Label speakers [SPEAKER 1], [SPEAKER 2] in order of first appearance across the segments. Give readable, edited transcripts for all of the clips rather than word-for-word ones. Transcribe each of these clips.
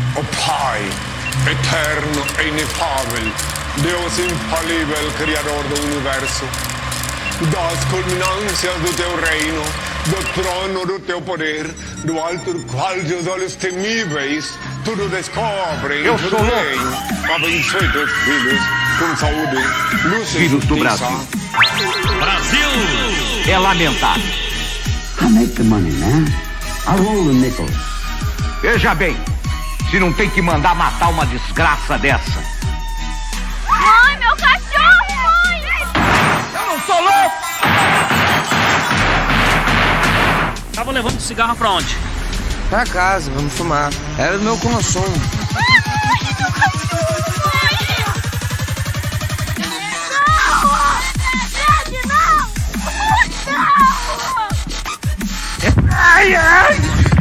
[SPEAKER 1] Ó Pai, eterno e inefável, Deus infalível, Criador do Universo, das culminâncias do teu reino, do trono do teu poder, do alto do qual teus olhos temíveis tudo descobrem,
[SPEAKER 2] Eu
[SPEAKER 1] tudo
[SPEAKER 2] sou louco.
[SPEAKER 1] bem. Abençoe teus filhos com saúde, luz e
[SPEAKER 2] Filhos do
[SPEAKER 1] justiça.
[SPEAKER 2] Brasil! É lamentável.
[SPEAKER 3] I make the money, man. I roll the nickels.
[SPEAKER 2] Veja bem, se não tem que mandar matar uma desgraça dessa.
[SPEAKER 4] Mãe, meu cachorro, mãe!
[SPEAKER 2] Eu não sou louco!
[SPEAKER 5] Tava levando cigarro pra onde?
[SPEAKER 6] Pra casa, vamos fumar. Era do meu consumo.
[SPEAKER 4] Mãe, meu cachorro, mãe! Não! Não!
[SPEAKER 2] Ai, ai!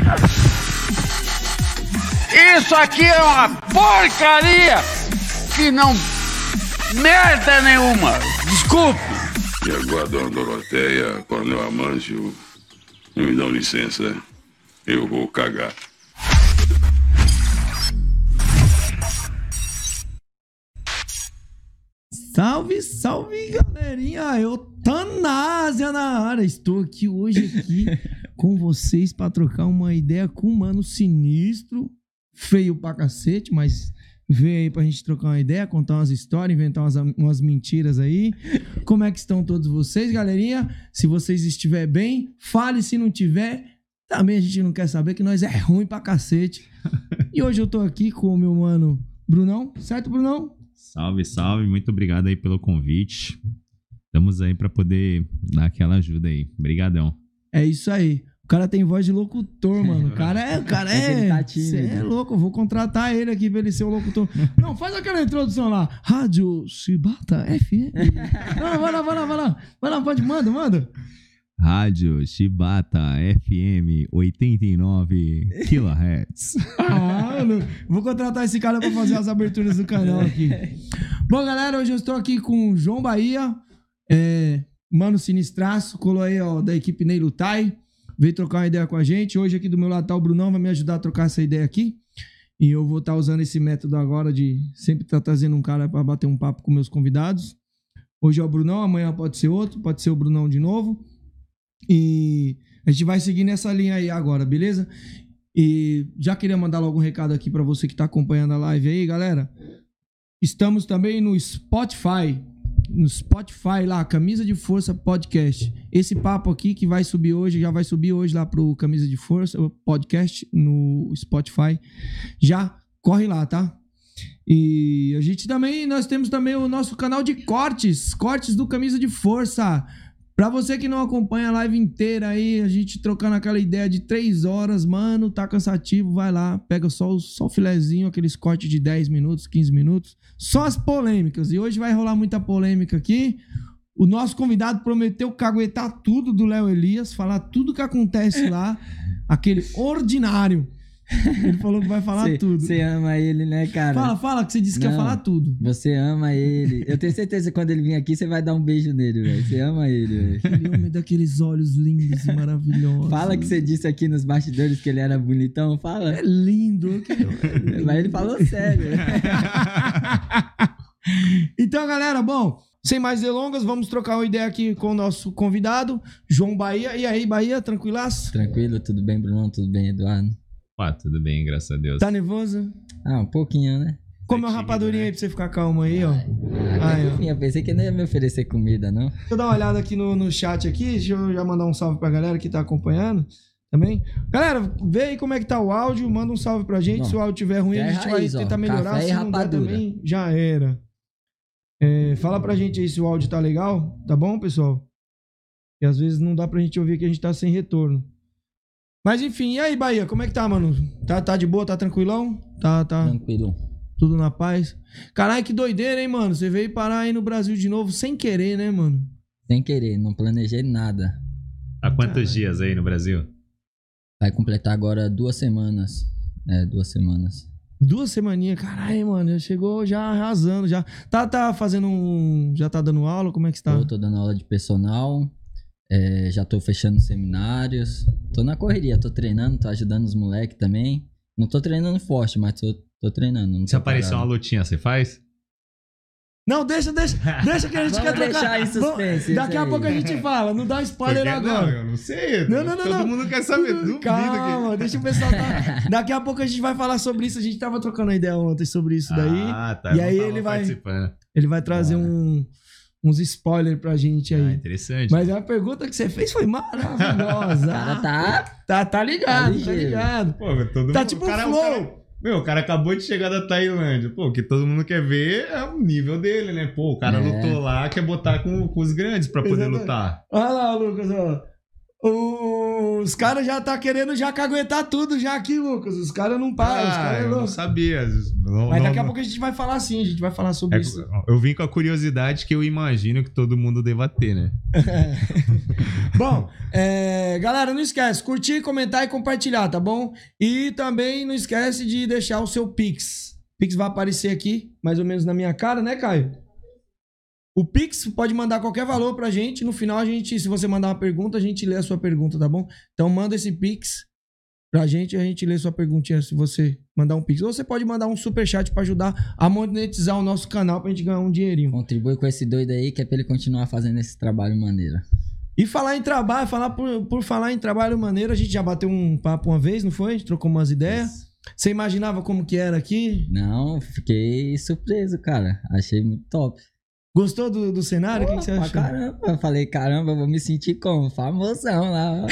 [SPEAKER 2] Isso aqui é uma porcaria que não... merda nenhuma! Desculpe!
[SPEAKER 7] E agora, dona Doroteia, Coronel Amâncio, me dão licença, eu vou cagar.
[SPEAKER 8] Salve, salve, galerinha! Eu, Tanásia na área. Estou aqui hoje com vocês para trocar uma ideia com um mano sinistro, feio pra cacete, mas veio aí pra gente trocar uma ideia, contar umas histórias, inventar umas mentiras aí. Como é que estão todos vocês, galerinha? Se vocês estiverem bem, fale. Se não tiver, também a gente não quer saber, que nós é ruim pra cacete. E hoje eu tô aqui com o meu mano Brunão, certo, Brunão?
[SPEAKER 9] Salve, salve. Muito obrigado aí pelo convite. Estamos aí pra poder dar aquela ajuda aí. Obrigadão.
[SPEAKER 8] É isso aí. O cara tem voz de locutor, mano. O cara é... Você é louco, eu vou contratar ele aqui pra ele ser o locutor. Não, faz aquela introdução lá. Rádio Chibata FM. Não, vai lá. Vai lá, pode, manda.
[SPEAKER 9] Rádio Chibata FM 89 kHz.
[SPEAKER 8] Mano, vou contratar esse cara pra fazer as aberturas do canal aqui. Bom, galera, hoje eu estou aqui com o João Bahia, mano sinistraço, colou aí, ó, da equipe Ney Lutai. Veio trocar uma ideia com a gente. Hoje aqui do meu lado tá o Brunão, vai me ajudar a trocar essa ideia aqui. E eu vou estar usando esse método agora de sempre estar trazendo um cara para bater um papo com meus convidados. Hoje é o Brunão, amanhã pode ser outro, pode ser o Brunão de novo. E a gente vai seguir nessa linha aí agora, beleza? E já queria mandar logo um recado aqui para você que tá acompanhando a live aí, galera. Estamos também no Spotify. No Spotify lá, Camisa de Força Podcast. Esse papo aqui que vai subir hoje, já vai subir hoje lá pro Camisa de Força Podcast no Spotify. Já corre lá, tá? E a gente também, nós temos também o nosso canal de cortes do Camisa de Força. Pra você que não acompanha a live inteira aí, a gente trocando aquela ideia de 3 horas, mano, tá cansativo, vai lá, pega só o filezinho, aqueles cortes de 10 minutos, 15 minutos, só as polêmicas. E hoje vai rolar muita polêmica aqui. O nosso convidado prometeu caguetar tudo do Léo Elias, falar tudo que acontece lá, aquele ordinário. Ele falou que vai falar tudo.
[SPEAKER 10] Você ama ele, né, cara?
[SPEAKER 8] Fala, que você disse que ia falar tudo.
[SPEAKER 10] Você ama ele. Eu tenho certeza que quando ele vir aqui, você vai dar um beijo nele, velho. Você ama ele, velho.
[SPEAKER 8] Aquele homem daqueles olhos lindos e maravilhosos.
[SPEAKER 10] Fala que você disse aqui nos bastidores que ele era bonitão, fala.
[SPEAKER 8] É lindo.
[SPEAKER 10] Mas ele falou sério.
[SPEAKER 8] Então, galera, bom, sem mais delongas, vamos trocar uma ideia aqui com o nosso convidado, João Bahia. E aí, Bahia, tranquilaço?
[SPEAKER 10] Tranquilo, tudo bem, Brunão? Tudo bem, Eduardo?
[SPEAKER 9] Tudo bem, graças a Deus.
[SPEAKER 8] Tá nervoso?
[SPEAKER 10] Um pouquinho, né?
[SPEAKER 8] Come uma rapadurinha aí pra você ficar calmo aí, ó.
[SPEAKER 10] Eu pensei que não ia me oferecer comida, não.
[SPEAKER 8] Deixa eu dar uma olhada aqui no chat aqui, deixa eu já mandar um salve pra galera que tá acompanhando também. Galera, vê aí como é que tá o áudio, manda um salve pra gente. Se o áudio tiver ruim, a gente vai tentar melhorar. Se não der também, já era. Fala pra gente aí se o áudio tá legal, tá bom, pessoal? E às vezes não dá pra gente ouvir que a gente tá sem retorno. Mas enfim, e aí, Bahia, como é que tá, mano? Tá de boa, tá tranquilão? Tá.
[SPEAKER 10] Tranquilo.
[SPEAKER 8] Tudo na paz? Caralho, que doideira, hein, mano? Você veio parar aí no Brasil de novo sem querer, né, mano?
[SPEAKER 10] Sem querer, não planejei nada.
[SPEAKER 9] Há quantos dias aí no Brasil?
[SPEAKER 10] Vai completar agora 2 semanas. 2 semanas.
[SPEAKER 8] 2 semaninhas, caralho, mano. Já chegou já arrasando, já. Tá fazendo já tá dando aula? Como é que está?
[SPEAKER 10] Tô dando aula de personal. Já tô fechando seminários. Tô na correria, tô treinando, tô ajudando os moleques também. Não tô treinando forte, mas tô treinando.
[SPEAKER 9] Se aparecer uma lutinha, você faz?
[SPEAKER 8] Não, deixa que a gente
[SPEAKER 10] Vamos
[SPEAKER 8] quer trocar.
[SPEAKER 10] deixar em suspense,
[SPEAKER 8] Daqui
[SPEAKER 10] isso
[SPEAKER 8] a
[SPEAKER 10] aí.
[SPEAKER 8] pouco a gente fala, não dá spoiler
[SPEAKER 9] Porque,
[SPEAKER 8] agora.
[SPEAKER 9] não, eu não sei.
[SPEAKER 8] Não.
[SPEAKER 9] Todo mundo quer saber. Duvido
[SPEAKER 8] Calma,
[SPEAKER 9] que...
[SPEAKER 8] deixa o pessoal... Daqui a pouco a gente vai falar sobre isso. A gente tava trocando a ideia ontem sobre isso daí.
[SPEAKER 9] Ah, tá.
[SPEAKER 8] E
[SPEAKER 9] eu
[SPEAKER 8] aí
[SPEAKER 9] não tava
[SPEAKER 8] ele vai...
[SPEAKER 9] participando.
[SPEAKER 8] Ele vai trazer uns spoilers pra gente aí.
[SPEAKER 9] Interessante.
[SPEAKER 8] Mas a pergunta que você fez foi maravilhosa. Tá ligado, tá ligado.
[SPEAKER 9] Pô, todo
[SPEAKER 8] Tá
[SPEAKER 9] mundo,
[SPEAKER 8] tipo
[SPEAKER 9] o
[SPEAKER 8] um
[SPEAKER 9] cara,
[SPEAKER 8] flow.
[SPEAKER 9] O cara acabou de chegar da Tailândia. Pô, o que todo mundo quer ver é o nível dele, né? Pô, o cara lutou lá, quer botar com os grandes pra poder lutar.
[SPEAKER 8] Olha lá, Lucas, ó. Os caras já tá querendo já caguetar tudo já aqui, Lucas. Os caras não param, os caras é
[SPEAKER 9] eu
[SPEAKER 8] louco.
[SPEAKER 9] não sabia.
[SPEAKER 8] Mas daqui a pouco a gente vai falar assim, a gente vai falar sobre isso.
[SPEAKER 9] Eu vim com a curiosidade que eu imagino que todo mundo deva ter, né?
[SPEAKER 8] Bom, galera, não esquece, curtir, comentar e compartilhar, tá bom? E também não esquece de deixar o seu Pix. O Pix vai aparecer aqui, mais ou menos na minha cara, né, Caio? O Pix pode mandar qualquer valor pra gente. No final, se você mandar uma pergunta, a gente lê a sua pergunta, tá bom? Então manda esse Pix pra gente e a gente lê sua perguntinha se você mandar um Pix. Ou você pode mandar um superchat pra ajudar a monetizar o nosso canal pra gente ganhar um dinheirinho.
[SPEAKER 10] Contribui com esse doido aí que é pra ele continuar fazendo esse trabalho maneiro.
[SPEAKER 8] E falar em trabalho, por falar em trabalho maneiro, a gente já bateu um papo uma vez, não foi? A gente trocou umas ideias. Você imaginava como que era aqui?
[SPEAKER 10] Não, fiquei surpreso, cara. Achei muito top.
[SPEAKER 8] Gostou do cenário? O que você achou?
[SPEAKER 10] Caramba, eu falei, caramba, eu vou me sentir como? Famosão lá.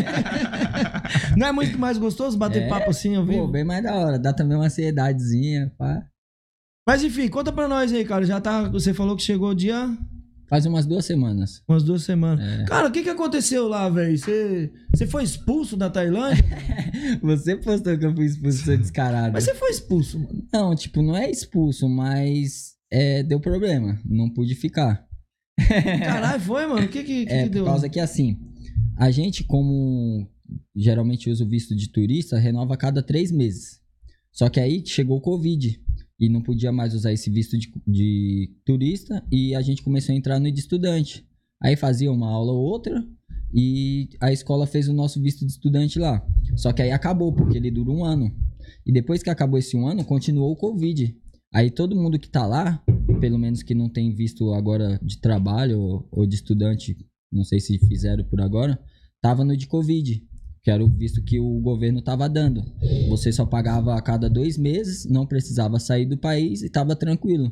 [SPEAKER 8] Não é muito mais gostoso bater papo assim, eu vi?
[SPEAKER 10] Pô, bem mais da hora. Dá também uma ansiedadezinha, pá.
[SPEAKER 8] Mas enfim, conta pra nós aí, cara. Já tá. Você falou que chegou o dia.
[SPEAKER 10] Faz umas 2 semanas.
[SPEAKER 8] Umas 2 semanas. Cara, o que aconteceu lá, velho? Você foi expulso da Tailândia?
[SPEAKER 10] Você postou que eu fui expulso, seu descarado.
[SPEAKER 8] Mas você foi expulso, mano.
[SPEAKER 10] Não, tipo, não é expulso, mas deu problema. Não pude ficar.
[SPEAKER 8] Caralho, foi, mano? O que deu?
[SPEAKER 10] Por causa que, assim, a gente, como geralmente usa o visto de turista, renova a cada 3 meses. Só que aí chegou o Covid. E não podia mais usar esse visto de turista. E a gente começou a entrar no de estudante. Aí fazia uma aula ou outra. E a escola fez o nosso visto de estudante lá. Só que aí acabou, porque ele dura 1 ano. E depois que acabou esse 1 ano, continuou o Covid. Aí todo mundo que tá lá, pelo menos que não tem visto agora de trabalho ou de estudante, não sei se fizeram por agora, tava no de Covid. Que era o visto que o governo estava dando. Você só pagava a cada 2 meses, não precisava sair do país e estava tranquilo.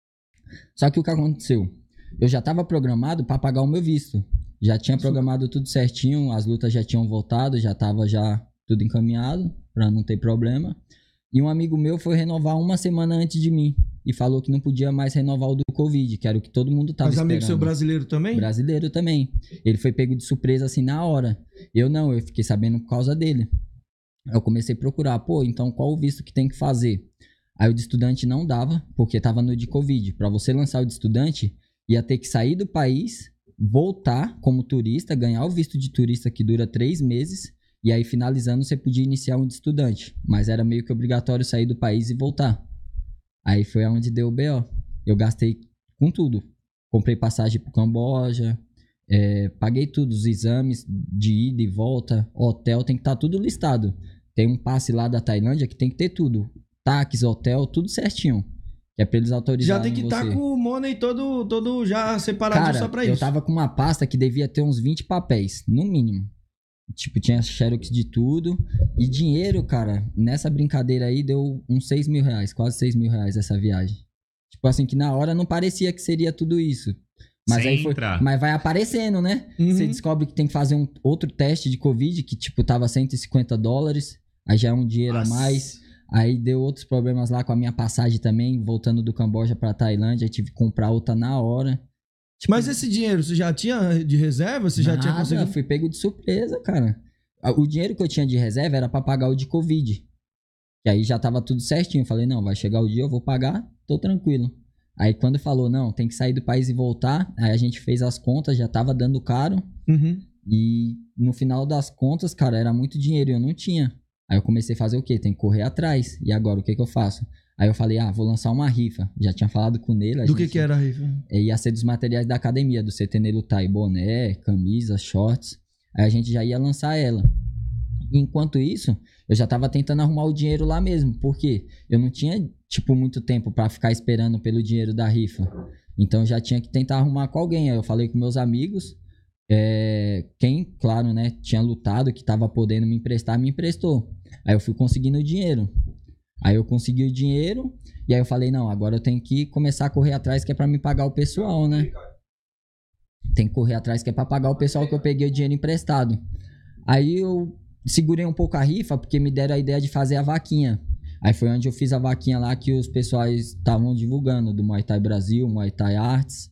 [SPEAKER 10] Só que o que aconteceu? Eu já estava programado para pagar o meu visto. Já tinha programado tudo certinho, as lutas já tinham voltado, já estava tudo encaminhado para não ter problema. E um amigo meu foi renovar 1 semana antes de mim e falou que não podia mais renovar o do Covid, que era o que todo mundo tava esperando.
[SPEAKER 8] Mas amigo seu brasileiro também?
[SPEAKER 10] Brasileiro também. Ele foi pego de surpresa assim na hora. Eu não, eu fiquei sabendo por causa dele. Eu comecei a procurar, então qual o visto que tem que fazer? Aí o de estudante não dava, porque tava no de Covid. Para você lançar o de estudante, ia ter que sair do país, voltar como turista, ganhar o visto de turista que dura 3 meses, e aí finalizando você podia iniciar um de estudante. Mas era meio que obrigatório sair do país e voltar. Aí foi onde deu o BO. Eu gastei com tudo. Comprei passagem pro Camboja, paguei tudo, os exames de ida e volta, hotel, tem que estar tudo listado. Tem um passe lá da Tailândia que tem que ter tudo. Táxi, hotel, tudo certinho. Que é pra eles autorizarem.
[SPEAKER 8] Já tem que estar com o money todo já separado.
[SPEAKER 10] Cara,
[SPEAKER 8] só pra isso.
[SPEAKER 10] Eu tava com uma pasta que devia ter uns 20 papéis, no mínimo. Tipo, tinha xerox de tudo. E dinheiro, cara, nessa brincadeira aí deu uns 6 mil reais. Quase 6 mil reais essa viagem. Tipo assim, que na hora não parecia que seria tudo isso. Mas
[SPEAKER 9] sem
[SPEAKER 10] aí foi.
[SPEAKER 9] Entrar.
[SPEAKER 10] Mas vai aparecendo, né? Você descobre que tem que fazer outro teste de Covid, que tipo, tava $150. Aí já é um dinheiro a mais. Aí deu outros problemas lá com a minha passagem também, voltando do Camboja pra Tailândia. Aí tive que comprar outra na hora.
[SPEAKER 8] Tipo, mas esse dinheiro, você já tinha de reserva? Você já tinha conseguido?
[SPEAKER 10] Fui pego de surpresa, cara. O dinheiro que eu tinha de reserva era pra pagar o de Covid. E aí já tava tudo certinho. Falei, não, vai chegar o dia, eu vou pagar, tô tranquilo. Aí quando falou, não, tem que sair do país e voltar, aí a gente fez as contas, já tava dando caro. E no final das contas, cara, era muito dinheiro e eu não tinha. Aí eu comecei a fazer o quê? Tem que correr atrás. E agora, o que eu faço? Aí eu falei, vou lançar uma rifa. Já tinha falado com ele.
[SPEAKER 8] Do que era a rifa?
[SPEAKER 10] Ia ser dos materiais da academia, do CT Nelutai, boné, camisa, shorts. Aí a gente já ia lançar ela. Enquanto isso, eu já tava tentando arrumar o dinheiro lá mesmo, porque eu não tinha, tipo, muito tempo pra ficar esperando pelo dinheiro da rifa. Então eu já tinha que tentar arrumar com alguém. Aí eu falei com meus amigos, quem, claro, né, tinha lutado, que tava podendo me emprestar, me emprestou. Aí eu fui conseguindo o dinheiro. Aí eu consegui o dinheiro, e aí eu falei, não, agora eu tenho que começar a correr atrás, que é pra me pagar o pessoal, né? Tem que correr atrás, que é pra pagar o pessoal que eu peguei o dinheiro emprestado. Aí eu segurei um pouco a rifa, porque me deram a ideia de fazer a vaquinha. Aí foi onde eu fiz a vaquinha lá que os pessoais estavam divulgando, do Muay Thai Brasil, Muay Thai Arts.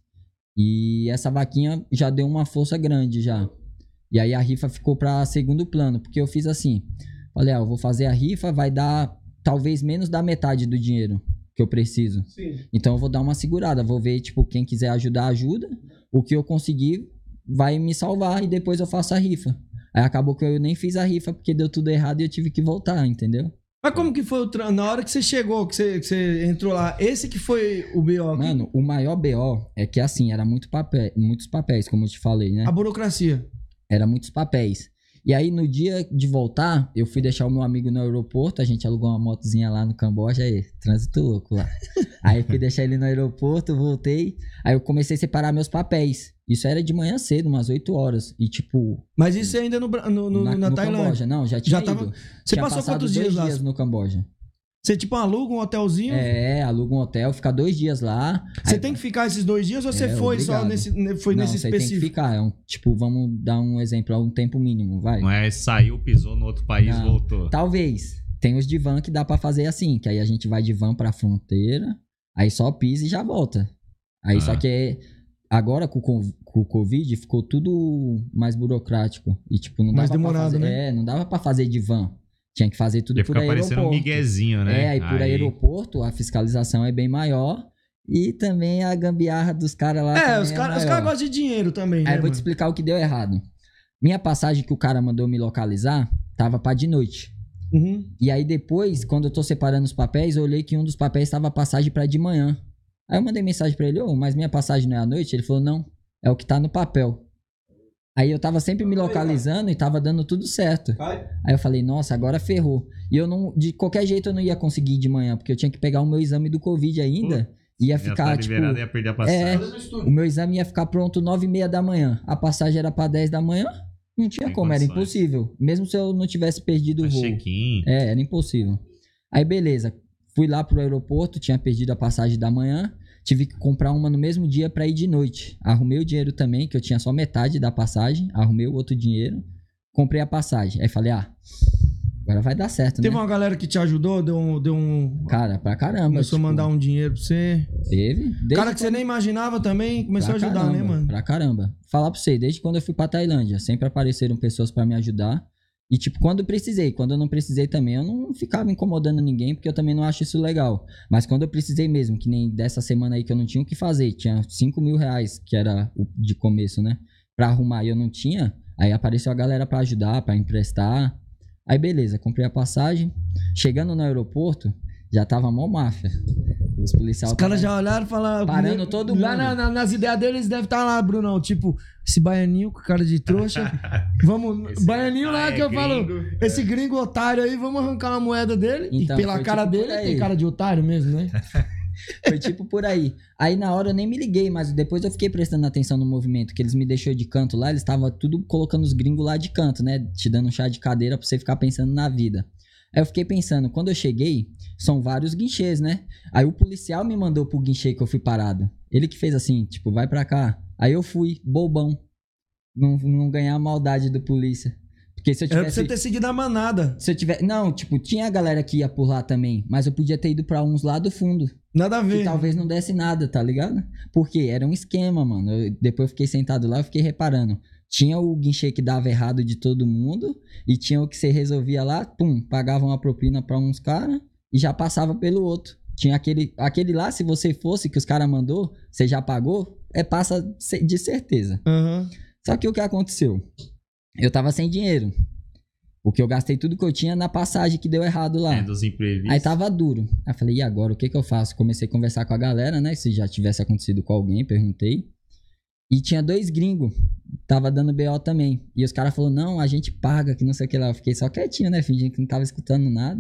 [SPEAKER 10] E essa vaquinha já deu uma força grande já. E aí a rifa ficou pra segundo plano, porque eu fiz assim. Falei, eu vou fazer a rifa, vai dar talvez menos da metade do dinheiro que eu preciso. Sim. Então eu vou dar uma segurada, vou ver, tipo, quem quiser ajudar, ajuda. O que eu conseguir vai me salvar e depois eu faço a rifa. Aí acabou que eu nem fiz a rifa porque deu tudo errado e eu tive que voltar, entendeu?
[SPEAKER 8] Mas como que foi na hora que você chegou, que você entrou lá, esse que foi o BO aqui?
[SPEAKER 10] Mano, o maior BO é que assim, era muitos papéis, como eu te falei, né?
[SPEAKER 8] A burocracia.
[SPEAKER 10] Era muitos papéis. E aí, no dia de voltar, eu fui deixar o meu amigo no aeroporto. A gente alugou uma motozinha lá no Camboja. Aí, trânsito louco lá. Aí, fui deixar ele no aeroporto, voltei. Aí, eu comecei a separar meus papéis. Isso era de manhã cedo, umas 8 horas. E, tipo...
[SPEAKER 8] Mas isso ainda na
[SPEAKER 10] no
[SPEAKER 8] Tailândia?
[SPEAKER 10] Camboja. Não, já tinha ido.
[SPEAKER 8] Você passou quantos dias lá?
[SPEAKER 10] 2 dias no Camboja.
[SPEAKER 8] Você, tipo, aluga um hotelzinho?
[SPEAKER 10] Aluga um hotel, fica 2 dias lá.
[SPEAKER 8] Você tem que ficar esses 2 dias ou você foi
[SPEAKER 10] obrigado.
[SPEAKER 8] só nesse
[SPEAKER 10] Não,
[SPEAKER 8] específico?
[SPEAKER 10] Você tem que ficar. Tipo, vamos dar um exemplo, um tempo mínimo, vai.
[SPEAKER 9] Não é saiu, pisou no outro país,
[SPEAKER 10] Não,
[SPEAKER 9] voltou.
[SPEAKER 10] Talvez. Tem os de van que dá pra fazer assim, que aí a gente vai de van pra fronteira, aí só pisa e já volta. Aí só que agora com o Covid ficou tudo mais burocrático. E tipo, não dava
[SPEAKER 8] mais demorado,
[SPEAKER 10] pra fazer,
[SPEAKER 8] né?
[SPEAKER 10] Não dava pra fazer de van. Tinha que fazer tudo por aeroporto.
[SPEAKER 9] Fica parecendo um miguezinho, né?
[SPEAKER 10] Aí por aeroporto a fiscalização é bem maior e também a gambiarra dos caras lá
[SPEAKER 8] os caras gostam de dinheiro também, né,
[SPEAKER 10] Aí eu vou te explicar o que deu errado. Minha passagem que o cara mandou me localizar tava pra de noite.
[SPEAKER 8] Uhum.
[SPEAKER 10] E aí depois, quando eu tô separando os papéis, eu olhei que um dos papéis tava passagem pra de manhã. Aí eu mandei mensagem pra ele, mas minha passagem não é à noite? Ele falou, não, é o que tá no papel. Aí eu tava sempre me localizando e tava dando tudo certo. Aí eu falei, nossa, agora ferrou. E eu não, de qualquer jeito eu não ia conseguir ir de manhã, porque eu tinha que pegar o meu exame do Covid ainda. Ia ficar, tipo...
[SPEAKER 9] ia perder a passagem.
[SPEAKER 10] O meu exame ia ficar pronto 9h30 da manhã. A passagem era pra 10 da manhã. Não tinha como, era impossível. Mesmo se eu não tivesse perdido o voo.
[SPEAKER 9] Check-in.
[SPEAKER 10] Era impossível. Aí beleza, fui lá pro aeroporto, tinha perdido a passagem da manhã. Tive que comprar uma no mesmo dia pra ir de noite. Arrumei o dinheiro também, que eu tinha só metade da passagem. Arrumei o outro dinheiro. Comprei a passagem. Aí falei, agora vai dar certo,
[SPEAKER 8] Teve
[SPEAKER 10] né?
[SPEAKER 8] uma galera que te ajudou? Deu um...
[SPEAKER 10] Cara, pra caramba.
[SPEAKER 8] Começou a mandar um dinheiro pra você?
[SPEAKER 10] Teve.
[SPEAKER 8] Cara que você nem imaginava também, começou a ajudar,
[SPEAKER 10] caramba,
[SPEAKER 8] né, mano?
[SPEAKER 10] Pra caramba. Falar pra você, desde quando eu fui pra Tailândia, sempre apareceram pessoas pra me ajudar. E, tipo, quando precisei. Quando eu não precisei também, eu não ficava incomodando ninguém, porque eu também não acho isso legal. Mas quando eu precisei mesmo, que nem dessa semana aí que eu não tinha o que fazer, tinha 5 mil reais, que era o de começo, né? Pra arrumar e eu não tinha, aí apareceu a galera pra ajudar, pra emprestar. Aí beleza, comprei a passagem. Chegando no aeroporto, já tava mó máfia. Os policiais...
[SPEAKER 8] Os caras já olharam e falaram...
[SPEAKER 10] Parando todo mundo.
[SPEAKER 8] Lá nas ideias deles deve estar lá, Brunão. Tipo, esse baianinho com cara de trouxa. Vamos... Baianinho lá que eu falo... Esse gringo otário aí, vamos arrancar uma moeda dele.
[SPEAKER 10] Então,
[SPEAKER 8] e pela cara
[SPEAKER 10] tipo
[SPEAKER 8] dele, tem cara de otário mesmo, né?
[SPEAKER 10] Foi tipo por aí. Aí na hora eu nem me liguei, mas depois eu fiquei prestando atenção no movimento, que eles me deixou de canto lá, eles estavam tudo colocando os gringos lá de canto, né? Te dando um chá de cadeira pra você ficar pensando na vida. Aí eu fiquei pensando, quando eu cheguei, são vários guinchês, né? Aí o policial me mandou pro guinchê que eu fui parado. Ele que fez assim, tipo, vai pra cá. Aí eu fui, bobão. Não ganhar a maldade do polícia. Porque se eu tivesse...
[SPEAKER 8] Era pra você ter seguido a manada.
[SPEAKER 10] Se eu tivesse... Não, tipo, tinha a galera que ia por lá também, mas eu podia ter ido pra uns lá do fundo.
[SPEAKER 8] Nada a ver.
[SPEAKER 10] Que talvez não desse nada, tá ligado? Porque era um esquema, mano. Depois eu fiquei sentado lá e fiquei reparando. Tinha o guinchê que dava errado de todo mundo e tinha o que você resolvia lá, pum, pagava uma propina pra uns caras e já passava pelo outro. Tinha aquele lá, se você fosse que os caras mandou, você já pagou, passa de certeza.
[SPEAKER 8] Uhum.
[SPEAKER 10] Só que o que aconteceu? Eu tava sem dinheiro. Porque eu gastei tudo que eu tinha na passagem que deu errado lá.
[SPEAKER 9] Dos imprevistos.
[SPEAKER 10] Aí tava duro. Aí falei, e agora? O que eu faço? Comecei a conversar com a galera, né? Se já tivesse acontecido com alguém, perguntei. E tinha 2 gringos, tava dando BO também. E os caras falaram, não, a gente paga, que não sei o que lá. Eu fiquei só quietinho, né, fingindo que não tava escutando nada.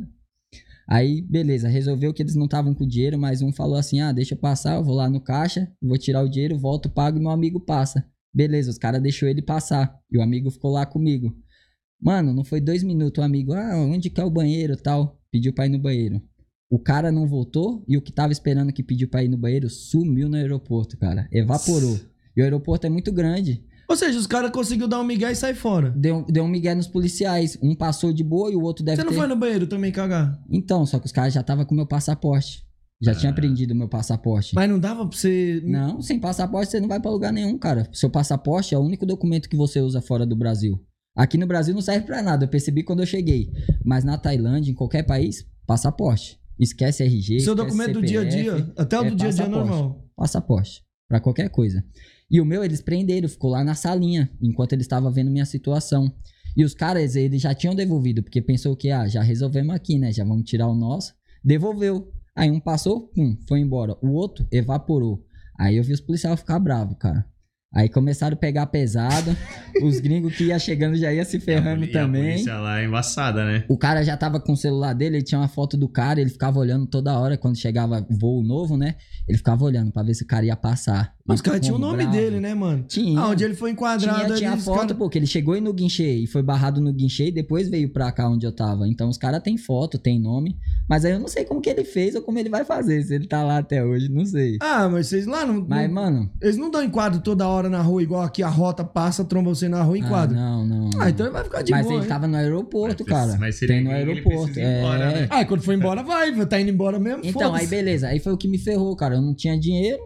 [SPEAKER 10] Aí, beleza, resolveu que eles não estavam com dinheiro, mas um falou assim, deixa eu passar, eu vou lá no caixa, vou tirar o dinheiro, volto, pago e meu amigo passa. Beleza, os caras deixou ele passar, e o amigo ficou lá comigo. Mano, não foi 2 minutos, o amigo, onde que é o banheiro e tal, pediu pra ir no banheiro. O cara não voltou, e o que tava esperando que pediu pra ir no banheiro, sumiu no aeroporto, cara, evaporou. E o aeroporto é muito grande.
[SPEAKER 8] Ou seja, os caras conseguiram dar um migué e sair fora.
[SPEAKER 10] Deu um migué nos policiais. Um passou de boa e o outro deve ter...
[SPEAKER 8] Você não foi no banheiro também cagar?
[SPEAKER 10] Então, só que os caras já estavam com o meu passaporte. Já tinha prendido o meu passaporte.
[SPEAKER 8] Mas não dava pra você...
[SPEAKER 10] Não, sem passaporte você não vai pra lugar nenhum, cara. Seu passaporte é o único documento que você usa fora do Brasil. Aqui no Brasil não serve pra nada, eu percebi quando eu cheguei. Mas na Tailândia, em qualquer país, passaporte. Esquece RG,
[SPEAKER 8] seu
[SPEAKER 10] esquece
[SPEAKER 8] documento
[SPEAKER 10] CPF,
[SPEAKER 8] do dia a dia, até o do dia a dia normal.
[SPEAKER 10] Passaporte, pra qualquer coisa. E o meu, eles prenderam, ficou lá na salinha, enquanto eles estavam vendo minha situação. E os caras, eles já tinham devolvido, porque pensou que, já resolvemos aqui, né? Já vamos tirar o nosso. Devolveu. Aí um passou, foi embora. O outro evaporou. Aí eu vi os policiais ficar bravos, cara. Aí começaram a pegar pesado. Os gringos que ia chegando já ia se ferrando também.
[SPEAKER 9] A polícia lá é embaçada, né?
[SPEAKER 10] O cara já tava com o celular dele, ele tinha uma foto do cara, ele ficava olhando toda hora, quando chegava voo novo, né? Ele ficava olhando pra ver se o cara ia passar.
[SPEAKER 8] Mas os caras tinham o nome dele, né, mano?
[SPEAKER 10] Tinha.
[SPEAKER 8] Onde ele foi enquadrado
[SPEAKER 10] tinha
[SPEAKER 8] ali,
[SPEAKER 10] a foto, porque ele chegou aí no guinchê e foi barrado no guinchê e depois veio pra cá onde eu tava. Então os caras têm foto, tem nome, mas aí eu não sei como que ele fez ou como ele vai fazer, se ele tá lá até hoje, não sei.
[SPEAKER 8] Mas vocês lá não...
[SPEAKER 10] Mas, mano...
[SPEAKER 8] Eles não dão enquadro toda hora na rua, igual aqui a rota passa, tromba você na rua e enquadra.
[SPEAKER 10] Não.
[SPEAKER 8] Então ele vai ficar de boa.
[SPEAKER 10] Mas ele tava no aeroporto, cara.
[SPEAKER 9] Mas
[SPEAKER 10] tem no aeroporto.
[SPEAKER 9] Embora, né?
[SPEAKER 8] Quando for embora vai, tá indo embora mesmo,
[SPEAKER 10] então, aí beleza. Aí foi o que me ferrou, cara. Eu não tinha dinheiro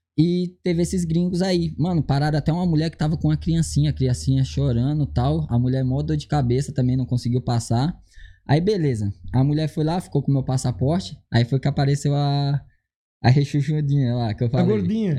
[SPEAKER 10] e teve esses gringos aí. Mano, pararam até uma mulher que tava com a criancinha chorando e tal. A mulher mó dor de cabeça também, não conseguiu passar. Aí beleza. A mulher foi lá, ficou com o meu passaporte. Aí foi que apareceu a rechuchudinha lá, que eu falei.
[SPEAKER 8] A gordinha.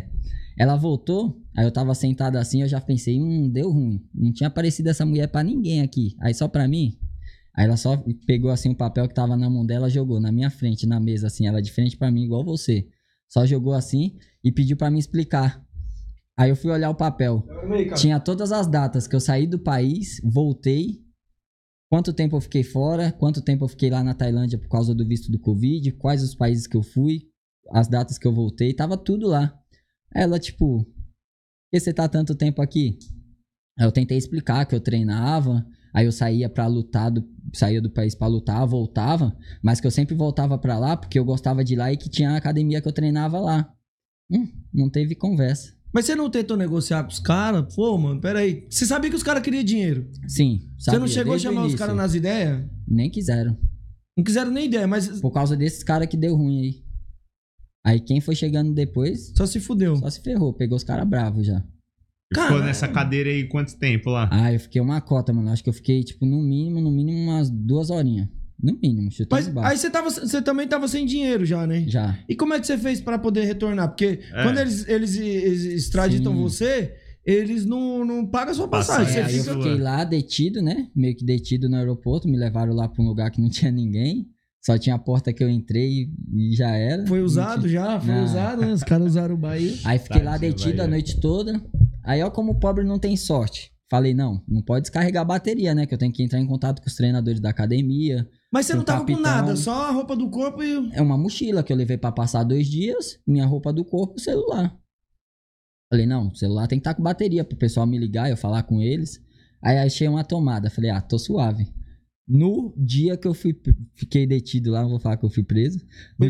[SPEAKER 10] Ela voltou, aí eu tava sentado assim, eu já pensei, deu ruim. Não tinha aparecido essa mulher pra ninguém aqui. Aí só pra mim. Aí ela só pegou assim o papel que tava na mão dela, jogou na minha frente, na mesa, assim, ela de frente pra mim, igual você. Só jogou assim e pediu pra me explicar. Aí eu fui olhar o papel. Tinha todas as datas que eu saí do país, voltei, quanto tempo eu fiquei fora, quanto tempo eu fiquei lá na Tailândia por causa do visto do Covid, quais os países que eu fui, as datas que eu voltei, tava tudo lá. Ela, tipo, por que você tá tanto tempo aqui? Aí eu tentei explicar que eu treinava, aí eu saía pra lutar, saía do país pra lutar, voltava, mas que eu sempre voltava pra lá porque eu gostava de ir lá e que tinha a academia que eu treinava lá. Não teve conversa.
[SPEAKER 8] Mas você não tentou negociar com os caras? Pô, mano, peraí. Você sabia que os caras queriam dinheiro?
[SPEAKER 10] Sim, sabia.
[SPEAKER 8] Você não chegou a chamar os caras nas ideias?
[SPEAKER 10] Nem quiseram.
[SPEAKER 8] Não quiseram nem ideia, mas...
[SPEAKER 10] Por causa desses caras que deu ruim aí. Aí quem foi chegando depois...
[SPEAKER 8] Só se fudeu.
[SPEAKER 10] Só se ferrou, pegou os caras bravos já.
[SPEAKER 9] Ficou nessa cadeira aí quanto tempo lá?
[SPEAKER 10] Eu fiquei uma cota, mano. Acho que eu fiquei, tipo, no mínimo umas 2 horinhas. No mínimo, chutando
[SPEAKER 8] Mas
[SPEAKER 10] baixo.
[SPEAKER 8] aí você também tava sem dinheiro já, né?
[SPEAKER 10] Já.
[SPEAKER 8] E como é que você fez pra poder retornar? Porque quando eles extraditam você, eles não pagam a sua passagem.
[SPEAKER 10] Aí eu fiquei lá detido, né? Meio que detido no aeroporto. Me levaram lá pra um lugar que não tinha ninguém. Só tinha a porta que eu entrei e já era.
[SPEAKER 8] Foi usado já? Foi usado, né? Os caras usaram o Bahia.
[SPEAKER 10] Aí fiquei lá detido a noite toda. Aí ó como o pobre não tem sorte. Falei, não pode descarregar a bateria, né? Que eu tenho que entrar em contato com os treinadores da academia.
[SPEAKER 8] Mas você não tava com nada, só a roupa do corpo e...
[SPEAKER 10] É uma mochila que eu levei pra passar 2 dias, minha roupa do corpo e o celular. Falei, não, o celular tem que estar com bateria pro pessoal me ligar, eu falar com eles. Aí achei uma tomada, falei, tô suave. No dia que eu fiquei detido lá, não vou falar que eu fui preso. No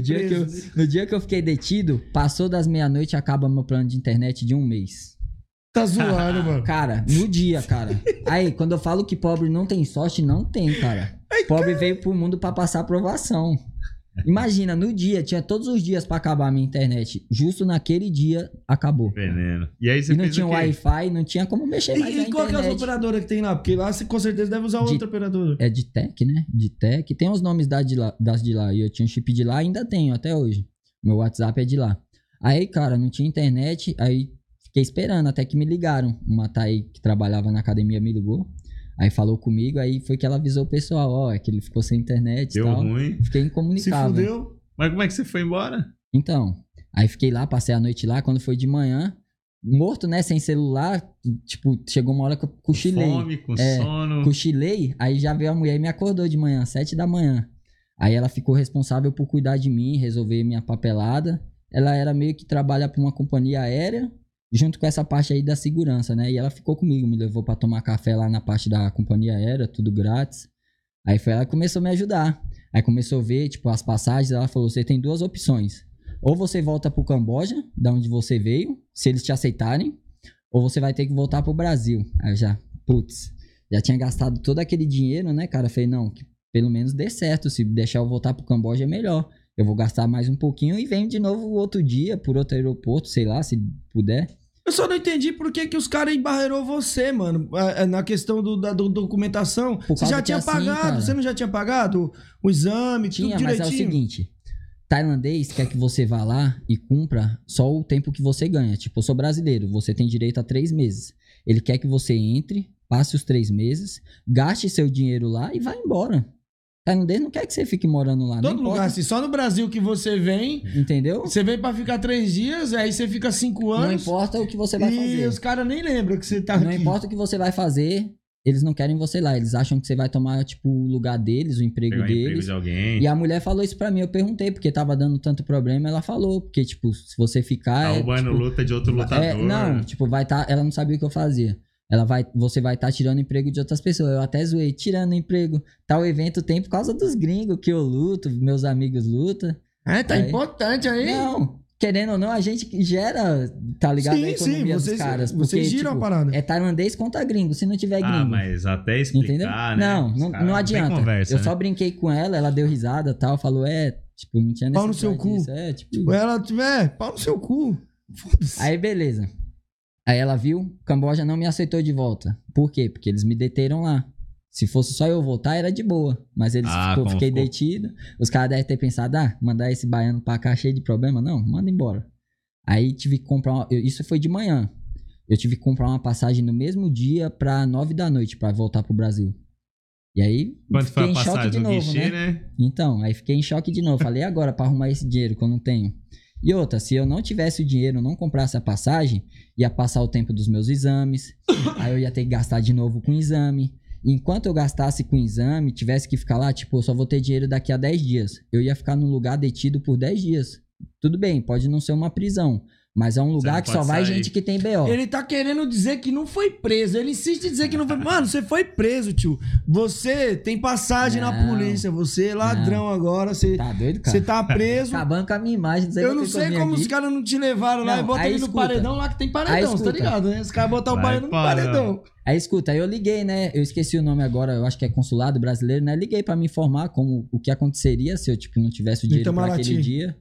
[SPEAKER 10] dia que eu fiquei detido, passou das meia-noite e acaba meu plano de internet de 1 mês.
[SPEAKER 8] Tá zoado, mano.
[SPEAKER 10] Cara, no dia, cara. Aí, quando eu falo que pobre não tem sorte, não tem, cara. Pobre veio pro mundo pra passar aprovação. Imagina, no dia, tinha todos os dias pra acabar a minha internet. Justo naquele dia, acabou.
[SPEAKER 9] Veneno. E aí você
[SPEAKER 10] não tinha Wi-Fi, não tinha como mexer mais na internet.
[SPEAKER 8] E qual que é as operadoras que tem lá? Porque lá você com certeza deve usar outra operadora.
[SPEAKER 10] É de Tech, né? De Tech. Tem os nomes das de lá. E eu tinha um chip de lá, ainda tenho até hoje. Meu WhatsApp é de lá. Aí, cara, não tinha internet, aí... Fiquei esperando, até que me ligaram. Uma Thay que trabalhava na academia me ligou. Aí falou comigo, aí foi que ela avisou o pessoal. É que ele ficou sem internet e tal. Deu ruim. Fiquei incomunicável.
[SPEAKER 8] Se fudeu.
[SPEAKER 9] Mas como é que você foi embora?
[SPEAKER 10] Então, aí fiquei lá, passei a noite lá. Quando foi de manhã, morto, né? Sem celular. Tipo, chegou uma hora que eu cochilei.
[SPEAKER 9] Com fome, com sono.
[SPEAKER 10] Cochilei, aí já veio a mulher e me acordou de manhã, 7 da manhã. Aí ela ficou responsável por cuidar de mim, resolver minha papelada. Ela era meio que trabalha pra uma companhia aérea, junto com essa parte aí da segurança, né? E ela ficou comigo, me levou pra tomar café lá na parte da companhia aérea, tudo grátis. Aí foi ela que começou a me ajudar. Aí começou a ver, tipo, as passagens, ela falou, você tem 2 opções. Ou você volta pro Camboja, da onde você veio, se eles te aceitarem, ou você vai ter que voltar pro Brasil. Aí eu já, já tinha gastado todo aquele dinheiro, né, cara? Eu falei, não, que pelo menos dê certo, se deixar eu voltar pro Camboja é melhor. Eu vou gastar mais um pouquinho e venho de novo outro dia, por outro aeroporto, sei lá, se puder.
[SPEAKER 8] Eu só não entendi por que os caras embarreirou você, mano. Na questão da documentação. Você já tinha pagado, cara, você não já tinha pagado o exame, tudo direitinho?
[SPEAKER 10] Mas é o seguinte, tailandês quer que você vá lá e cumpra só o tempo que você ganha. Tipo, eu sou brasileiro, você tem direito a 3 meses. Ele quer que você entre, passe os 3 meses, gaste seu dinheiro lá e vá embora. Tailandês não quer que você fique morando lá.
[SPEAKER 8] Todo lugar, assim, só no Brasil que você vem.
[SPEAKER 10] Entendeu?
[SPEAKER 8] Você vem pra ficar 3 dias, aí você fica 5 anos.
[SPEAKER 10] Não importa o que você vai fazer.
[SPEAKER 8] E os caras nem lembram que você tá
[SPEAKER 10] não
[SPEAKER 8] aqui.
[SPEAKER 10] Não importa o que você vai fazer, eles não querem você lá. Eles acham que você vai tomar, tipo, o lugar deles, o emprego
[SPEAKER 9] Pegar
[SPEAKER 10] deles.
[SPEAKER 9] Emprego de alguém.
[SPEAKER 10] E a mulher falou isso pra mim, eu perguntei, porque tava dando tanto problema, ela falou, porque, tipo, se você ficar...
[SPEAKER 9] roubando
[SPEAKER 10] tipo,
[SPEAKER 9] luta de outro lutador.
[SPEAKER 10] Não, tipo, vai tá... Ela não sabia o que eu fazia. Você vai estar tirando emprego de outras pessoas. Eu até zoei, tirando emprego. Tal evento tem por causa dos gringos que eu luto, meus amigos lutam.
[SPEAKER 8] Tá importante aí.
[SPEAKER 10] Não, querendo ou não, a gente gera, tá ligado?
[SPEAKER 8] Sim,
[SPEAKER 10] a economia dos caras.
[SPEAKER 8] Vocês giram
[SPEAKER 10] tipo,
[SPEAKER 8] a parada.
[SPEAKER 10] É tailandês contra gringo, se não tiver gringo.
[SPEAKER 9] Mas até explicar,
[SPEAKER 10] entendeu?
[SPEAKER 9] né?
[SPEAKER 10] Não adianta.
[SPEAKER 9] Conversa,
[SPEAKER 10] eu só brinquei com ela deu risada e tal, falou, tipo, não tinha necessidade
[SPEAKER 8] pau no seu cu.
[SPEAKER 10] disso. Tipo,
[SPEAKER 8] ela tiver, pau no seu cu. Foda-se.
[SPEAKER 10] Aí, beleza. Aí ela viu, Camboja não me aceitou de volta. Por quê? Porque eles me deteram lá. Se fosse só eu voltar, era de boa. Mas eles fiquei detido. Os caras devem ter pensado, mandar esse baiano pra cá cheio de problema. Não, manda embora. Aí tive que comprar... Isso foi de manhã. Eu tive que comprar uma passagem no mesmo dia pra 9 da noite pra voltar pro Brasil. E aí,
[SPEAKER 9] quanto
[SPEAKER 10] fiquei
[SPEAKER 9] foi a
[SPEAKER 10] em choque
[SPEAKER 9] passagem
[SPEAKER 10] de
[SPEAKER 9] do
[SPEAKER 10] novo,
[SPEAKER 9] guichê,
[SPEAKER 10] né? Então, aí fiquei em choque de novo. Falei, agora pra arrumar esse dinheiro que eu não tenho. E outra, se eu não tivesse o dinheiro, não comprasse a passagem, ia passar o tempo dos meus exames, aí eu ia ter que gastar de novo com exame. Enquanto eu gastasse com exame, tivesse que ficar lá, tipo, eu só vou ter dinheiro daqui a 10 dias. Eu ia ficar num lugar detido por 10 dias. Tudo bem, pode não ser uma prisão, mas é um lugar que só vai gente que tem BO.
[SPEAKER 8] Ele tá querendo dizer que não foi preso. Ele insiste em dizer que não foi... Mano, você foi preso, tio. Você tem passagem na polícia. Você é ladrão agora. Você
[SPEAKER 10] tá doido, cara?
[SPEAKER 8] Você tá preso.
[SPEAKER 10] Acabando com a minha imagem.
[SPEAKER 8] Eu não sei como os caras não te levaram lá e botam ele no paredão lá que tem paredão. Você tá ligado, né? Os caras botam o paredão no paredão.
[SPEAKER 10] Aí escuta, aí eu liguei, né? Eu esqueci o nome agora, eu acho que é consulado brasileiro, né? Liguei pra me informar o que aconteceria se eu, tipo, não tivesse o dinheiro pra aquele dia.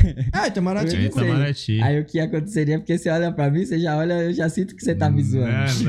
[SPEAKER 8] Itamaraty.
[SPEAKER 10] Aí o que aconteceria, porque você olha pra mim, você já olha, eu já sinto que você tá me zoando.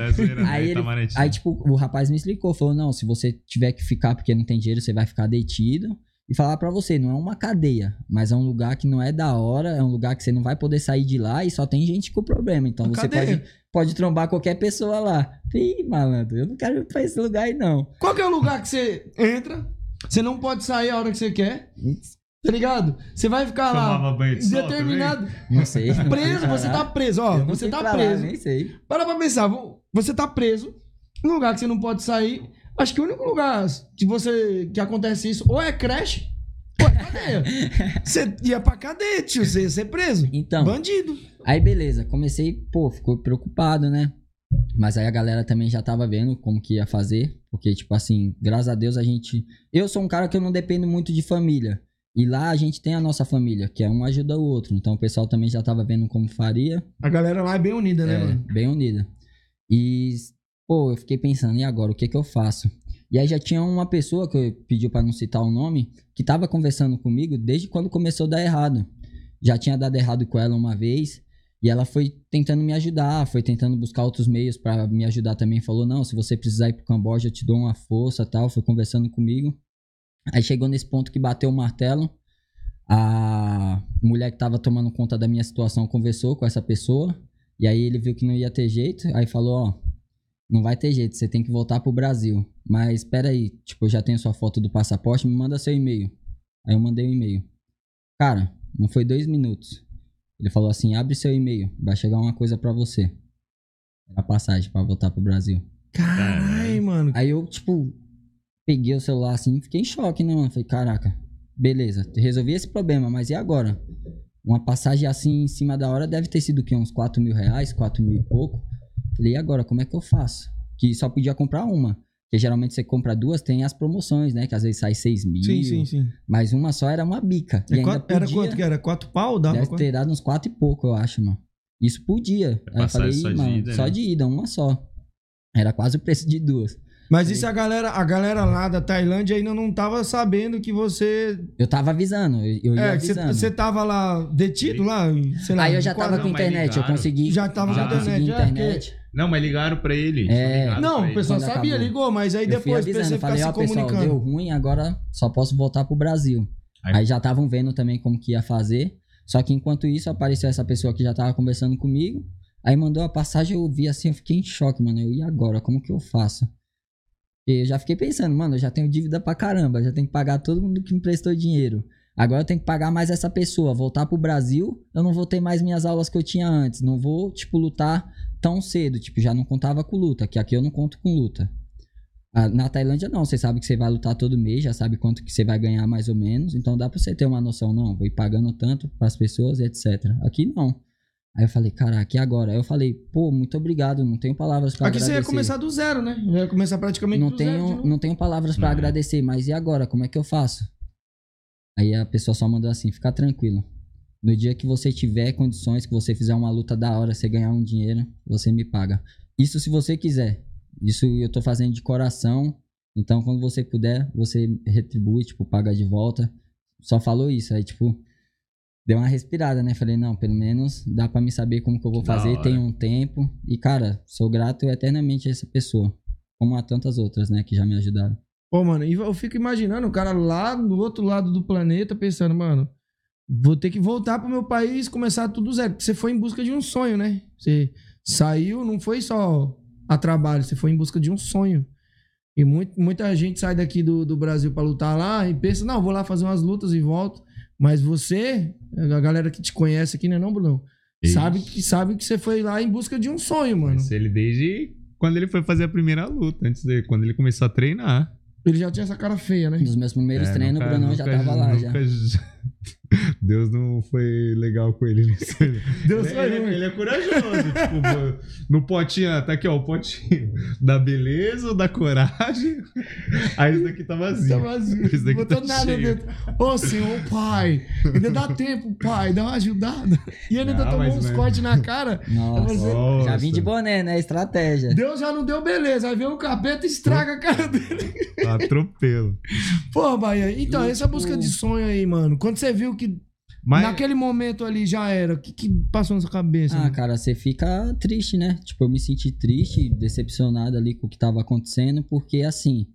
[SPEAKER 10] Aí, tipo, o rapaz me explicou, falou, não, se você tiver que ficar porque não tem dinheiro, você vai ficar detido. E falar pra você, não é uma cadeia, mas é um lugar que não é da hora, é um lugar que você não vai poder sair de lá e só tem gente com problema. Então você pode trombar qualquer pessoa lá. Ih, malandro, eu não quero ir pra esse lugar aí, não.
[SPEAKER 8] Qual que é o lugar que você entra, você não pode sair a hora que você quer? Tá ligado? Você vai ficar lá determinado.
[SPEAKER 10] Não sei.
[SPEAKER 8] Preso, você tá preso, ó. Você tá preso.
[SPEAKER 10] Nem sei.
[SPEAKER 8] Para pra pensar, você tá preso num lugar que você não pode sair. Acho que o único lugar que acontece isso ou é creche ou é cadeia. Você ia pra cadeia, tio. Você ia ser preso.
[SPEAKER 10] Então.
[SPEAKER 8] Bandido.
[SPEAKER 10] Aí beleza, comecei, ficou preocupado, né? Mas aí a galera também já tava vendo como que ia fazer. Porque, tipo assim, graças a Deus eu sou um cara que eu não dependo muito de família. E lá a gente tem a nossa família, que é um ajuda o outro. Então o pessoal também já tava vendo como faria.
[SPEAKER 8] A galera lá é bem unida, né, mano?
[SPEAKER 10] Bem unida. E, eu fiquei pensando, e agora? O que eu faço? E aí já tinha uma pessoa que pediu pra não citar o nome, que tava conversando comigo desde quando começou a dar errado. Já tinha dado errado com ela uma vez. E ela foi tentando me ajudar, foi tentando buscar outros meios pra me ajudar também. Falou, não, se você precisar ir pro Camboja, eu te dou uma força e tal. Foi conversando comigo. Aí chegou nesse ponto que bateu o martelo, a mulher que tava tomando conta da minha situação conversou com essa pessoa, e aí ele viu que não ia ter jeito, aí falou, não vai ter jeito, você tem que voltar pro Brasil. Mas espera aí, tipo, eu já tenho sua foto do passaporte, me manda seu e-mail. Aí eu mandei o e-mail. Cara, não foi 2 minutos. Ele falou assim, abre seu e-mail, vai chegar uma coisa pra você. A passagem pra voltar pro Brasil.
[SPEAKER 8] Caralho, mano.
[SPEAKER 10] Aí eu, tipo, peguei o celular assim, fiquei em choque, né, mano? Falei, caraca, beleza, resolvi esse problema, mas e agora? Uma passagem assim em cima da hora deve ter sido o quê? Uns 4 mil reais, 4 mil e pouco. Falei, e agora, como é que eu faço? Que só podia comprar uma. Porque geralmente você compra duas, tem as promoções, né? Que às vezes sai 6 mil.
[SPEAKER 8] Sim.
[SPEAKER 10] Mas uma só era uma bica. E ainda podia,
[SPEAKER 8] era quanto que era? 4 pau? Dava
[SPEAKER 10] deve ter dado uns 4 e pouco, eu acho, mano. Isso podia. Aí eu falei,
[SPEAKER 9] só de
[SPEAKER 10] mano,
[SPEAKER 9] ida,
[SPEAKER 10] só
[SPEAKER 9] né?
[SPEAKER 10] de ida, uma só. Era quase o preço de duas.
[SPEAKER 8] Mas isso a galera lá da Tailândia ainda não tava sabendo que você...
[SPEAKER 10] Eu tava avisando, eu ia
[SPEAKER 8] que
[SPEAKER 10] avisando.
[SPEAKER 8] você tava lá detido lá, sei lá.
[SPEAKER 10] Aí eu já tava com
[SPEAKER 9] mas
[SPEAKER 10] internet, eu
[SPEAKER 9] ligaram.
[SPEAKER 10] consegui.
[SPEAKER 8] Já tava com
[SPEAKER 10] consegui
[SPEAKER 8] internet.
[SPEAKER 9] Não, mas ligaram pra ele.
[SPEAKER 8] Não, o pessoal
[SPEAKER 10] Quando
[SPEAKER 8] sabia,
[SPEAKER 10] acabou.
[SPEAKER 8] ligou, mas aí
[SPEAKER 10] Eu fui
[SPEAKER 8] depois
[SPEAKER 10] avisando,
[SPEAKER 8] você ficar
[SPEAKER 10] falei,
[SPEAKER 8] se
[SPEAKER 10] ó, pessoal,
[SPEAKER 8] comunicando.
[SPEAKER 10] deu ruim, agora só posso voltar pro Brasil. Aí já estavam vendo também como que ia fazer. Só que enquanto isso, apareceu essa pessoa que já tava conversando comigo. Aí mandou a passagem, eu vi assim, eu fiquei em choque, mano. E agora, como que eu faço? E eu já fiquei pensando, mano, eu já tenho dívida pra caramba, já tenho que pagar todo mundo que me emprestou dinheiro. Agora eu tenho que pagar mais essa pessoa, voltar pro Brasil, eu não vou ter mais minhas aulas que eu tinha antes, não vou, tipo, lutar tão cedo, tipo, já não contava com luta, que aqui eu não conto com luta. Na Tailândia não, você sabe que você vai lutar todo mês, já sabe quanto que você vai ganhar mais ou menos, então dá pra você ter uma noção, não, vou ir pagando tanto pras pessoas e etc. Aqui não. Aí eu falei, caraca, e agora? Aí eu falei, pô, muito obrigado, não tenho palavras pra
[SPEAKER 8] Aqui
[SPEAKER 10] agradecer.
[SPEAKER 8] você ia começar do zero, né? Ia começar praticamente do zero. de novo.
[SPEAKER 10] Não tenho palavras pra agradecer, mas e agora? Como é que eu faço? Aí a pessoa só mandou assim, fica tranquilo. No dia que você tiver condições, que você fizer uma luta da hora, você ganhar um dinheiro, você me paga. Isso se você quiser. Isso eu tô fazendo de coração. Então quando você puder, você retribui, tipo, paga de volta. Só falou isso. Aí, tipo, deu uma respirada, né? Falei, não, pelo menos dá pra me saber como que eu vou fazer. Tem um tempo. E, cara, sou grato eternamente a essa pessoa. Como a tantas outras, né? Que já me ajudaram.
[SPEAKER 8] Pô, mano, e eu fico imaginando o cara lá do outro lado do planeta pensando, mano, vou ter que voltar pro meu país, começar tudo zero. Porque você foi em busca de um sonho, né? Você saiu, não foi só a trabalho, você foi em busca de um sonho. E muita gente sai daqui do Brasil pra lutar lá e pensa, não, vou lá fazer umas lutas e volto. Mas você, a galera que te conhece aqui, né, não, Bruno? Sabe que você foi lá em busca de um sonho, mano.
[SPEAKER 9] Mas ele desde quando ele foi fazer a primeira luta, quando ele começou a treinar.
[SPEAKER 8] Ele já tinha essa cara feia, né?
[SPEAKER 10] Nos meus primeiros treinos, o Brunão já tava lá, já.
[SPEAKER 9] Deus não foi legal com ele.
[SPEAKER 8] Deus foi ruim.
[SPEAKER 9] Ele é corajoso. Tipo, no potinho, tá aqui, ó, o potinho da beleza ou da coragem. Aí esse daqui tá vazio.
[SPEAKER 8] Tá vazio.
[SPEAKER 9] Esse daqui
[SPEAKER 8] Botou
[SPEAKER 9] tá
[SPEAKER 8] nada
[SPEAKER 9] cheio.
[SPEAKER 8] dentro. Ô, senhor, pai, ainda dá tempo, pai, dá uma ajudada. E ele ainda tomou uns cortes na cara.
[SPEAKER 10] Nossa, já vim de boné, né? Estratégia.
[SPEAKER 8] Deus já não deu beleza. Aí vem o capeta e estraga a cara dele.
[SPEAKER 9] Atropelo.
[SPEAKER 8] Pô, Bahia, então, essa busca de sonho aí, mano. Quando você viu que naquele momento ali já era, o que passou na sua cabeça?
[SPEAKER 10] Ah,
[SPEAKER 8] mano?
[SPEAKER 10] cara, você fica triste, né? Tipo, eu me senti triste, decepcionado ali com o que tava acontecendo, porque assim,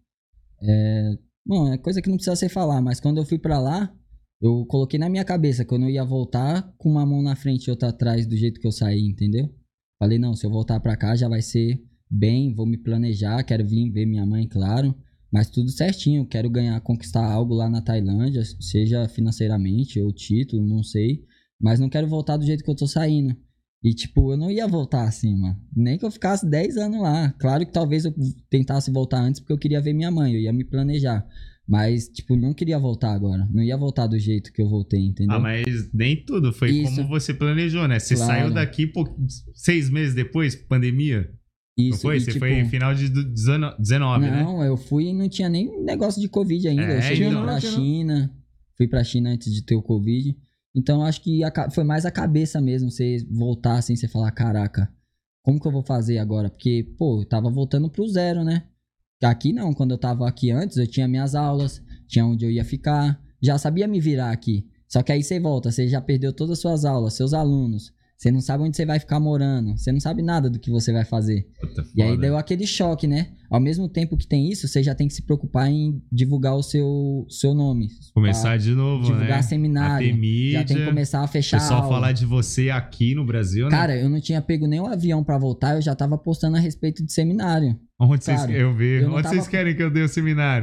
[SPEAKER 10] bom, é coisa que não precisa ser falar, mas quando eu fui pra lá, eu coloquei na minha cabeça que eu não ia voltar com uma mão na frente e outra atrás do jeito que eu saí, entendeu? Falei, não, se eu voltar pra cá já vai ser bem, vou me planejar, quero vir ver minha mãe, claro. Mas tudo certinho, quero conquistar algo lá na Tailândia, seja financeiramente ou título, não sei. Mas não quero voltar do jeito que eu tô saindo. E tipo, eu não ia voltar assim, mano. Nem que eu ficasse 10 anos lá. Claro que talvez eu tentasse voltar antes porque eu queria ver minha mãe, eu ia me planejar. Mas, tipo, não queria voltar agora. Não ia voltar do jeito que eu voltei, entendeu?
[SPEAKER 9] Ah, mas nem tudo. Foi
[SPEAKER 10] Isso.
[SPEAKER 9] como você planejou, né? Você
[SPEAKER 10] Claro.
[SPEAKER 9] saiu daqui 6 meses depois, pandemia.
[SPEAKER 10] Isso,
[SPEAKER 9] Não foi?
[SPEAKER 10] e,
[SPEAKER 9] Você
[SPEAKER 10] tipo,
[SPEAKER 9] foi em final de 19, né?
[SPEAKER 10] Não, eu fui e não tinha nem negócio de Covid ainda. Eu cheguei
[SPEAKER 9] então.
[SPEAKER 10] pra China, fui pra China antes de ter o Covid. Então, acho que foi mais a cabeça mesmo, você voltar assim, você falar, caraca, como que eu vou fazer agora? Porque, pô, eu tava voltando pro zero, né? Aqui não, quando eu tava aqui antes, eu tinha minhas aulas, tinha onde eu ia ficar, já sabia me virar aqui. Só que aí você volta, você já perdeu todas as suas aulas, seus alunos. Você não sabe onde você vai ficar morando. Você não sabe nada do que você vai fazer.
[SPEAKER 9] Puta,
[SPEAKER 10] e aí
[SPEAKER 9] foda.
[SPEAKER 10] deu aquele choque, né? Ao mesmo tempo que tem isso, você já tem que se preocupar em divulgar o seu nome.
[SPEAKER 9] Começar de novo,
[SPEAKER 10] divulgar
[SPEAKER 9] né?
[SPEAKER 10] seminário.
[SPEAKER 9] A ter mídia,
[SPEAKER 10] já tem que começar a fechar
[SPEAKER 9] o pessoal
[SPEAKER 10] aula.
[SPEAKER 9] falar de você aqui no Brasil, né?
[SPEAKER 10] Cara, eu não tinha pego nem o avião pra voltar, eu já tava postando a respeito de seminário.
[SPEAKER 9] Onde vocês,
[SPEAKER 10] Claro,
[SPEAKER 9] eu vi.
[SPEAKER 10] eu não
[SPEAKER 9] Onde
[SPEAKER 10] tava-
[SPEAKER 9] vocês querem que eu dê o seminário?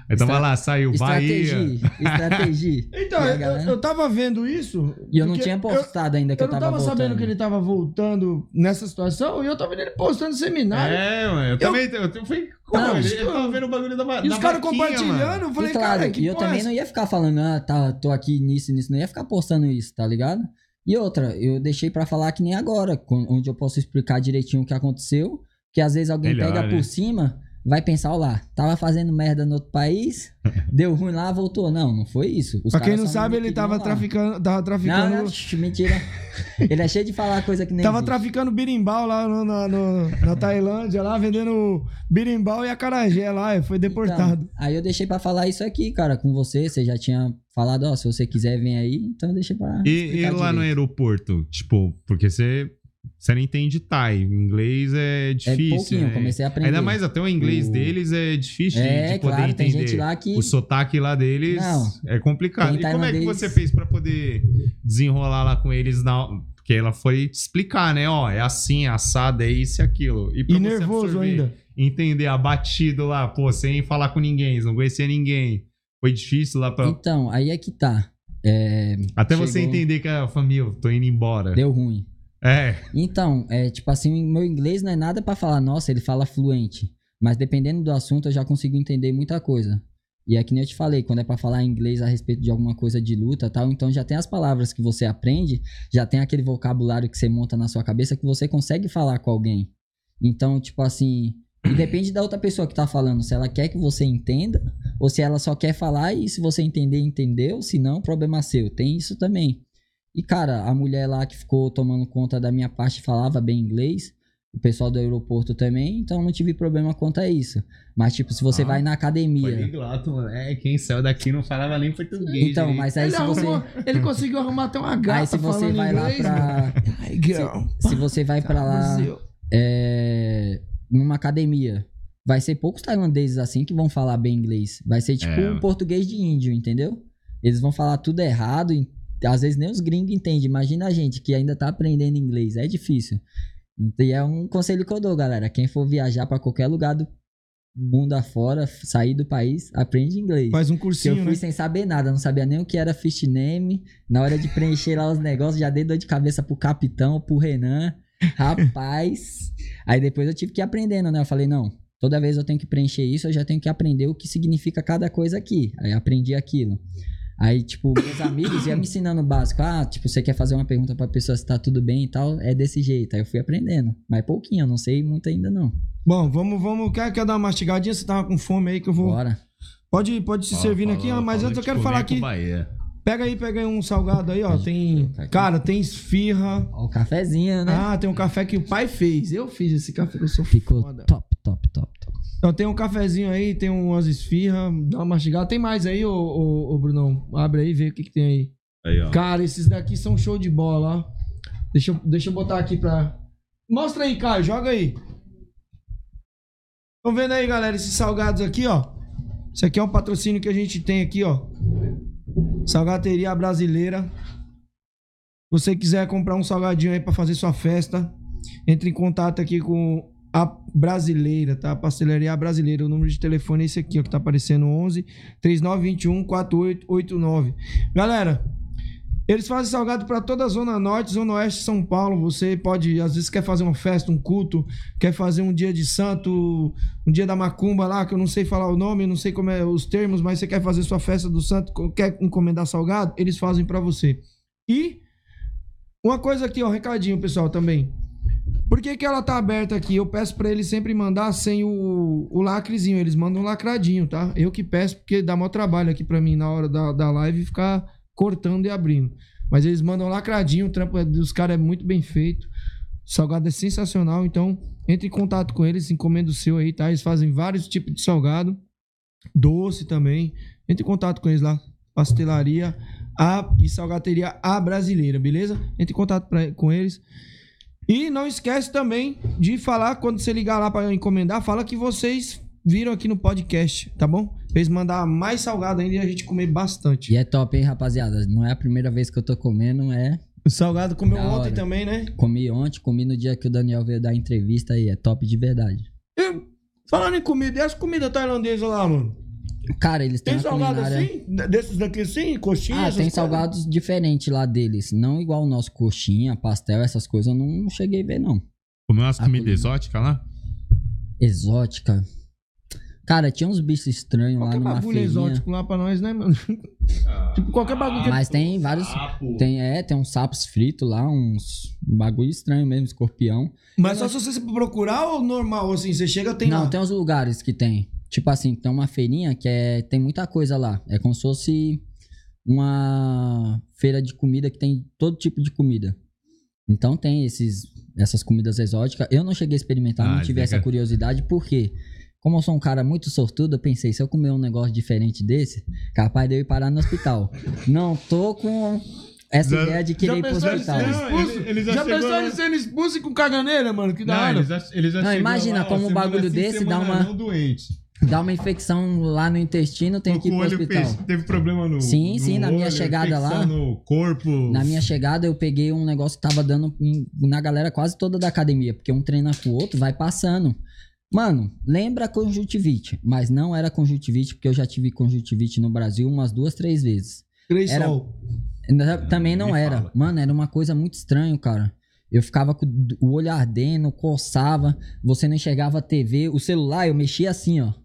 [SPEAKER 9] Aí tava lá, saiu Bahia.
[SPEAKER 10] Estratégia.
[SPEAKER 8] Então, eu tava vendo isso.
[SPEAKER 10] E eu não
[SPEAKER 8] porque
[SPEAKER 10] tinha postado ainda que eu tava voltando.
[SPEAKER 8] Eu não tava sabendo que ele tava voltando nessa situação e eu tava vendo ele postando seminário.
[SPEAKER 9] Mano, eu também. Eu fui. Eu tava vendo o bagulho da
[SPEAKER 8] E os caras
[SPEAKER 9] vaquinha,
[SPEAKER 8] compartilhando,
[SPEAKER 9] mano.
[SPEAKER 8] eu falei,
[SPEAKER 10] E claro,
[SPEAKER 8] cara, que
[SPEAKER 10] e eu também não ia ficar falando, tô aqui nisso, não ia ficar postando isso, tá ligado? E outra, eu deixei pra falar que nem agora, onde eu posso explicar direitinho o que aconteceu, que às vezes alguém pega por cima, vai pensar, ó lá, tava fazendo merda no outro país, deu ruim lá, voltou. Não foi isso.
[SPEAKER 8] Pra quem não sabe, ele tava traficando...
[SPEAKER 10] Não, mentira. Ele é cheio de falar coisa que nem
[SPEAKER 8] tava traficando birimbau lá na Tailândia, lá vendendo birimbau e acarajé lá, foi deportado.
[SPEAKER 10] Então, aí eu deixei pra falar isso aqui, cara, com você já tinha falado, ó, se você quiser vir aí, então eu deixei pra
[SPEAKER 9] E lá direito. No aeroporto, tipo, porque você não entende Thai, inglês é difícil, pouquinho, né?
[SPEAKER 10] Comecei a aprender.
[SPEAKER 9] Ainda mais até o inglês deles é difícil de poder entender.
[SPEAKER 10] Tem gente lá que...
[SPEAKER 9] O sotaque lá deles é complicado. E como é que você fez pra poder desenrolar lá com eles? Porque ela foi explicar, né? Ó, é assim, assado, é isso e aquilo. E pra
[SPEAKER 8] nervoso ainda.
[SPEAKER 9] Entender, abatido lá, pô, sem falar com ninguém, não conhecer ninguém. Foi difícil lá pra...
[SPEAKER 10] Então, aí é que tá.
[SPEAKER 9] Até você entender que a família, tô indo embora.
[SPEAKER 10] Deu ruim. Então, tipo assim, meu inglês não é nada pra falar, nossa, ele fala fluente. Mas dependendo do assunto, eu já consigo entender muita coisa. E é que nem eu te falei, quando é pra falar inglês a respeito de alguma coisa de luta e tal, então já tem as palavras que você aprende, já tem aquele vocabulário que você monta na sua cabeça que você consegue falar com alguém. Então, tipo assim, e depende da outra pessoa que tá falando, se ela quer que você entenda, ou se ela só quer falar e se você entender, entendeu, se não, problema seu. Tem isso também. E, cara, a mulher lá que ficou tomando conta da minha parte falava bem inglês, o pessoal do aeroporto também, então não tive problema quanto a isso. Mas, tipo, se você vai na academia...
[SPEAKER 9] Poliglota, mano. Quem saiu daqui não falava nem português.
[SPEAKER 10] Então, mas aí
[SPEAKER 8] ele conseguiu arrumar até uma gata.
[SPEAKER 10] Aí se você vai
[SPEAKER 8] inglês,
[SPEAKER 10] lá pra... se você vai pra lá numa academia, vai ser poucos tailandeses assim que vão falar bem inglês. Vai ser tipo um português de índio, entendeu? Eles vão falar tudo errado, às vezes nem os gringos entendem. Imagina a gente que ainda tá aprendendo inglês. É difícil. E é um conselho que eu dou, galera. Quem for viajar pra qualquer lugar do mundo afora, sair do país, aprende inglês.
[SPEAKER 8] Faz um cursinho,
[SPEAKER 10] eu fui sem saber nada. Não sabia nem o que era fish name. Na hora de preencher lá os negócios, já dei dor de cabeça pro capitão, pro Renan. Rapaz. Aí depois eu tive que ir aprendendo, né? Eu falei, não, toda vez eu tenho que preencher isso, eu já tenho que aprender o que significa cada coisa aqui. Aí aprendi aquilo. Aí, tipo, meus amigos iam me ensinando o básico. Tipo, você quer fazer uma pergunta pra pessoa se tá tudo bem e tal, é desse jeito. Aí eu fui aprendendo. Mas pouquinho, eu não sei muito ainda, não.
[SPEAKER 8] Bom, vamos. Quer dar uma mastigadinha? Você tava com fome aí que eu vou...
[SPEAKER 10] Bora.
[SPEAKER 8] Pode se servindo aqui, mas antes eu quero falar aqui... Pega aí um salgado aí, ó. Tem... Cara, tem esfirra.
[SPEAKER 10] Ó, o cafezinho, né?
[SPEAKER 8] Tem um café que o pai fez. Eu fiz esse café, eu sou
[SPEAKER 10] Ficou
[SPEAKER 8] foda.
[SPEAKER 10] Top.
[SPEAKER 8] Então tem um cafezinho aí, tem umas esfirras, dá uma mastigada. Tem mais aí, ô Brunão? Abre aí e vê o que tem aí.
[SPEAKER 9] Aí, ó.
[SPEAKER 8] Cara, esses daqui são show de bola, ó. Deixa eu botar aqui pra... Mostra aí, Caio, joga aí. Estão vendo aí, galera, esses salgados aqui, ó. Esse aqui é um patrocínio que a gente tem aqui, ó. Salgateria Brasileira. Se você quiser comprar um salgadinho aí pra fazer sua festa, entre em contato aqui com... a Brasileira, tá? A Pastelaria Brasileira. O número de telefone é esse aqui, ó, que tá aparecendo: 11 3921 4889. Galera, eles fazem salgado para toda a Zona Norte, Zona Oeste de São Paulo. Você pode, às vezes, quer fazer uma festa, um culto, quer fazer um dia de santo, um dia da macumba lá, que eu não sei falar o nome, não sei como é os termos, mas você quer fazer sua festa do santo, quer encomendar salgado, eles fazem para você. E uma coisa aqui, ó, recadinho, pessoal, também. Por que ela tá aberta aqui? Eu peço pra eles sempre mandar sem o lacrezinho. Eles mandam um lacradinho, tá? Eu que peço, porque dá maior trabalho aqui pra mim na hora da live ficar cortando e abrindo. Mas eles mandam lacradinho, o trampo dos caras é muito bem feito. O salgado é sensacional, então entre em contato com eles, encomenda o seu aí, tá? Eles fazem vários tipos de salgado, doce também. Entre em contato com eles lá, Pastelaria e Salgateria A Brasileira, beleza? Entre em contato com eles. E não esquece também de falar, quando você ligar lá para encomendar, fala que vocês viram aqui no podcast, tá bom? Pra eles mandar mais salgado ainda e a gente comer bastante.
[SPEAKER 10] E é top, hein, rapaziada? Não é a primeira vez que eu tô comendo,
[SPEAKER 8] O salgado comeu ontem também, né?
[SPEAKER 10] Comi ontem, comi no dia que o Daniel veio dar a entrevista aí. É top de verdade.
[SPEAKER 8] Falando em comida, e as comidas tailandesas lá, mano?
[SPEAKER 10] Cara, eles têm
[SPEAKER 8] Tem salgado assim? Desses daqui assim? Coxinha?
[SPEAKER 10] Tem salgados diferentes lá deles. Não igual o nosso coxinha, pastel, essas coisas eu não cheguei a ver, não.
[SPEAKER 9] Comeu umas comidas exóticas lá?
[SPEAKER 10] Exótica? Cara, tinha uns bichos estranhos lá numa
[SPEAKER 8] bagulho
[SPEAKER 10] feirinha.
[SPEAKER 8] exótico lá pra nós, né, mano? Tipo, qualquer bagulho que...
[SPEAKER 10] Mas tem vários... Tem uns sapos fritos lá, uns bagulho estranho mesmo, escorpião.
[SPEAKER 8] Mas só se você procurar ou normal, assim, você chega, tem lá?
[SPEAKER 10] Não, tem uns lugares que tem. Tipo assim, tem uma feirinha que tem muita coisa lá. É como se fosse uma feira de comida que tem todo tipo de comida. Então tem essas comidas exóticas. Eu não cheguei a experimentar, não tive essa curiosidade, por quê? Como eu sou um cara muito sortudo, eu pensei, se eu comer um negócio diferente desse, capaz de eu ir parar no hospital. Não tô com essa ideia de querer ir pro hospital.
[SPEAKER 8] Já pensou ele sendo expulso e com caganeira, mano? Que da hora.
[SPEAKER 10] Não, imagina como um bagulho desse dá uma infecção lá no intestino, tem que ir pro hospital.
[SPEAKER 9] Teve problema no
[SPEAKER 10] Sim, na minha chegada lá.
[SPEAKER 9] No corpo.
[SPEAKER 10] Na minha chegada, eu peguei um negócio que tava dando na galera quase toda da academia, porque um treina com o outro, vai passando. Mano, lembra conjuntivite, mas não era conjuntivite, porque eu já tive conjuntivite no Brasil umas 2, 3 vezes. Também não era. Fala. Mano, era uma coisa muito estranha, cara. Eu ficava com o olho ardendo, coçava, você não enxergava a TV, o celular eu mexia assim, ó.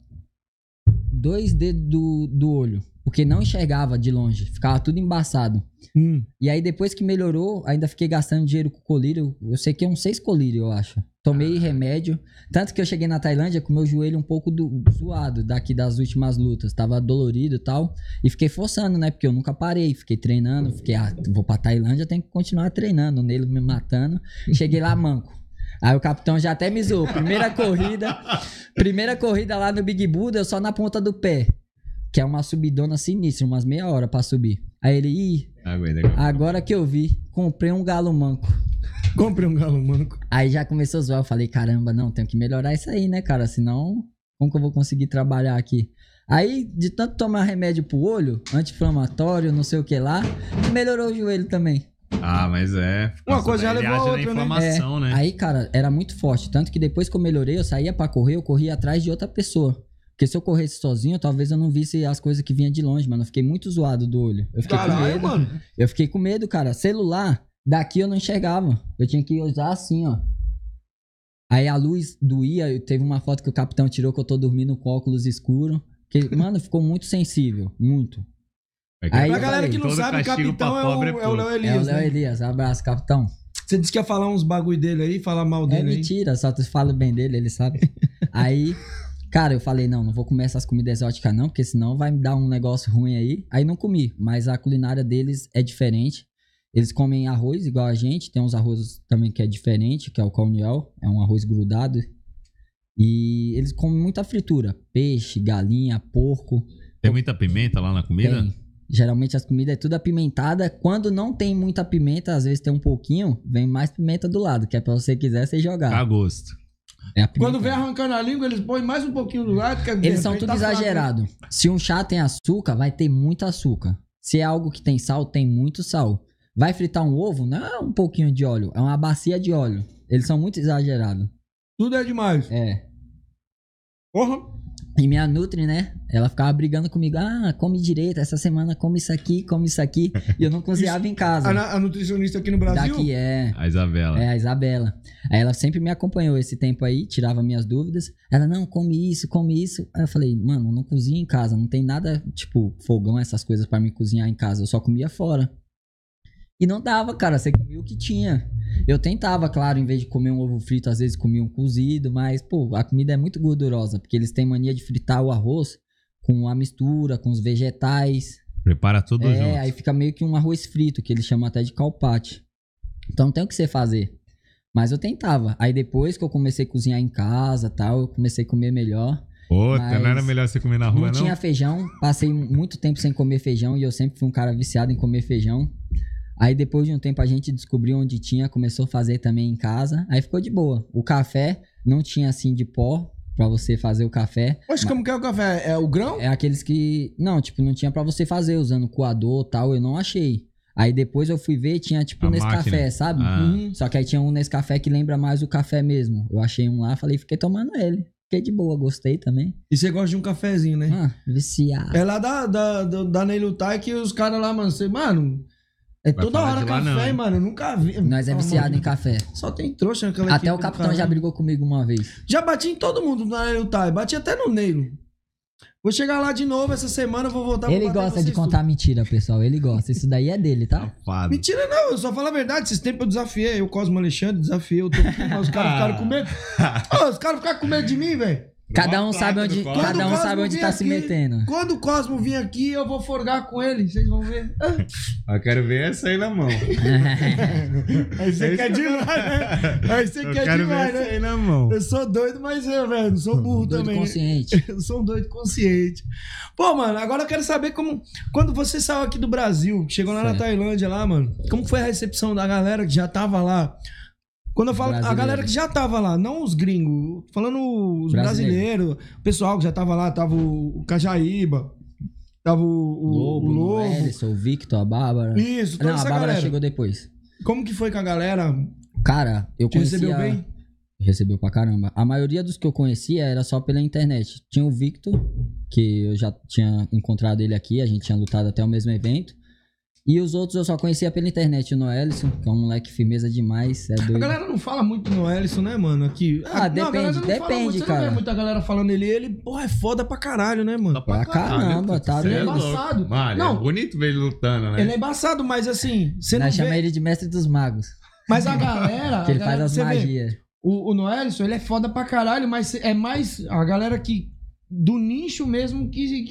[SPEAKER 10] 2 dedos do olho, porque não enxergava de longe, ficava tudo embaçado. E aí depois que melhorou, ainda fiquei gastando dinheiro com colírio, eu sei que é uns 6 colírios, eu acho. Tomei remédio, tanto que eu cheguei na Tailândia com meu joelho um pouco zoado daqui das últimas lutas, tava dolorido e tal, e fiquei forçando, né, porque eu nunca parei, fiquei treinando, vou pra Tailândia, tenho que continuar treinando, nele me matando, cheguei lá manco. Aí o capitão já até me zoou, primeira corrida lá no Big Buda, eu só na ponta do pé, que é uma subidona sinistra, umas meia hora pra subir. Aí ele, agora que eu vi, comprei um galo manco. Aí já começou a zoar, eu falei, caramba, não, tenho que melhorar isso aí, né, cara, senão como que eu vou conseguir trabalhar aqui? Aí, de tanto tomar remédio pro olho, anti-inflamatório, não sei o que lá, melhorou o joelho também.
[SPEAKER 9] Mas
[SPEAKER 8] uma coisa já levou a outra,
[SPEAKER 9] inflamação, né?
[SPEAKER 10] Aí, cara, era muito forte, tanto que depois que eu melhorei, eu saía pra correr, eu corria atrás de outra pessoa. Porque se eu corresse sozinho, talvez eu não visse as coisas que vinham de longe, mano. Eu fiquei muito zoado do olho. Eu fiquei com medo. Mano. Eu fiquei com medo, cara. Celular, daqui eu não enxergava. Eu tinha que usar assim, ó. Aí a luz doía. Teve uma foto que o capitão tirou que eu tô dormindo com óculos escuros. Que, mano, ficou muito sensível. Muito.
[SPEAKER 8] Aí pra galera que não sabe, o capitão é o Léo Elias.
[SPEAKER 10] É o Léo Elias. Abraço, capitão.
[SPEAKER 8] Você disse que ia falar uns bagulho dele aí, falar mal dele aí.
[SPEAKER 10] É mentira, só tu fala bem dele, ele sabe. Aí... Cara, eu falei, não vou comer essas comidas exóticas não, porque senão vai me dar um negócio ruim aí. Aí não comi, mas a culinária deles é diferente. Eles comem arroz igual a gente, tem uns arroz também que é diferente, que é o cauniel, é um arroz grudado. E eles comem muita fritura, peixe, galinha, porco.
[SPEAKER 9] Tem muita pimenta lá na comida?
[SPEAKER 10] Tem. Geralmente as comidas é tudo apimentada. Quando não tem muita pimenta, às vezes tem um pouquinho, vem mais pimenta do lado, que é pra você quiser você jogar.
[SPEAKER 9] A gosto.
[SPEAKER 8] Quando vem arrancando a língua, eles põem mais um pouquinho do lado.
[SPEAKER 10] Eles são tudo exagerado. Se um chá tem açúcar, vai ter muito açúcar. Se é algo que tem sal, tem muito sal. Vai fritar um ovo, não é um pouquinho de óleo, é uma bacia de óleo. Eles são muito exagerados.
[SPEAKER 8] Tudo é demais.
[SPEAKER 10] Porra. E minha Nutri, né? Ela ficava brigando comigo. Come direito, essa semana come isso aqui. E eu não cozinhava em casa.
[SPEAKER 8] A nutricionista aqui no Brasil?
[SPEAKER 10] Daqui
[SPEAKER 9] a Isabela.
[SPEAKER 10] A Isabela. Aí ela sempre me acompanhou esse tempo aí, tirava minhas dúvidas. Ela, não, come isso. Aí eu falei, mano, não cozinho em casa. Não tem nada, tipo, fogão, essas coisas pra me cozinhar em casa. Eu só comia fora. E não dava, cara. Você comia o que tinha. Eu tentava, claro, em vez de comer um ovo frito, às vezes comia um cozido, mas, pô, a comida é muito gordurosa, porque eles têm mania de fritar o arroz com a mistura, com os vegetais.
[SPEAKER 9] Prepara tudo junto.
[SPEAKER 10] Aí fica meio que um arroz frito, que eles chamam até de calpate. Então não tem o que você fazer. Mas eu tentava. Aí depois que eu comecei a cozinhar em casa e tal, eu comecei a comer melhor.
[SPEAKER 9] Não era melhor você comer na rua, não?
[SPEAKER 10] Não tinha feijão, passei muito tempo sem comer feijão e eu sempre fui um cara viciado em comer feijão. Aí depois de um tempo a gente descobriu onde tinha, começou a fazer também em casa, aí ficou de boa. O café não tinha assim de pó pra você fazer o café.
[SPEAKER 8] Poxa, como que é o café? É o grão?
[SPEAKER 10] É aqueles que... Não, tipo, não tinha pra você fazer usando coador e tal, eu não achei. Aí depois eu fui ver, tinha tipo um Nescafé, sabe? Só que aí tinha um Nescafé que lembra mais o café mesmo. Eu achei um lá, falei, fiquei tomando ele. fiquei de boa, gostei também.
[SPEAKER 8] E você gosta de um cafezinho, né?
[SPEAKER 10] Viciado.
[SPEAKER 8] É lá da Ney Lutai que os caras lá, mano, é
[SPEAKER 9] Vai
[SPEAKER 8] toda
[SPEAKER 9] falar
[SPEAKER 8] hora
[SPEAKER 9] de lá,
[SPEAKER 8] café,
[SPEAKER 9] não,
[SPEAKER 8] mano. Eu nunca vi.
[SPEAKER 10] Nós é viciado em café.
[SPEAKER 8] Só tem trouxa naquela
[SPEAKER 10] Até
[SPEAKER 8] equipe
[SPEAKER 10] o capitão
[SPEAKER 8] do
[SPEAKER 10] já
[SPEAKER 8] caralho.
[SPEAKER 10] brigou comigo uma vez.
[SPEAKER 8] Já bati em todo mundo na Ney Lutai. Bati até no Neilo. Vou chegar lá de novo essa semana, vou voltar pra
[SPEAKER 10] Ele
[SPEAKER 8] bater
[SPEAKER 10] gosta
[SPEAKER 8] em
[SPEAKER 10] de
[SPEAKER 8] vocês
[SPEAKER 10] contar mentira, pessoal. Ele gosta. Isso daí é dele, tá?
[SPEAKER 9] Safado.
[SPEAKER 8] Mentira não, eu só falo a verdade. Esses tempos eu desafiei. Eu, Cosmo Alexandre, desafiei o Toquinho, mas os caras ficaram com medo. Ô, os caras ficaram com medo de mim, velho.
[SPEAKER 10] Cada um sabe onde, cada um sabe onde tá se metendo.
[SPEAKER 8] Quando o Cosmo vir aqui, eu vou forgar com ele. Vocês vão ver.
[SPEAKER 9] Eu quero ver essa aí na mão.
[SPEAKER 8] Aí você quer demais, né? Aí você quer
[SPEAKER 9] quero
[SPEAKER 8] demais,
[SPEAKER 9] ver essa aí
[SPEAKER 8] né?
[SPEAKER 9] na mão.
[SPEAKER 8] Eu sou doido, mas eu, velho, não sou burro
[SPEAKER 10] Doido
[SPEAKER 8] também.
[SPEAKER 10] consciente.
[SPEAKER 8] Eu sou um doido consciente. Pô, mano, agora eu quero saber como... Quando você saiu aqui do Brasil, chegou lá na Tailândia, lá, mano, como foi a recepção da galera que já tava lá? Quando eu falo a galera que já tava lá, não os gringos, falando os brasileiros, o pessoal que já tava lá, tava o Cajaíba, tava o Lobo.
[SPEAKER 10] O Victor, a Bárbara.
[SPEAKER 8] Isso, toda
[SPEAKER 10] Não,
[SPEAKER 8] essa
[SPEAKER 10] a Bárbara
[SPEAKER 8] galera.
[SPEAKER 10] chegou depois.
[SPEAKER 8] Como que foi com a galera?
[SPEAKER 10] Cara, eu
[SPEAKER 8] Te
[SPEAKER 10] conhecia...
[SPEAKER 8] recebeu bem?
[SPEAKER 10] Recebeu pra caramba. A maioria dos que eu conhecia era só pela internet. Tinha o Victor, que eu já tinha encontrado ele aqui, a gente tinha lutado até o mesmo evento. E os outros eu só conhecia pela internet. O Noelison, que é um moleque firmeza demais, é doido.
[SPEAKER 8] A galera não fala muito no Ellison, né, mano? Aqui.
[SPEAKER 10] Depende,
[SPEAKER 8] Você
[SPEAKER 10] cara.
[SPEAKER 8] não vê muita galera falando ele, porra, é foda pra caralho, né, mano?
[SPEAKER 10] Pra caramba, tá
[SPEAKER 8] Ele é
[SPEAKER 10] doido.
[SPEAKER 8] embaçado.
[SPEAKER 9] Mano,
[SPEAKER 8] Não.
[SPEAKER 9] é bonito ver ele lutando, né?
[SPEAKER 8] Ele é embaçado, mas assim, você não
[SPEAKER 10] Nós
[SPEAKER 8] vê...
[SPEAKER 10] chama ele de mestre dos magos.
[SPEAKER 8] Mas a galera...
[SPEAKER 10] Que ele
[SPEAKER 8] a
[SPEAKER 10] faz
[SPEAKER 8] galera,
[SPEAKER 10] as
[SPEAKER 8] você vê,
[SPEAKER 10] magias.
[SPEAKER 8] O Noelson, ele é foda pra caralho, mas é mais a galera que... Do nicho mesmo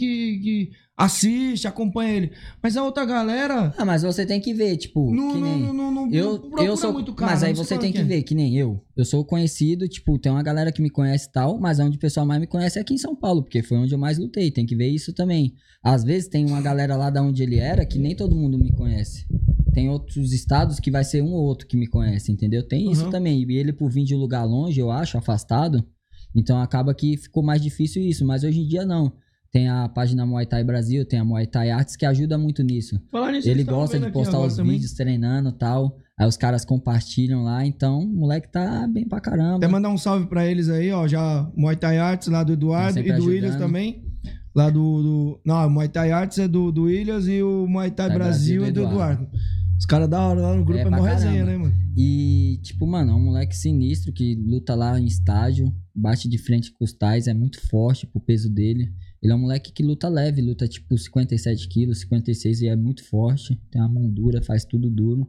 [SPEAKER 8] que assiste, acompanha ele. Mas a outra galera...
[SPEAKER 10] Ah, mas você tem que ver, tipo, que nem... Eu sou
[SPEAKER 8] muito cara.
[SPEAKER 10] Mas aí
[SPEAKER 8] não sei
[SPEAKER 10] você
[SPEAKER 8] qual
[SPEAKER 10] tem que ver, que nem eu. Eu sou conhecido, tipo, tem uma galera que me conhece e tal, mas onde o pessoal mais me conhece é aqui em São Paulo, porque foi onde eu mais lutei. Tem que ver isso também. Às vezes tem uma galera lá da onde ele era que nem todo mundo me conhece. Tem outros estados que vai ser um ou outro que me conhece, entendeu? Tem isso também. E ele, por vir de um lugar longe, eu acho, afastado, então acaba que ficou mais difícil isso. Mas hoje em dia não. Tem a página Muay Thai Brasil, tem a Muay Thai Arts que ajuda muito nisso. Ele gosta de postar os vídeos treinando e tal. Aí os caras compartilham lá. Então o moleque tá bem pra caramba.
[SPEAKER 8] Até mandar um salve pra eles aí, ó. Já Muay Thai Arts lá do Eduardo e do Williams também. Lá do... Não, o Muay Thai Arts é do Williams e o Muay Thai Brasil é do Eduardo. Os caras da hora lá no grupo é mó resenha, né, mano?
[SPEAKER 10] E, tipo, mano, é um moleque sinistro que luta lá em estágio, bate de frente com os tais, é muito forte pro peso dele. Ele é um moleque que luta leve, luta tipo 57 quilos, 56 e é muito forte. Tem uma mão dura, faz tudo duro.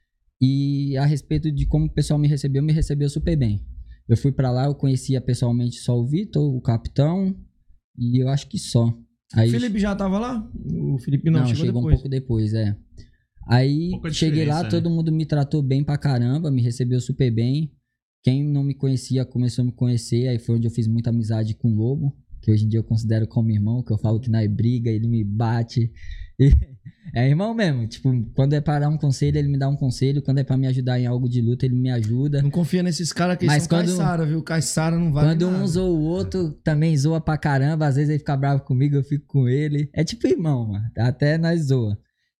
[SPEAKER 10] E a respeito de como o pessoal me recebeu super bem. Eu fui pra lá, eu conhecia pessoalmente só o Vitor, o capitão, e eu acho que só. Aí,
[SPEAKER 8] o Felipe já tava lá? O Felipe não chegou depois.
[SPEAKER 10] Um pouco depois, é. Aí cheguei lá, todo mundo me tratou bem pra caramba, me recebeu super bem. Quem não me conhecia começou a me conhecer, aí foi onde eu fiz muita amizade com o Lobo, que hoje em dia eu considero como irmão, que eu falo que não é briga, ele me bate. É irmão mesmo, tipo, quando é pra dar um conselho, ele me dá um conselho, quando é pra me ajudar em algo de luta, ele me ajuda.
[SPEAKER 8] Não confia nesses caras que são Caissara, viu? Caissara não vale
[SPEAKER 10] quando
[SPEAKER 8] nada.
[SPEAKER 10] Um zoa o outro, também zoa pra caramba, às vezes ele fica bravo comigo, eu fico com ele. É tipo irmão, mano, até nós zoa.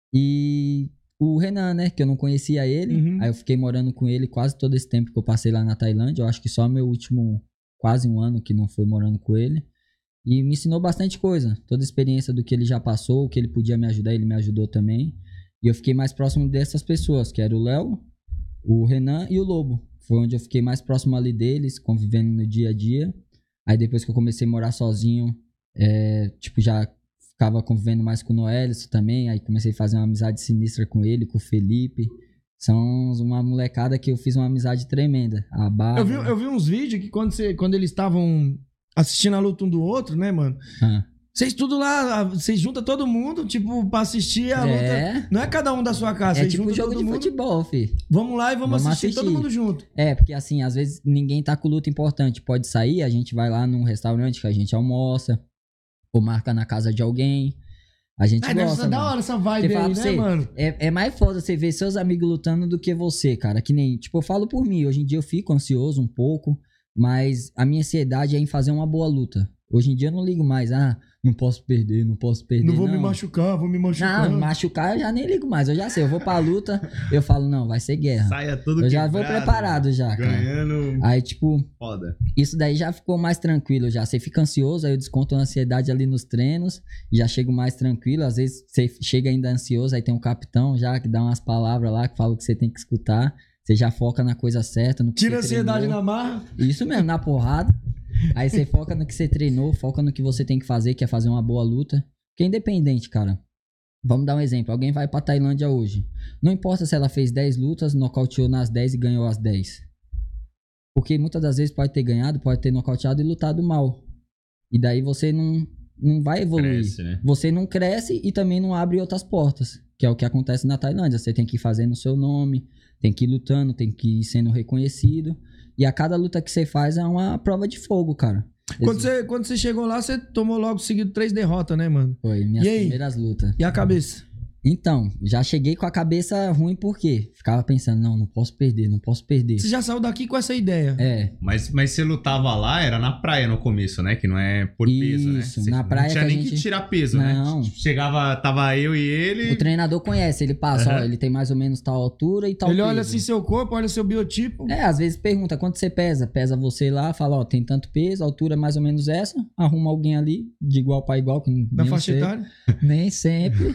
[SPEAKER 10] E o Renan, né, que eu não conhecia ele, aí eu fiquei morando com ele quase todo esse tempo que eu passei lá na Tailândia, eu acho que só meu último quase um ano que não foi morando com ele. E me ensinou bastante coisa. Toda a experiência do que ele já passou, o que ele podia me ajudar, ele me ajudou também. E eu fiquei mais próximo dessas pessoas, que era o Léo, o Renan e o Lobo. Foi onde eu fiquei mais próximo ali deles, convivendo no dia a dia. Aí depois que eu comecei a morar sozinho, tipo, já ficava convivendo mais com o Noelison também. Aí comecei a fazer uma amizade sinistra com ele, com o Felipe. São uma molecada que eu fiz uma amizade tremenda. A Barra.
[SPEAKER 8] Eu vi uns vídeos que quando eles estavam assistindo a luta um do outro, né, mano? Vocês tudo lá, vocês juntam todo mundo, tipo, pra assistir a luta. Não é cada um da sua casa.
[SPEAKER 10] É tipo jogo de futebol, fi.
[SPEAKER 8] Vamos lá e vamos assistir todo mundo junto.
[SPEAKER 10] É, porque assim, às vezes ninguém tá com luta importante. Pode sair, a gente vai lá num restaurante que a gente almoça, ou marca na casa de alguém. A gente gosta,
[SPEAKER 8] da hora essa vibe aí, né, mano?
[SPEAKER 10] É mais foda você ver seus amigos lutando do que você, cara. Que nem, tipo, eu falo por mim. Hoje em dia eu fico ansioso um pouco, mas a minha ansiedade é em fazer uma boa luta. Hoje em dia eu não ligo mais, não posso perder.
[SPEAKER 8] Não vou me machucar, vou me machucar.
[SPEAKER 10] Não, machucar eu já nem ligo mais, eu já sei. Eu vou pra luta, eu falo, não, vai ser guerra.
[SPEAKER 9] Saia tudo
[SPEAKER 10] eu já vou preparado já,
[SPEAKER 9] ganhando.
[SPEAKER 10] Cara. Aí, tipo,
[SPEAKER 9] foda.
[SPEAKER 10] Isso daí já ficou mais tranquilo já. Você fica ansioso, aí eu desconto a ansiedade ali nos treinos, já chego mais tranquilo. Às vezes você chega ainda ansioso, aí tem um capitão já que dá umas palavras lá, que fala o que você tem que escutar. Você já foca na coisa certa. No que
[SPEAKER 8] tira a ansiedade na marra.
[SPEAKER 10] Isso mesmo, na porrada. Aí você foca no que você treinou, foca no que você tem que fazer, que é fazer uma boa luta. Porque é independente, cara. Vamos dar um exemplo. Alguém vai pra Tailândia hoje. Não importa se ela fez 10 lutas, nocauteou nas 10 e ganhou as 10. Porque muitas das vezes pode ter ganhado, pode ter nocauteado e lutado mal. E daí você não vai evoluir.
[SPEAKER 9] Cresce, né?
[SPEAKER 10] Você não cresce e também não abre outras portas. Que é o que acontece na Tailândia. Você tem que ir fazendo o seu nome, tem que ir lutando, tem que ir sendo reconhecido. E a cada luta que você faz é uma prova de fogo, cara.
[SPEAKER 8] Quando você chegou lá, você tomou logo seguido 3 derrotas, né, mano?
[SPEAKER 10] Foi, minhas primeiras lutas.
[SPEAKER 8] E a cabeça?
[SPEAKER 10] Então, já cheguei com a cabeça ruim porque ficava pensando, não posso perder.
[SPEAKER 8] Você já saiu daqui com essa ideia?
[SPEAKER 10] É.
[SPEAKER 9] Mas você lutava lá, era na praia no começo, né? Que não é por peso, né?
[SPEAKER 10] Isso, na praia
[SPEAKER 9] não tinha nem que tirar peso,
[SPEAKER 10] não.
[SPEAKER 9] Né? Chegava, tava eu e ele...
[SPEAKER 10] O treinador conhece, ele passa, ó, ele tem mais ou menos tal altura e tal
[SPEAKER 8] Ele
[SPEAKER 10] peso.
[SPEAKER 8] olha assim seu corpo, olha seu biotipo.
[SPEAKER 10] Às vezes pergunta quanto você pesa. Pesa você lá, fala, ó, tem tanto peso, a altura é mais ou menos essa. Arruma alguém ali, de igual pra igual. Que
[SPEAKER 8] da faixa etária?
[SPEAKER 10] Nem sempre.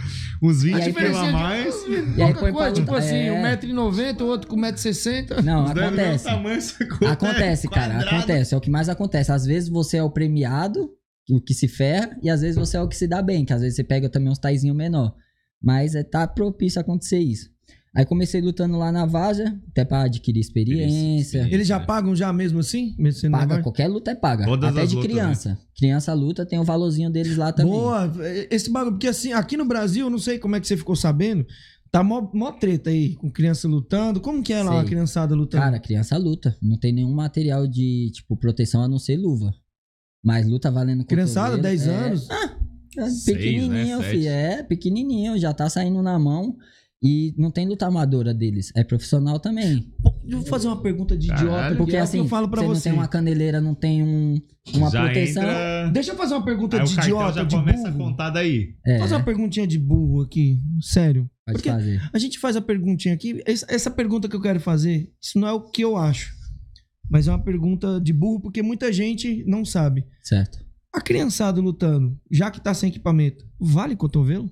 [SPEAKER 9] Uns 20 quilos a mais.
[SPEAKER 10] E aí põe
[SPEAKER 8] coisa, tipo assim, 1,90m, o outro com 1,60m.
[SPEAKER 10] Não, acontece. Acontece, cara, acontece. É o que mais acontece. Às vezes você é o premiado, o que se ferra, e às vezes você é o que se dá bem, que às vezes você pega também uns taizinhos menor. Mas tá propício a acontecer isso. Aí comecei lutando lá na Várzea, até pra adquirir experiência.
[SPEAKER 8] Eles já pagam já mesmo assim?
[SPEAKER 10] Paga, qualquer luta é paga.
[SPEAKER 9] Todas
[SPEAKER 10] até de
[SPEAKER 9] lutas,
[SPEAKER 10] criança.
[SPEAKER 9] Né?
[SPEAKER 10] Criança luta, tem o valorzinho deles lá também.
[SPEAKER 8] Boa, esse bagulho, porque assim, aqui no Brasil, não sei como é que você ficou sabendo, tá mó treta aí, com criança lutando. Como que é lá a criançada lutando?
[SPEAKER 10] Cara, criança luta. Não tem nenhum material de, tipo, proteção a não ser luva. Mas luta valendo
[SPEAKER 8] criançada, 10 anos?
[SPEAKER 10] Pequenininho, né? Filho. Pequenininho, já tá saindo na mão. E não tem luta amadora deles, é profissional também.
[SPEAKER 8] Eu vou fazer uma pergunta de idiota,
[SPEAKER 10] porque assim,
[SPEAKER 8] eu falo pra
[SPEAKER 10] você não tem uma caneleira, não tem uma
[SPEAKER 9] já
[SPEAKER 10] proteção.
[SPEAKER 8] Deixa eu fazer uma pergunta
[SPEAKER 9] aí
[SPEAKER 8] de idiota,
[SPEAKER 9] já
[SPEAKER 8] de
[SPEAKER 9] começa
[SPEAKER 8] burro.
[SPEAKER 9] A contar daí.
[SPEAKER 8] Fazer uma perguntinha de burro aqui, sério.
[SPEAKER 10] Pode fazer.
[SPEAKER 8] A gente faz a perguntinha aqui, essa pergunta que eu quero fazer, isso não é o que eu acho, mas é uma pergunta de burro porque muita gente não sabe.
[SPEAKER 10] Certo.
[SPEAKER 8] A criançada lutando, já que tá sem equipamento, vale cotovelo?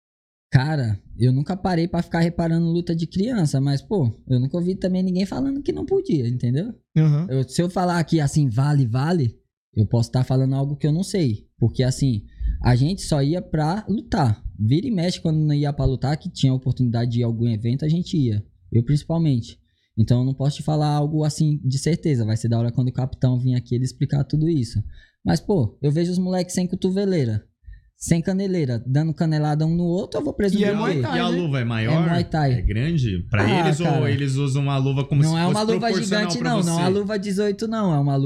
[SPEAKER 10] Cara, eu nunca parei pra ficar reparando luta de criança, mas, pô, eu nunca ouvi também ninguém falando que não podia, entendeu?
[SPEAKER 8] Uhum.
[SPEAKER 10] Se eu falar aqui assim, vale, eu posso estar falando algo que eu não sei. Porque, assim, a gente só ia pra lutar. Vira e mexe quando não ia pra lutar, que tinha oportunidade de ir a algum evento, a gente ia. Eu, principalmente. Então, eu não posso te falar algo assim de certeza. Vai ser da hora quando o capitão vir aqui ele explicar tudo isso. Mas, pô, eu vejo os moleques sem cotoveleira. Sem caneleira, dando canelada um no outro, eu vou presumir.
[SPEAKER 9] E a luva é maior?
[SPEAKER 10] É Muay Thai.
[SPEAKER 9] É grande? Pra eles
[SPEAKER 10] cara,
[SPEAKER 9] ou eles usam uma luva como se fosse
[SPEAKER 10] não é uma luva gigante, não. Não é uma luva 18, não. É uma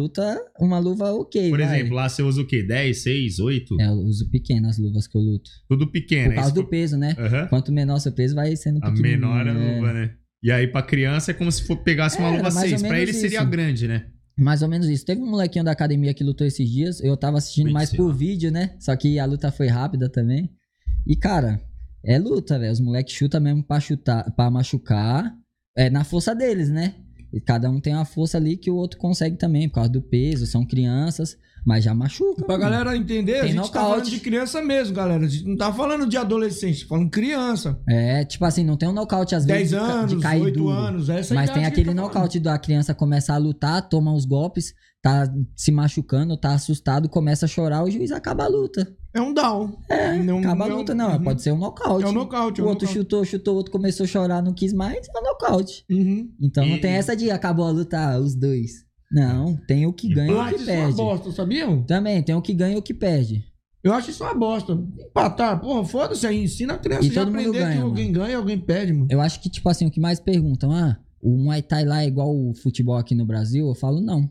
[SPEAKER 10] luva ok.
[SPEAKER 9] Por exemplo, lá você usa o quê? 10, 6, 8?
[SPEAKER 10] Eu uso pequenas luvas que eu luto.
[SPEAKER 9] Tudo pequeno.
[SPEAKER 10] Por causa do peso, né? Quanto menor seu peso, vai sendo pequeno.
[SPEAKER 9] A menor é a luva, né? E aí pra criança é como se pegasse uma luva 6. Pra eles seria grande, né?
[SPEAKER 10] Mais ou menos isso. Teve um molequinho da academia que lutou esses dias. Eu tava assistindo mais por vídeo, né? Só que a luta foi rápida também. E, cara, é luta, velho. Os moleques chutam mesmo pra machucar. É na força deles, né? E cada um tem uma força ali que o outro consegue também, por causa do peso. São crianças, mas já machuca.
[SPEAKER 8] Pra galera entender, a gente tá falando de criança mesmo, galera. A gente não tá falando de adolescente, tá falando criança.
[SPEAKER 10] É, tipo assim, não tem um nocaute às vezes
[SPEAKER 8] 10 anos,
[SPEAKER 10] de cair
[SPEAKER 8] 8
[SPEAKER 10] duro.
[SPEAKER 8] anos, essa
[SPEAKER 10] mas tem aquele
[SPEAKER 8] tá
[SPEAKER 10] nocaute da criança começar a lutar, toma os golpes, tá se machucando, tá assustado, começa a chorar, o juiz acaba a luta.
[SPEAKER 8] É um down.
[SPEAKER 10] Acaba a luta, não. Pode ser um nocaute.
[SPEAKER 8] É um nocaute.
[SPEAKER 10] O outro chutou, o outro começou a chorar, não quis mais, é um nocaute. Então não tem essa de acabou a luta, os dois. Não, tem o que ganha e o que perde.
[SPEAKER 8] Eu acho isso uma bosta, sabiam?
[SPEAKER 10] Também, tem o que ganha e o que perde.
[SPEAKER 8] Eu acho isso uma bosta. Empatar, porra, foda-se aí. Ensina a criança já aprender que alguém ganha e alguém perde, mano.
[SPEAKER 10] Eu acho que, tipo assim, o que mais perguntam, o Muay Thai lá é igual o futebol aqui no Brasil? Eu falo, não.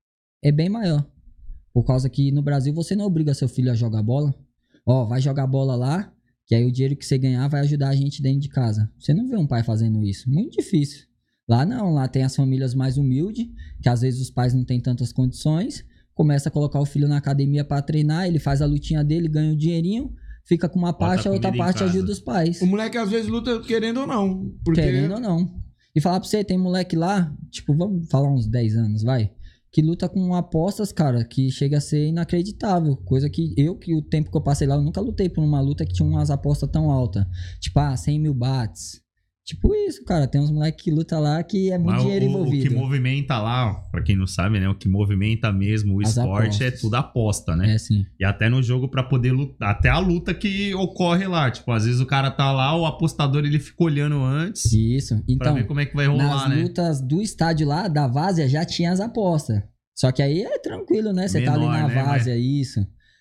[SPEAKER 10] É bem maior. Por causa que no Brasil você não obriga seu filho a jogar bola. Ó, vai jogar bola lá, que aí o dinheiro que você ganhar vai ajudar a gente dentro de casa. Você não vê um pai fazendo isso. Muito difícil. Lá não, lá tem as famílias mais humildes, que às vezes os pais não têm tantas condições. começa a colocar o filho na academia pra treinar, ele faz a lutinha dele, ganha o dinheirinho, fica com uma parte, a outra parte ajuda os pais.
[SPEAKER 8] O moleque às vezes luta querendo ou não.
[SPEAKER 10] Querendo ou não. E falar pra você, tem moleque lá, tipo, vamos falar uns 10 anos, vai, que luta com apostas, cara, que chega a ser inacreditável. Coisa que o tempo que eu passei lá, eu nunca lutei por uma luta que tinha umas apostas tão altas. Tipo, 100 mil bahts. Tipo isso, cara. Tem uns moleques que lutam lá que é muito dinheiro envolvido.
[SPEAKER 9] O que movimenta lá, pra quem não sabe, né? O que movimenta mesmo o esporte é tudo aposta, né?
[SPEAKER 10] É, sim.
[SPEAKER 9] E até no jogo pra poder lutar. Até a luta que ocorre lá. Tipo, às vezes o cara tá lá, o apostador ele fica olhando antes.
[SPEAKER 10] Isso. Então,
[SPEAKER 9] pra ver como é que vai rolar, né?
[SPEAKER 10] Nas lutas do estádio lá, da várzea, já tinha as apostas. Só que aí é tranquilo, né? Você tá ali na várzea, isso.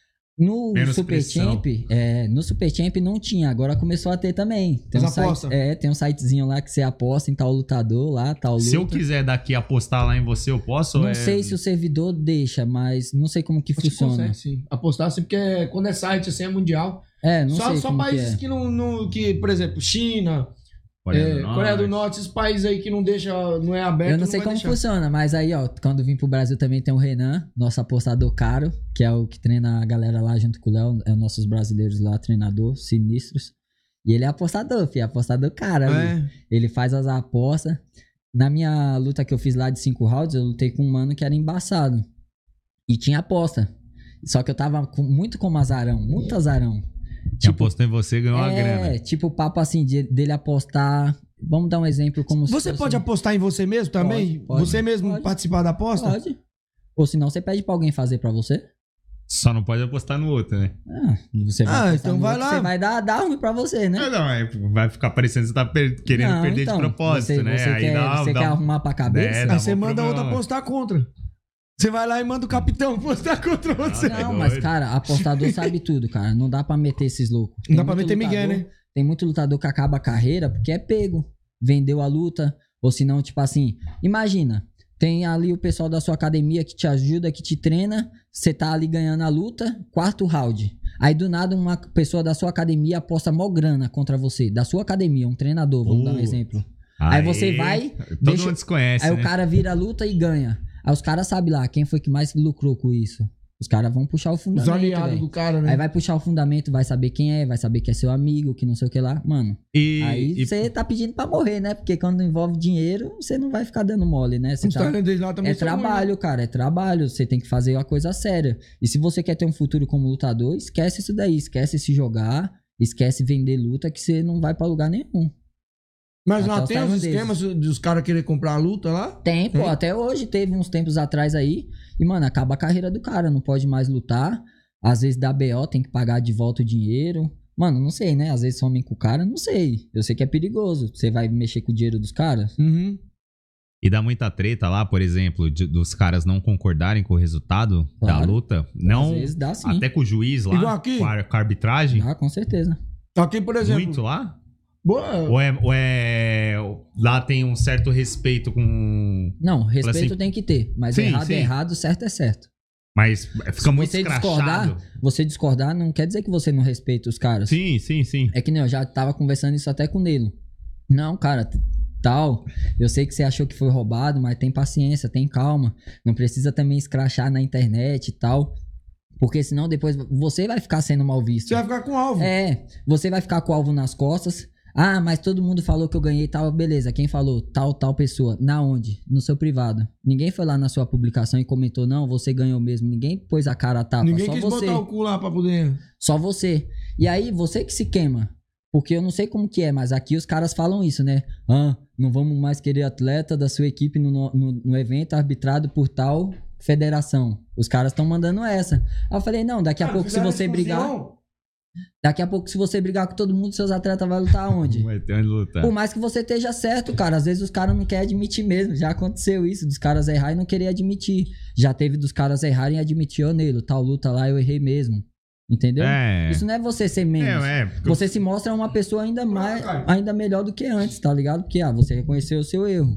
[SPEAKER 10] No Super Champ, no Super Champ não tinha, agora começou a ter também. Tem tem um sitezinho lá que você aposta em tal lutador lá, tal luta.
[SPEAKER 9] Se eu quiser daqui apostar lá em você, eu posso?
[SPEAKER 10] Não sei se o servidor deixa, mas não sei como que funciona.
[SPEAKER 8] Consegue, sim. Apostar assim, porque quando é site assim, é mundial.
[SPEAKER 10] Não sei
[SPEAKER 8] só países que não, que, por exemplo, China, Coreia do Norte, esses países aí que não deixa, não é aberto.
[SPEAKER 10] Eu não sei como funciona, mas aí, ó, quando vim pro Brasil também tem o Renan, nosso apostador caro, que é o que treina a galera lá junto com o Léo, é os nossos brasileiros lá, treinador, sinistros. E ele é apostador, apostador caro. Ele faz as apostas. Na minha luta que eu fiz lá de 5 rounds, eu lutei com um mano que era embaçado. E tinha aposta. Só que eu tava muito como azarão, muito azarão.
[SPEAKER 9] Tipo, apostou em você e ganhou uma grana.
[SPEAKER 10] Tipo o papo assim, dele apostar. Vamos dar um exemplo como se
[SPEAKER 8] você pode apostar em você mesmo também? Pode, você mesmo participar da aposta?
[SPEAKER 10] Pode. Ou senão você pede pra alguém fazer pra você.
[SPEAKER 9] Só não pode apostar no outro, né?
[SPEAKER 10] Você vai
[SPEAKER 8] então vai lá.
[SPEAKER 10] Você vai dar ruim pra você, né?
[SPEAKER 9] Vai ficar parecendo que você tá querendo perder de propósito, né?
[SPEAKER 10] Você quer arrumar pra cabeça?
[SPEAKER 8] Aí você manda outro apostar contra. Você vai lá e manda o capitão apostar contra você.
[SPEAKER 10] Não, mas, cara, apostador sabe tudo, cara. Não dá pra meter esses loucos.
[SPEAKER 8] Não dá pra meter Miguel, né?
[SPEAKER 10] Tem muito lutador que acaba a carreira porque é pego. Vendeu a luta. Ou se não, tipo assim, imagina, tem ali o pessoal da sua academia que te ajuda, que te treina. Você tá ali ganhando a luta, 4º round. Aí do nada uma pessoa da sua academia aposta mó grana contra você. Da sua academia, um treinador, vamos dar um exemplo. Aí você vai...
[SPEAKER 9] Todo mundo desconhece,
[SPEAKER 10] aí
[SPEAKER 9] né?
[SPEAKER 10] o cara vira a luta e ganha. Aí os caras sabem lá quem foi que mais lucrou com isso. Os caras vão puxar o fundamento.
[SPEAKER 8] Os aliados do cara, né?
[SPEAKER 10] Aí vai puxar o fundamento, vai saber quem é, vai saber que é seu amigo, que não sei o que lá. Mano, aí você tá pedindo pra morrer, né? Porque quando envolve dinheiro, você não vai ficar dando mole, né? É trabalho, cara, é trabalho. Você tem que fazer uma coisa séria. E se você quer ter um futuro como lutador, esquece isso daí. Esquece se jogar, esquece vender luta, que você não vai pra lugar nenhum.
[SPEAKER 8] Mas lá tem os esquemas dos caras querer comprar a luta lá?
[SPEAKER 10] Tem, pô. Até hoje teve uns tempos atrás aí. E, mano, acaba a carreira do cara. Não pode mais lutar. Às vezes dá BO, tem que pagar de volta o dinheiro. Mano, não sei, né? Às vezes somem com o cara, não sei. Eu sei que é perigoso. Você vai mexer com o dinheiro dos caras?
[SPEAKER 8] Uhum.
[SPEAKER 9] E dá muita treta lá, por exemplo, dos caras não concordarem com o resultado da luta. Não,
[SPEAKER 10] às vezes dá, sim.
[SPEAKER 9] Até com o juiz lá,
[SPEAKER 8] igual aqui.
[SPEAKER 9] Com a arbitragem.
[SPEAKER 10] Ah, com certeza.
[SPEAKER 8] Aqui, por exemplo...
[SPEAKER 9] Muito lá?
[SPEAKER 8] Boa.
[SPEAKER 9] Ou é lá tem um certo respeito com...
[SPEAKER 10] Não, respeito assim, tem que ter. Mas
[SPEAKER 9] sim,
[SPEAKER 10] errado
[SPEAKER 9] sim.
[SPEAKER 10] é errado, certo é certo.
[SPEAKER 9] Mas fica muito escrachado.
[SPEAKER 10] Você discordar não quer dizer que você não respeita os caras.
[SPEAKER 9] Sim.
[SPEAKER 10] É que nem eu já tava conversando isso até com o Nelo. Não, cara, tal. Eu sei que você achou que foi roubado, mas tem paciência, tem calma. Não precisa também escrachar na internet e tal. Porque senão depois você vai ficar sendo mal visto.
[SPEAKER 8] Você vai ficar com o alvo.
[SPEAKER 10] Você vai ficar com o alvo nas costas. Ah, mas todo mundo falou que eu ganhei tal. Beleza, quem falou? Tal pessoa. Na onde? No seu privado. Ninguém foi lá na sua publicação e comentou, não, você ganhou mesmo. Ninguém pôs a cara a tapa.
[SPEAKER 8] Ninguém
[SPEAKER 10] só
[SPEAKER 8] quis
[SPEAKER 10] você.
[SPEAKER 8] botar o cu lá pra poder...
[SPEAKER 10] Só você. E aí, você que se queima. Porque eu não sei como que é, mas aqui os caras falam isso, né? Não vamos mais querer atleta da sua equipe no evento arbitrado por tal federação. Os caras estão mandando essa. Aí eu falei, não, daqui a pouco se você brigar... Daqui a pouco, se você brigar com todo mundo, seus atletas vão lutar onde?
[SPEAKER 9] Vai ter onde lutar.
[SPEAKER 10] Por mais que você esteja certo, cara. Às vezes os caras não querem admitir mesmo. Já aconteceu isso, dos caras errar e não querer admitir. Já teve dos caras errarem e admitir, Nelo, tal luta lá eu errei mesmo. Entendeu? Isso não é você ser menos. Você se mostra uma pessoa ainda melhor do que antes, tá ligado? Porque você reconheceu o seu erro.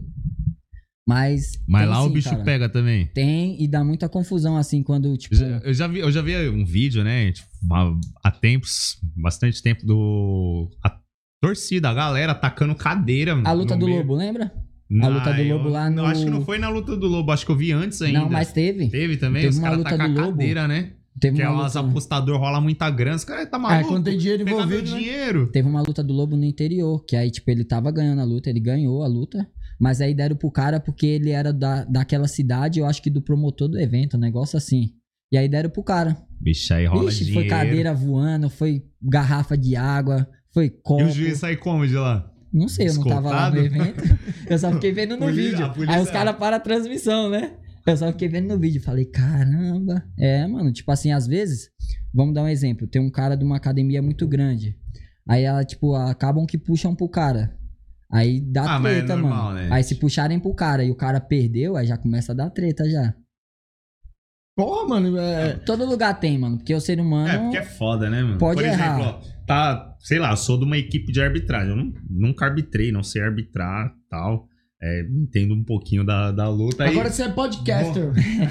[SPEAKER 10] Mas
[SPEAKER 9] lá
[SPEAKER 10] sim,
[SPEAKER 9] o bicho
[SPEAKER 10] cara,
[SPEAKER 9] pega também.
[SPEAKER 10] Tem, e dá muita confusão, assim, quando, tipo...
[SPEAKER 9] Eu já vi um vídeo, né? Tipo, há tempos, bastante tempo, a torcida, a galera atacando cadeira.
[SPEAKER 10] A luta do Lobo, lembra? A luta do Lobo lá no...
[SPEAKER 9] Acho que não foi na luta do Lobo, acho que eu vi antes ainda.
[SPEAKER 10] Não, mas teve.
[SPEAKER 9] Teve também?
[SPEAKER 10] Teve
[SPEAKER 9] os
[SPEAKER 10] uma
[SPEAKER 9] caras
[SPEAKER 10] luta
[SPEAKER 9] tacam
[SPEAKER 10] do
[SPEAKER 9] a
[SPEAKER 10] Lobo.
[SPEAKER 9] cadeira, né?
[SPEAKER 10] Teve
[SPEAKER 9] Que
[SPEAKER 10] uma
[SPEAKER 9] os
[SPEAKER 10] luta...
[SPEAKER 9] apostadores rola muita grana. Os caras tá maluco.
[SPEAKER 8] Quando tem dinheiro envolvido,
[SPEAKER 9] meu
[SPEAKER 8] né?
[SPEAKER 9] dinheiro.
[SPEAKER 10] Teve uma luta do Lobo no interior, que aí, tipo, ele tava ganhando a luta, ele ganhou a luta, mas aí deram pro cara porque ele era daquela cidade, eu acho que do promotor do evento, um negócio assim. E aí deram pro cara.
[SPEAKER 9] Bicho, aí rola
[SPEAKER 10] Ixi,
[SPEAKER 9] dinheiro.
[SPEAKER 10] foi cadeira voando, foi garrafa de água, foi copo.
[SPEAKER 9] E o juiz sai como de lá?
[SPEAKER 10] Não sei, eu não tava lá no
[SPEAKER 9] Escoltado?
[SPEAKER 10] evento. Eu só fiquei vendo no vídeo.
[SPEAKER 9] A polícia-
[SPEAKER 10] Aí os caras param a transmissão, né? Eu só fiquei vendo no vídeo. Falei, caramba. É, mano, tipo assim, às vezes, vamos dar um exemplo. Tem um cara de uma academia muito grande. Aí ela, tipo, acabam que puxam pro cara. Aí dá
[SPEAKER 9] mas é
[SPEAKER 10] treta,
[SPEAKER 9] normal,
[SPEAKER 10] mano.
[SPEAKER 9] né?
[SPEAKER 10] Aí se puxarem pro cara e o cara perdeu, aí já começa a dar treta já.
[SPEAKER 8] Porra, mano,
[SPEAKER 10] Todo lugar tem, mano. Porque o ser humano...
[SPEAKER 9] É, porque é foda, né, mano?
[SPEAKER 10] Pode
[SPEAKER 9] Por
[SPEAKER 10] errar.
[SPEAKER 9] exemplo, ó, tá, sei lá, sou de uma equipe de arbitragem. Eu nunca arbitrei, não sei arbitrar e tal. Entendo um pouquinho da luta.
[SPEAKER 8] Agora
[SPEAKER 9] aí,
[SPEAKER 8] você é podcaster.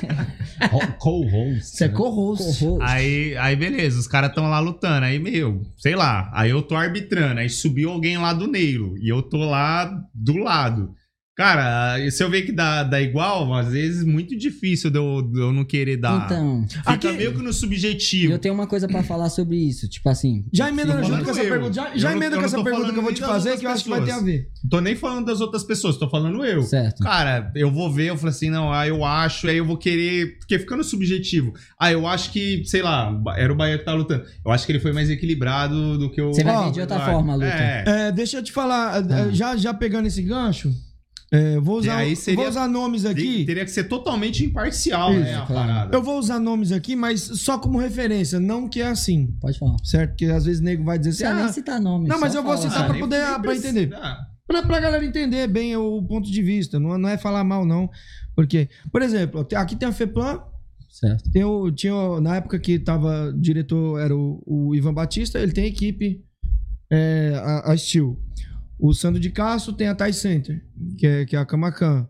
[SPEAKER 9] co-host.
[SPEAKER 8] Você é co-host.
[SPEAKER 9] Aí beleza, os caras tão lá lutando. Aí, sei lá, aí eu tô arbitrando. Aí subiu alguém lá do Neilo. E eu tô lá do lado. Cara, se eu ver que dá igual, às vezes muito difícil de eu não querer dar.
[SPEAKER 10] Então,
[SPEAKER 9] Fica meio que no subjetivo.
[SPEAKER 10] eu tenho uma coisa pra falar sobre isso. Tipo assim...
[SPEAKER 8] Já emenda
[SPEAKER 9] Tô
[SPEAKER 8] junto
[SPEAKER 9] falando
[SPEAKER 8] com essa
[SPEAKER 9] eu.
[SPEAKER 8] pergunta. Já
[SPEAKER 9] Eu
[SPEAKER 8] emenda
[SPEAKER 9] não
[SPEAKER 8] com essa
[SPEAKER 9] tô
[SPEAKER 8] pergunta
[SPEAKER 9] falando
[SPEAKER 8] que eu vou te
[SPEAKER 9] nem das
[SPEAKER 8] fazer,
[SPEAKER 9] outras
[SPEAKER 8] que eu acho que vai ter a
[SPEAKER 9] pessoas.
[SPEAKER 8] ver.
[SPEAKER 9] Não tô nem falando das outras pessoas, tô falando eu.
[SPEAKER 10] Certo.
[SPEAKER 9] Cara, eu vou ver, eu falo assim, não, eu acho, aí eu vou querer... Porque fica no subjetivo. Eu acho que, sei lá, era o Bahia que tá lutando. Eu acho que ele foi mais equilibrado do que o...
[SPEAKER 10] Você vai ver de outra forma a luta.
[SPEAKER 8] Deixa eu te falar, já pegando esse gancho, vou usar nomes aqui.
[SPEAKER 9] Teria que ser totalmente imparcial, né, a parada.
[SPEAKER 8] Eu vou usar nomes aqui, mas só como referência, não que é assim.
[SPEAKER 10] Pode falar.
[SPEAKER 8] Certo? Porque às vezes o nego vai dizer assim...
[SPEAKER 10] Não, nem citar nomes.
[SPEAKER 8] Não, mas
[SPEAKER 10] só
[SPEAKER 8] eu vou
[SPEAKER 10] fala.
[SPEAKER 8] citar pra poder pra entender. Pra galera entender bem o ponto de vista. Não é falar mal, não. Porque, por exemplo, aqui tem a FEPLAN.
[SPEAKER 10] Certo.
[SPEAKER 8] Tinha, na época que tava diretor, era o Ivan Batista, ele tem a equipe, a Steel. O Sandro de Castro tem a Thai Center, que é a Camacan.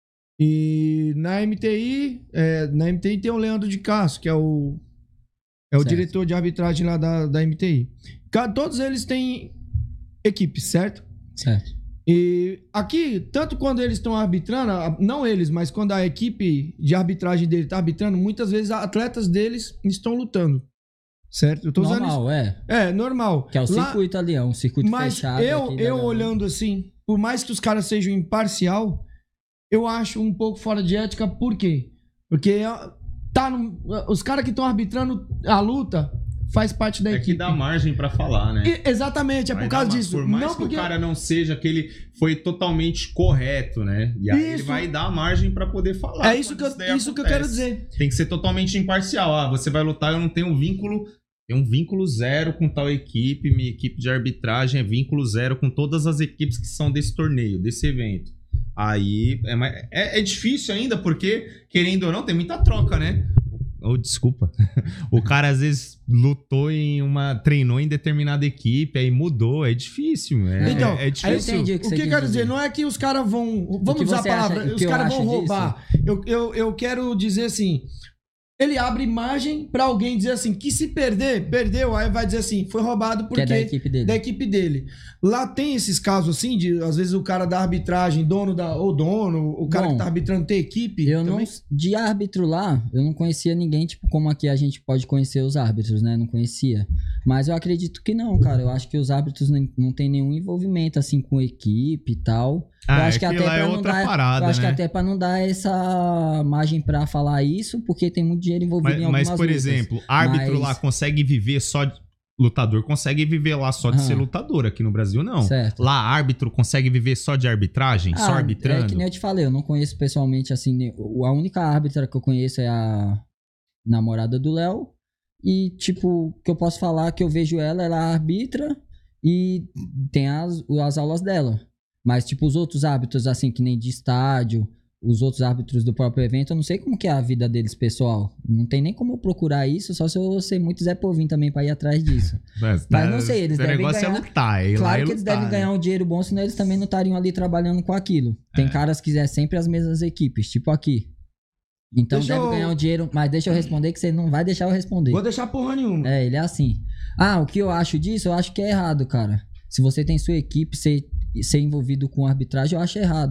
[SPEAKER 8] E na MTI tem o Leandro de Castro, que é o diretor de arbitragem lá da MTI. Todos eles têm equipe, certo?
[SPEAKER 10] Certo.
[SPEAKER 8] E aqui, tanto quando eles estão arbitrando, não eles, mas quando a equipe de arbitragem dele está arbitrando, muitas vezes atletas deles estão lutando. Certo? Eu tô
[SPEAKER 10] normal,
[SPEAKER 8] usando isso. Normal.
[SPEAKER 10] Que é o circuito ali, é um circuito
[SPEAKER 8] mas
[SPEAKER 10] fechado.
[SPEAKER 8] Eu olhando assim, por mais que os caras sejam imparcial, eu acho um pouco fora de ética. Por quê? Porque os caras que estão arbitrando a luta faz parte da equipe.
[SPEAKER 9] Que dá margem pra falar, né?
[SPEAKER 8] Exatamente, por causa disso.
[SPEAKER 9] Por mais que o cara não seja aquele foi totalmente correto, né? E aí ele vai dar margem pra poder falar.
[SPEAKER 8] É isso que eu quero dizer.
[SPEAKER 9] Tem que ser totalmente imparcial. Você vai lutar, eu não tenho vínculo. Tem um vínculo zero com tal equipe. Minha equipe de arbitragem é vínculo zero com todas as equipes que são desse torneio, desse evento. Aí é difícil ainda, porque, querendo ou não, tem muita troca, né? Desculpa. O cara às vezes treinou em determinada equipe, aí mudou, é difícil.
[SPEAKER 8] Então,
[SPEAKER 9] é difícil.
[SPEAKER 8] Eu entendi o que eu quero dizer, não é que os caras vão... Vamos usar a palavra, os caras vão roubar. Eu quero dizer assim... Ele abre margem pra alguém dizer assim, que se perder, perdeu, aí vai dizer assim, foi roubado porque...
[SPEAKER 10] Que é da equipe dele.
[SPEAKER 8] Lá tem esses casos assim, de às vezes o cara da arbitragem, o cara que tá arbitrando tem equipe.
[SPEAKER 10] De árbitro lá, eu não conhecia ninguém, tipo, como aqui a gente pode conhecer os árbitros, né? Não conhecia. Mas eu acredito que não, cara. Eu acho que os árbitros não tem nenhum envolvimento, assim, com equipe e tal. Eu acho que até pra não dar, parada, eu acho que até pra não dar essa margem pra falar isso, porque tem muito dinheiro envolvido em algumas
[SPEAKER 9] Mas, por
[SPEAKER 10] lutas.
[SPEAKER 9] exemplo, árbitro lá consegue viver só de... Lutador consegue viver lá só de ser lutador. Aqui no Brasil, não.
[SPEAKER 10] Certo.
[SPEAKER 9] Lá, árbitro consegue viver só de arbitragem? Só arbitrando?
[SPEAKER 10] É que nem eu te falei, eu não conheço pessoalmente, assim... A única árbitra que eu conheço é a namorada do Léo. E, tipo, que eu posso falar que eu vejo ela arbitra e tem as aulas dela. Mas, tipo, os outros árbitros, assim, que nem de estádio, os outros árbitros do próprio evento, eu não sei como que é a vida deles, pessoal. Não tem nem como eu procurar isso, só se eu ser muito Zé Povinho também pra ir atrás disso. Mas não sei, eles devem ganhar...
[SPEAKER 9] É lutar,
[SPEAKER 10] claro que eles devem ganhar um dinheiro bom, senão eles também não estariam ali trabalhando com aquilo. Tem caras que é sempre as mesmas equipes, tipo aqui. Então deve ganhar um dinheiro, mas deixa eu responder que você não vai deixar eu responder.
[SPEAKER 8] Vou deixar porra nenhuma.
[SPEAKER 10] Ele é assim. O que eu acho disso? Eu acho que é errado, cara. Se você tem sua equipe, ser envolvido com arbitragem, eu acho errado.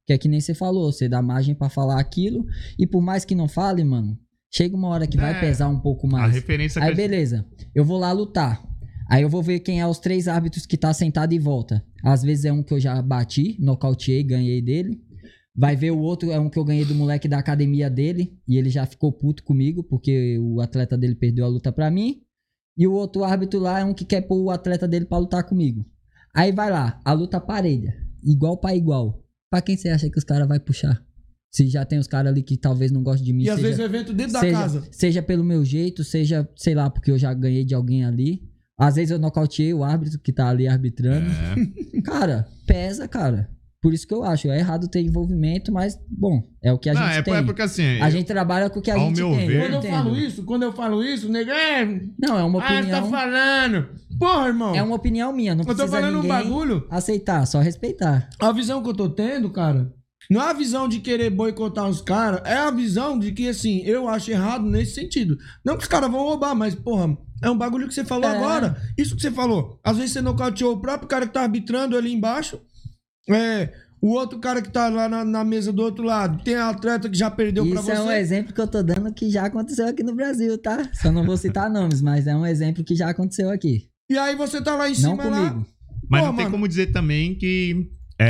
[SPEAKER 10] Que é que nem você falou, você dá margem pra falar aquilo, e por mais que não fale, mano, chega uma hora que vai pesar um pouco mais.
[SPEAKER 9] A referência
[SPEAKER 10] aí beleza, eu vou lá lutar. Aí eu vou ver quem é os 3 árbitros que tá sentado e volta. Às vezes é um que eu já bati, nocauteei, ganhei dele. Vai ver o outro, é um que eu ganhei do moleque da academia dele, e ele já ficou puto comigo, porque o atleta dele perdeu a luta pra mim. E o outro árbitro lá é um que quer pôr o atleta dele pra lutar comigo. Aí vai lá, a luta parelha, igual pra igual. Pra quem você acha que os caras vão puxar? Se já tem os caras ali que talvez não gostem de mim.
[SPEAKER 8] E às vezes o evento dentro da casa.
[SPEAKER 10] Seja pelo meu jeito, seja, sei lá, porque eu já ganhei de alguém ali. Às vezes eu nocauteei o árbitro que tá ali arbitrando. Cara, pesa, cara. Por isso que eu acho, é errado ter envolvimento, mas, bom, é o que a gente tem.
[SPEAKER 9] É porque assim...
[SPEAKER 10] A gente trabalha com o que a gente tem.
[SPEAKER 8] Quando eu falo isso, nego...
[SPEAKER 10] Não, é uma opinião...
[SPEAKER 8] você tá falando... Porra, irmão...
[SPEAKER 10] É uma opinião minha, não precisa
[SPEAKER 8] falando
[SPEAKER 10] ninguém
[SPEAKER 8] bagulho...
[SPEAKER 10] aceitar, só respeitar.
[SPEAKER 8] A visão que eu tô tendo, cara, não é a visão de querer boicotar os caras, é a visão de que, assim, eu acho errado nesse sentido. Não que os caras vão roubar, mas, porra, é um bagulho que você falou agora. Isso que você falou. Às vezes você nocauteou o próprio cara que tá arbitrando ali embaixo... o outro cara que tá lá na mesa do outro lado, tem atleta que já perdeu pra você.
[SPEAKER 10] Isso é um exemplo que eu tô dando que já aconteceu aqui no Brasil, tá? Só não vou citar nomes, mas é um exemplo que já aconteceu aqui.
[SPEAKER 8] E aí você tá lá em cima,
[SPEAKER 10] não comigo.
[SPEAKER 9] Mas não tem como dizer também que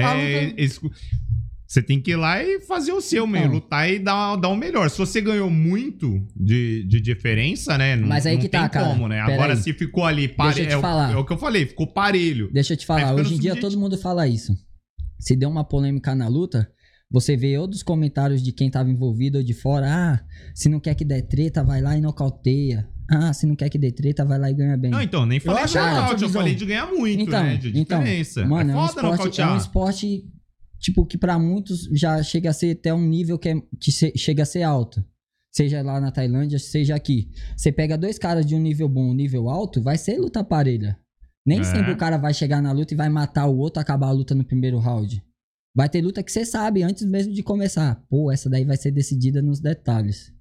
[SPEAKER 9] você tem que ir lá e fazer o seu, meio, lutar e dar o melhor. Se você ganhou muito de diferença, né?
[SPEAKER 10] Mas aí
[SPEAKER 9] não
[SPEAKER 10] que
[SPEAKER 9] tem
[SPEAKER 10] tá, cara.
[SPEAKER 9] como, né? Agora, se ficou ali parelho.
[SPEAKER 10] Deixa eu te falar.
[SPEAKER 9] É o que eu falei, ficou parelho.
[SPEAKER 10] Deixa eu te falar, hoje em dia todo mundo fala isso. Se deu uma polêmica na luta, você vê ou dos comentários de quem tava envolvido ou de fora, se não quer que dê treta, vai lá e nocauteia. Se não quer que dê treta, vai lá e ganha bem.
[SPEAKER 9] Não, então, nem falei de nocaute, eu falei de ganhar muito,
[SPEAKER 10] então,
[SPEAKER 9] né? De diferença.
[SPEAKER 10] Mano,
[SPEAKER 9] é foda nocautear.
[SPEAKER 10] É um esporte, tipo, que pra muitos já chega a ser até um nível que chega a ser alto. Seja lá na Tailândia, seja aqui. Você pega 2 caras de um nível bom, um nível alto, vai ser luta parelha. Nem sempre o cara vai chegar na luta e vai matar o outro, acabar a luta no primeiro round. Vai ter luta que você sabe antes mesmo de começar. Pô, essa daí vai ser decidida nos detalhes.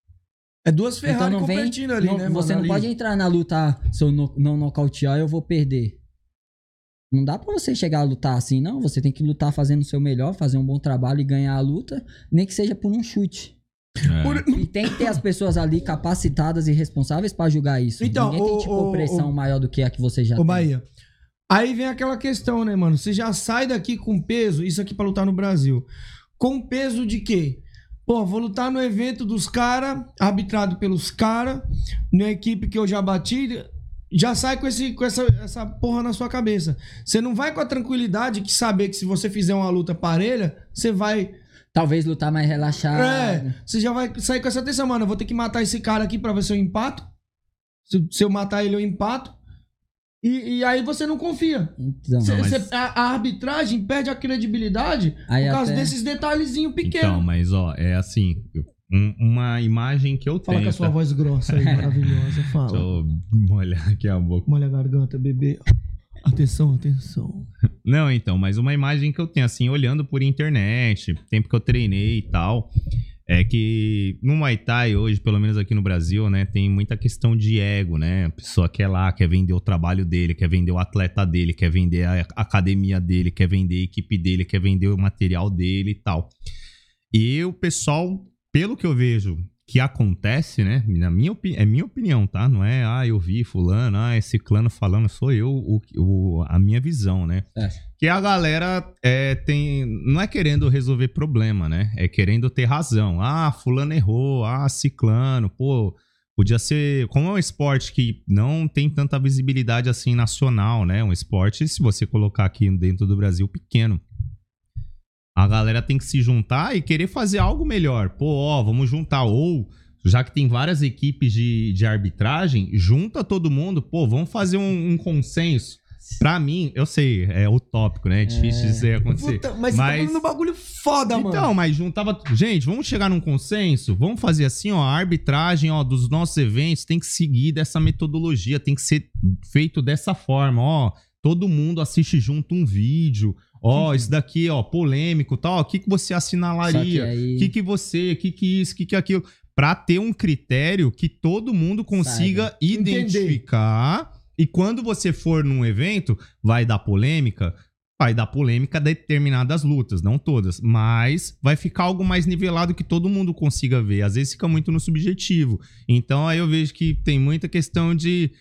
[SPEAKER 8] É 2 Ferrari competindo ali, né,
[SPEAKER 10] você
[SPEAKER 8] mano?
[SPEAKER 10] Não pode entrar na luta, se eu não nocautear, eu vou perder. Não dá pra você chegar a lutar assim, não. Você tem que lutar fazendo o seu melhor, fazer um bom trabalho e ganhar a luta, nem que seja por um chute. E tem que ter as pessoas ali capacitadas e responsáveis pra julgar isso.
[SPEAKER 8] Então,
[SPEAKER 10] ninguém tem, tipo, pressão maior do que a que você já tem.
[SPEAKER 8] Bahia, aí vem aquela questão, né, mano? Você já sai daqui com peso, isso aqui pra lutar no Brasil, com peso de quê? Pô, vou lutar no evento dos caras, arbitrado pelos caras, na equipe que eu já bati, já sai com essa porra na sua cabeça. Você não vai com a tranquilidade de saber que se você fizer uma luta parelha, você vai...
[SPEAKER 10] Talvez lutar mais relaxado.
[SPEAKER 8] Você já vai sair com essa atenção, mano. Eu vou ter que matar esse cara aqui pra ver se eu empato. Se eu matar ele, eu empato. E aí você não confia.
[SPEAKER 10] Então,
[SPEAKER 8] a arbitragem perde a credibilidade
[SPEAKER 10] aí
[SPEAKER 8] por causa desses detalhezinhos pequenos.
[SPEAKER 9] Então, mas é assim... Uma imagem que eu tenho...
[SPEAKER 8] Fala com a sua voz grossa aí, maravilhosa. Fala.
[SPEAKER 9] Deixa eu molhar aqui a boca.
[SPEAKER 8] Molha a garganta, bebê. Atenção.
[SPEAKER 9] Não, então, mas uma imagem que eu tenho, assim, olhando por internet, tempo que eu treinei e tal, é que no Muay Thai hoje, pelo menos aqui no Brasil, né, tem muita questão de ego, né? A pessoa quer lá, quer vender o trabalho dele, quer vender o atleta dele, quer vender a academia dele, quer vender a equipe dele, quer vender o material dele e tal. E o pessoal, pelo que eu vejo que acontece, né? É minha opinião, tá? Não é, eu vi fulano, esse clano falando, sou eu, a minha visão, né? Que a galera não é querendo resolver problema, né? É querendo ter razão. Fulano errou, ciclano, pô, podia ser... Como é um esporte que não tem tanta visibilidade assim nacional, né? Um esporte, se você colocar aqui dentro do Brasil, pequeno. A galera tem que se juntar e querer fazer algo melhor. Pô, vamos juntar. Ou, já que tem várias equipes de arbitragem, junta todo mundo. Pô, vamos fazer um consenso. Pra mim, eu sei, é utópico, né? É difícil de isso acontecer.
[SPEAKER 8] Puta, mas você tá falando um bagulho foda, mano.
[SPEAKER 9] Então, mas juntava... Gente, vamos chegar num consenso? Vamos fazer assim, ó, a arbitragem, ó, dos nossos eventos tem que seguir dessa metodologia, tem que ser feito dessa forma, ó. Todo mundo assiste junto um vídeo. Isso daqui, polêmico, tal. O que você assinalaria? O que você, isso, o que aquilo? Pra ter um critério que todo mundo consiga identificar. E quando você for num evento, vai dar polêmica, vai dar polêmica a determinadas lutas, não todas, mas vai ficar algo mais nivelado que todo mundo consiga ver. Às vezes fica muito no subjetivo. Então aí eu vejo que tem muita questão de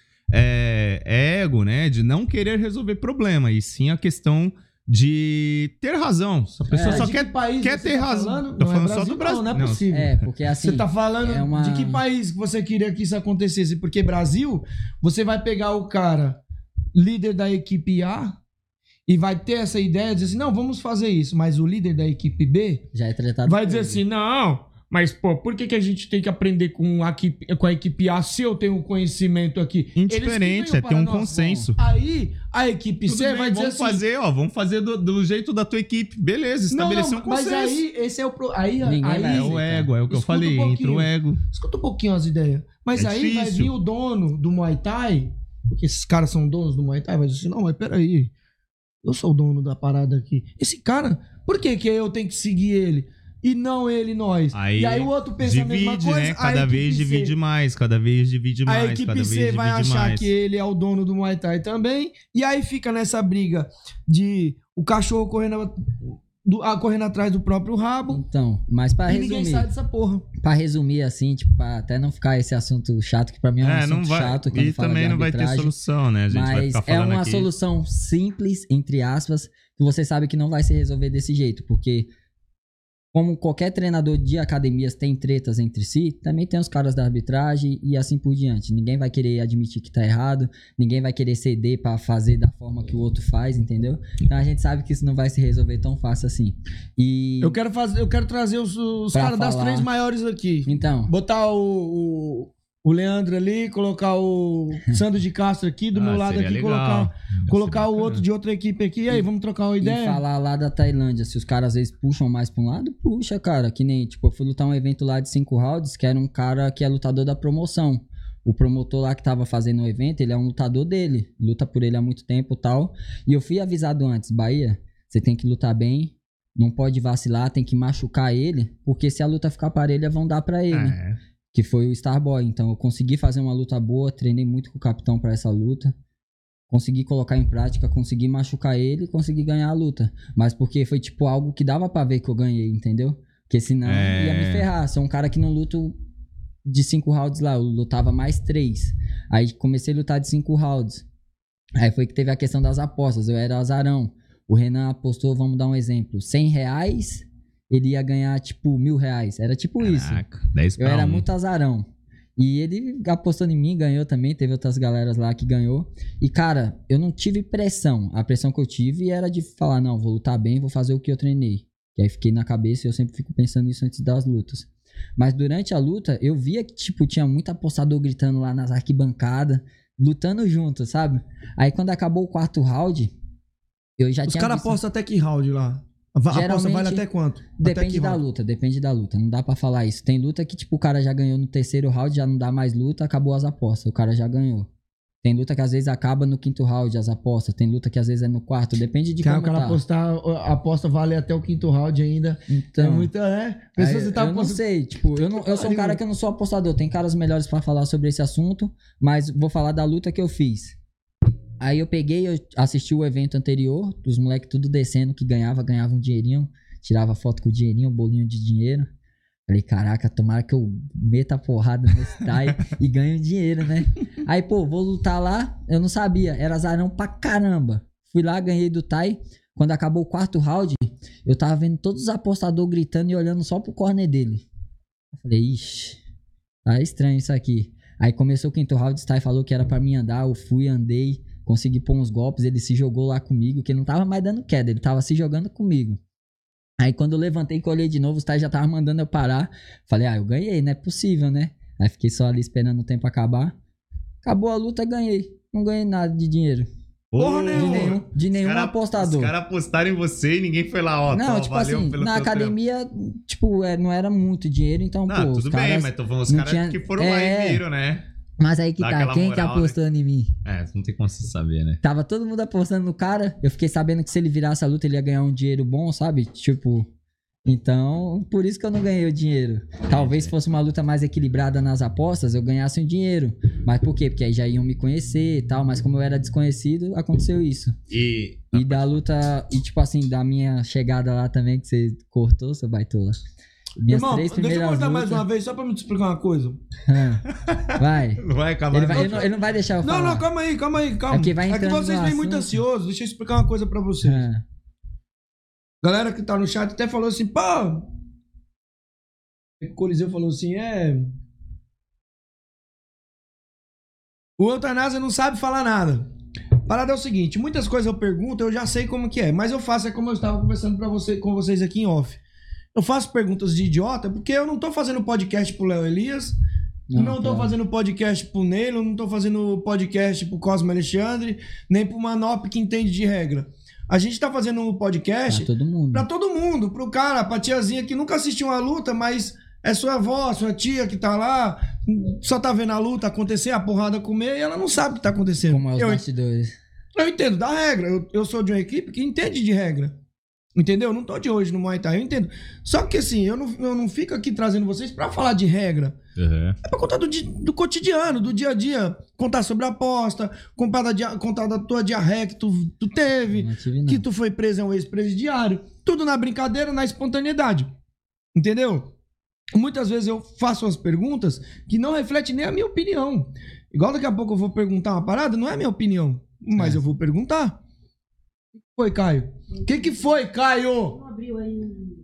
[SPEAKER 9] ego, né? De não querer resolver problema, e sim a questão de ter razão. A pessoa só quer ter razão. Tô falando só do Brasil.
[SPEAKER 8] Não é possível.
[SPEAKER 10] Porque assim...
[SPEAKER 8] Você tá falando de que país que você queria que isso acontecesse? Porque Brasil, você vai pegar o cara líder da equipe A e vai ter essa ideia de dizer assim, não, vamos fazer isso. Mas o líder da equipe B
[SPEAKER 10] já é tratado
[SPEAKER 8] vai dizer assim, não, mas pô, por que a gente tem que aprender com a equipe A se eu tenho conhecimento aqui?
[SPEAKER 9] Indiferente, é ter um consenso.
[SPEAKER 8] Aí a equipe C vai dizer assim...
[SPEAKER 9] Vamos fazer do jeito da tua equipe. Beleza, estabelecer um consenso.
[SPEAKER 8] Mas aí, esse é o... Aí
[SPEAKER 9] é o ego, é o que eu falei, entra o ego.
[SPEAKER 8] Escuta um pouquinho as ideias. Mas aí difícil. Vai vir o dono do Muay Thai, porque esses caras são donos do Muay Thai, vai dizer assim, não, mas peraí, eu sou o dono da parada aqui. Esse cara, por que eu tenho que seguir ele? E não ele, nós.
[SPEAKER 9] Aí,
[SPEAKER 8] e aí o outro pensa a mesma coisa.
[SPEAKER 9] Né? Cada vez divide mais. A
[SPEAKER 8] equipe C vai achar que ele é o dono do Muay Thai também. E aí fica nessa briga de o cachorro correndo atrás do próprio rabo.
[SPEAKER 10] Então, mas pra resumir...
[SPEAKER 8] ninguém sai dessa porra.
[SPEAKER 10] Pra resumir assim, tipo, pra até não ficar esse assunto chato, que pra mim é um assunto chato.
[SPEAKER 9] E também não vai ter solução, né? A gente vai ficar falando
[SPEAKER 10] é uma
[SPEAKER 9] aqui.
[SPEAKER 10] solução simples, entre aspas, que você sabe que não vai se resolver desse jeito. Porque... como qualquer treinador de academias tem tretas entre si, também tem os caras da arbitragem e assim por diante. Ninguém vai querer admitir que tá errado, ninguém vai querer ceder pra fazer da forma que o outro faz, entendeu? Então a gente sabe que isso não vai se resolver tão fácil assim. E
[SPEAKER 8] eu quero trazer os caras das 3 maiores aqui.
[SPEAKER 10] Então,
[SPEAKER 8] botar o Leandro ali, colocar o Sandro de Castro aqui do meu lado aqui,
[SPEAKER 9] legal.
[SPEAKER 8] colocar o outro de outra equipe aqui, e aí vamos trocar uma ideia.
[SPEAKER 10] E falar lá da Tailândia, se os caras às vezes puxam mais pra um lado, puxa, cara, que nem, tipo, eu fui lutar um evento lá de 5 rounds, que era um cara que é lutador da promoção. O promotor lá que tava fazendo o evento, ele é um lutador dele, luta por ele há muito tempo e tal, e eu fui avisado antes, Bahia, você tem que lutar bem, não pode vacilar, tem que machucar ele, porque se a luta ficar parelha, vão dar pra ele. Que foi o Starboy. Então eu consegui fazer uma luta boa, treinei muito com o capitão pra essa luta, consegui colocar em prática, consegui machucar ele e consegui ganhar a luta. Mas porque foi tipo algo que dava pra ver que eu ganhei, entendeu? Porque senão ia me ferrar. Sou um cara que não luto de 5 rounds lá, eu lutava mais 3. Aí comecei a lutar de 5 rounds. Aí foi que teve a questão das apostas, eu era azarão. O Renan apostou, vamos dar um exemplo, R$100... ele ia ganhar, tipo, R$1.000. Era tipo
[SPEAKER 9] Caraca,
[SPEAKER 10] isso.
[SPEAKER 9] 10
[SPEAKER 10] eu era muito azarão. E ele apostou em mim, ganhou também. Teve outras galeras lá que ganhou. E, cara, eu não tive pressão. A pressão que eu tive era de falar, não, vou lutar bem, vou fazer o que eu treinei. E aí fiquei na cabeça e eu sempre fico pensando nisso antes das lutas. Mas durante a luta, eu via que, tipo, tinha muito apostador gritando lá nas arquibancadas, lutando junto, sabe? Aí quando acabou o 4º round, eu já tinha...
[SPEAKER 8] Os caras apostam até que round lá? A aposta vale até quanto?
[SPEAKER 10] Depende da luta, não dá pra falar isso. Tem luta que tipo o cara já ganhou no 3º round, já não dá mais luta, acabou as apostas, o cara já ganhou. Tem luta que às vezes acaba no 5º round as apostas, tem luta que às vezes é no 4º, depende de como
[SPEAKER 8] o cara apostar, a aposta vale até o 5º round ainda.
[SPEAKER 10] Então,
[SPEAKER 8] é muita,
[SPEAKER 10] eu não sei, tipo, eu sou um cara que eu não sou apostador, tem caras melhores pra falar sobre esse assunto, mas vou falar da luta que eu fiz. Aí eu assisti o evento anterior, os moleques tudo descendo, que ganhava um dinheirinho, tirava foto com o dinheirinho, bolinho de dinheiro. Falei, caraca, tomara que eu meta a porrada nesse Thai e ganhe dinheiro, né? Aí, pô, vou lutar lá, eu não sabia, era azarão pra caramba. Fui lá, ganhei do Thai. Quando acabou o 4º round, eu tava vendo todos os apostadores gritando e olhando só pro corner dele. Eu falei, ixi, tá estranho isso aqui. Aí começou o 5º round, o Thai falou que era pra mim andar, eu fui, andei. Consegui pôr uns golpes, ele se jogou lá comigo, que ele não tava mais dando queda, ele tava se jogando comigo. Aí quando eu levantei e olhei de novo, os Thai já tava mandando eu parar. Falei, eu ganhei, não é possível, né? Aí fiquei só ali esperando o tempo acabar. Acabou a luta, ganhei. Não ganhei nada de dinheiro.
[SPEAKER 9] Porra,
[SPEAKER 10] de nenhum apostador.
[SPEAKER 9] Os caras apostaram em você e ninguém foi lá,
[SPEAKER 10] não, tipo assim, na academia, tipo, não era muito dinheiro, então,
[SPEAKER 9] não, tudo bem, mas tô falando os caras que foram lá e viram, né?
[SPEAKER 10] Mas aí que tá, quem moral, que apostou em mim?
[SPEAKER 9] Não tem como você saber, né?
[SPEAKER 10] Tava todo mundo apostando no cara, eu fiquei sabendo que se ele virasse a luta ele ia ganhar um dinheiro bom, sabe? Tipo, Então, por isso que eu não ganhei o dinheiro. Talvez fosse uma luta mais equilibrada nas apostas, eu ganhasse o dinheiro. Mas por quê? Porque aí já iam me conhecer e tal. Mas como eu era desconhecido, aconteceu isso. E da luta, e tipo assim, da minha chegada lá também, que você cortou, seu baitola. Minhas
[SPEAKER 8] Irmão,
[SPEAKER 10] três
[SPEAKER 8] deixa eu
[SPEAKER 10] primeiras
[SPEAKER 8] cortar
[SPEAKER 10] lutas...
[SPEAKER 8] mais uma vez, só pra me te explicar uma coisa.
[SPEAKER 10] Vai.
[SPEAKER 9] Vai acabar.
[SPEAKER 10] Ele não vai deixar eu falar.
[SPEAKER 8] Não, calma aí.
[SPEAKER 10] É porque vai
[SPEAKER 8] É que
[SPEAKER 10] entrando
[SPEAKER 8] vocês
[SPEAKER 10] no
[SPEAKER 8] vêm muito
[SPEAKER 10] assunto.
[SPEAKER 8] ansiosos. Deixa eu explicar uma coisa pra vocês. Galera que tá no chat até falou assim, pô... O Coliseu falou assim, o Eutanásia não sabe falar nada. A parada é o seguinte, muitas coisas eu pergunto, eu já sei como que é, mas eu faço é como eu estava conversando com vocês aqui em off. Eu faço perguntas de idiota porque eu não tô fazendo podcast pro Léo Elias, não tô fazendo podcast pro Neilo, não tô fazendo podcast pro Cosmo Alexandre, nem pro Manop que entende de regra. A gente tá fazendo um podcast pra todo mundo, pro cara, pra tiazinha que nunca assistiu uma luta, mas é sua avó, sua tia que tá lá, só tá vendo a luta acontecer, a porrada comer, e ela não sabe o que tá acontecendo.
[SPEAKER 10] Como é os bastidores.
[SPEAKER 8] Eu entendo da regra, eu sou de uma equipe que entende de regra. Entendeu? Eu não tô de hoje no Muay Thai, eu entendo. Só que assim, eu não fico aqui trazendo vocês pra falar de regra. É pra contar do cotidiano, do dia a dia. Contar sobre a aposta, contar da tua diarreia que tu teve, que tu foi preso, é um ex-presidiário. Tudo na brincadeira, na espontaneidade. Entendeu? Muitas vezes eu faço umas perguntas que não refletem nem a minha opinião. Igual daqui a pouco eu vou perguntar uma parada, não é a minha opinião, mas eu vou perguntar. O que foi, Caio? O que foi, Caio?
[SPEAKER 11] Não abriu aí.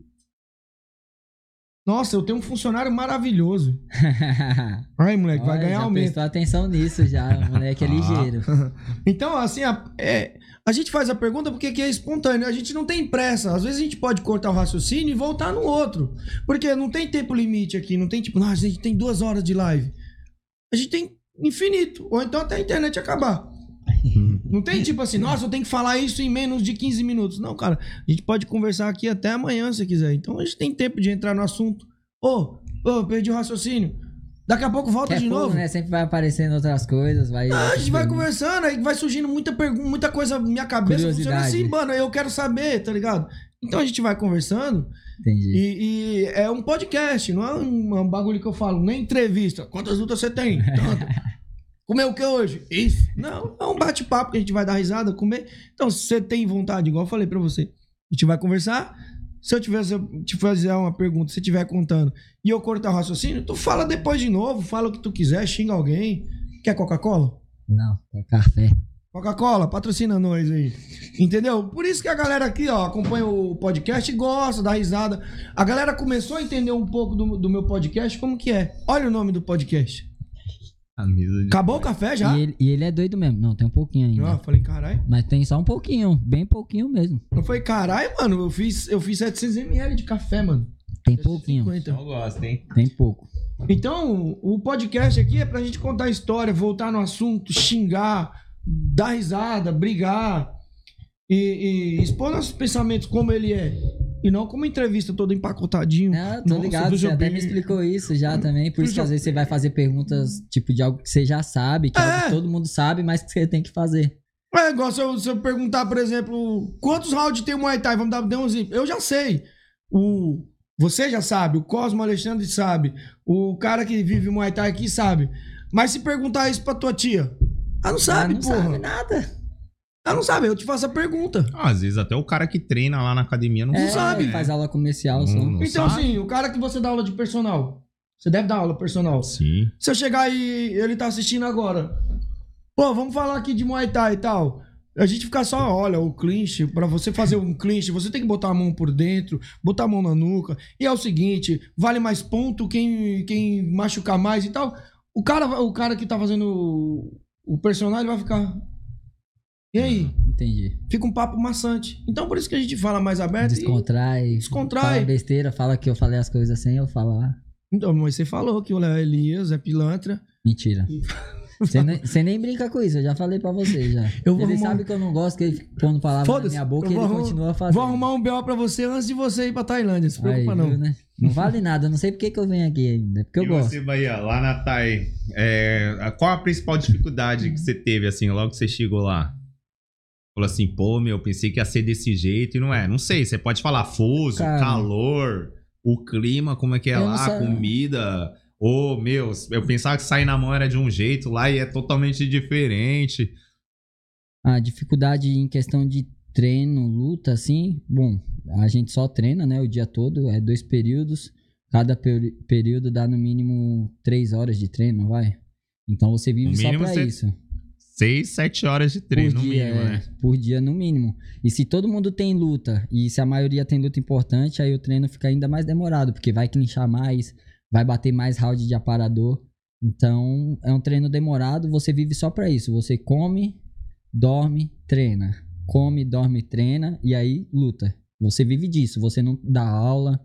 [SPEAKER 8] Nossa, eu tenho um funcionário maravilhoso. Ai, moleque, vai ganhar aumento.
[SPEAKER 10] Prestou atenção nisso já, o moleque é ligeiro.
[SPEAKER 8] Então, assim, a gente faz a pergunta porque aqui é espontâneo, a gente não tem pressa. Às vezes a gente pode cortar o raciocínio e voltar no outro. Porque não tem tempo limite aqui, não tem tipo, a gente tem 2 horas de live. A gente tem infinito, ou então até a internet acabar. Não tem tipo assim, nossa, eu tenho que falar isso em menos de 15 minutos. Não, cara, a gente pode conversar aqui até amanhã se quiser. Então a gente tem tempo de entrar no assunto. Perdi o raciocínio. Daqui a pouco volta de novo.
[SPEAKER 10] Né? Sempre vai aparecendo outras coisas.
[SPEAKER 8] A gente vai conversando, aí vai surgindo muita coisa na minha cabeça. Funciona assim, mano, eu quero saber, tá ligado? Então a gente vai conversando.
[SPEAKER 10] Entendi.
[SPEAKER 8] E é um podcast, não é um bagulho que eu falo, nem entrevista. Quantas lutas você tem? Tanto. Comeu o que hoje? Isso. Não, é um bate-papo que a gente vai dar risada, comer. Então, se você tem vontade, igual eu falei pra você, a gente vai conversar. Se eu te fazer uma pergunta, se você estiver contando e eu cortar o raciocínio, tu fala depois de novo, fala o que tu quiser, xinga alguém. Quer Coca-Cola?
[SPEAKER 10] Não, quer café.
[SPEAKER 8] Coca-Cola, patrocina nós aí. Entendeu? Por isso que a galera aqui, ó, acompanha o podcast e gosta, dá risada. A galera começou a entender um pouco do meu podcast, como que é. Olha o nome do podcast. Acabou o café já?
[SPEAKER 10] E ele é doido mesmo. Não, tem um pouquinho ainda.
[SPEAKER 8] Eu falei, caralho.
[SPEAKER 10] Mas tem só um pouquinho, bem pouquinho mesmo.
[SPEAKER 8] Eu falei, caralho, mano, eu fiz 700ml de café, mano.
[SPEAKER 10] Tem pouquinho.
[SPEAKER 9] Eu gosto, hein?
[SPEAKER 10] Tem pouco.
[SPEAKER 8] Então, o podcast aqui é pra gente contar a história, voltar no assunto, xingar, dar risada, brigar e expor nossos pensamentos como ele é. E não como entrevista todo empacotadinho.
[SPEAKER 10] Ah, tô ligado, você até me explicou isso já também. Por isso que às vezes você vai fazer perguntas tipo de algo que você já sabe, que é algo que todo mundo sabe, mas que você tem que fazer.
[SPEAKER 8] É igual se eu perguntar, por exemplo, quantos rounds tem o Muay Thai? Vamos dar um exemplo. Eu já sei. Você já sabe, o Cosmo Alexandre sabe, o cara que vive o Muay Thai aqui sabe. Mas se perguntar isso pra tua tia, ela não sabe,
[SPEAKER 10] não
[SPEAKER 8] porra.
[SPEAKER 10] Não sabe nada.
[SPEAKER 8] Ela não sabe, eu te faço a pergunta.
[SPEAKER 9] Às vezes até o cara que treina lá na academia não sabe.
[SPEAKER 10] Faz aula comercial só.
[SPEAKER 8] Então, assim, o cara que você dá aula de personal, você deve dar aula personal.
[SPEAKER 9] Sim.
[SPEAKER 8] Se eu chegar e ele tá assistindo agora, pô, vamos falar aqui de Muay Thai e tal. A gente ficar só, olha, o clinch, pra você fazer um clinch, você tem que botar a mão por dentro, botar a mão na nuca. E é o seguinte, vale mais ponto quem machucar mais e tal. O cara que tá fazendo o personal, ele vai ficar... E aí?
[SPEAKER 10] Entendi.
[SPEAKER 8] Fica um papo maçante. Então, por isso que a gente fala mais aberto.
[SPEAKER 10] Descontrai. Fala besteira, fala que eu falei as coisas sem eu falar.
[SPEAKER 8] Então, mas você falou que o Léo Elias é pilantra.
[SPEAKER 10] Mentira. Você nem brinca com isso, eu já falei pra você já. Ele sabe que eu não gosto que ele pondo palavras na minha boca e ele continua fazendo.
[SPEAKER 8] Vou arrumar um BO pra você antes de você ir pra Tailândia, se preocupa não.
[SPEAKER 10] Viu, né? Não vale nada, eu não sei por que eu venho aqui ainda, porque eu gosto.
[SPEAKER 9] E você, Bahia, lá na Thai, qual a principal dificuldade que você teve, assim, logo que você chegou lá? Falou assim, pô, meu, pensei que ia ser desse jeito e não é. Não sei, você pode falar fuso,
[SPEAKER 10] Cara,
[SPEAKER 9] calor, o clima, como é que é
[SPEAKER 10] eu
[SPEAKER 9] lá,
[SPEAKER 10] não sei.
[SPEAKER 9] comida. Ô, meu, eu pensava que sair na mão era de um jeito lá e é totalmente diferente.
[SPEAKER 10] A dificuldade em questão de treino, luta, assim, bom, a gente só treina, né, o dia todo, é 2 períodos, cada período dá no mínimo 3 horas de treino, vai? Então você vive
[SPEAKER 9] No
[SPEAKER 10] só
[SPEAKER 9] mínimo,
[SPEAKER 10] pra isso.
[SPEAKER 9] 6, 7 horas de treino,
[SPEAKER 10] Por
[SPEAKER 9] no
[SPEAKER 10] dia,
[SPEAKER 9] mínimo, né?
[SPEAKER 10] Por dia, no mínimo. E se todo mundo tem luta, e se a maioria tem luta importante, aí o treino fica ainda mais demorado, porque vai clinchar mais, vai bater mais round de aparador. Então, é um treino demorado, você vive só pra isso. Você come, dorme, treina. Come, dorme, treina, e aí luta. Você vive disso, você não dá aula.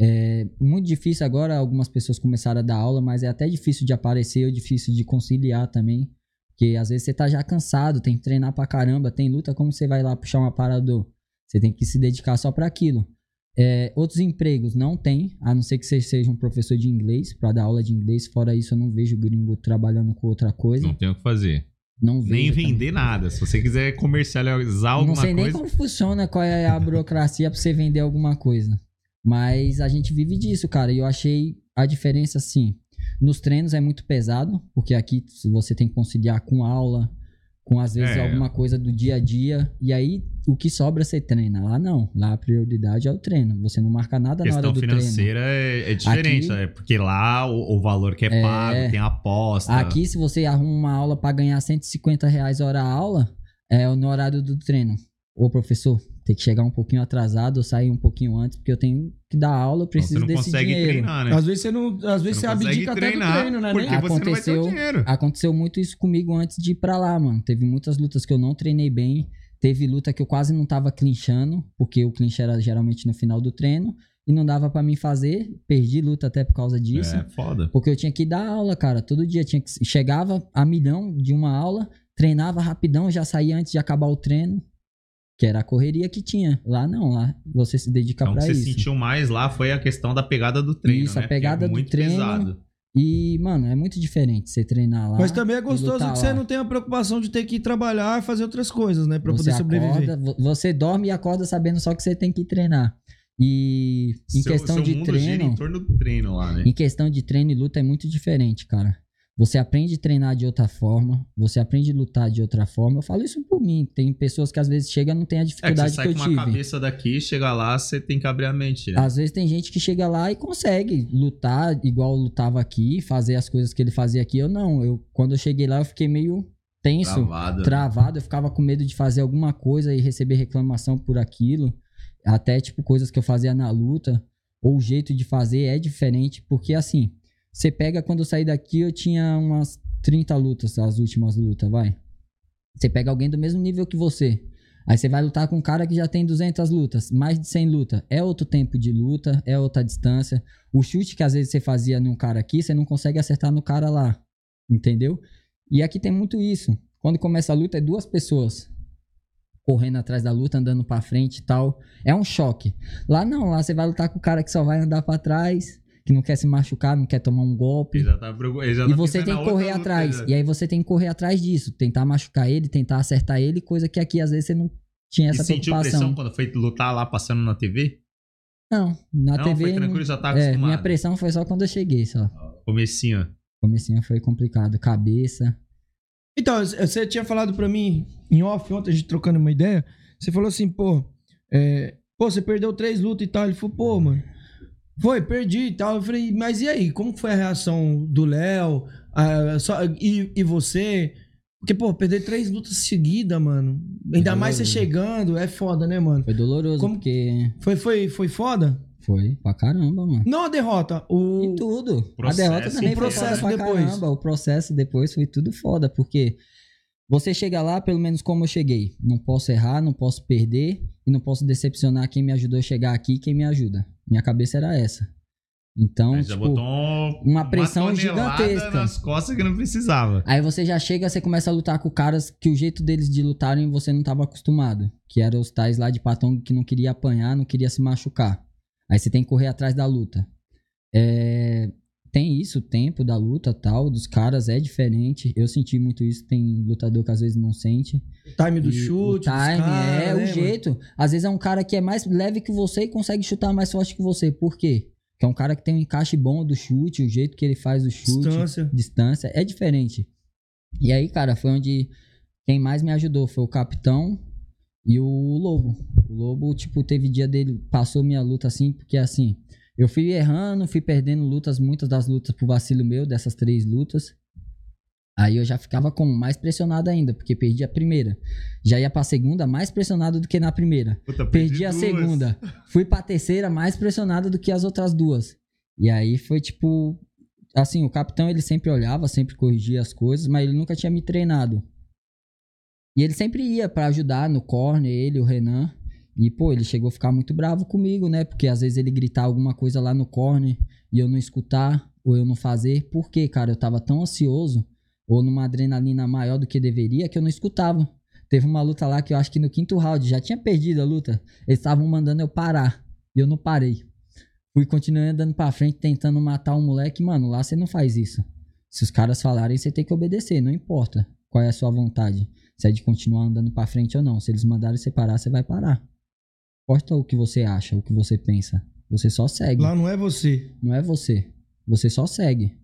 [SPEAKER 10] É muito difícil agora, algumas pessoas começaram a dar aula, mas é até difícil de aparecer, ou difícil de conciliar também. Porque às vezes você tá já cansado, tem que treinar pra caramba, tem luta, como você vai lá puxar um aparador? Você tem que se dedicar só pra aquilo. Outros empregos não tem, a não ser que você seja um professor de inglês, pra dar aula de inglês. Fora isso, eu não vejo gringo trabalhando com outra coisa.
[SPEAKER 9] Não tem o que fazer.
[SPEAKER 10] Não vejo
[SPEAKER 9] Nem vender
[SPEAKER 10] também.
[SPEAKER 9] nada. Se você quiser comercializar alguma
[SPEAKER 10] Não sei nem
[SPEAKER 9] coisa...
[SPEAKER 10] como funciona, qual é a burocracia pra você vender alguma coisa. Mas a gente vive disso, cara. E eu achei a diferença, assim, nos treinos é muito pesado, porque aqui você tem que conciliar com aula, com às vezes alguma coisa do dia a dia, e aí o que sobra você treina. Lá não, lá a prioridade é o treino. Você não marca nada na hora do treino.
[SPEAKER 9] A questão financeira é diferente,
[SPEAKER 10] Aqui,
[SPEAKER 9] porque lá o valor que é pago, tem aposta.
[SPEAKER 10] Aqui, se você arruma uma aula pra ganhar R$150 hora a aula, é no horário do treino. Ô, professor, tem que chegar um pouquinho atrasado ou sair um pouquinho antes, porque eu tenho que dar aula, eu preciso desse dinheiro. Você não consegue treinar,
[SPEAKER 9] né?
[SPEAKER 8] Às vezes você abdica até do treino, né?
[SPEAKER 9] Porque você não vai ter o dinheiro.
[SPEAKER 10] Aconteceu muito isso comigo antes de ir pra lá, mano. Teve muitas lutas que eu não treinei bem. Teve luta que eu quase não tava clinchando, porque o clinch era geralmente no final do treino. E não dava pra mim fazer. Perdi luta até por causa disso.
[SPEAKER 9] É, foda.
[SPEAKER 10] Porque eu tinha que dar aula, cara. Todo dia chegava a milhão de uma aula, treinava rapidão, já saía antes de acabar o treino. Que era a correria que tinha. Lá não, lá você se dedica
[SPEAKER 9] então,
[SPEAKER 10] pra isso.
[SPEAKER 9] Então, o que você sentiu mais lá foi a questão da pegada do treino,
[SPEAKER 10] isso,
[SPEAKER 9] né?
[SPEAKER 10] a pegada do treino.
[SPEAKER 9] Pesado.
[SPEAKER 10] E, mano, é muito diferente você treinar lá.
[SPEAKER 8] Mas também é gostoso que você não tem a preocupação de ter que ir trabalhar e fazer outras coisas, né? Pra poder sobreviver.
[SPEAKER 10] Você dorme e acorda sabendo só que você tem que treinar. E em questão de treino...
[SPEAKER 9] gira em torno do treino lá, né?
[SPEAKER 10] Em questão de treino e luta é muito diferente, cara. Você aprende a treinar de outra forma, você aprende a lutar de outra forma. Eu falo isso por mim. Tem pessoas que às vezes chegam e não tem a dificuldade que eu tive.
[SPEAKER 9] Você sai com uma cabeça daqui, chega lá, você tem que abrir a mente, né?
[SPEAKER 10] Às vezes tem gente que chega lá e consegue lutar igual eu lutava aqui, fazer as coisas que ele fazia aqui. Eu não. Quando eu cheguei lá, eu fiquei meio tenso, travado. Eu ficava com medo de fazer alguma coisa e receber reclamação por aquilo. Até, tipo, coisas que eu fazia na luta. Ou o jeito de fazer é diferente, porque assim... Você pega, quando eu saí daqui, eu tinha umas 30 lutas, as últimas lutas, vai. Você pega alguém do mesmo nível que você. Aí você vai lutar com um cara que já tem 200 lutas, mais de 100 lutas. É outro tempo de luta, é outra distância. O chute que às vezes você fazia num cara aqui, você não consegue acertar no cara lá. Entendeu? E aqui tem muito isso. Quando começa a luta, é 2 pessoas correndo atrás da luta, andando pra frente e tal. É um choque. Lá não, lá você vai lutar com o cara que só vai andar pra trás... que não quer se machucar, não quer tomar um golpe. E você tem que correr atrás. E aí você tem que correr atrás disso. Tentar machucar ele, tentar acertar ele, coisa que aqui às vezes você não tinha essa preocupação.
[SPEAKER 9] E sentiu pressão quando foi lutar lá passando na TV?
[SPEAKER 10] Não, na TV...
[SPEAKER 9] Foi tranquilo, já tá acostumado.
[SPEAKER 10] Minha pressão foi só quando eu cheguei, só.
[SPEAKER 9] Comecinho
[SPEAKER 10] foi complicado. Cabeça.
[SPEAKER 8] Então, você tinha falado pra mim, em off, ontem a gente trocando uma ideia, você falou assim, você perdeu 3 lutas e tal. Ele falou, pô, mano... Foi, perdi e tal. Eu falei, mas e aí? Como foi a reação do Léo? E você? Porque, pô, perder 3 lutas seguidas, mano. Ainda mais você chegando, é foda, né, mano?
[SPEAKER 10] Foi doloroso, porque...
[SPEAKER 8] Foi foda?
[SPEAKER 10] Foi, pra caramba, mano.
[SPEAKER 8] Não a derrota,
[SPEAKER 10] E tudo. A derrota também foi foda pra caramba. O processo depois foi tudo foda, porque... Você chega lá, pelo menos como eu cheguei. Não posso errar, não posso perder e não posso decepcionar quem me ajudou a chegar aqui e quem me ajuda. Minha cabeça era essa. Então,
[SPEAKER 9] já botou
[SPEAKER 10] uma pressão gigantesca
[SPEAKER 9] nas costas que não precisava.
[SPEAKER 10] Aí você já chega, você começa a lutar com caras que o jeito deles de lutarem você não estava acostumado. Que eram os tais lá de Patong que não queria apanhar, não queria se machucar. Aí você tem que correr atrás da luta. tem isso, o tempo da luta tal, dos caras é diferente. Eu senti muito isso, tem lutador que às vezes não sente.
[SPEAKER 8] O time do
[SPEAKER 10] E
[SPEAKER 8] chute,
[SPEAKER 10] o time
[SPEAKER 8] cara,
[SPEAKER 10] é
[SPEAKER 8] né,
[SPEAKER 10] o
[SPEAKER 8] mano?
[SPEAKER 10] jeito. Às vezes é um cara que é mais leve que você e consegue chutar mais forte que você. Por quê? Porque é um cara que tem um encaixe bom do chute, o jeito que ele faz o chute, distância é diferente. E aí, cara, foi onde quem mais me ajudou foi o Capitão e o Lobo. O Lobo, tipo, teve dia dele, passou minha luta assim, porque assim, eu fui errando, fui perdendo lutas, muitas das lutas por vacilo meu, dessas 3 lutas. Aí eu já ficava mais pressionado ainda, porque perdi a primeira. Já ia pra segunda mais pressionado do que na primeira.
[SPEAKER 9] Puta,
[SPEAKER 10] perdi a
[SPEAKER 9] duas.
[SPEAKER 10] segunda. Fui pra terceira mais pressionado do que as outras 2. E aí foi tipo... Assim, o Capitão ele sempre olhava, sempre corrigia as coisas, mas ele nunca tinha me treinado. E ele sempre ia pra ajudar no corner, ele, o Renan. E, pô, ele chegou a ficar muito bravo comigo, né? Porque às vezes ele gritar alguma coisa lá no corner e eu não escutar ou eu não fazer. Por quê, cara? Eu tava tão ansioso ou numa adrenalina maior do que deveria, que eu não escutava. Teve uma luta lá que eu acho que no 5º round, já tinha perdido a luta, eles estavam mandando eu parar, e eu não parei. Fui continuando andando pra frente, tentando matar um moleque, mano, lá você não faz isso. Se os caras falarem, você tem que obedecer, não importa qual é a sua vontade, se é de continuar andando pra frente ou não. Se eles mandarem você parar, você vai parar. Não importa o que você acha, o que você pensa, você só segue.
[SPEAKER 8] Lá não é você.
[SPEAKER 10] Não é você, você só segue.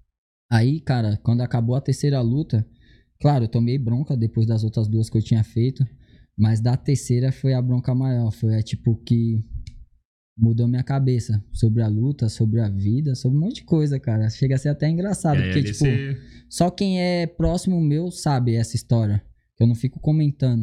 [SPEAKER 10] Aí, cara, quando acabou a terceira luta, claro, eu tomei bronca depois das outras 2 que eu tinha feito, mas da terceira foi a bronca maior, foi a tipo que mudou minha cabeça sobre a luta, sobre a vida, sobre um monte de coisa, cara. Chega a ser até engraçado, porque tipo, só quem é próximo meu sabe essa história, que eu não fico comentando.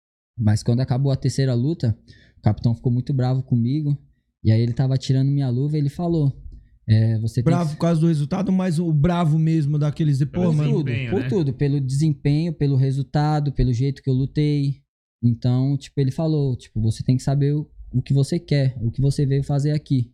[SPEAKER 10] Mas quando acabou a terceira luta, o Capitão ficou muito bravo comigo, e aí ele tava tirando minha luva e ele falou... você
[SPEAKER 8] bravo
[SPEAKER 10] tem...
[SPEAKER 8] por causa do resultado, mas o bravo mesmo daqueles de pô, mano.
[SPEAKER 10] Por tudo, pelo desempenho, pelo resultado, pelo jeito que eu lutei. Então, tipo, ele falou, tipo, você tem que saber o que você quer, o que você veio fazer aqui.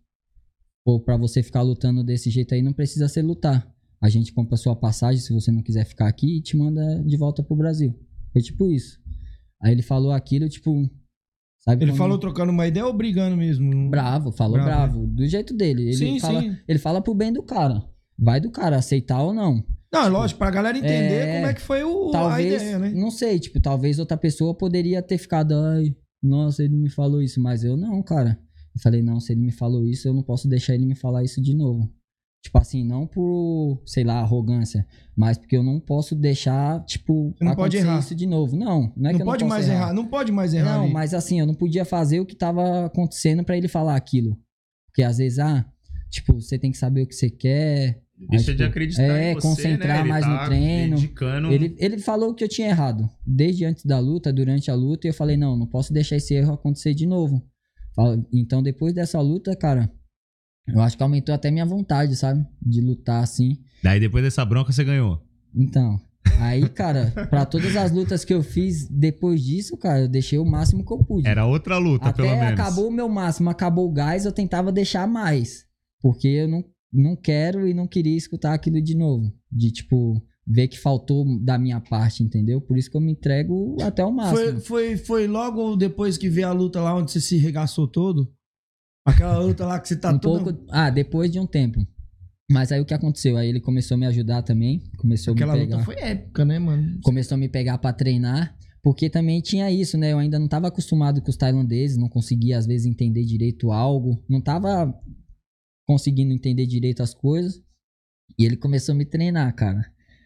[SPEAKER 10] Ou pra você ficar lutando desse jeito aí, não precisa ser lutar. A gente compra sua passagem, se você não quiser ficar aqui, e te manda de volta pro Brasil. Foi tipo isso. Aí ele falou aquilo, tipo... Sabe,
[SPEAKER 8] ele falou trocando uma ideia ou brigando mesmo?
[SPEAKER 10] Bravo, falou bravo. Do jeito dele. Ele fala pro bem do cara. Vai do cara, aceitar ou não.
[SPEAKER 8] Não, é lógico, pra galera entender como é que foi
[SPEAKER 10] talvez,
[SPEAKER 8] a ideia, né?
[SPEAKER 10] Não sei, tipo, talvez outra pessoa poderia ter ficado... Ai, nossa, ele me falou isso. Mas eu não, cara. Eu falei, não, se ele me falou isso, eu não posso deixar ele me falar isso de novo. Tipo assim, não por, sei lá, arrogância, mas porque eu não posso deixar, tipo,
[SPEAKER 8] não pode errar
[SPEAKER 10] isso de novo. Não é que eu não
[SPEAKER 8] pode
[SPEAKER 10] posso
[SPEAKER 8] mais errar. Não pode mais errar.
[SPEAKER 10] Não,
[SPEAKER 8] ali.
[SPEAKER 10] mas assim, eu não podia fazer o que tava acontecendo pra ele falar aquilo. Porque às vezes, tipo, você tem que saber o que você quer.
[SPEAKER 9] Deixa de acreditar em você,
[SPEAKER 10] concentrar
[SPEAKER 9] né?
[SPEAKER 10] mais no treino.
[SPEAKER 9] Dedicando...
[SPEAKER 10] Ele falou que eu tinha errado. Desde antes da luta, durante a luta, e eu falei, não posso deixar esse erro acontecer de novo. Então, depois dessa luta, cara... Eu acho que aumentou até minha vontade, sabe? De lutar assim.
[SPEAKER 9] Daí depois dessa bronca você ganhou.
[SPEAKER 10] Então, aí, cara, pra todas as lutas que eu fiz depois disso, cara, eu deixei o máximo que eu pude.
[SPEAKER 9] Era outra luta,
[SPEAKER 10] até
[SPEAKER 9] pelo menos.
[SPEAKER 10] Acabou o meu máximo, acabou o gás, eu tentava deixar mais. Porque eu não quero e não queria escutar aquilo de novo. De, tipo, ver que faltou da minha parte, entendeu? Por isso que eu me entrego até o máximo.
[SPEAKER 8] Foi logo depois que veio a luta lá onde você se regaçou todo? Aquela luta lá que você tá
[SPEAKER 10] depois de um tempo. Mas aí o que aconteceu? Aí ele começou a me ajudar também. Aquela
[SPEAKER 8] luta foi épica, né, mano?
[SPEAKER 10] Começou a me pegar pra treinar. Porque também tinha isso, né? Eu ainda não tava acostumado com os tailandeses. Não conseguia, às vezes, entender direito algo. Não tava conseguindo entender direito as coisas. E ele começou a me treinar, cara.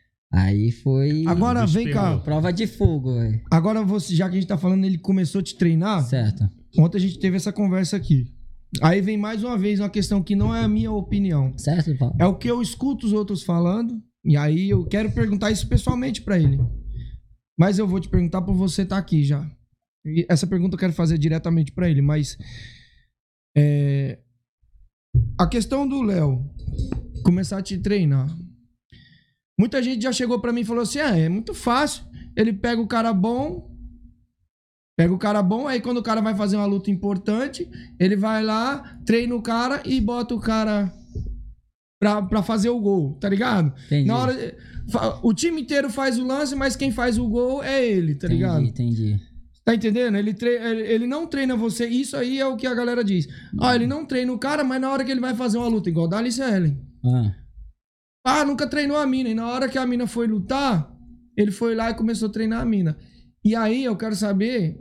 [SPEAKER 10] Aí foi...
[SPEAKER 8] Agora, vem cá.
[SPEAKER 10] Prova de fogo, velho.
[SPEAKER 8] Agora, já que a gente tá falando, ele começou a te treinar.
[SPEAKER 10] Certo.
[SPEAKER 8] Ontem a gente teve essa conversa aqui. Aí vem mais uma vez uma questão que não é a minha opinião.
[SPEAKER 10] Certo, Paulo.
[SPEAKER 8] É o que eu escuto os outros falando. E aí eu quero perguntar isso pessoalmente pra ele. Mas eu vou te perguntar por você estar aqui já. E essa pergunta eu quero fazer diretamente pra ele. Mas a questão do Léo começar a te treinar. Muita gente já chegou pra mim e falou assim: é muito fácil. Ele pega o cara bom, aí quando o cara vai fazer uma luta importante, ele vai lá, treina o cara e bota o cara pra fazer o gol, tá ligado?
[SPEAKER 10] Entendi.
[SPEAKER 8] Na hora, o time inteiro faz o lance, mas quem faz o gol é ele, tá ligado?
[SPEAKER 10] Entendi.
[SPEAKER 8] Tá entendendo? Ele não treina você, isso aí é o que a galera diz. Ele não treina o cara, mas na hora que ele vai fazer uma luta, igual o Dalice Ellen. nunca treinou a mina. E na hora que a mina foi lutar, ele foi lá e começou a treinar a mina. E aí eu quero saber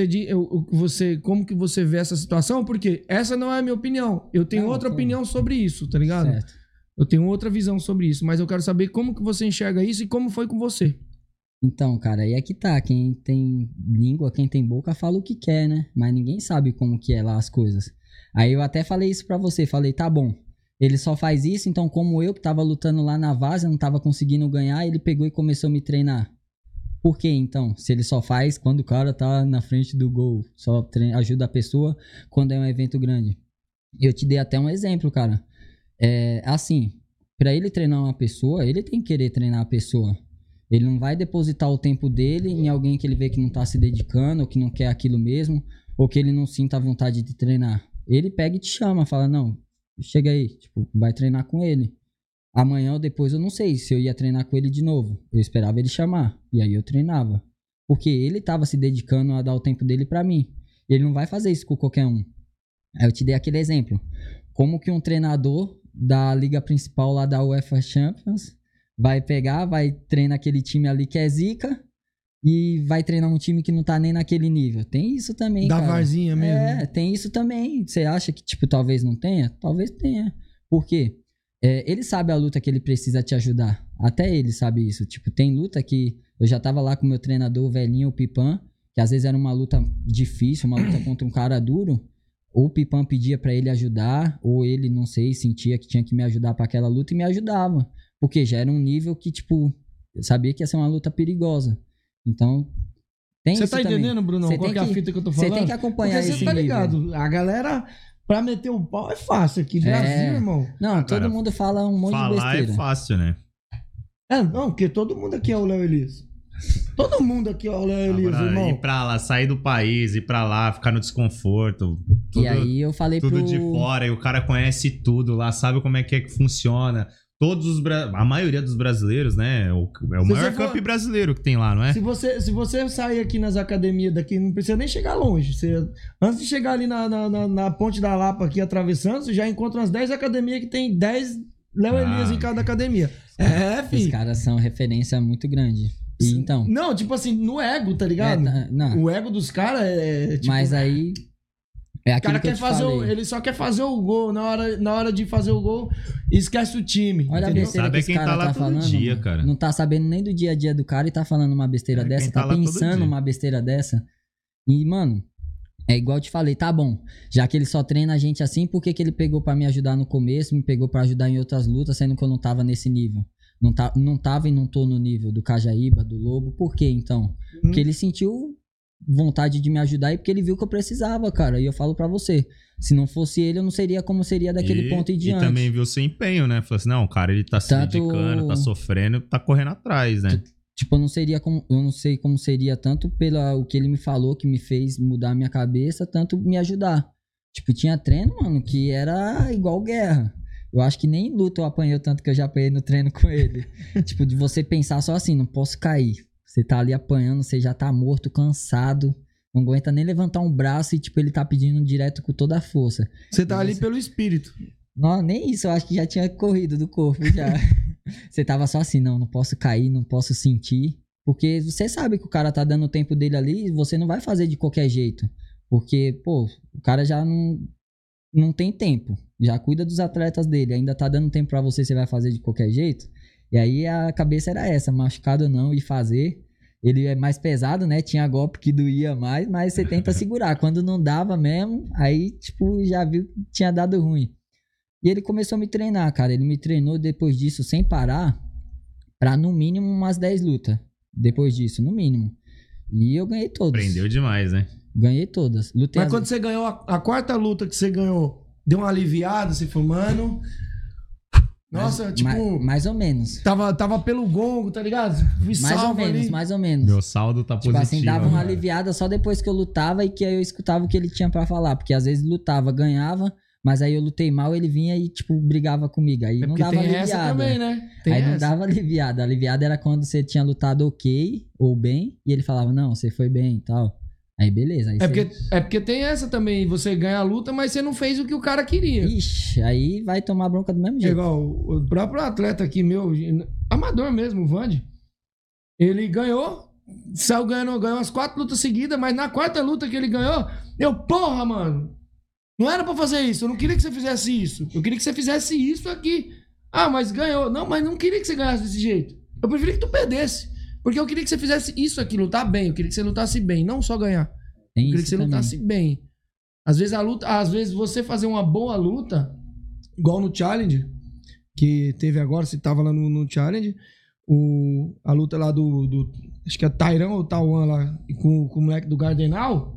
[SPEAKER 8] como que você vê essa situação, porque essa não é a minha opinião. Eu tenho outra opinião sobre isso, tá ligado?
[SPEAKER 10] Certo.
[SPEAKER 8] Eu tenho outra visão sobre isso, mas eu quero saber como que você enxerga isso e como foi com você.
[SPEAKER 10] Então, cara, aí é que tá. Quem tem língua, quem tem boca, fala o que quer, né? Mas ninguém sabe como que é lá as coisas. Aí eu até falei isso pra você. Falei, tá bom, ele só faz isso, então como eu que tava lutando lá na Várzea, não tava conseguindo ganhar, ele pegou e começou a me treinar. Por que então? Se ele só faz quando o cara tá na frente do gol, só ajuda a pessoa quando é um evento grande. Eu te dei até um exemplo, cara. Assim, pra ele treinar uma pessoa, ele tem que querer treinar a pessoa. Ele não vai depositar o tempo dele em alguém que ele vê que não tá se dedicando, ou que não quer aquilo mesmo, ou que ele não sinta a vontade de treinar. Ele pega e te chama, fala, não, chega aí, tipo, vai treinar com ele. Amanhã ou depois eu não sei se eu ia treinar com ele de novo. Eu esperava ele chamar, e aí eu treinava. Porque ele tava se dedicando a dar o tempo dele pra mim. Ele não vai fazer isso com qualquer um. Aí eu te dei aquele exemplo. Como que um treinador da liga principal lá da UEFA Champions vai pegar, vai treinar aquele time ali que é zica e vai treinar um time que não tá nem naquele nível. Tem isso também,
[SPEAKER 8] da
[SPEAKER 10] cara.
[SPEAKER 8] Varzinha mesmo.
[SPEAKER 10] Tem isso também. Você acha que, tipo, talvez não tenha? Talvez tenha. Por quê? Ele sabe a luta que ele precisa te ajudar. Até ele sabe isso. Tipo, tem luta que eu já tava lá com o meu treinador, o velhinho, o Pipan, que às vezes era uma luta difícil, uma luta contra um cara duro. Ou o Pipan pedia pra ele ajudar, ou ele, não sei, sentia que tinha que me ajudar pra aquela luta e me ajudava. Porque já era um nível que, tipo, eu sabia que ia ser uma luta perigosa. Então, tem isso também.
[SPEAKER 8] Você tá entendendo, Brunão? Qual que é a fita que eu tô falando?
[SPEAKER 10] Você tem que acompanhar esse
[SPEAKER 8] nível. Porque você tá ligado, a galera, pra meter o pau é fácil aqui. Brasil, irmão.
[SPEAKER 10] Não, todo mundo fala um monte de besteira.
[SPEAKER 9] Falar é fácil, né?
[SPEAKER 8] Não, porque todo mundo aqui é o Léo Elias. Todo mundo aqui é o Léo Elias, irmão.
[SPEAKER 9] Ir pra lá, sair do país, ir pra lá, ficar no desconforto. Tudo,
[SPEAKER 10] e aí eu falei
[SPEAKER 9] tudo de fora, e o cara conhece tudo lá, sabe como é que funciona. A maioria dos brasileiros, né? É o maior cup brasileiro que tem lá, não é?
[SPEAKER 8] Se você sair aqui nas academias daqui, não precisa nem chegar longe. Antes de chegar ali na Ponte da Lapa aqui, atravessando, você já encontra umas 10 academias que tem 10 Léo Elias em cada academia. Filho.
[SPEAKER 10] Os caras são referência muito grande. E então...
[SPEAKER 8] Não, tipo assim, no ego, tá ligado?
[SPEAKER 10] Não.
[SPEAKER 8] O ego dos caras tipo...
[SPEAKER 10] Mas aí...
[SPEAKER 8] O cara quer ele só quer fazer o gol. Na hora de fazer o gol, esquece o time.
[SPEAKER 10] Olha
[SPEAKER 8] entendeu?
[SPEAKER 10] a besteira que esse cara tá falando.
[SPEAKER 9] Dia, cara.
[SPEAKER 10] Não tá sabendo nem do dia a dia do cara e tá falando uma besteira dessa. Tá pensando uma besteira dessa. E, mano, é igual eu te falei, tá bom. Já que ele só treina a gente assim, por que ele pegou pra me ajudar no começo, me pegou pra ajudar em outras lutas, sendo que eu não tava nesse nível? Não tava e não tô no nível do Cajaíba, do Lobo. Por que, então? Porque ele sentiu vontade de me ajudar e porque ele viu que eu precisava, cara. E eu falo pra você, se não fosse ele, eu não seria como seria daquele ponto em diante.
[SPEAKER 9] E também viu seu empenho, né? Falou assim, não, cara, ele tá se dedicando, tá sofrendo, tá correndo atrás, né?
[SPEAKER 10] Tipo, eu não sei como seria tanto pelo que ele me falou, que me fez mudar a minha cabeça, tanto me ajudar. Tipo, tinha treino, mano, que era igual guerra. Eu acho que nem em luta eu apanhei tanto que eu já apanhei no treino com ele. Tipo, de você pensar só assim, não posso cair. Você tá ali apanhando, você já tá morto, cansado, não aguenta nem levantar um braço e, tipo, ele tá pedindo direto com toda a força.
[SPEAKER 8] Você tá ali pelo espírito.
[SPEAKER 10] Não, nem isso, eu acho que já tinha corrido do corpo, já. Você tava só assim, não posso cair, não posso sentir. Porque você sabe que o cara tá dando o tempo dele ali e você não vai fazer de qualquer jeito. Porque, pô, o cara já não tem tempo. Já cuida dos atletas dele, ainda tá dando tempo pra você vai fazer de qualquer jeito. E aí a cabeça era essa, machucado ou não, e fazer. Ele é mais pesado, né? Tinha golpe que doía mais, mas você tenta segurar. Quando não dava mesmo, aí, tipo, já viu que tinha dado ruim. E ele começou a me treinar, cara. Ele me treinou depois disso, sem parar, pra no mínimo umas 10 lutas. Depois disso, no mínimo. E eu ganhei todas.
[SPEAKER 9] Aprendeu demais, né?
[SPEAKER 10] Ganhei todas. Lutei
[SPEAKER 8] mas quando você ganhou a quarta luta que você ganhou, deu uma aliviada, você foi, mano... Nossa, tipo...
[SPEAKER 10] Mais ou menos.
[SPEAKER 8] Tava pelo gongo, tá ligado?
[SPEAKER 10] Mais ou menos.
[SPEAKER 9] Meu saldo tá positivo.
[SPEAKER 10] Tipo assim, dava uma aliviada só depois que eu lutava e que aí eu escutava o que ele tinha pra falar. Porque às vezes lutava, ganhava, mas aí eu lutei mal, ele vinha e, tipo, brigava comigo. Aí não dava aliviada. Essa também, né? Não dava aliviada. A aliviada era quando você tinha lutado ok ou bem e ele falava, não, você foi bem e tal. Aí beleza. Aí
[SPEAKER 8] porque tem essa também, você ganha a luta, mas você não fez o que o cara queria.
[SPEAKER 10] Ixi, aí vai tomar bronca do mesmo jeito.
[SPEAKER 8] Igual o próprio atleta aqui, meu, amador mesmo, o Vande, ele saiu ganhou umas 4 lutas seguidas, mas na 4ª luta que ele ganhou, porra, mano, não era pra fazer isso, eu não queria que você fizesse isso, eu queria que você fizesse isso aqui. Ah, mas ganhou. Não, mas não queria que você ganhasse desse jeito. Eu preferia que tu perdesse. Porque eu queria que você fizesse isso aqui, lutar bem. Eu queria que você lutasse bem, não só ganhar. Eu queria que você lutasse bem. Às vezes você fazer uma boa luta, igual no Challenge, que teve agora, você tava lá no Challenge, a luta lá do acho que é Tairão ou Tauan lá, com o moleque do Gardenal.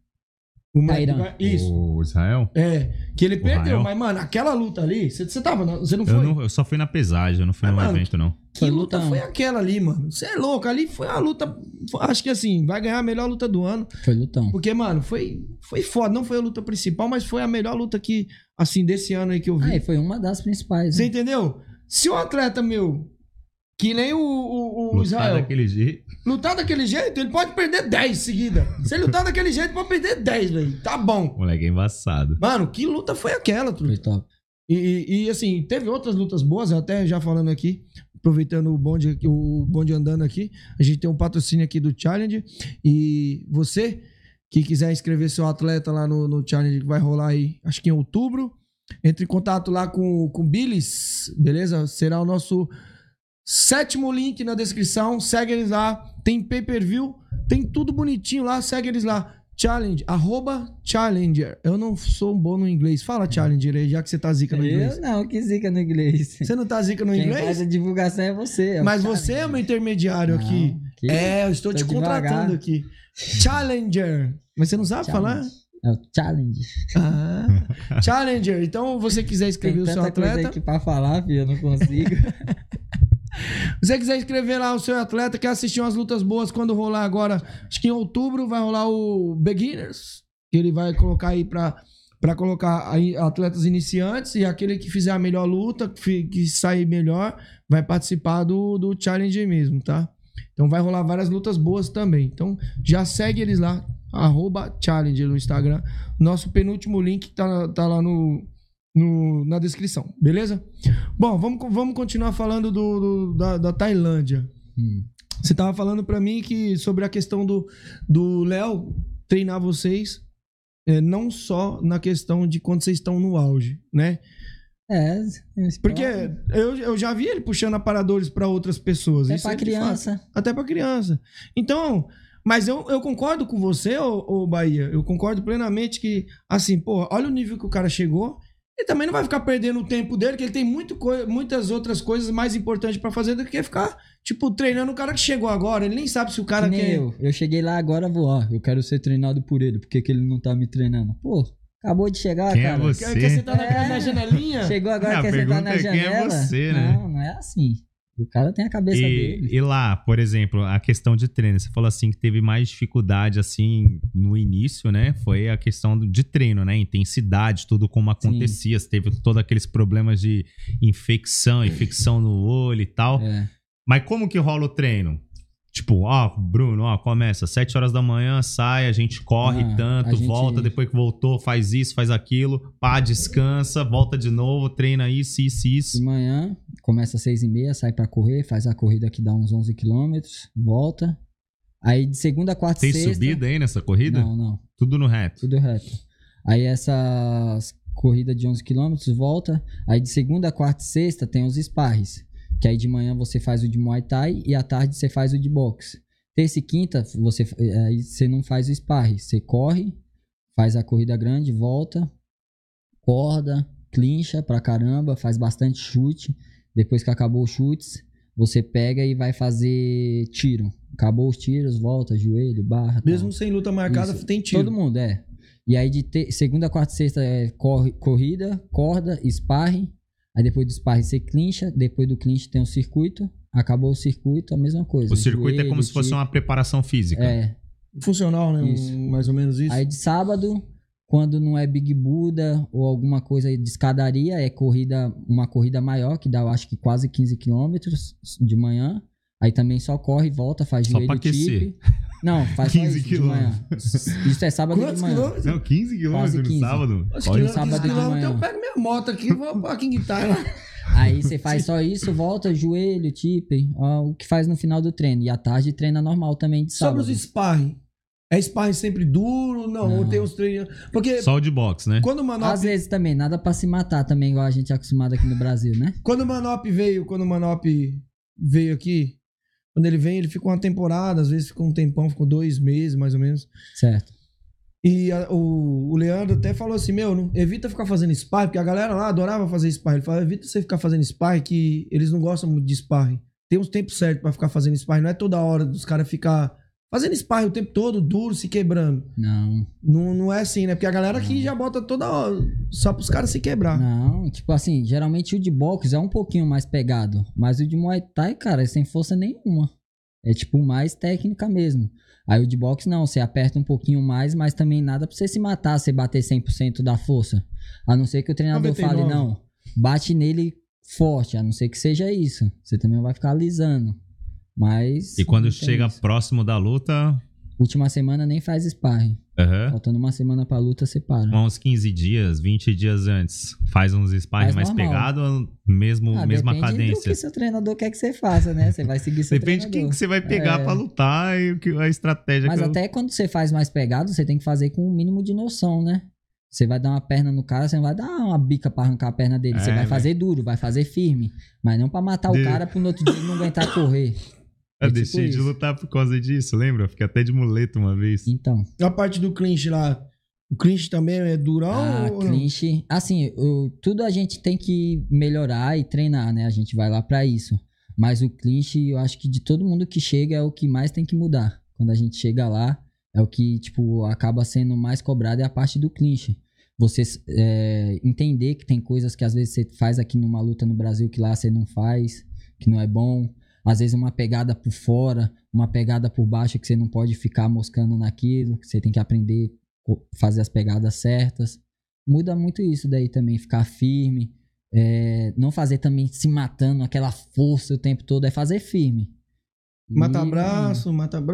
[SPEAKER 8] Isso.
[SPEAKER 9] O Israel?
[SPEAKER 8] Que ele perdeu.
[SPEAKER 9] Israel.
[SPEAKER 8] Mas, mano, aquela luta ali, você tava, você não foi?
[SPEAKER 9] Eu só fui na pesagem, eu não fui no evento, não.
[SPEAKER 8] Que luta foi aquela ali, mano? Você é louco, ali foi uma luta, acho que assim, vai ganhar a melhor luta do ano.
[SPEAKER 10] Foi lutão.
[SPEAKER 8] Porque, mano, foi foda, não foi a luta principal, mas foi a melhor luta que, assim, desse ano aí que eu vi.
[SPEAKER 10] Foi uma das principais.
[SPEAKER 8] Você entendeu? Se um atleta, meu, que nem o Israel... Lutar daquele jeito, ele pode perder 10 seguida. Se ele lutar daquele jeito, pode perder 10, velho. Tá bom.
[SPEAKER 9] Moleque, é embaçado.
[SPEAKER 8] Mano, que luta foi aquela, truta?
[SPEAKER 10] Foi top.
[SPEAKER 8] E assim, teve outras lutas boas, até já falando aqui, aproveitando o bonde andando aqui, a gente tem um patrocínio aqui do Challenge, e você que quiser inscrever seu atleta lá no Challenge, que vai rolar aí, acho que em outubro, entre em contato lá com o Billis, beleza? Será o nosso 7º link na descrição, segue eles lá, tem pay-per-view, tem tudo bonitinho lá, segue eles lá. Challenge, @Challenger. Eu não sou bom no inglês. Fala Challenger aí, já que você tá zica no inglês.
[SPEAKER 10] Eu não, que zica no inglês.
[SPEAKER 8] Você não tá zica no
[SPEAKER 10] Quem
[SPEAKER 8] inglês?
[SPEAKER 10] faz a divulgação é você.
[SPEAKER 8] Mas você é o meu intermediário aqui. Eu estou te contratando aqui. Challenger. Mas você não sabe falar?
[SPEAKER 10] É o Challenge.
[SPEAKER 8] Challenger. Então, você quiser escrever o seu atleta...
[SPEAKER 10] Tem tanta coisa aqui pra falar, filho, eu não consigo.
[SPEAKER 8] Se você quiser escrever lá o seu atleta, quer assistir umas lutas boas quando rolar agora, acho que em outubro vai rolar o Beginners, que ele vai colocar aí pra colocar aí atletas iniciantes, e aquele que fizer a melhor luta, que sair melhor, vai participar do Challenge mesmo, tá? Então vai rolar várias lutas boas também. Então já segue eles lá, @Challenger no Instagram. Nosso penúltimo link tá lá na descrição, beleza? Bom, vamos continuar falando da Tailândia. Você tava falando pra mim sobre a questão do Léo treinar vocês, não só na questão de quando vocês estão no auge, né? Porque eu já vi ele puxando aparadores pra outras pessoas.
[SPEAKER 10] Até pra criança.
[SPEAKER 8] Até pra criança. Então, mas eu concordo com você, ô Bahia. Eu concordo plenamente que, assim, pô, olha o nível que o cara chegou. Ele também não vai ficar perdendo o tempo dele, que ele tem muitas outras coisas mais importantes pra fazer do que ficar, tipo, treinando o cara que chegou agora. Ele nem sabe se o cara quer...
[SPEAKER 10] Eu cheguei lá agora, eu quero ser treinado por ele. Por que ele não tá me treinando? Pô, acabou de chegar,
[SPEAKER 9] quem
[SPEAKER 10] cara.
[SPEAKER 9] É você?
[SPEAKER 8] Quer sentar na janelinha?
[SPEAKER 10] Chegou agora, quer sentar na janela?
[SPEAKER 9] Quem é você, né?
[SPEAKER 10] Não é assim. O cara tem a cabeça dele.
[SPEAKER 9] E lá, por exemplo, a questão de treino. Você falou assim que teve mais dificuldade assim no início, né? Foi a questão de treino, né? Intensidade, tudo como acontecia. Você teve todos aqueles problemas de infecção no olho e tal. Mas como que rola o treino? Tipo, Bruno, começa 7 horas da manhã, sai, a gente corre tanto, volta, depois que voltou, faz isso, faz aquilo, descansa, volta de novo, treina isso.
[SPEAKER 10] De manhã, começa às 6h30, sai pra correr, faz a corrida que dá uns 11 km, volta. Aí de segunda, quarta e sexta...
[SPEAKER 9] Tem subida aí nessa corrida?
[SPEAKER 10] Não.
[SPEAKER 9] Tudo no reto?
[SPEAKER 10] Tudo reto. Aí essa corrida de 11 km, volta. Aí de segunda, quarta e sexta tem os sparres. Que aí de manhã você faz o de Muay Thai e à tarde você faz o de boxe. Terça e quinta aí você não faz o sparring. Você corre, faz a corrida grande, volta, corda, clincha pra caramba, faz bastante chute. Depois que acabou os chutes, você pega e vai fazer tiro. Acabou os tiros, volta, joelho, barra.
[SPEAKER 8] Mesmo sem luta marcada, tem tiro.
[SPEAKER 10] Todo mundo, E aí de segunda, quarta e sexta é corrida, corda, sparring. Aí depois do sparring você clincha, depois do clinch tem o circuito, acabou o circuito, a mesma coisa.
[SPEAKER 9] O circuito é como se fosse uma preparação física.
[SPEAKER 8] Funcional, né?
[SPEAKER 10] Isso.
[SPEAKER 8] Mais ou menos isso.
[SPEAKER 10] Aí de sábado, quando não é Big Buda ou alguma coisa de escadaria, é uma corrida maior, que dá, eu acho que quase 15 km de manhã. Aí também só corre, volta, faz
[SPEAKER 9] só
[SPEAKER 10] joelho
[SPEAKER 9] pra aquecer.
[SPEAKER 10] tip. Não, faz
[SPEAKER 9] 15
[SPEAKER 10] só isso de manhã. Isso é sábado
[SPEAKER 8] Quantos
[SPEAKER 10] de manhã.
[SPEAKER 8] quilômetros?
[SPEAKER 9] Não, 15 quilômetros no
[SPEAKER 10] 15.
[SPEAKER 9] sábado.
[SPEAKER 8] Acho
[SPEAKER 10] Olha,
[SPEAKER 8] que
[SPEAKER 10] sábado de
[SPEAKER 8] quilômetros,
[SPEAKER 10] manhã.
[SPEAKER 8] eu pego minha moto aqui e vou pra King Guitar.
[SPEAKER 10] Aí você faz só isso, volta, joelho, tipe, o que faz no final do treino. E à tarde treina normal também de sábado.
[SPEAKER 8] Sobre os sparring. É sparring sempre duro? Não. Ou tem os treinos... Porque
[SPEAKER 9] Só o de boxe, né?
[SPEAKER 8] quando o Manop...
[SPEAKER 10] Às vezes também, nada pra se matar também, igual a gente é acostumado aqui no Brasil, né?
[SPEAKER 8] Quando o Manop veio aqui, quando ele vem, ele fica uma temporada, às vezes fica um tempão, ficou 2 meses, mais ou menos.
[SPEAKER 10] Certo.
[SPEAKER 8] E o Leandro até falou assim, não, evita ficar fazendo sparring, porque a galera lá adorava fazer sparring. Ele falou, evita você ficar fazendo sparring, que eles não gostam muito de sparring. Tem uns tempos certos pra ficar fazendo sparring, não é toda hora dos caras ficar fazendo sparring o tempo todo, duro, se quebrando. Não é assim, né? Porque a galera aqui já bota toda hora, só pros caras se quebrar.
[SPEAKER 10] Não, tipo assim, geralmente o de boxe é um pouquinho mais pegado, mas o de Muay Thai, cara, é sem força nenhuma. É tipo mais técnica mesmo. Aí o de boxe não, você aperta um pouquinho mais, mas também nada pra você se matar, você bater 100% da força. A não ser que o treinador
[SPEAKER 8] 99.
[SPEAKER 10] fale, não, bate nele forte, a não ser que seja isso. Você também vai ficar alisando. Mas...
[SPEAKER 9] E quando
[SPEAKER 10] não tem
[SPEAKER 9] chega
[SPEAKER 10] isso.
[SPEAKER 9] próximo da luta...
[SPEAKER 10] Última semana nem faz sparring. Faltando uma semana pra luta, você para.
[SPEAKER 9] Uns 15 dias, 20 dias antes. Faz uns sparring
[SPEAKER 10] Faz
[SPEAKER 9] mais
[SPEAKER 10] normal.
[SPEAKER 9] pegado ou mesma
[SPEAKER 10] Depende
[SPEAKER 9] cadência?
[SPEAKER 10] do que seu treinador quer que você faça, né? Você vai seguir seu
[SPEAKER 9] Depende de
[SPEAKER 10] treinador.
[SPEAKER 9] quem que você vai pegar pra lutar e a estratégia
[SPEAKER 10] Mas
[SPEAKER 9] que
[SPEAKER 10] até quando você faz mais pegado, você tem que fazer com o mínimo de noção, né? Você vai dar uma perna no cara, você não vai dar uma bica pra arrancar a perna dele. Você vai fazer duro, vai fazer firme. Mas não pra matar o cara pro no outro dia ele não aguentar correr.
[SPEAKER 9] Eu deixei de lutar por causa disso, lembra? Eu fiquei até de muleta uma vez.
[SPEAKER 10] Então.
[SPEAKER 8] A parte do clinch lá, o clinch também é durão? Ou
[SPEAKER 10] Clinch, assim, tudo a gente tem que melhorar e treinar, né? A gente vai lá pra isso. Mas o clinch, eu acho que de todo mundo que chega é o que mais tem que mudar. Quando a gente chega lá, é o que, tipo, acaba sendo mais cobrado, é a parte do clinch. Você entender que tem coisas que às vezes você faz aqui numa luta no Brasil que lá você não faz, que não é bom. Às vezes uma pegada por fora, uma pegada por baixo que você não pode ficar moscando naquilo, que você tem que aprender a fazer as pegadas certas. Muda muito isso daí também, ficar firme, não fazer também se matando, aquela força o tempo todo, é fazer firme.
[SPEAKER 8] Mata braço.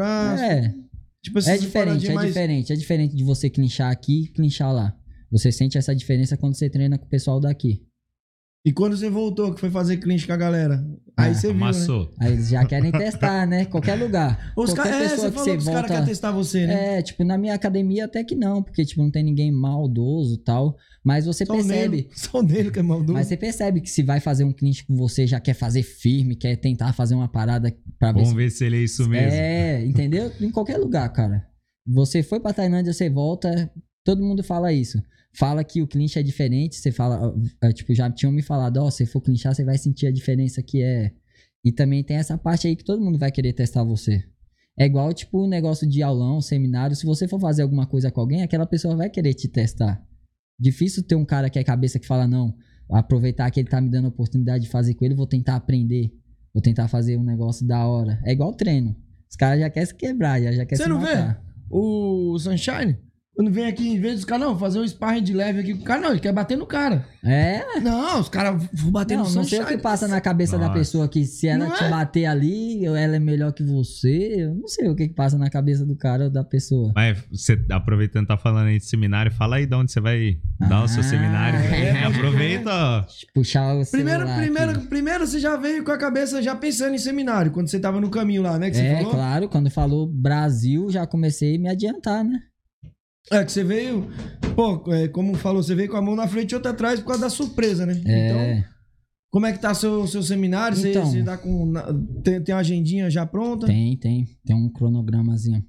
[SPEAKER 8] Tipo,
[SPEAKER 10] É diferente de você clinchar aqui e clinchar lá. Você sente essa diferença quando você treina com o pessoal daqui.
[SPEAKER 8] E quando você voltou, que foi fazer clinch com a galera? Aí você viu, né?
[SPEAKER 10] Aí eles já querem testar, né? Qualquer lugar. Qualquer pessoa
[SPEAKER 8] você falou que os caras querem testar você, né?
[SPEAKER 10] Tipo, na minha academia até que não, porque, tipo, não tem ninguém maldoso e tal. Mas você percebe...
[SPEAKER 8] Só o Nelo que é maldoso.
[SPEAKER 10] Mas você percebe que se vai fazer um clinch com você, já quer fazer firme, quer tentar fazer uma parada pra ver
[SPEAKER 9] Vamos ver se ele é isso mesmo.
[SPEAKER 10] Entendeu? Em qualquer lugar, cara. Você foi pra Tailândia, você volta, todo mundo fala isso. Fala que o clinch é diferente, você fala, tipo, já tinham me falado, se for clinchar, você vai sentir a diferença que é. E também tem essa parte aí que todo mundo vai querer testar você. É igual, tipo, o negócio de aulão, seminário, se você for fazer alguma coisa com alguém, aquela pessoa vai querer te testar. Difícil ter um cara que é cabeça que fala, não, aproveitar que ele tá me dando a oportunidade de fazer com ele, vou tentar aprender, vou tentar fazer um negócio da hora. É igual treino. Os caras já querem se quebrar, já querem se matar.
[SPEAKER 8] Você não vê? O Sunshine... Quando vem aqui, em vez dos caras, não, fazer um sparring de leve aqui com o cara, não, ele quer bater no cara. Não, os caras vão bater no Sunshine.
[SPEAKER 10] Não sei o que passa na cabeça da pessoa que se ela te bater ali, ela é melhor que você. Eu não sei o que passa na cabeça do cara ou da pessoa.
[SPEAKER 9] Mas você, aproveitando, tá falando aí de seminário, fala aí de onde você vai dar o seu seminário. Aproveita, ó.
[SPEAKER 10] Puxar o
[SPEAKER 8] Primeiro você já veio com a cabeça já pensando em seminário, quando você tava no caminho lá, né? Que você falou?
[SPEAKER 10] Claro, quando falou Brasil, já comecei a me adiantar, né?
[SPEAKER 8] É que você veio, como falou, você veio com a mão na frente e outra atrás por causa da surpresa, né? Então, como é que tá seu seminário?
[SPEAKER 10] Então,
[SPEAKER 8] você tá com, tem uma agendinha já pronta?
[SPEAKER 10] Tem um cronogramazinho.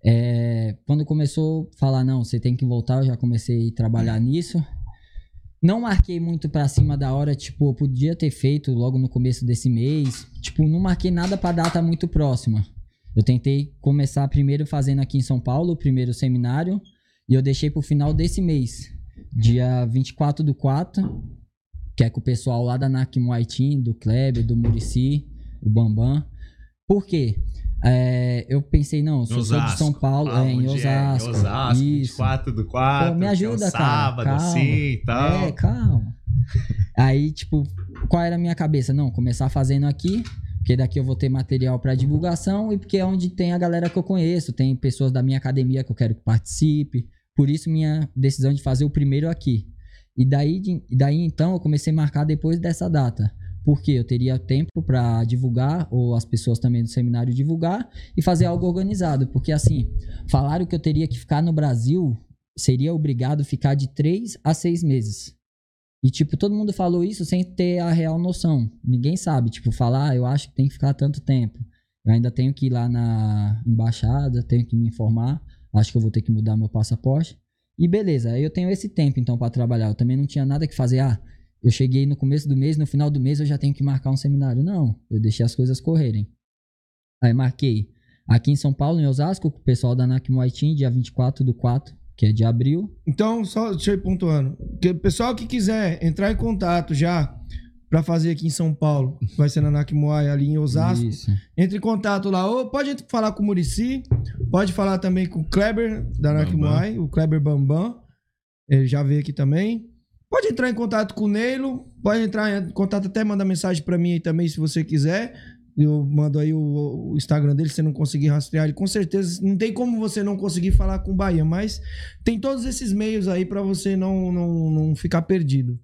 [SPEAKER 10] Quando começou a falar, não, você tem que voltar, eu já comecei a trabalhar nisso. Não marquei muito pra cima da hora, tipo, eu podia ter feito logo no começo desse mês. Tipo, não marquei nada pra data muito próxima. Eu tentei começar primeiro fazendo aqui em São Paulo, o primeiro seminário. E eu deixei pro final desse mês, dia 24/4, que é com o pessoal lá da NAC Muay Thai, do Kleber, do Muricy, do Bambam. Por quê? Eu pensei, não, eu sou de São Paulo, em Osasco. Isso.
[SPEAKER 9] 24/4,
[SPEAKER 10] me ajuda,
[SPEAKER 9] que é um sábado,
[SPEAKER 10] calma.
[SPEAKER 9] assim e tal.
[SPEAKER 10] Calma. Aí, tipo, qual era a minha cabeça? Não, começar fazendo aqui, Porque daqui eu vou ter material pra divulgação e porque é onde tem a galera que eu conheço, tem pessoas da minha academia que eu quero que participe. Por isso minha decisão de fazer o primeiro aqui. E daí então eu comecei a marcar depois dessa data. Porque eu teria tempo pra divulgar, ou as pessoas também do seminário divulgar, e fazer algo organizado. Porque assim, falaram que eu teria que ficar no Brasil, seria obrigado a ficar de 3 a 6 meses. E, tipo, todo mundo falou isso sem ter a real noção. Ninguém sabe, tipo, falar, eu acho que tem que ficar tanto tempo. Eu ainda tenho que ir lá na embaixada, tenho que me informar. Acho que eu vou ter que mudar meu passaporte. E beleza, aí eu tenho esse tempo, então, pra trabalhar. Eu também não tinha nada que fazer. Eu cheguei no começo do mês, no final do mês eu já tenho que marcar um seminário. Não, eu deixei as coisas correrem. Aí marquei aqui em São Paulo, em Osasco, com o pessoal da NAC Muay Thai, dia 24/4. Que é de abril.
[SPEAKER 8] Então, só deixa eu ir pontuando. O pessoal que quiser entrar em contato já pra fazer aqui em São Paulo, vai ser na NAC Muay ali em Osasco. Isso. Entre em contato lá. Ou pode falar com o Muricy, pode falar também com o Kleber da NAC Muay, o Kleber Bambam. Ele já veio aqui também. Pode entrar em contato com o Neilo, pode entrar em contato, até mandar mensagem pra mim aí também, se você quiser. Eu mando aí o Instagram dele, se você não conseguir rastrear ele, com certeza, não tem como você não conseguir falar com o Bahia, mas tem todos esses meios aí pra você não ficar perdido.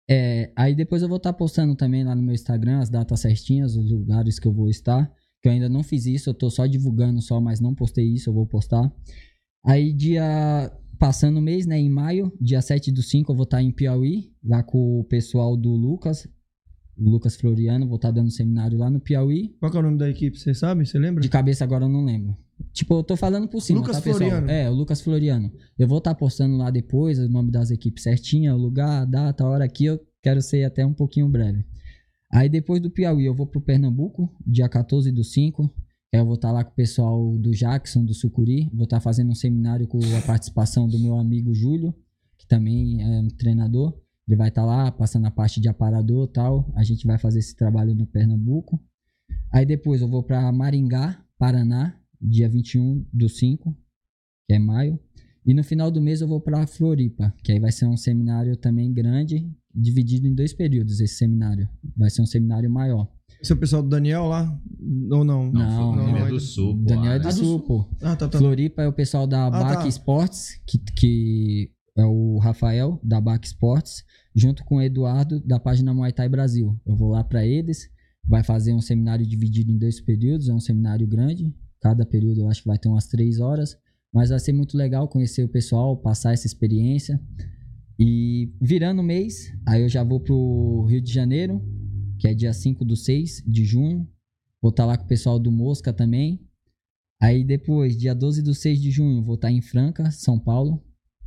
[SPEAKER 10] Aí depois eu vou estar postando também lá no meu Instagram as datas certinhas, os lugares que eu vou estar, que eu ainda não fiz isso, eu tô só divulgando só, mas não postei isso, eu vou postar. Aí passando o mês, né, em maio, dia 7/5 eu vou estar em Piauí, lá com o pessoal do Lucas Floriano, vou estar dando seminário lá no Piauí.
[SPEAKER 8] Qual que é o nome da equipe, você sabe? Você lembra?
[SPEAKER 10] De cabeça agora eu não lembro. Tipo, eu tô falando por cima,
[SPEAKER 8] Lucas
[SPEAKER 10] tá, pessoal?
[SPEAKER 8] Floriano.
[SPEAKER 10] O Lucas Floriano. Eu vou estar postando lá depois o nome das equipes certinho, o lugar, a data, a hora aqui, eu quero ser até um pouquinho breve. Aí depois do Piauí eu vou pro Pernambuco, dia 14/5. Aí eu vou estar lá com o pessoal do Jackson, do Sucuri. Vou estar fazendo um seminário com a participação do meu amigo Júlio, que também é um treinador. Ele vai estar lá passando a parte de aparador e tal. A gente vai fazer esse trabalho no Pernambuco. Aí depois eu vou para Maringá, Paraná, dia 21/5, que é maio. E no final do mês eu vou para Floripa, que aí vai ser um seminário também grande, dividido em 2 períodos esse seminário. Vai ser um seminário maior.
[SPEAKER 8] Esse é o pessoal do Daniel lá? Ou não?
[SPEAKER 10] Não,
[SPEAKER 9] é do Sul.
[SPEAKER 10] Daniel é do Sul, pô.
[SPEAKER 8] Tá.
[SPEAKER 10] Floripa é o pessoal da BAC Sports, que é o Rafael, da BAC Sports, junto com o Eduardo, da página Muay Thai Brasil. Eu vou lá para eles, vai fazer um seminário dividido em 2 períodos, é um seminário grande, cada período eu acho que vai ter umas 3 horas, mas vai ser muito legal conhecer o pessoal, passar essa experiência. E virando o mês, aí eu já vou pro Rio de Janeiro, que é dia 5/6 de junho, vou estar lá com o pessoal do Mosca também. Aí depois, dia 12/6 de junho, vou estar em Franca, São Paulo.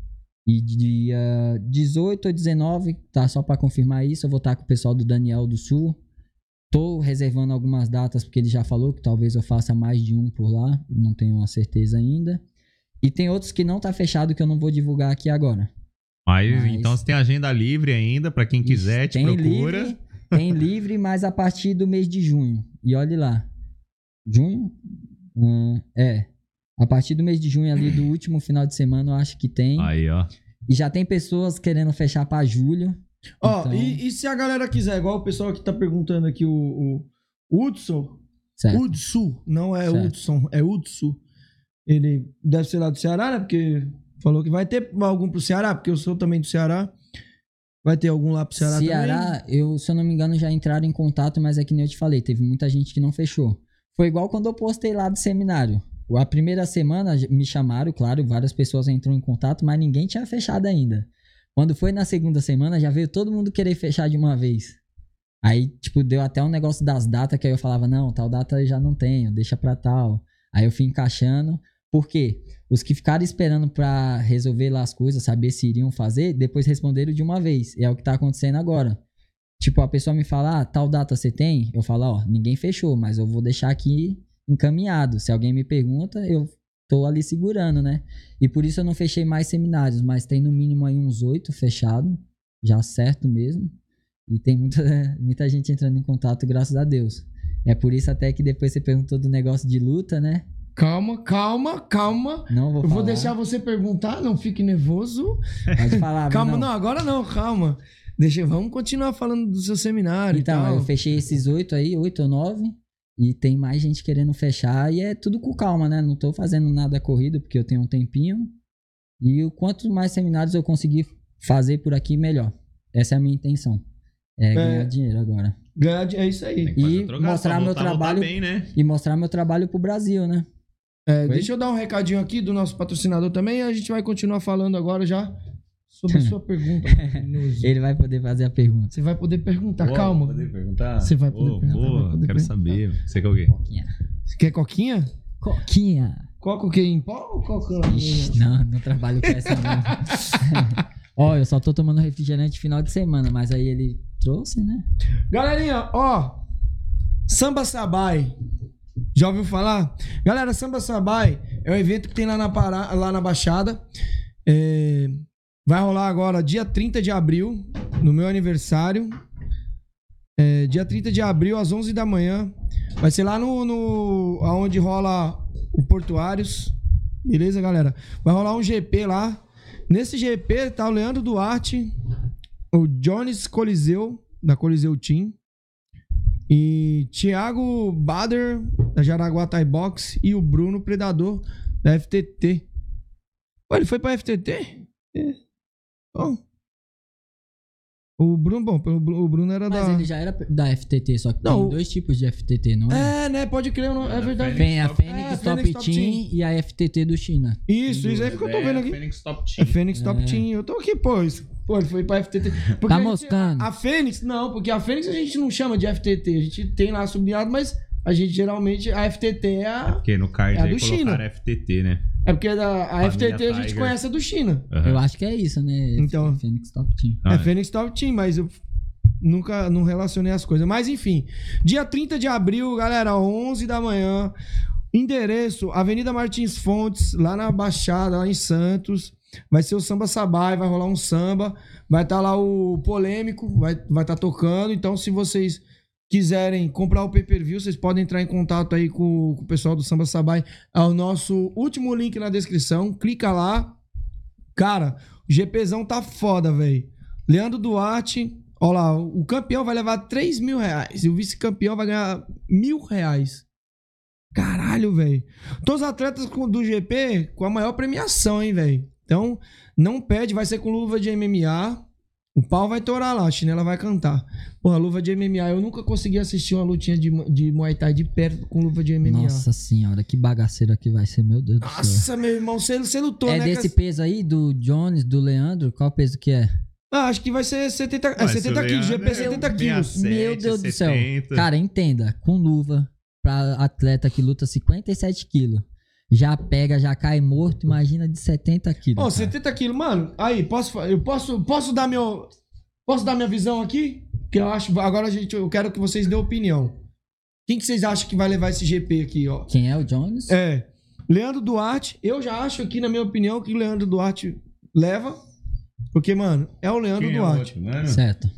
[SPEAKER 10] E dia 18 ou 19, tá? Só para confirmar isso, eu vou estar com o pessoal do Daniel do Sul. Tô reservando algumas datas, porque ele já falou que talvez eu faça mais de um por lá. Não tenho uma certeza ainda. E tem outros que não tá fechado, que eu não vou divulgar aqui agora.
[SPEAKER 9] Mas então você tem agenda livre ainda, para quem quiser, te procura.
[SPEAKER 10] Tem livre, mas a partir do mês de junho. E olhe lá. Junho? A partir do mês de junho ali, do último final de semana, eu acho que tem.
[SPEAKER 9] Aí, ó.
[SPEAKER 10] E já tem pessoas querendo fechar pra julho.
[SPEAKER 8] Ó, então... e se a galera quiser, igual o pessoal que tá perguntando aqui, o Hudson.
[SPEAKER 10] Certo.
[SPEAKER 8] Hudson, não é
[SPEAKER 10] Certo.
[SPEAKER 8] Hudson, é Hudson. Ele deve ser lá do Ceará, né? Porque falou que vai ter algum pro Ceará, porque eu sou também do Ceará. Vai ter algum lá pro Ceará também?
[SPEAKER 10] Se eu não me engano, já entraram em contato, mas é que nem eu te falei, teve muita gente que não fechou. Foi igual quando eu postei lá do seminário. A primeira semana me chamaram, claro, várias pessoas entraram em contato, mas ninguém tinha fechado ainda. Quando foi na segunda semana, já veio todo mundo querer fechar de uma vez. Aí, tipo, deu até um negócio das datas, que aí eu falava, não, tal data eu já não tenho, deixa pra tal. Aí eu fui encaixando. Por quê? Os que ficaram esperando pra resolver lá as coisas, saber se iriam fazer, depois responderam de uma vez. E é o que tá acontecendo agora. Tipo, a pessoa me fala, tal data você tem? Eu falo, ó, ninguém fechou, mas eu vou deixar aqui encaminhado. Se alguém me pergunta, eu tô ali segurando, né? E por isso eu não fechei mais seminários, mas tem no mínimo aí uns 8 fechados, já certo mesmo. E tem muita gente entrando em contato, graças a Deus. É por isso até que depois você perguntou do negócio de luta, né?
[SPEAKER 8] Calma.
[SPEAKER 10] Não vou falar.
[SPEAKER 8] Eu vou deixar você perguntar, não fique nervoso.
[SPEAKER 10] Pode falar,
[SPEAKER 8] calma,
[SPEAKER 10] não.
[SPEAKER 8] Não, agora não, calma. Vamos continuar falando do seu seminário
[SPEAKER 10] então,
[SPEAKER 8] e tal.
[SPEAKER 10] eu fechei esses 8 aí, 8 ou 9. E tem mais gente querendo fechar e é tudo com calma, né? Não tô fazendo nada corrido porque eu tenho um tempinho. E o quanto mais seminários eu conseguir fazer por aqui, melhor. Essa é a minha intenção. Ganhar dinheiro agora.
[SPEAKER 8] É isso aí.
[SPEAKER 10] E mostrar meu trabalho
[SPEAKER 9] bem, né?
[SPEAKER 10] e mostrar meu trabalho pro Brasil, né?
[SPEAKER 8] Deixa eu dar um recadinho aqui do nosso patrocinador também e a gente vai continuar falando agora já sobre a sua pergunta.
[SPEAKER 10] Ele vai poder fazer a pergunta.
[SPEAKER 8] Você vai poder perguntar, calma.
[SPEAKER 9] Poder perguntar?
[SPEAKER 8] Você vai poder perguntar.
[SPEAKER 9] Quero saber. Você quer o quê?
[SPEAKER 10] Coquinha.
[SPEAKER 8] Você quer coquinha?
[SPEAKER 10] Coquinha.
[SPEAKER 8] Coca o quê? Em pó ou coca?
[SPEAKER 10] Não trabalho com essa não. Ó, eu só tô tomando refrigerante final de semana, mas aí ele trouxe, né?
[SPEAKER 8] Galerinha, ó, Samba Sabai. Já ouviu falar? Galera, Samba Sabai é um evento que tem lá na Baixada. Vai rolar agora dia 30 de abril, no meu aniversário. Dia 30 de abril, às 11 da manhã. Vai ser lá onde rola o Portuários. Beleza, galera? Vai rolar um GP lá. Nesse GP tá o Leandro Duarte, o Jones Coliseu, da Coliseu Team, e Thiago Bader, da Jaraguá Thai Box, e o Bruno Predador, da FTT. Pô, ele foi pra FTT? Bom. O Bruno era
[SPEAKER 10] Mas ele já era da FTT, só que tem dois tipos de FTT, não é?
[SPEAKER 8] Né? Pode crer, é verdade.
[SPEAKER 10] Tem a Fênix Top Team e a FTT do China.
[SPEAKER 8] Isso é que eu tô vendo aqui.
[SPEAKER 9] Fênix Top Team.
[SPEAKER 8] É Fênix Top Team. Eu tô aqui, pô. Ele foi pra FTT. Porque
[SPEAKER 10] tá moscando.
[SPEAKER 8] A Fênix, não, porque a Fênix a gente não chama de FTT. A gente tem lá sublinhado, mas a gente geralmente, a FTT é a.
[SPEAKER 9] Porque no card
[SPEAKER 8] aí
[SPEAKER 9] do China. FTT, né?
[SPEAKER 8] É porque a FTT a gente conhece a do China.
[SPEAKER 10] Eu acho que é isso, né?
[SPEAKER 8] Então,
[SPEAKER 10] Fênix Top Team.
[SPEAKER 8] Fênix Top Team, mas eu nunca não relacionei as coisas. Mas enfim, dia 30 de abril, galera, 11 da manhã. Endereço, Avenida Martins Fontes, lá na Baixada, lá em Santos. Vai ser o Samba Sabai, vai rolar um samba. Vai estar lá o Polêmico, vai estar tocando. Então, se vocês quiserem comprar o pay-per-view, vocês podem entrar em contato aí com o pessoal do Samba Sabai. É o nosso último link na descrição. Clica lá. Cara, o GPzão tá foda, velho. Leandro Duarte, ó lá, o campeão vai levar R$3.000 e o vice-campeão vai ganhar R$1.000. Caralho, velho. Todos os atletas do GP com a maior premiação, hein, velho. Então, não perde, vai ser com luva de MMA. O pau vai torar lá, a chinela vai cantar. Porra, luva de MMA. Eu nunca consegui assistir uma lutinha de Muay Thai de perto com luva de MMA.
[SPEAKER 10] Nossa senhora, que bagaceira que vai ser, meu Deus do céu.
[SPEAKER 8] Nossa, meu irmão, você lutou, né?
[SPEAKER 10] É desse peso aí, do Jones, do Leandro? Qual peso que é?
[SPEAKER 8] Acho que vai ser 70 quilos, GP 70 quilos.
[SPEAKER 10] Meu Deus do céu. Cara, entenda, com luva, pra atleta que luta 57 quilos. Já pega, já cai morto, imagina de 70 quilos.
[SPEAKER 8] Ó, 70 quilos, mano. Aí, posso dar minha visão aqui? Que eu acho. Agora, eu quero que vocês dêem opinião. Quem que vocês acham que vai levar esse GP aqui, ó?
[SPEAKER 10] Quem é o Jones?
[SPEAKER 8] Leandro Duarte. Eu já acho aqui, na minha opinião, que o Leandro Duarte leva. Porque, mano, é o Leandro Duarte.
[SPEAKER 10] Certo.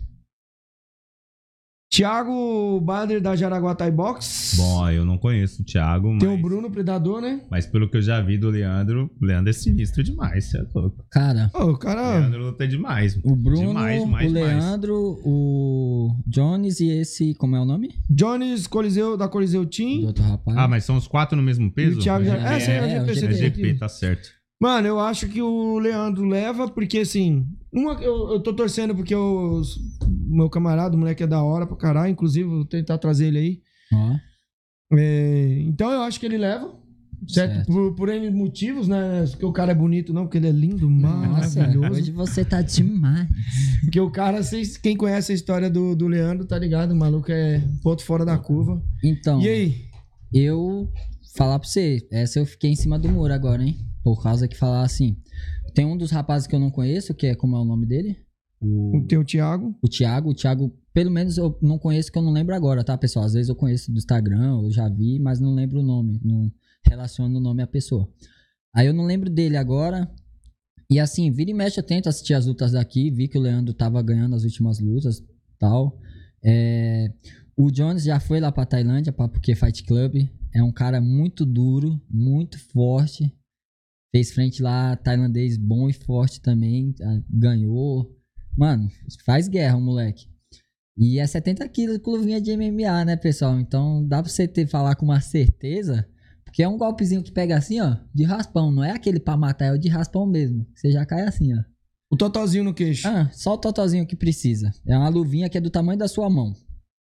[SPEAKER 8] Thiago Bader, da Jaraguá Thai Box.
[SPEAKER 9] Bom, eu não conheço o Thiago,
[SPEAKER 8] Tem o Bruno Predador, né?
[SPEAKER 9] Mas pelo que eu já vi do Leandro, o Leandro é sinistro demais, você é louco.
[SPEAKER 10] Cara...
[SPEAKER 8] o cara...
[SPEAKER 9] O Leandro luta demais.
[SPEAKER 10] O Bruno,
[SPEAKER 9] demais,
[SPEAKER 10] o Leandro, o Jones e esse... Como é o nome?
[SPEAKER 8] Jones Coliseu, da Coliseu Team.
[SPEAKER 10] Do outro rapaz.
[SPEAKER 9] Ah, mas são os 4 no mesmo peso?
[SPEAKER 8] E o Thiago
[SPEAKER 9] é GP, tá certo.
[SPEAKER 8] Mano, eu acho que o Leandro leva, porque assim... eu tô torcendo porque o meu camarada, o moleque é da hora pra caralho. Inclusive, vou tentar trazer ele aí. Então eu acho que ele leva. Certo? Por N motivos, né? Porque o cara é bonito, não, porque ele é lindo, maravilhoso.
[SPEAKER 10] Nossa, hoje você tá demais.
[SPEAKER 8] Porque o cara, quem conhece a história do Leandro, tá ligado? O maluco é ponto fora da curva.
[SPEAKER 10] Então,
[SPEAKER 8] e aí?
[SPEAKER 10] Eu falar pra você, essa eu fiquei em cima do muro agora, hein? Por causa que falar assim, tem um dos rapazes que eu não conheço, que é, como é o nome dele?
[SPEAKER 8] Tem o Thiago.
[SPEAKER 10] O Thiago, pelo menos eu não conheço, que eu não lembro agora, tá, pessoal? Às vezes eu conheço do Instagram, eu já vi, mas não lembro o nome, não relaciono o nome à pessoa. Aí eu não lembro dele agora. E assim, vira e mexe, eu tento assistir as lutas daqui, vi que o Leandro tava ganhando as últimas lutas e tal. O Jones já foi lá pra Tailândia, porque Fight Club é um cara muito duro, muito forte. Fez frente lá, tailandês bom e forte também, ganhou. Mano, faz guerra o moleque. E é 70 quilos com luvinha de MMA, né, pessoal? Então dá pra você falar com uma certeza, porque é um golpezinho que pega assim, ó, de raspão. Não é aquele pra matar, é o de raspão mesmo. Você já cai assim, ó.
[SPEAKER 8] O totalzinho no queixo.
[SPEAKER 10] Só o totalzinho que precisa. É uma luvinha que é do tamanho da sua mão.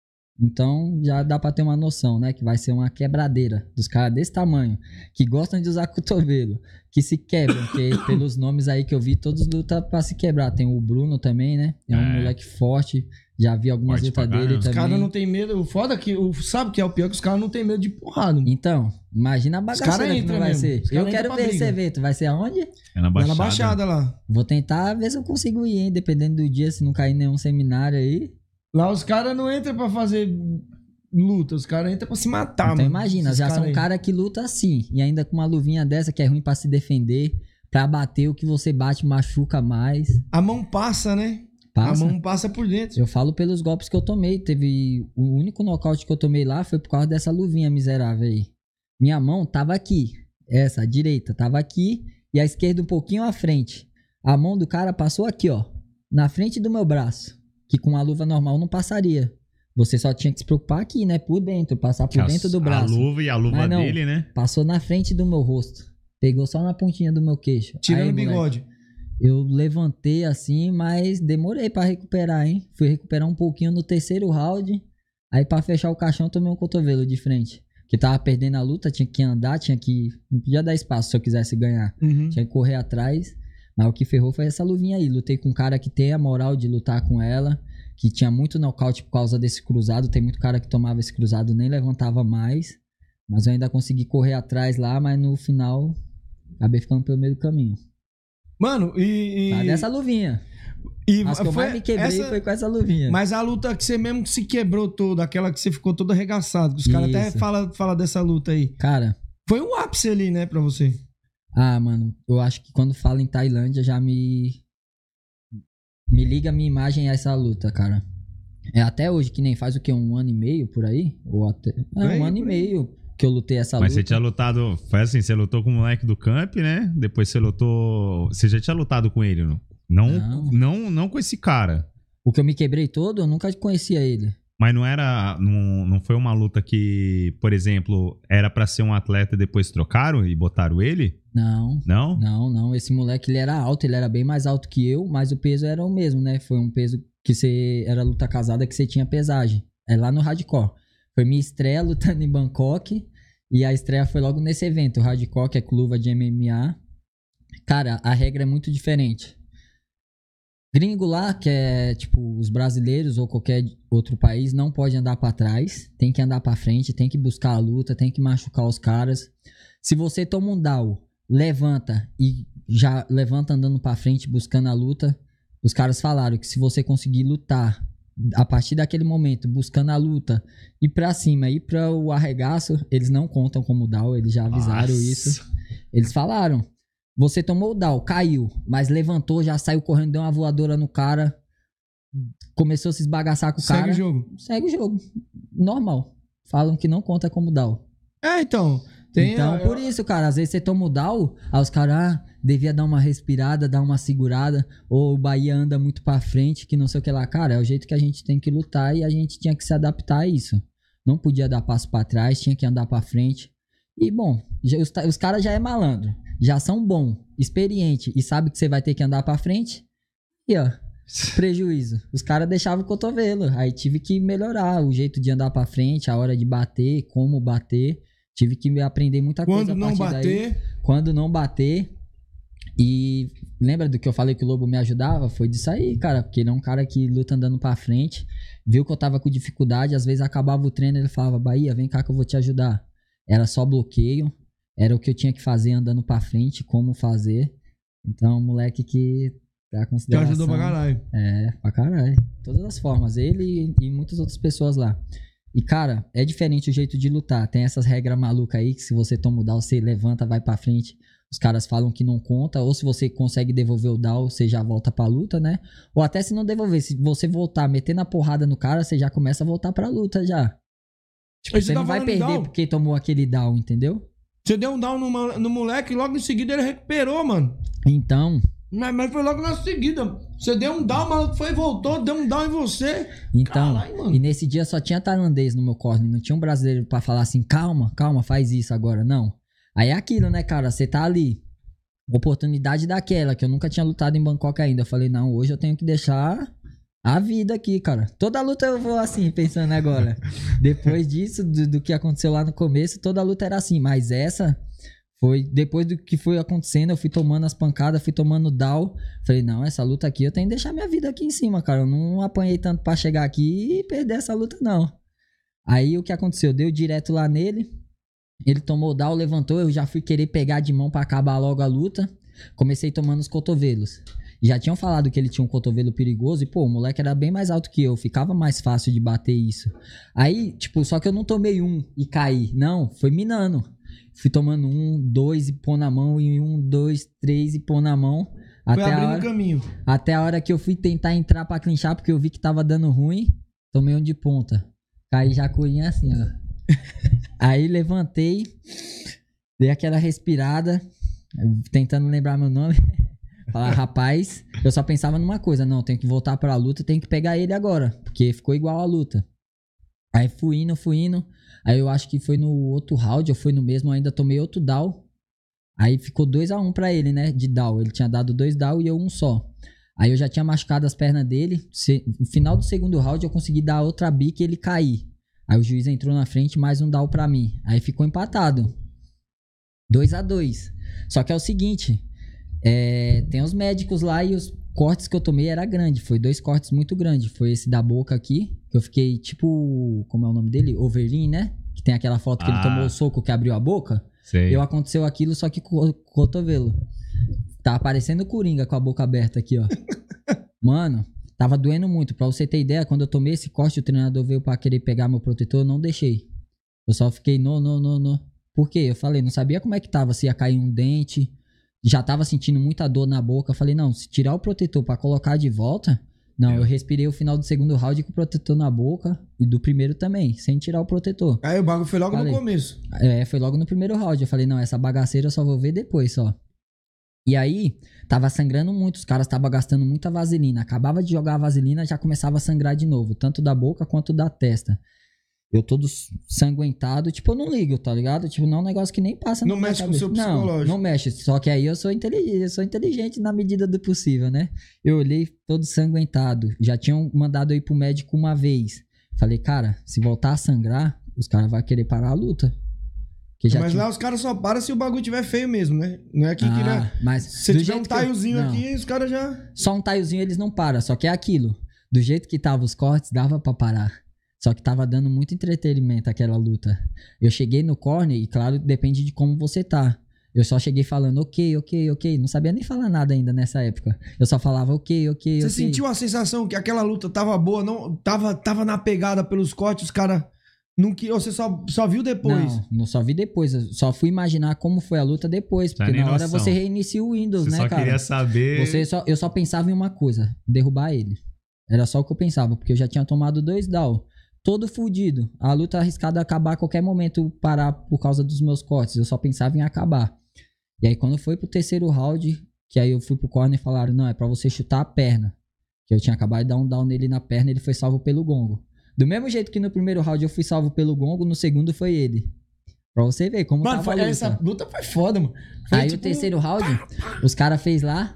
[SPEAKER 10] Então já dá pra ter uma noção, né? Que vai ser uma quebradeira dos caras desse tamanho, que gostam de usar cotovelo, que se quebram, porque pelos nomes aí que eu vi, todos lutam pra se quebrar. Tem o Bruno também, né? É um moleque forte. Já vi algumas lutas dele também.
[SPEAKER 8] Os caras não tem medo. O foda é que, sabe que é o pior, que os caras não tem medo de porrada.
[SPEAKER 10] Então, imagina a bagaceira que não vai ser. Eu quero ver esse evento. Vai ser aonde?
[SPEAKER 9] É na Baixada.
[SPEAKER 8] Na Baixada lá.
[SPEAKER 10] Vou tentar ver se eu consigo ir, hein? Dependendo do dia, se não cair nenhum seminário aí.
[SPEAKER 8] Lá os caras não entram pra fazer luta, os caras entram pra se matar,
[SPEAKER 10] então,
[SPEAKER 8] mano.
[SPEAKER 10] Imagina, já são caras que lutam assim. E ainda com uma luvinha dessa que é ruim pra se defender. Pra bater, o que você bate machuca mais.
[SPEAKER 8] A mão passa, né?
[SPEAKER 10] Passa.
[SPEAKER 8] A mão passa por dentro.
[SPEAKER 10] Eu falo pelos golpes que eu tomei. O único nocaute que eu tomei lá foi por causa dessa luvinha miserável aí. Minha mão tava aqui. Essa, a direita, tava aqui. E a esquerda um pouquinho à frente. A mão do cara passou aqui, ó. Na frente do meu braço. Que com a luva normal não passaria. Você só tinha que se preocupar aqui, né? Por dentro, passar por dentro do braço.
[SPEAKER 9] A luva e a luva dele, né?
[SPEAKER 10] Passou na frente do meu rosto. Pegou só na pontinha do meu queixo.
[SPEAKER 8] Tirando o bigode.
[SPEAKER 10] Eu levantei assim, mas demorei pra recuperar, hein? Fui recuperar um pouquinho no terceiro round. Aí pra fechar o caixão, tomei um cotovelo de frente. Porque tava perdendo a luta, tinha que andar, não podia dar espaço se eu quisesse ganhar. Tinha que correr atrás. Mas o que ferrou foi essa luvinha aí. Lutei com um cara que tem a moral de lutar com ela, que tinha muito nocaute por causa desse cruzado. Tem muito cara que tomava esse cruzado e nem levantava mais. Mas eu ainda consegui correr atrás lá, mas no final acabei ficando pelo meio do caminho.
[SPEAKER 8] Mano,
[SPEAKER 10] Tá dessa luvinha. Mas que eu mais me quebrei foi com essa luvinha.
[SPEAKER 8] Mas a luta que você mesmo se quebrou toda, aquela que você ficou todo arregaçado, que os caras até falam dessa luta aí.
[SPEAKER 10] Cara,
[SPEAKER 8] foi um ápice ali, né, pra você?
[SPEAKER 10] Ah, mano, eu acho que quando fala em Tailândia já me liga a minha imagem a essa luta, cara. É até hoje, que nem faz o quê? 1 ano e meio por aí? Ou até... um ano e meio que eu lutei essa luta.
[SPEAKER 9] Mas você tinha lutado... Foi assim, você lutou com o moleque do camp, né? Depois você lutou... Você já tinha lutado com ele, não? Não com esse cara.
[SPEAKER 10] O que eu me quebrei todo, eu nunca conhecia ele.
[SPEAKER 9] Mas não foi uma luta que, por exemplo, era pra ser um atleta e depois trocaram e botaram ele?
[SPEAKER 10] Não.
[SPEAKER 9] Não?
[SPEAKER 10] Não. Esse moleque, ele era alto, ele era bem mais alto que eu, mas o peso era o mesmo, né? Foi um peso que era luta casada, que você tinha pesagem. É lá no Hardcore. Foi minha estreia lutando em Bangkok, e a estreia foi logo nesse evento. O Hardcore, que é com luva de MMA. Cara, a regra é muito diferente. Gringo lá, que é tipo os brasileiros ou qualquer outro país, não pode andar pra trás, tem que andar pra frente, tem que buscar a luta, tem que machucar os caras. Se você toma um down, levanta e já levanta andando pra frente buscando a luta, os caras falaram que se você conseguir lutar a partir daquele momento, buscando a luta, ir pra cima, ir pra o arregaço, eles não contam como down, eles já avisaram isso. Eles falaram. Você tomou o down, caiu, mas levantou, já saiu correndo, deu uma voadora no cara, começou a se esbagaçar com o cara. Segue o jogo. Normal. Falam que não conta como down.
[SPEAKER 8] Então.
[SPEAKER 10] Por isso, cara, às vezes você toma o down, aí os caras, devia dar uma respirada, dar uma segurada, ou o Bahia anda muito pra frente, que não sei o que lá. Cara, é o jeito que a gente tem que lutar e a gente tinha que se adaptar a isso. Não podia dar passo pra trás, tinha que andar pra frente. E, bom, os caras já é malandro. Já são bom, experiente e sabe que você vai ter que andar pra frente. E ó, prejuízo. Os caras deixavam o cotovelo. Aí tive que melhorar o jeito de andar pra frente, a hora de bater, como bater. Tive que aprender muita coisa a partir daí. Quando não bater. E lembra do que eu falei que o Lobo me ajudava? Foi disso aí, cara. Porque ele é um cara que luta andando pra frente. Viu que eu tava com dificuldade. Às vezes acabava o treino e ele falava: Bahia, vem cá que eu vou te ajudar. Era só bloqueio. Era o que eu tinha que fazer andando pra frente, como fazer. Então, moleque que dá consideração.
[SPEAKER 8] Te ajudou pra caralho.
[SPEAKER 10] É, pra caralho. Todas as formas. Ele e muitas outras pessoas lá. E, cara, é diferente o jeito de lutar. Tem essas regras malucas aí, que se você toma o down, você levanta, vai pra frente. Os caras falam que não conta. Ou se você consegue devolver o down, você já volta pra luta, né? Ou até se não devolver. Se você voltar metendo a porrada no cara, você já começa a voltar pra luta já. Tipo, você não vai perder porque tomou aquele down, entendeu?
[SPEAKER 8] Você deu um down no moleque e logo em seguida ele recuperou, mano.
[SPEAKER 10] Então,
[SPEAKER 8] Mas foi logo na seguida. Você deu um down, o maluco foi e voltou, deu um down em você.
[SPEAKER 10] Então,
[SPEAKER 8] Caralho, mano.
[SPEAKER 10] e nesse dia só tinha tailandês no meu corner, não tinha um brasileiro pra falar assim, calma, faz isso agora, não. Aí é aquilo, né, cara, você tá ali, oportunidade daquela, que eu nunca tinha lutado em Bangkok ainda. Eu falei, não, hoje eu tenho que deixar a vida aqui, cara. Toda luta eu vou assim, pensando agora. Depois disso, do que aconteceu lá no começo, toda luta era assim, mas essa... Foi depois do que foi acontecendo, eu fui tomando as pancadas, fui tomando down. Falei, não, essa luta aqui eu tenho que deixar minha vida aqui em cima, cara. Eu não apanhei tanto pra chegar aqui e perder essa luta, não. Aí o que aconteceu? Deu direto lá nele. Ele tomou down, levantou. Eu já fui querer pegar de mão pra acabar logo a luta. Comecei tomando os cotovelos. Já tinham falado que ele tinha um cotovelo perigoso. E, pô, o moleque era bem mais alto que eu. Ficava mais fácil de bater isso. Aí, tipo, só que eu não tomei um e caí. Não, foi minando. Fui tomando 1, 2 e pôr na mão. E 1, 2, 3 e pôr na mão.
[SPEAKER 8] Foi abrindo o caminho.
[SPEAKER 10] Até a hora que eu fui tentar entrar pra clinchar, porque eu vi que tava dando ruim. Tomei um de ponta. Caí já corinha assim, ó. Aí levantei. Dei aquela respirada. Tentando lembrar meu nome. Falar, rapaz, eu só pensava numa coisa. Não, tenho que voltar pra luta. Tenho que pegar ele agora. Porque ficou igual a luta. Aí fui indo. Aí eu acho que foi no outro round, ou foi no mesmo, eu ainda tomei outro down. Aí ficou 2-1 pra ele, né, de down. Ele tinha dado 2 down e eu um só. Aí eu já tinha machucado as pernas dele. No final do segundo round eu consegui dar outra bica e ele cair. Aí o juiz entrou na frente, mais um down pra mim. Aí ficou empatado. 2-2. Só que é o seguinte, tem os médicos lá e os cortes que eu tomei era grande. Foi 2 cortes muito grandes. Foi esse da boca aqui, que eu fiquei tipo... Como é o nome dele? Overeem, né? Que tem aquela foto que ele tomou o soco que abriu a boca.
[SPEAKER 9] Sei.
[SPEAKER 10] Eu aconteceu aquilo, só que com o cotovelo. Tava parecendo o Coringa com a boca aberta aqui, ó. Mano, tava doendo muito. Pra você ter ideia, quando eu tomei esse corte, o treinador veio pra querer pegar meu protetor, eu não deixei. Eu só fiquei, não. Por quê? Eu falei, não sabia como é que tava, se ia cair um dente... Já tava sentindo muita dor na boca. Eu falei, não, se tirar o protetor pra colocar de volta... Não, eu respirei o final do segundo round com o protetor na boca. E do primeiro também, sem tirar o protetor.
[SPEAKER 8] Aí o bagulho foi logo no começo.
[SPEAKER 10] Foi logo no primeiro round. Eu falei, não, essa bagaceira eu só vou ver depois, só. E aí, tava sangrando muito. Os caras estavam gastando muita vaselina. Acabava de jogar a vaselina, já começava a sangrar de novo. Tanto da boca quanto da testa. Eu todo sanguentado, tipo, eu não ligo, tá ligado? Tipo, não é um negócio que nem passa na minha cabeça.
[SPEAKER 8] Não mexe com o seu psicológico.
[SPEAKER 10] Não mexe. Só que aí eu sou inteligente na medida do possível, né? Eu olhei todo sanguentado. Já tinham mandado eu ir pro médico uma vez. Falei, cara, se voltar a sangrar, os caras vão querer parar a luta.
[SPEAKER 8] Mas lá os caras só param se o bagulho tiver feio mesmo, né? Não é aqui que, né?
[SPEAKER 10] Mas
[SPEAKER 8] se tiver um taiozinho aqui, os caras já...
[SPEAKER 10] Só um taiozinho eles não param, só que é aquilo. Do jeito que tava os cortes, dava pra parar. Só que tava dando muito entretenimento aquela luta. Eu cheguei no corner e, claro, depende de como você tá. Eu só cheguei falando ok. Não sabia nem falar nada ainda nessa época. Eu só falava ok.
[SPEAKER 8] Você sentiu a sensação que aquela luta tava boa? Não, tava na pegada pelos cortes, os caras... Você só viu depois?
[SPEAKER 10] Não só vi depois. Eu só fui imaginar como foi a luta depois. Porque na hora você reinicia o Windows, né, cara?
[SPEAKER 9] Você só queria saber...
[SPEAKER 10] Eu só pensava em uma coisa. Derrubar ele. Era só o que eu pensava. Porque eu já tinha tomado 2 down. Todo fudido. A luta arriscada a acabar a qualquer momento, parar por causa dos meus cortes. Eu só pensava em acabar. E aí quando foi pro terceiro round, que aí eu fui pro corner e falaram, não, é pra você chutar a perna. Que eu tinha acabado de dar um down nele na perna e ele foi salvo pelo gongo. Do mesmo jeito que no primeiro round eu fui salvo pelo gongo, no segundo foi ele. Pra você ver como tava a luta.
[SPEAKER 8] Essa luta foi foda, mano. Foi
[SPEAKER 10] aí o terceiro round, os caras fez lá,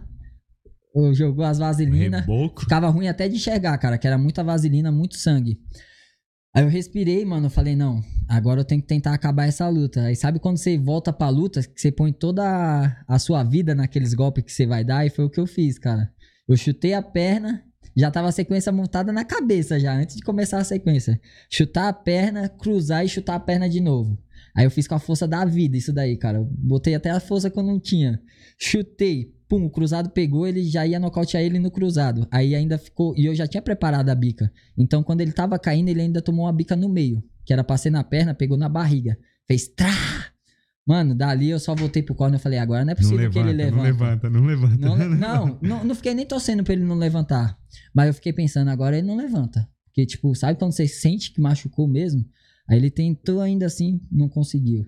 [SPEAKER 10] jogou as vaselinas. Ficava ruim até de enxergar, cara, que era muita vaselina, muito sangue. Aí eu respirei, mano, eu falei, não, agora eu tenho que tentar acabar essa luta. Aí sabe quando você volta pra luta, que você põe toda a sua vida naqueles golpes que você vai dar? E foi o que eu fiz, cara. Eu chutei a perna, já tava a sequência montada na cabeça já, antes de começar a sequência. Chutar a perna, cruzar e chutar a perna de novo. Aí eu fiz com a força da vida isso daí, cara. Eu botei até a força que eu não tinha. Chutei, pum, o cruzado pegou, ele já ia nocautear ele no cruzado. Aí ainda ficou... E eu já tinha preparado a bica. Então, quando ele tava caindo, ele ainda tomou uma bica no meio. Que era pra ser na perna, pegou na barriga. Fez trá! Mano, dali eu só voltei pro corner e falei, agora não é possível que ele levante.
[SPEAKER 9] Não levanta.
[SPEAKER 10] Não fiquei nem torcendo pra ele não levantar. Mas eu fiquei pensando, agora ele não levanta. Porque, tipo, sabe quando você sente que machucou mesmo? Aí ele tentou ainda assim, não conseguiu.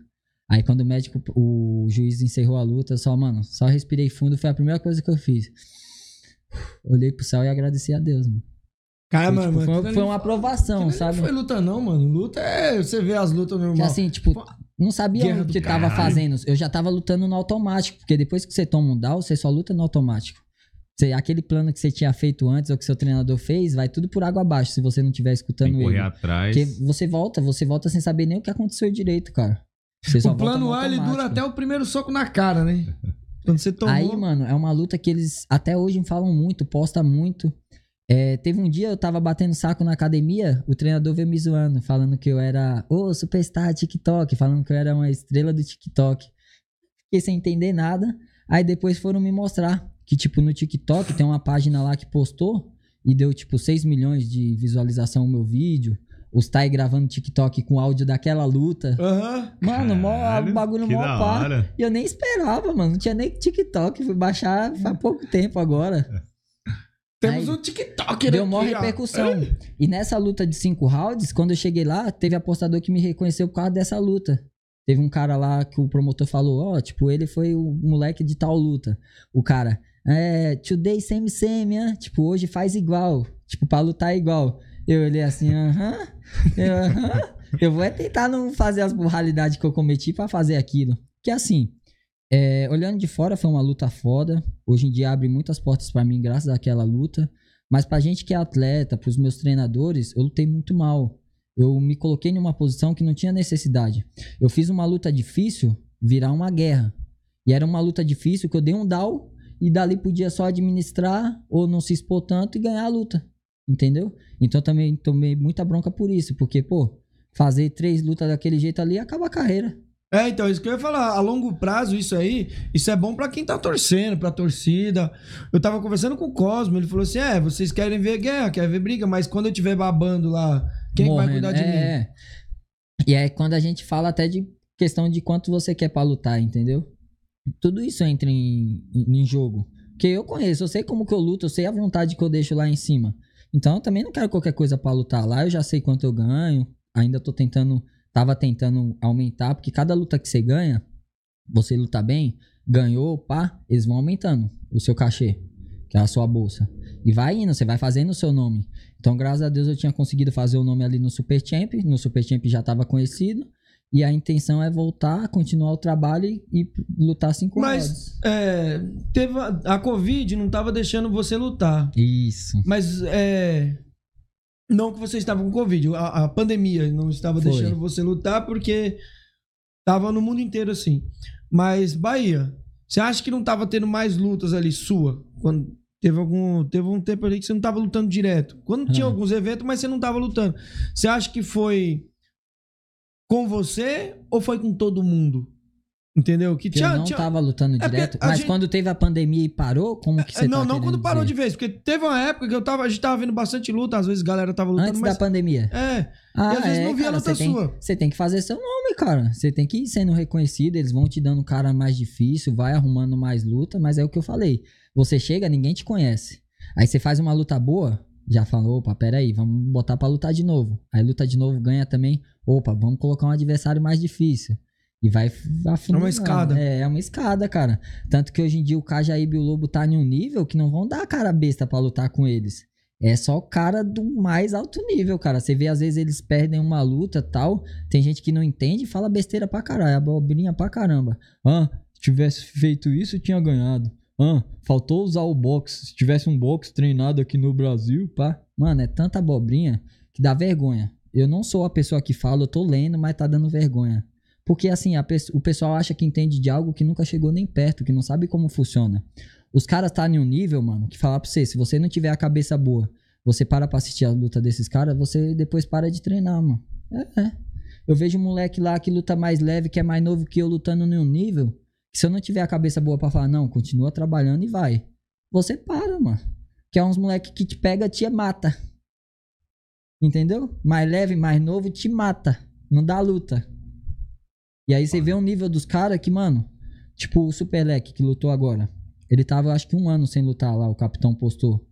[SPEAKER 10] Aí quando o juiz encerrou a luta, só respirei fundo, foi a primeira coisa que eu fiz. Olhei pro céu e agradeci a Deus, mano.
[SPEAKER 8] Cara,
[SPEAKER 10] Foi,
[SPEAKER 8] mano,
[SPEAKER 10] tipo, foi uma aprovação, sabe?
[SPEAKER 8] Não foi luta não, mano. Luta é... Você vê as lutas normais.
[SPEAKER 10] Que assim, tipo, não sabia
[SPEAKER 8] Guerra
[SPEAKER 10] o
[SPEAKER 8] do
[SPEAKER 10] que tava
[SPEAKER 8] caralho.
[SPEAKER 10] fazendo. Eu já tava lutando no automático, porque depois que você toma um down, você só luta no automático. Aquele plano que você tinha feito antes ou que seu treinador fez, vai tudo por água abaixo se você não estiver escutando
[SPEAKER 9] Tem que correr
[SPEAKER 10] ele.
[SPEAKER 9] atrás.
[SPEAKER 10] Porque você volta sem saber nem o que aconteceu direito, cara. Você só
[SPEAKER 8] O plano
[SPEAKER 10] volta no
[SPEAKER 8] A, ele dura
[SPEAKER 10] automático.
[SPEAKER 8] até o primeiro soco na cara, né? Quando você tomou...
[SPEAKER 10] Aí, mano, é uma luta que eles até hoje falam muito, posta muito. Teve um dia eu tava batendo saco na academia, o treinador veio me zoando, falando que eu era superstar TikTok, falando que eu era uma estrela do TikTok. Fiquei sem entender nada. Aí depois foram me mostrar que, tipo, no TikTok tem uma página lá que postou e deu, tipo, 6 milhões de visualização o meu vídeo. Os Thay gravando TikTok com áudio daquela luta. Mano,
[SPEAKER 9] Caralho,
[SPEAKER 10] o bagulho
[SPEAKER 9] que
[SPEAKER 10] mó
[SPEAKER 9] da
[SPEAKER 10] pá.
[SPEAKER 9] hora.
[SPEAKER 10] E eu nem esperava, mano. Não tinha nem TikTok. Fui baixar faz pouco tempo agora.
[SPEAKER 8] Temos
[SPEAKER 10] Aí,
[SPEAKER 8] um TikTok, né?
[SPEAKER 10] deu maior repercussão. E nessa luta de 5 rounds, quando eu cheguei lá, teve apostador que me reconheceu por causa dessa luta. Teve um cara lá que o promotor falou, tipo, ele foi o moleque de tal luta. O cara, today same, hein? Tipo, hoje faz igual. Tipo, pra lutar igual. Eu olhei assim, Eu vou tentar não fazer as burralidades que eu cometi pra fazer aquilo. Que assim, olhando de fora foi uma luta foda. Hoje em dia abre muitas portas pra mim graças àquela luta. Mas pra gente que é atleta, pros meus treinadores, eu lutei muito mal. Eu me coloquei numa posição que não tinha necessidade. Eu fiz uma luta difícil virar uma guerra. E era uma luta difícil que eu dei um down e dali podia só administrar ou não se expor tanto e ganhar a luta. Entendeu? Então também tomei muita bronca por isso. Porque, pô, fazer 3 lutas daquele jeito ali acaba a carreira.
[SPEAKER 8] Então, isso que eu ia falar. A longo prazo, isso é bom pra quem tá torcendo, pra torcida. Eu tava conversando com o Cosmo, ele falou assim, vocês querem ver guerra, querem ver briga, mas quando eu tiver babando lá, quem vai cuidar de mim?
[SPEAKER 10] E aí quando a gente fala até de questão de quanto você quer pra lutar, entendeu? Tudo isso entra em jogo. Porque eu conheço, eu sei como que eu luto, eu sei a vontade que eu deixo lá em cima. Então eu também não quero qualquer coisa pra lutar lá, eu já sei quanto eu ganho, ainda tava tentando aumentar, porque cada luta que você ganha, você luta bem, ganhou, pá, eles vão aumentando o seu cachê, que é a sua bolsa. E vai indo, você vai fazendo o seu nome. Então, graças a Deus, eu tinha conseguido fazer o nome ali no Super Champ. No Super Champ já estava conhecido. E a intenção é voltar, continuar o trabalho e lutar 5 rounds.
[SPEAKER 8] Mas a Covid não tava deixando você lutar.
[SPEAKER 10] Isso.
[SPEAKER 8] Mas não que você estava com Covid. A pandemia não estava deixando você lutar porque tava no mundo inteiro assim. Mas, Bahia, você acha que não tava tendo mais lutas ali sua? Quando teve um tempo ali que você não tava lutando direto. Quando tinha alguns eventos, mas você não tava lutando. Você acha que foi com você ou foi com todo mundo? Entendeu? Que
[SPEAKER 10] eu não tava lutando direto. Mas quando teve a pandemia e parou, como que você
[SPEAKER 8] Não quando parou de vez. Porque teve uma época que a gente tava vendo bastante luta. Às vezes a galera tava lutando.
[SPEAKER 10] Antes da pandemia.
[SPEAKER 8] E às vezes não via
[SPEAKER 10] cara,
[SPEAKER 8] luta sua.
[SPEAKER 10] Você tem que fazer seu nome, cara. Você tem que ir sendo reconhecido. Eles vão te dando cara mais difícil, vai arrumando mais luta. Mas é o que eu falei. Você chega, ninguém te conhece. Aí você faz uma luta boa, já falou, opa, peraí, vamos botar pra lutar de novo. Aí luta de novo, ganha também. Opa, vamos colocar um adversário mais difícil. E vai afundando.
[SPEAKER 8] É uma escada.
[SPEAKER 10] É uma escada, cara. Tanto que hoje em dia o Cajaíbe e o Lobo tá em um nível que não vão dar cara besta pra lutar com eles. É só o cara do mais alto nível, cara. Você vê, às vezes, eles perdem uma luta e tal. Tem gente que não entende e fala besteira pra caralho. Abobrinha pra caramba. Se tivesse feito isso, tinha ganhado. Faltou usar o boxe. Se tivesse um boxe treinado aqui no Brasil, pá. Mano, é tanta abobrinha que dá vergonha. Eu não sou a pessoa que fala, eu tô lendo, mas tá dando vergonha. Porque assim, o pessoal acha que entende de algo que nunca chegou nem perto, que não sabe como funciona. Os caras tá em um nível, mano, que falar pra você, se você não tiver a cabeça boa, você para pra assistir a luta desses caras, você depois para de treinar, mano. Eu vejo um moleque lá que luta mais leve, que é mais novo que eu, lutando em um nível, que se eu não tiver a cabeça boa pra falar, não, continua trabalhando e vai. Você para, mano. Que é uns moleque que te pega, te mata. Entendeu? Mais leve, mais novo, te mata. Não dá luta. E aí você vê um nível dos caras que, mano, tipo o Superlec que lutou agora. Ele tava, acho que 1 ano sem lutar lá, o capitão postou.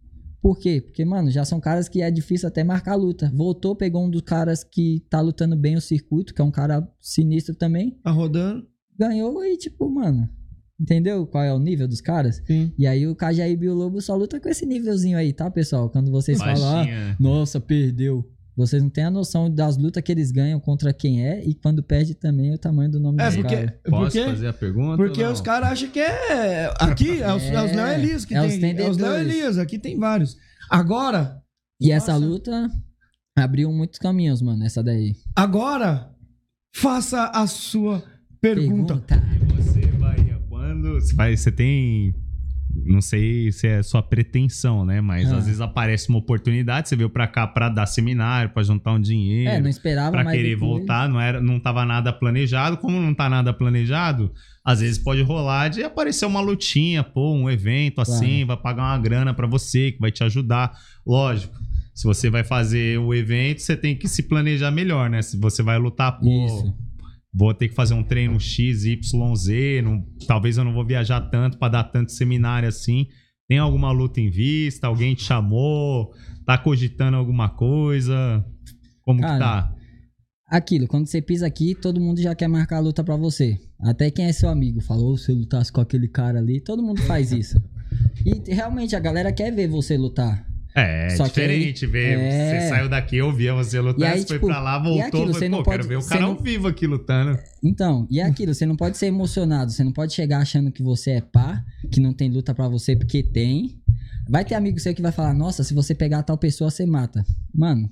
[SPEAKER 10] Por quê? Porque, mano, já são caras que é difícil até marcar a luta. Voltou, pegou um dos caras que tá lutando bem o circuito, que é um cara sinistro também.
[SPEAKER 8] Tá rodando.
[SPEAKER 10] Ganhou e, tipo, mano... Entendeu qual é o nível dos caras?
[SPEAKER 8] Sim.
[SPEAKER 10] E aí o Cajaíbe e o Lobo só luta com esse nívelzinho aí, tá, pessoal? Quando vocês falam, nossa, perdeu. Vocês não têm a noção das lutas que eles ganham contra quem é e quando perde também o tamanho do nome dos caras.
[SPEAKER 9] Posso fazer a pergunta?
[SPEAKER 8] Porque os caras acham que é... Aqui é os Léo Elias que tem. É os Léo Elias, aqui tem vários. Agora...
[SPEAKER 10] E essa luta abriu muitos caminhos, mano, essa daí.
[SPEAKER 8] Agora, faça a sua pergunta.
[SPEAKER 9] Você tem... Não sei se é sua pretensão, né? Mas às vezes aparece uma oportunidade, você veio pra cá pra dar seminário, pra juntar um dinheiro.
[SPEAKER 10] Não esperava
[SPEAKER 9] pra
[SPEAKER 10] mais
[SPEAKER 9] querer
[SPEAKER 10] depois.
[SPEAKER 9] voltar, não tava nada planejado. Como não tá nada planejado, às vezes pode rolar de aparecer uma lutinha, pô, um evento assim, vai pagar uma grana pra você, que vai te ajudar. Lógico, se você vai fazer o evento, você tem que se planejar melhor, né? Se você vai lutar, pô...
[SPEAKER 10] Isso.
[SPEAKER 9] Vou ter que fazer um treino X, Y, Z. Talvez eu não vou viajar tanto pra dar tanto seminário assim. Tem alguma luta em vista? Alguém te chamou? Tá cogitando alguma coisa? Como que tá?
[SPEAKER 10] Aquilo, quando você pisa aqui, todo mundo já quer marcar a luta pra você. Até quem é seu amigo falou, se eu lutasse com aquele cara ali, todo mundo faz isso. E realmente a galera quer ver você lutar.
[SPEAKER 9] Só diferente ver. Você saiu daqui, eu via você lutar,
[SPEAKER 10] aí,
[SPEAKER 9] você foi pra lá, voltou,
[SPEAKER 10] aquilo,
[SPEAKER 9] falei, pô, quero ver o cara ao vivo aqui lutando.
[SPEAKER 10] Então, e é aquilo, você não pode ser emocionado, você não pode chegar achando que você é pá, que não tem luta pra você, porque tem. Vai ter amigo seu que vai falar, nossa, se você pegar tal pessoa, você mata. Mano,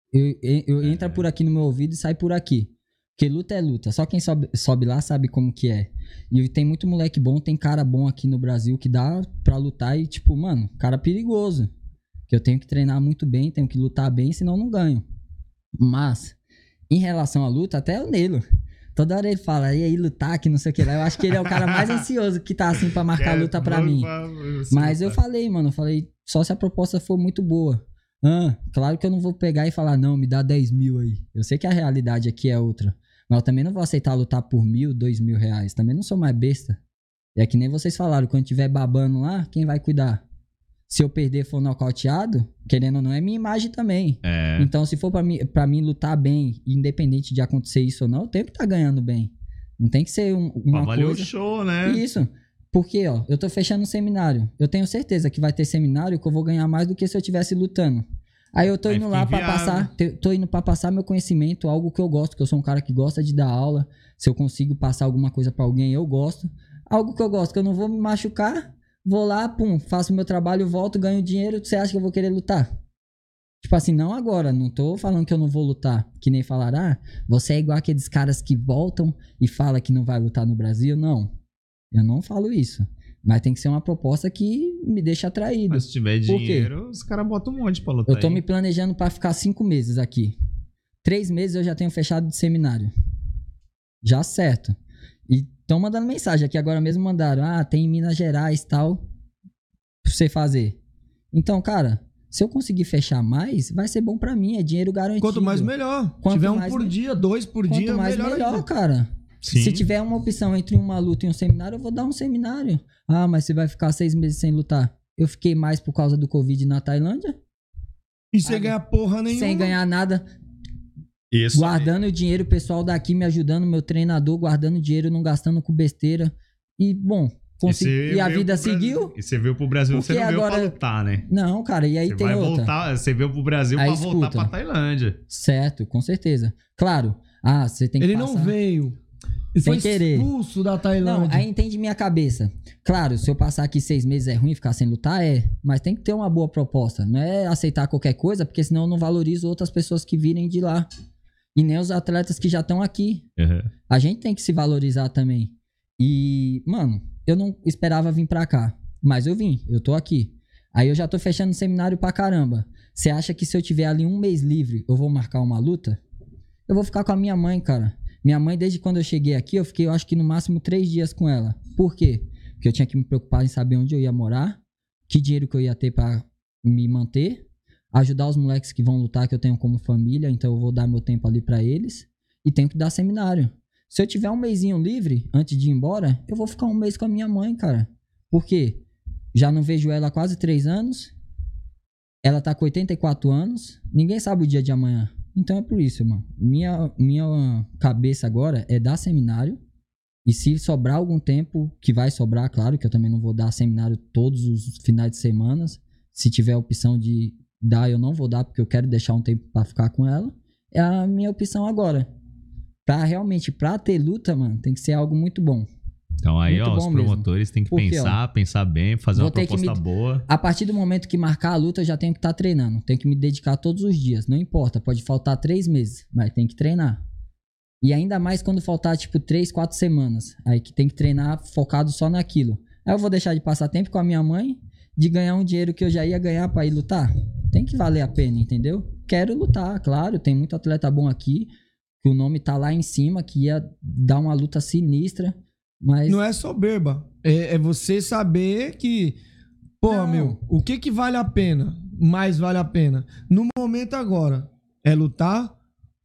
[SPEAKER 10] eu entra por aqui no meu ouvido e sai por aqui. Porque luta é luta, só quem sobe lá sabe como que é. E tem muito moleque bom, tem cara bom aqui no Brasil que dá pra lutar e tipo, mano, cara perigoso. Que eu tenho que treinar muito bem, tenho que lutar bem, senão eu não ganho. Mas, em relação à luta, até o Nelo. Toda hora ele fala, e aí lutar, que não sei o que lá. Eu acho que ele é o cara mais ansioso que tá assim pra marcar a luta pra mim. Mas eu falei, mano, só se a proposta for muito boa. Claro que eu não vou pegar e falar, não, me dá 10 mil aí. Eu sei que a realidade aqui é outra. Mas eu também não vou aceitar lutar por 1.000, 2.000 reais. Também não sou mais besta. É que nem vocês falaram, quando tiver babando lá, quem vai cuidar? Se eu perder for nocauteado, querendo ou não, é minha imagem também. Então, se for pra mim lutar bem, independente de acontecer isso ou não, eu tenho que estar ganhando bem. Não tem que ser uma
[SPEAKER 9] valeu
[SPEAKER 10] coisa...
[SPEAKER 9] o show, né?
[SPEAKER 10] Isso. Porque, ó, eu tô fechando um seminário. Eu tenho certeza que vai ter seminário que eu vou ganhar mais do que se eu estivesse lutando. Aí eu tô indo lá pra passar... Tô indo pra passar meu conhecimento, algo que eu gosto, que eu sou um cara que gosta de dar aula. Se eu consigo passar alguma coisa pra alguém, eu gosto. Algo que eu gosto, que eu não vou me machucar... Vou lá, pum, faço o meu trabalho, volto, ganho dinheiro. Você acha que eu vou querer lutar? Tipo assim, não agora. Não tô falando que eu não vou lutar. Que nem falar, você é igual aqueles caras que voltam e falam que não vai lutar no Brasil. Não. Eu não falo isso. Mas tem que ser uma proposta que me deixa atraído.
[SPEAKER 9] Mas se tiver dinheiro, os caras botam um monte pra lutar.
[SPEAKER 10] Eu tô me planejando pra ficar 5 meses aqui. 3 meses eu já tenho fechado de seminário. Já certo. E estão mandando mensagem aqui agora mesmo, mandaram, tem em Minas Gerais e tal, pra você fazer. Então, cara, se eu conseguir fechar mais, vai ser bom pra mim, é dinheiro garantido.
[SPEAKER 8] Quanto mais melhor. Se tiver um por dia, 2 por dia,
[SPEAKER 10] quanto mais melhor, cara. Sim. Se tiver uma opção entre uma luta e um seminário, eu vou dar um seminário. Mas você vai ficar 6 meses sem lutar. Eu fiquei mais por causa do Covid na Tailândia.
[SPEAKER 8] E sem ganhar porra nenhuma.
[SPEAKER 10] Sem ganhar nada.
[SPEAKER 9] Isso
[SPEAKER 10] guardando o dinheiro, o pessoal daqui me ajudando, meu treinador guardando dinheiro, não gastando com besteira. E, bom, e a vida seguiu.
[SPEAKER 9] E você veio pro Brasil, você não veio pra lutar, né?
[SPEAKER 10] Não, cara, e aí você tem outra.
[SPEAKER 9] Voltar, você veio pro Brasil aí pra voltar pra Tailândia.
[SPEAKER 10] Certo, com certeza. Claro, você tem que
[SPEAKER 8] Ele
[SPEAKER 10] passar...
[SPEAKER 8] não veio. Ele foi expulso da Tailândia.
[SPEAKER 10] Não, aí entende minha cabeça. Claro, se eu passar aqui 6 meses é ruim ficar sem lutar, mas tem que ter uma boa proposta. Não é aceitar qualquer coisa, porque senão eu não valorizo outras pessoas que virem de lá. E nem os atletas que já estão aqui. A gente tem que se valorizar também. E, mano, eu não esperava vir pra cá. Mas eu vim, eu tô aqui. Aí eu já tô fechando seminário pra caramba. Você acha que se eu tiver ali 1 mês livre, eu vou marcar uma luta? Eu vou ficar com a minha mãe, cara. Minha mãe, desde quando eu cheguei aqui, eu fiquei, eu acho que no máximo 3 dias com ela. Por quê? Porque eu tinha que me preocupar em saber onde eu ia morar, que dinheiro que eu ia ter pra me manter, ajudar os moleques que vão lutar, que eu tenho como família, então eu vou dar meu tempo ali pra eles, e tenho que dar seminário. Se eu tiver 1 mesinho livre, antes de ir embora, eu vou ficar 1 mês com a minha mãe, cara. Por quê? Já não vejo ela há quase 3 anos, Ela tá com 84 anos, ninguém sabe o dia de amanhã. Então é por isso, mano. Minha cabeça agora é dar seminário. E se sobrar algum tempo, que vai sobrar, claro, que eu também não vou dar seminário todos os finais de semana. Se tiver a opção de dar, eu não vou dar, porque eu quero deixar um tempo pra ficar com ela. É a minha opção agora. Pra ter luta, mano, tem que ser algo muito bom.
[SPEAKER 9] Então aí,
[SPEAKER 10] Muito
[SPEAKER 9] ó, os
[SPEAKER 10] bom mesmo.
[SPEAKER 9] promotores têm que
[SPEAKER 10] Porque,
[SPEAKER 9] pensar bem, fazer
[SPEAKER 10] vou
[SPEAKER 9] uma
[SPEAKER 10] ter que
[SPEAKER 9] proposta boa.
[SPEAKER 10] A partir do momento que marcar a luta, eu já tenho que estar treinando. Tenho que me dedicar todos os dias. Não importa, pode faltar 3 meses, mas tem que treinar. E ainda mais quando faltar, tipo, 3, 4 semanas. Aí que tem que treinar focado só naquilo. Aí eu vou deixar de passar tempo com a minha mãe, de ganhar um dinheiro que eu já ia ganhar pra ir lutar. Tem que valer a pena, entendeu? Quero lutar, claro. Tem muito atleta bom aqui, que o nome tá lá em cima, que ia dar uma luta sinistra. Mas...
[SPEAKER 8] Não é soberba. É você saber que... Porra, meu, o que vale a pena? Mais vale a pena? No momento agora, é lutar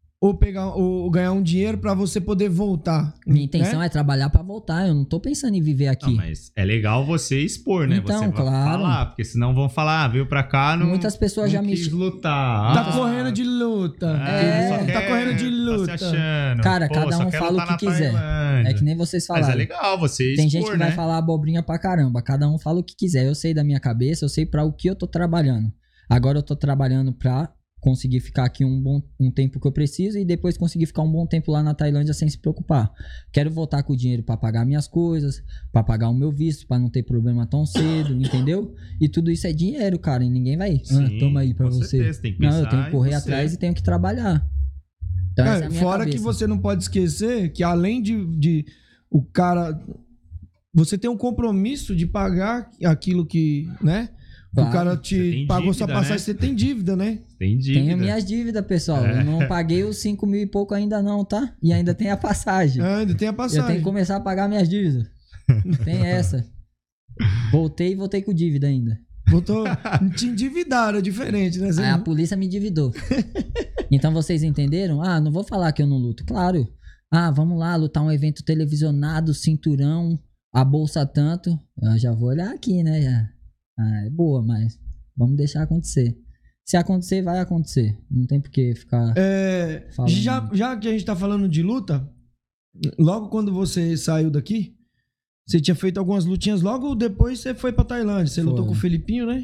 [SPEAKER 8] ou ganhar um dinheiro pra você poder voltar.
[SPEAKER 10] Minha intenção é trabalhar pra voltar. Eu não tô pensando em viver aqui.
[SPEAKER 9] Não, mas é legal você expor, né?
[SPEAKER 10] Então,
[SPEAKER 9] você vai
[SPEAKER 10] claro.
[SPEAKER 9] falar, porque senão vão falar, veio pra cá, não
[SPEAKER 10] Muitas pessoas já me
[SPEAKER 9] quis lutar.
[SPEAKER 8] Tá correndo de luta. Tá correndo de luta.
[SPEAKER 9] Tá se achando.
[SPEAKER 10] Cara,
[SPEAKER 9] Pô,
[SPEAKER 10] cada
[SPEAKER 9] só
[SPEAKER 10] um
[SPEAKER 9] quer
[SPEAKER 10] fala
[SPEAKER 9] lutar
[SPEAKER 10] o que
[SPEAKER 9] na
[SPEAKER 10] quiser.
[SPEAKER 9] Tailândia.
[SPEAKER 10] É que nem vocês falaram.
[SPEAKER 9] Mas é legal você
[SPEAKER 10] Tem
[SPEAKER 9] expor,
[SPEAKER 10] gente que
[SPEAKER 9] né?
[SPEAKER 10] vai falar abobrinha pra caramba. Cada um fala o que quiser. Eu sei da minha cabeça, eu sei pra o que eu tô trabalhando. Agora eu tô trabalhando pra conseguir ficar aqui um tempo que eu preciso e depois conseguir ficar um bom tempo lá na Tailândia sem se preocupar. Quero voltar com o dinheiro pra pagar minhas coisas, pra pagar o meu visto, pra não ter problema tão cedo, entendeu? E tudo isso é dinheiro, cara, e ninguém vai... toma aí pra
[SPEAKER 9] com
[SPEAKER 10] você.
[SPEAKER 9] certeza, tem que
[SPEAKER 10] Não, eu
[SPEAKER 9] pensar
[SPEAKER 10] tenho que correr
[SPEAKER 9] em você.
[SPEAKER 10] atrás e tenho que trabalhar. Então, essa é a minha
[SPEAKER 8] Fora
[SPEAKER 10] cabeça.
[SPEAKER 8] que você não pode esquecer que além de o cara... Você tem um compromisso de pagar aquilo que, né?
[SPEAKER 10] Claro.
[SPEAKER 8] O cara
[SPEAKER 9] Você
[SPEAKER 8] te
[SPEAKER 9] tem
[SPEAKER 8] pagou sua
[SPEAKER 9] dívida,
[SPEAKER 8] passagem,
[SPEAKER 9] né?
[SPEAKER 8] você tem dívida, né?
[SPEAKER 9] Tem dívida.
[SPEAKER 10] Tenho minhas dívidas, pessoal. Eu não paguei os 5 mil e pouco ainda não, tá? E ainda tem a passagem.
[SPEAKER 8] Ainda tem a
[SPEAKER 10] Eu
[SPEAKER 8] passagem.
[SPEAKER 10] tenho que começar a pagar minhas dívidas. Tem essa. Voltei com dívida ainda.
[SPEAKER 8] Botou, te endividaram, é diferente, né? Você
[SPEAKER 10] Aí a
[SPEAKER 8] não-
[SPEAKER 10] polícia me endividou. Então vocês entenderam? Ah, não vou falar que eu não luto. Claro. Ah, vamos lá, lutar um evento televisionado, cinturão, a bolsa tanto. Eu já vou olhar aqui, né? Já. Ah, é boa, mas vamos deixar acontecer. Se acontecer, vai acontecer. Não tem por que ficar falando.
[SPEAKER 8] Já que a gente tá falando de luta, logo quando você saiu daqui, você tinha feito algumas lutinhas, logo depois você foi pra Tailândia. Você lutou com o Felipinho, né?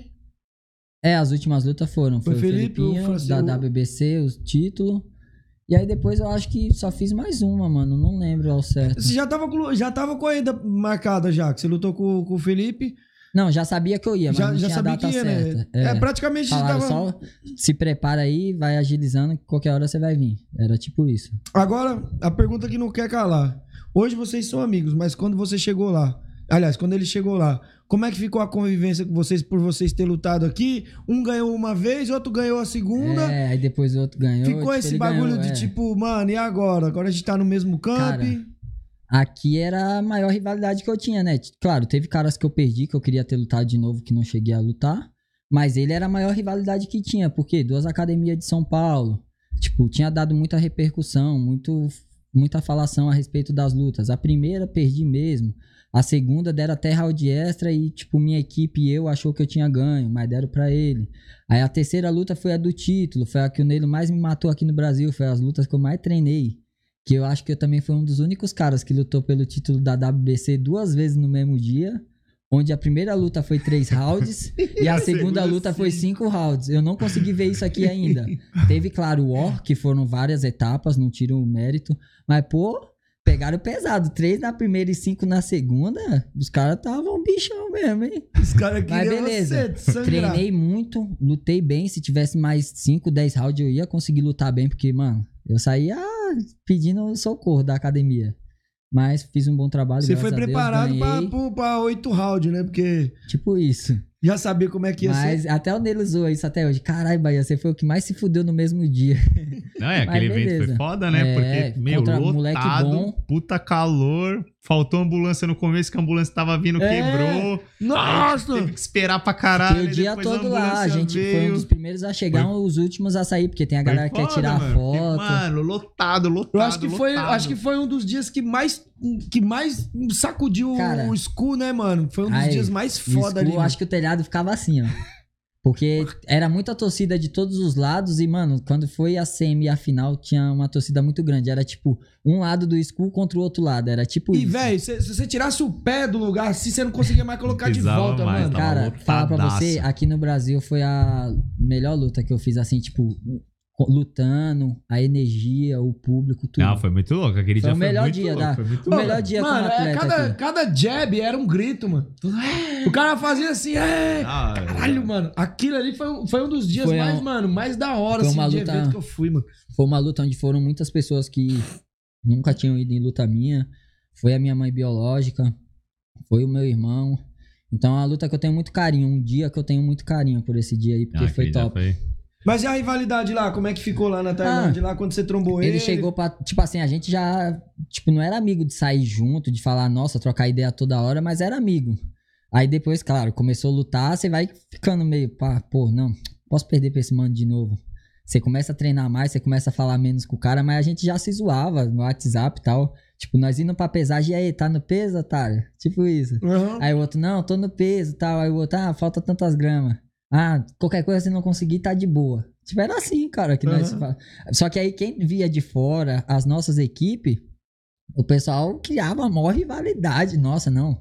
[SPEAKER 10] É, as últimas lutas foram. Foi o
[SPEAKER 8] Felipe, o
[SPEAKER 10] Felipinho,
[SPEAKER 8] Francisco-
[SPEAKER 10] da WBC, o título. E aí depois eu acho que só fiz mais uma, mano. Não lembro ao certo.
[SPEAKER 8] Você já tava com a ida marcada já, que você lutou com o Felipe.
[SPEAKER 10] Não, já sabia que eu ia, mas não tinha a
[SPEAKER 8] sabia
[SPEAKER 10] data
[SPEAKER 8] que ia,
[SPEAKER 10] certa.
[SPEAKER 8] né? Praticamente
[SPEAKER 10] Falaram
[SPEAKER 8] tava...
[SPEAKER 10] só, se prepara aí, vai agilizando, que qualquer hora você vai vir. Era tipo isso.
[SPEAKER 8] Agora, a pergunta que não quer calar. Hoje vocês são amigos, mas quando você chegou lá, aliás, quando ele chegou lá, como é que ficou a convivência com vocês por vocês ter lutado aqui? Um ganhou uma vez, outro ganhou a segunda.
[SPEAKER 10] É, aí depois o outro ganhou.
[SPEAKER 8] Ficou
[SPEAKER 10] tipo,
[SPEAKER 8] esse
[SPEAKER 10] ele
[SPEAKER 8] bagulho
[SPEAKER 10] ganhou,
[SPEAKER 8] de tipo, mano, e agora? Agora a gente tá no mesmo camp.
[SPEAKER 10] Cara, aqui era a maior rivalidade que eu tinha, né? Claro, teve caras que eu perdi, que eu queria ter lutado de novo, que não cheguei a lutar. Mas ele era a maior rivalidade que tinha. Porque 2 academias de São Paulo. Tipo, tinha dado muita repercussão, muita falação a respeito das lutas. A primeira, perdi mesmo. A segunda, deram até round extra e, tipo, minha equipe e eu achou que eu tinha ganho, mas deram pra ele. Aí a terceira luta foi a do título. Foi a que o Nelo mais me matou aqui no Brasil. Foi as lutas que eu mais treinei. Que eu acho que eu também fui um dos únicos caras que lutou pelo título da WBC 2 vezes no mesmo dia. Onde a primeira luta foi 3 rounds e a segunda luta foi 5 rounds. Eu não consegui ver isso aqui ainda. Teve, claro, o War, que foram várias etapas, não tiro o mérito. Mas, pô, pegaram pesado. 3 na primeira e 5 na segunda. Os caras estavam bichão mesmo, hein?
[SPEAKER 8] Os caras
[SPEAKER 10] Mas
[SPEAKER 8] queriam
[SPEAKER 10] beleza.
[SPEAKER 8] você sangrar.
[SPEAKER 10] Treinei muito, lutei bem. Se tivesse mais 5, 10 rounds, eu ia conseguir lutar bem. Porque, mano, eu saía pedindo socorro da academia. Mas fiz um bom trabalho.
[SPEAKER 8] Você foi
[SPEAKER 10] graças a Deus,
[SPEAKER 8] preparado
[SPEAKER 10] ganhei.
[SPEAKER 8] pra 8 rounds, né? Porque
[SPEAKER 10] Tipo isso.
[SPEAKER 8] já sabia como é que ia
[SPEAKER 10] Mas
[SPEAKER 8] ser.
[SPEAKER 10] até o Nelo zoa isso até hoje. Caralho, Bahia, você foi o que mais se fudeu no mesmo dia.
[SPEAKER 9] Não, é,
[SPEAKER 10] Mas
[SPEAKER 9] aquele evento
[SPEAKER 10] beleza.
[SPEAKER 9] foi foda, né?
[SPEAKER 10] É,
[SPEAKER 9] Porque, meu,
[SPEAKER 10] contra moleque
[SPEAKER 9] lotado,
[SPEAKER 10] bom.
[SPEAKER 9] puta calor, faltou ambulância no começo, que a ambulância tava vindo, quebrou.
[SPEAKER 8] Nossa!
[SPEAKER 9] Aí teve que esperar pra caralho.
[SPEAKER 10] Fiquei o dia
[SPEAKER 9] depois
[SPEAKER 10] todo lá. A gente foi um
[SPEAKER 9] veio.
[SPEAKER 10] dos primeiros a chegar, os últimos a sair, porque tem a galera que quer
[SPEAKER 9] Foda,
[SPEAKER 10] tirar
[SPEAKER 9] mano,
[SPEAKER 10] foto.
[SPEAKER 9] porque, mano, lotado.
[SPEAKER 8] Eu acho que foi um dos dias que mais sacudiu
[SPEAKER 10] Cara,
[SPEAKER 8] o Skull, né, mano? Foi um dos
[SPEAKER 10] aí,
[SPEAKER 8] dias mais
[SPEAKER 10] o
[SPEAKER 8] foda ali.
[SPEAKER 10] Skull, acho que o telhado ficava assim, ó. Porque era muita torcida de todos os lados e, mano, quando foi a semi e a final, tinha uma torcida muito grande. Era tipo, um lado do school contra o outro lado. Era tipo isso.
[SPEAKER 8] E, velho, se você tirasse o pé do lugar assim, você não conseguia mais colocar de volta, mano.
[SPEAKER 10] Cara, falar pra você, aqui no Brasil foi a melhor luta que eu fiz, assim, tipo, lutando, a energia, o público, tudo.
[SPEAKER 9] Ah, foi muito louco. Aquele
[SPEAKER 10] foi
[SPEAKER 9] dia
[SPEAKER 10] o melhor
[SPEAKER 9] foi muito
[SPEAKER 10] dia
[SPEAKER 9] louco. Foi muito
[SPEAKER 10] o melhor dia
[SPEAKER 8] mano,
[SPEAKER 10] como atleta
[SPEAKER 8] cada jab era um grito, mano. O cara fazia assim, caralho, mano. Aquilo ali foi um dos dias mais da hora, assim, de evento que eu fui, mano.
[SPEAKER 10] Foi uma luta onde foram muitas pessoas que nunca tinham ido em luta minha. Foi a minha mãe biológica, foi o meu irmão. Então é uma luta que eu tenho muito carinho. Um dia que eu tenho muito carinho por esse dia aí, porque foi top.
[SPEAKER 8] Mas e a rivalidade lá? Como é que ficou lá na Tailândia? Lá quando você trombou ele?
[SPEAKER 10] Ele chegou pra... Tipo assim, a gente já... Tipo, não era amigo de sair junto, de falar, nossa, trocar ideia toda hora, mas era amigo. Aí depois, claro, começou a lutar, você vai ficando meio... Pô, não, posso perder pra esse mano de novo. Você começa a treinar mais, você começa a falar menos com o cara, mas a gente já se zoava no WhatsApp e tal. Tipo, nós indo pra pesagem, e aí, tá no peso, otário? Tipo isso.
[SPEAKER 8] Uhum.
[SPEAKER 10] Aí o outro, não, tô no peso e tal. Aí o outro, falta tantas gramas. Qualquer coisa se não conseguir, tá de boa. Tipo, era assim, cara, que nós... Só que aí quem via de fora as nossas equipes, o pessoal criava a maior rivalidade. Nossa, não.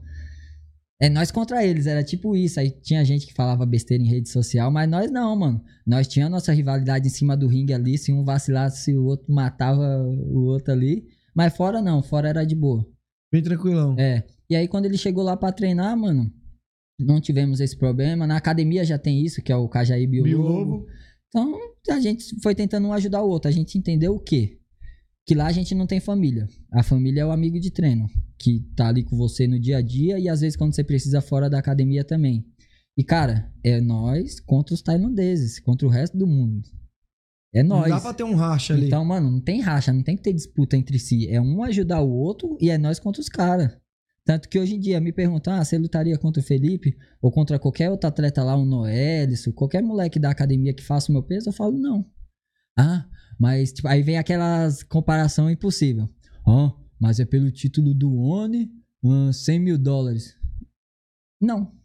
[SPEAKER 10] É nós contra eles, era tipo isso. Aí tinha gente que falava besteira em rede social, mas nós não, mano. Nós tínhamos a nossa rivalidade em cima do ringue ali. Se um vacilasse, o outro matava o outro ali. Mas fora não, fora era de boa.
[SPEAKER 8] Bem tranquilão.
[SPEAKER 10] E aí quando ele chegou lá pra treinar, mano, não tivemos esse problema. Na academia já tem isso, que é o Cajaíbe e o Lobo. Então a gente foi tentando um ajudar o outro. A gente entendeu o quê? Que lá a gente não tem família. A família é o amigo de treino, que tá ali com você no dia a dia e às vezes quando você precisa fora da academia também. E cara, é nós contra os tailandeses, contra o resto do mundo. É nós.
[SPEAKER 8] Não dá pra ter um racha ali.
[SPEAKER 10] Então, mano, não tem racha, não tem que ter disputa entre si. É um ajudar o outro e é nós contra os caras. Tanto que hoje em dia me perguntam, você lutaria contra o Felipe? Ou contra qualquer outro atleta lá, um Noelis, qualquer moleque da academia que faça o meu peso? Eu falo, não. Mas tipo, aí vem aquelas comparação impossível. Mas é pelo título do ONI, $100 mil. Não.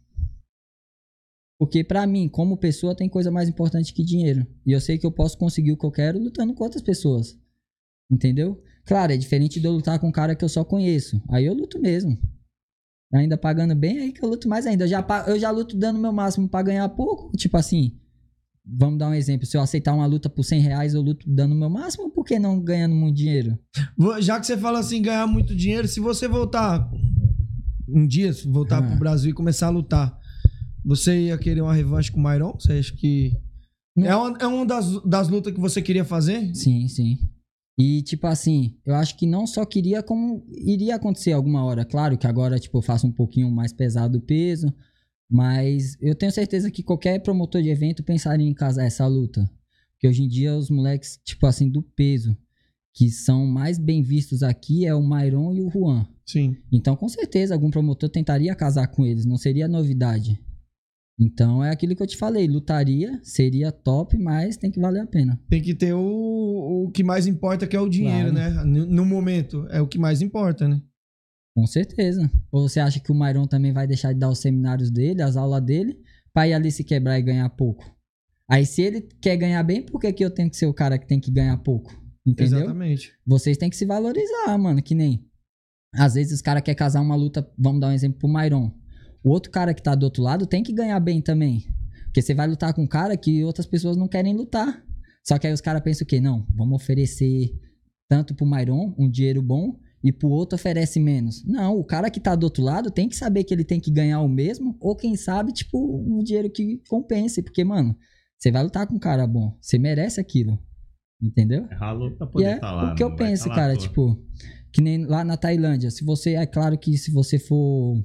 [SPEAKER 10] Porque pra mim, como pessoa, tem coisa mais importante que dinheiro. E eu sei que eu posso conseguir o que eu quero lutando com outras pessoas. Entendeu? Claro, é diferente de eu lutar com um cara que eu só conheço. Aí eu luto mesmo. Ainda pagando bem, aí que eu luto mais ainda. Eu já luto dando o meu máximo pra ganhar pouco. Tipo assim, vamos dar um exemplo. Se eu aceitar uma luta por R$100, eu luto dando o meu máximo. Por que não ganhando muito dinheiro?
[SPEAKER 8] Já que você fala assim, ganhar muito dinheiro, se você voltar um dia, voltar pro Brasil e começar a lutar, você ia querer uma revanche com o Myron? Você acha que... É uma das lutas que você queria fazer?
[SPEAKER 10] Sim, sim. E, tipo assim, eu acho que não só queria, como iria acontecer alguma hora. Claro que agora, tipo, eu faço um pouquinho mais pesado o peso, mas eu tenho certeza que qualquer promotor de evento pensaria em casar essa luta. Porque hoje em dia os moleques, tipo assim, do peso, que são mais bem vistos aqui é o Myron e o Juan.
[SPEAKER 8] Sim.
[SPEAKER 10] Então, com certeza, algum promotor tentaria casar com eles, não seria novidade. Então, é aquilo que eu te falei, lutaria, seria top, mas tem que valer a pena.
[SPEAKER 8] Tem que ter o que mais importa, que é o dinheiro,
[SPEAKER 10] claro,
[SPEAKER 8] né? No momento, é o que mais importa, né?
[SPEAKER 10] Com certeza. Ou você acha que o Myron também vai deixar de dar os seminários dele, as aulas dele, pra ir ali se quebrar e ganhar pouco? Aí, se ele quer ganhar bem, por que eu tenho que ser o cara que tem que ganhar pouco? Entendeu?
[SPEAKER 8] Exatamente.
[SPEAKER 10] Vocês têm que se valorizar, mano, que nem... Às vezes os caras querem casar uma luta, vamos dar um exemplo pro Myron. O outro cara que tá do outro lado tem que ganhar bem também. Porque você vai lutar com um cara que outras pessoas não querem lutar. Só que aí os caras pensam o quê? Não, vamos oferecer tanto pro Myron um dinheiro bom e pro outro oferece menos. Não, o cara que tá do outro lado tem que saber que ele tem que ganhar o mesmo ou quem sabe, tipo, um dinheiro que compense. Porque, mano, você vai lutar com um cara bom. Você merece aquilo. Entendeu?
[SPEAKER 9] É a luta poder tá lá.
[SPEAKER 10] O que eu penso, cara, tipo... Que nem lá na Tailândia. Se você... É claro que se você for...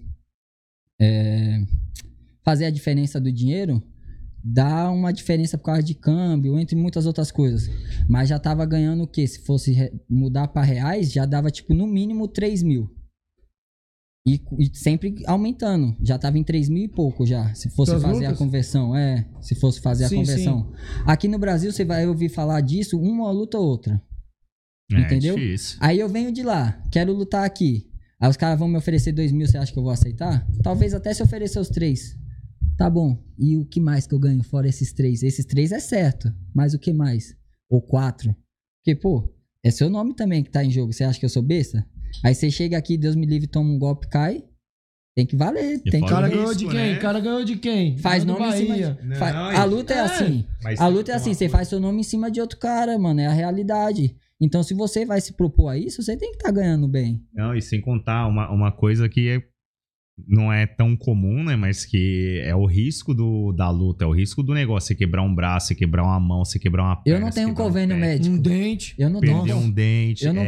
[SPEAKER 10] fazer a diferença do dinheiro, dá uma diferença por causa de câmbio, entre muitas outras coisas. Mas já tava ganhando o quê? Se fosse mudar para reais, já dava tipo no mínimo 3 mil. E sempre aumentando. Já tava em 3 mil e pouco já. Se fosse fazer a conversão. Se fosse fazer a conversão. Sim. Aqui no Brasil, você vai ouvir falar disso, uma luta ou outra. Entendeu?
[SPEAKER 9] Difícil.
[SPEAKER 10] Aí eu venho de lá, quero lutar aqui. Aí os caras vão me oferecer 2 mil, você acha que eu vou aceitar? Talvez até se oferecer os 3. Tá bom, e o que mais que eu ganho fora esses 3? Esses 3 é certo, mas o que mais? Ou 4? Porque, pô, é seu nome também que tá em jogo. Você acha que eu sou besta? Aí você chega aqui, Deus me livre, toma um golpe, cai. Tem que valer. Tem que...
[SPEAKER 8] O cara ganhou de quem? Né? O cara ganhou de quem?
[SPEAKER 10] Faz nome em cima de... A luta é assim. A luta é assim, você faz seu nome em cima de outro cara, mano. É a realidade. Então, se você vai se propor a isso, você tem que estar ganhando bem.
[SPEAKER 9] Não, e sem contar uma coisa que não é tão comum, né? Mas que é o risco da luta, é o risco do negócio. Você quebrar um braço, você quebrar uma mão, você quebrar uma perna.
[SPEAKER 10] Eu não tenho um convênio médico.
[SPEAKER 8] Um dente.
[SPEAKER 10] Eu não tenho.
[SPEAKER 9] Perder um dente.
[SPEAKER 10] Eu não...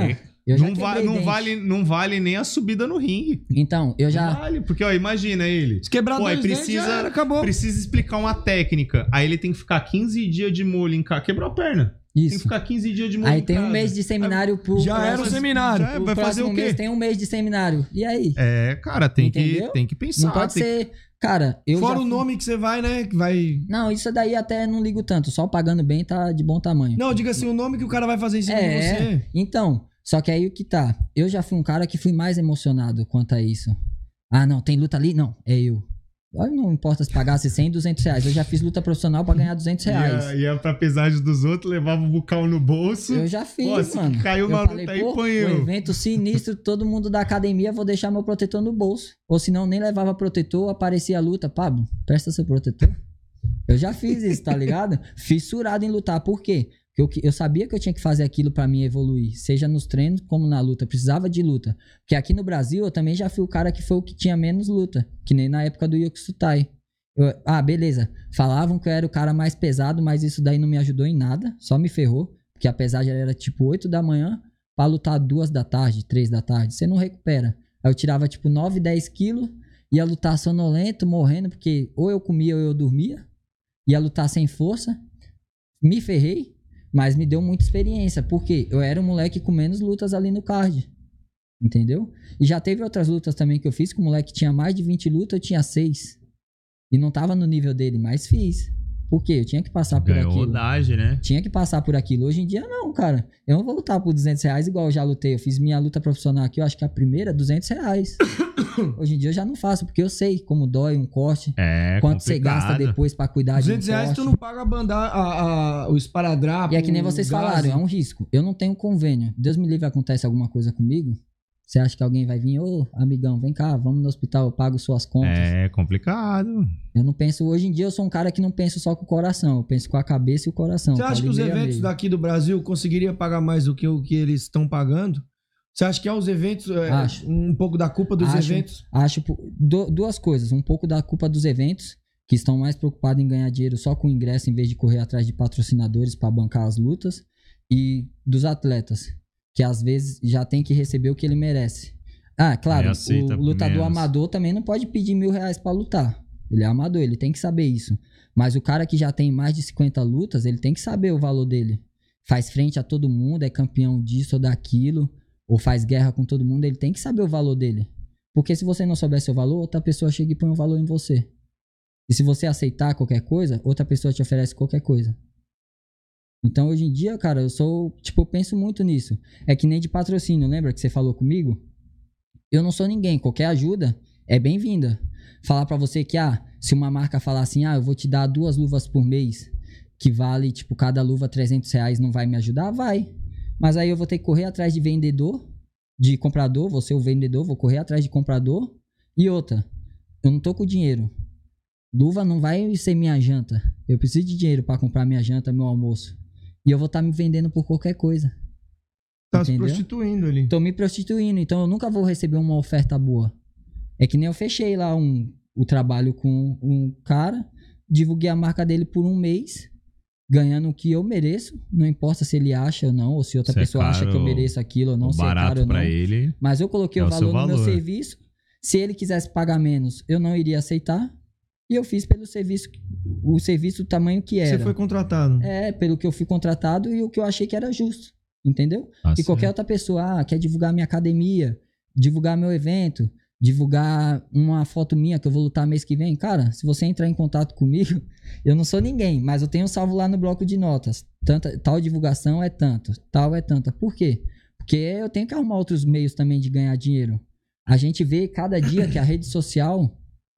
[SPEAKER 9] Não vale nem a subida no ringue.
[SPEAKER 10] Então, eu já...
[SPEAKER 9] Não vale, porque, ó, imagina ele.
[SPEAKER 8] Se quebrar dois dentes, já era, acabou.
[SPEAKER 9] Precisa explicar uma técnica. Aí ele tem que ficar 15 dias de molho em casa. Quebrou a perna.
[SPEAKER 10] Isso.
[SPEAKER 9] Tem que ficar 15 dias de molho
[SPEAKER 10] aí
[SPEAKER 9] em
[SPEAKER 10] tem
[SPEAKER 9] casa.
[SPEAKER 10] Um mês de seminário pro...
[SPEAKER 8] Já era o seminário.
[SPEAKER 9] Vai fazer o quê?
[SPEAKER 10] Mês tem um mês de seminário. E aí?
[SPEAKER 9] É, cara, tem que pensar.
[SPEAKER 10] Não pode ser... Cara, eu
[SPEAKER 8] fora o nome que você vai, né? Que vai...
[SPEAKER 10] Não, isso daí até não ligo tanto. Só pagando bem tá de bom tamanho.
[SPEAKER 8] Não, diga assim, o nome que o cara vai fazer em cima de você.
[SPEAKER 10] Então... Só que aí o que tá? Eu já fui um cara que fui mais emocionado quanto a isso. Ah, não, tem luta ali? Não, é eu. Olha, não importa se pagasse 100, 200 reais. Eu já fiz luta profissional pra ganhar 200 reais.
[SPEAKER 9] Ia pra pesagem dos outros, levava o bucal no bolso.
[SPEAKER 10] Eu já fiz, mano.
[SPEAKER 9] Caiu uma luta aí, põe eu.
[SPEAKER 10] Um evento sinistro, todo mundo da academia, vou deixar meu protetor no bolso. Ou senão nem levava protetor, aparecia a luta. Pablo, presta seu protetor. Eu já fiz isso, tá ligado? Fissurado em lutar. Por quê? Porque eu sabia que eu tinha que fazer aquilo pra mim evoluir, seja nos treinos como na luta, eu precisava de luta. Porque aqui no Brasil eu também já fui o cara que foi o que tinha menos luta, que nem na época do Yoksutai. Beleza, falavam que eu era o cara mais pesado, mas isso daí não me ajudou em nada, só me ferrou, porque a pesagem era tipo 8 da manhã pra lutar 2 da tarde, 3 da tarde, você não recupera. Aí eu tirava tipo 9, 10 quilos, ia lutar sonolento, morrendo, porque ou eu comia ou eu dormia, ia lutar sem força, me ferrei. Mas me deu muita experiência, porque eu era um moleque com menos lutas ali no card. Entendeu? E já teve outras lutas também que eu fiz, que o moleque tinha mais de 20 lutas, eu tinha 6. E não tava no nível dele, mas fiz. Por quê? Eu tinha que passar por aquilo.
[SPEAKER 9] Rodagem, né?
[SPEAKER 10] Tinha que passar por aquilo. Hoje em dia, não, cara. Eu não vou lutar por 200 reais igual eu já lutei. Eu fiz minha luta profissional aqui, eu acho que a primeira, 200 reais. Hoje em dia eu já não faço, porque eu sei como dói um corte. Quanto você gasta depois pra cuidar de um corte.
[SPEAKER 8] 200 reais tu não paga o esparadrapo.
[SPEAKER 10] E é que nem vocês falaram, é um risco. Eu não tenho convênio. Deus me livre, acontece alguma coisa comigo. Você acha que alguém vai vir? Ô, amigão, vem cá, vamos no hospital, eu pago suas contas.
[SPEAKER 9] É complicado.
[SPEAKER 10] Eu não penso... Hoje em dia eu sou um cara que não penso só com o coração. Eu penso com a cabeça e o coração.
[SPEAKER 8] Você acha que os eventos daqui do Brasil conseguiriam pagar mais do que o que eles estão pagando? Você acha que é os eventos... um pouco da culpa dos eventos?
[SPEAKER 10] Acho duas coisas. Um pouco da culpa dos eventos, que estão mais preocupados em ganhar dinheiro só com o ingresso, em vez de correr atrás de patrocinadores para bancar as lutas. E dos atletas, que às vezes já tem que receber o que ele merece. Ah, claro, o lutador amador também não pode pedir R$1.000 pra lutar. Ele é amador, ele tem que saber isso. Mas o cara que já tem mais de 50 lutas, ele tem que saber o valor dele. Faz frente a todo mundo, é campeão disso ou daquilo, ou faz guerra com todo mundo, ele tem que saber o valor dele. Porque se você não souber seu valor, outra pessoa chega e põe um valor em você. E se você aceitar qualquer coisa, outra pessoa te oferece qualquer coisa. Então, hoje em dia, cara, eu penso muito nisso. É que nem de patrocínio, lembra que você falou comigo? Eu não sou ninguém, qualquer ajuda é bem-vinda. Falar pra você que, se uma marca falar assim, eu vou te dar 2 luvas por mês, que vale, cada luva R$300, não vai me ajudar? Vai. Mas aí eu vou ter que correr atrás de vendedor, de comprador, vou ser o vendedor, vou correr atrás de comprador. E outra, eu não tô com dinheiro. Luva não vai ser minha janta. Eu preciso de dinheiro pra comprar minha janta, meu almoço. E eu vou estar me vendendo por qualquer coisa.
[SPEAKER 8] Tá entendeu? Se prostituindo ali.
[SPEAKER 10] Tô me prostituindo, então eu nunca vou receber uma oferta boa. É que nem eu fechei lá o trabalho com um cara, divulguei a marca dele por 1 mês, ganhando o que eu mereço, não importa se ele acha ou não, ou se outra pessoa acha que eu mereço aquilo ou não, se é caro ou não.
[SPEAKER 9] Ele,
[SPEAKER 10] mas eu coloquei o valor no meu serviço. Se ele quisesse pagar menos, eu não iria aceitar. E eu fiz pelo serviço, o serviço do tamanho que era.
[SPEAKER 8] Você foi contratado.
[SPEAKER 10] Pelo que eu fui contratado e o que eu achei que era justo. Entendeu? E qualquer outra pessoa, quer divulgar minha academia, divulgar meu evento, divulgar uma foto minha que eu vou lutar mês que vem. Cara, se você entrar em contato comigo, eu não sou ninguém, mas eu tenho salvo lá no bloco de notas. Tal divulgação é tanto, tal é tanta. Por quê? Porque eu tenho que arrumar outros meios também de ganhar dinheiro. A gente vê cada dia que a rede social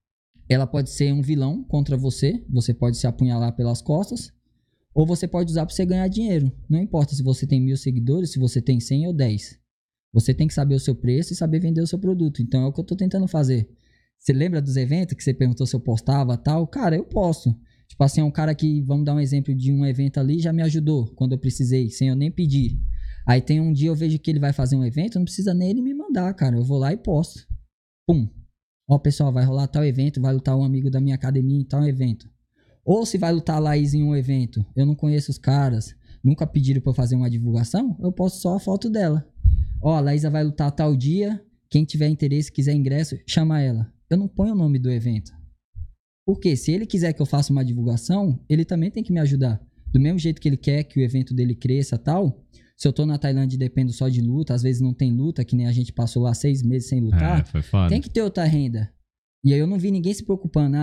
[SPEAKER 10] ela pode ser um vilão contra você. Você pode se apunhalar pelas costas. Ou você pode usar pra você ganhar dinheiro. Não importa se você tem 1000 seguidores, se você tem 100 ou 10. Você tem que saber o seu preço e saber vender o seu produto. Então é o que eu tô tentando fazer. Você lembra dos eventos que você perguntou se eu postava e tal? Cara, eu posto. Tipo assim, é um cara que, vamos dar um exemplo de um evento ali, já me ajudou quando eu precisei, sem eu nem pedir. Aí tem um dia eu vejo que ele vai fazer um evento, não precisa nem ele me mandar, cara. Eu vou lá e posto. Pum. Ó, pessoal, vai rolar tal evento, vai lutar um amigo da minha academia em tal evento. Ou se vai lutar a Laís em um evento, eu não conheço os caras, nunca pediram pra eu fazer uma divulgação, eu posto só a foto dela. Ó, a Laísa vai lutar tal dia, quem tiver interesse, quiser ingresso, chama ela. Eu não ponho o nome do evento. Porque se ele quiser que eu faça uma divulgação, ele também tem que me ajudar. Do mesmo jeito que ele quer que o evento dele cresça e tal, se eu tô na Tailândia e dependo só de luta, às vezes não tem luta, que nem a gente passou lá 6 meses sem lutar,
[SPEAKER 9] foi foda.
[SPEAKER 10] Tem que ter outra renda. E aí eu não vi ninguém se preocupando,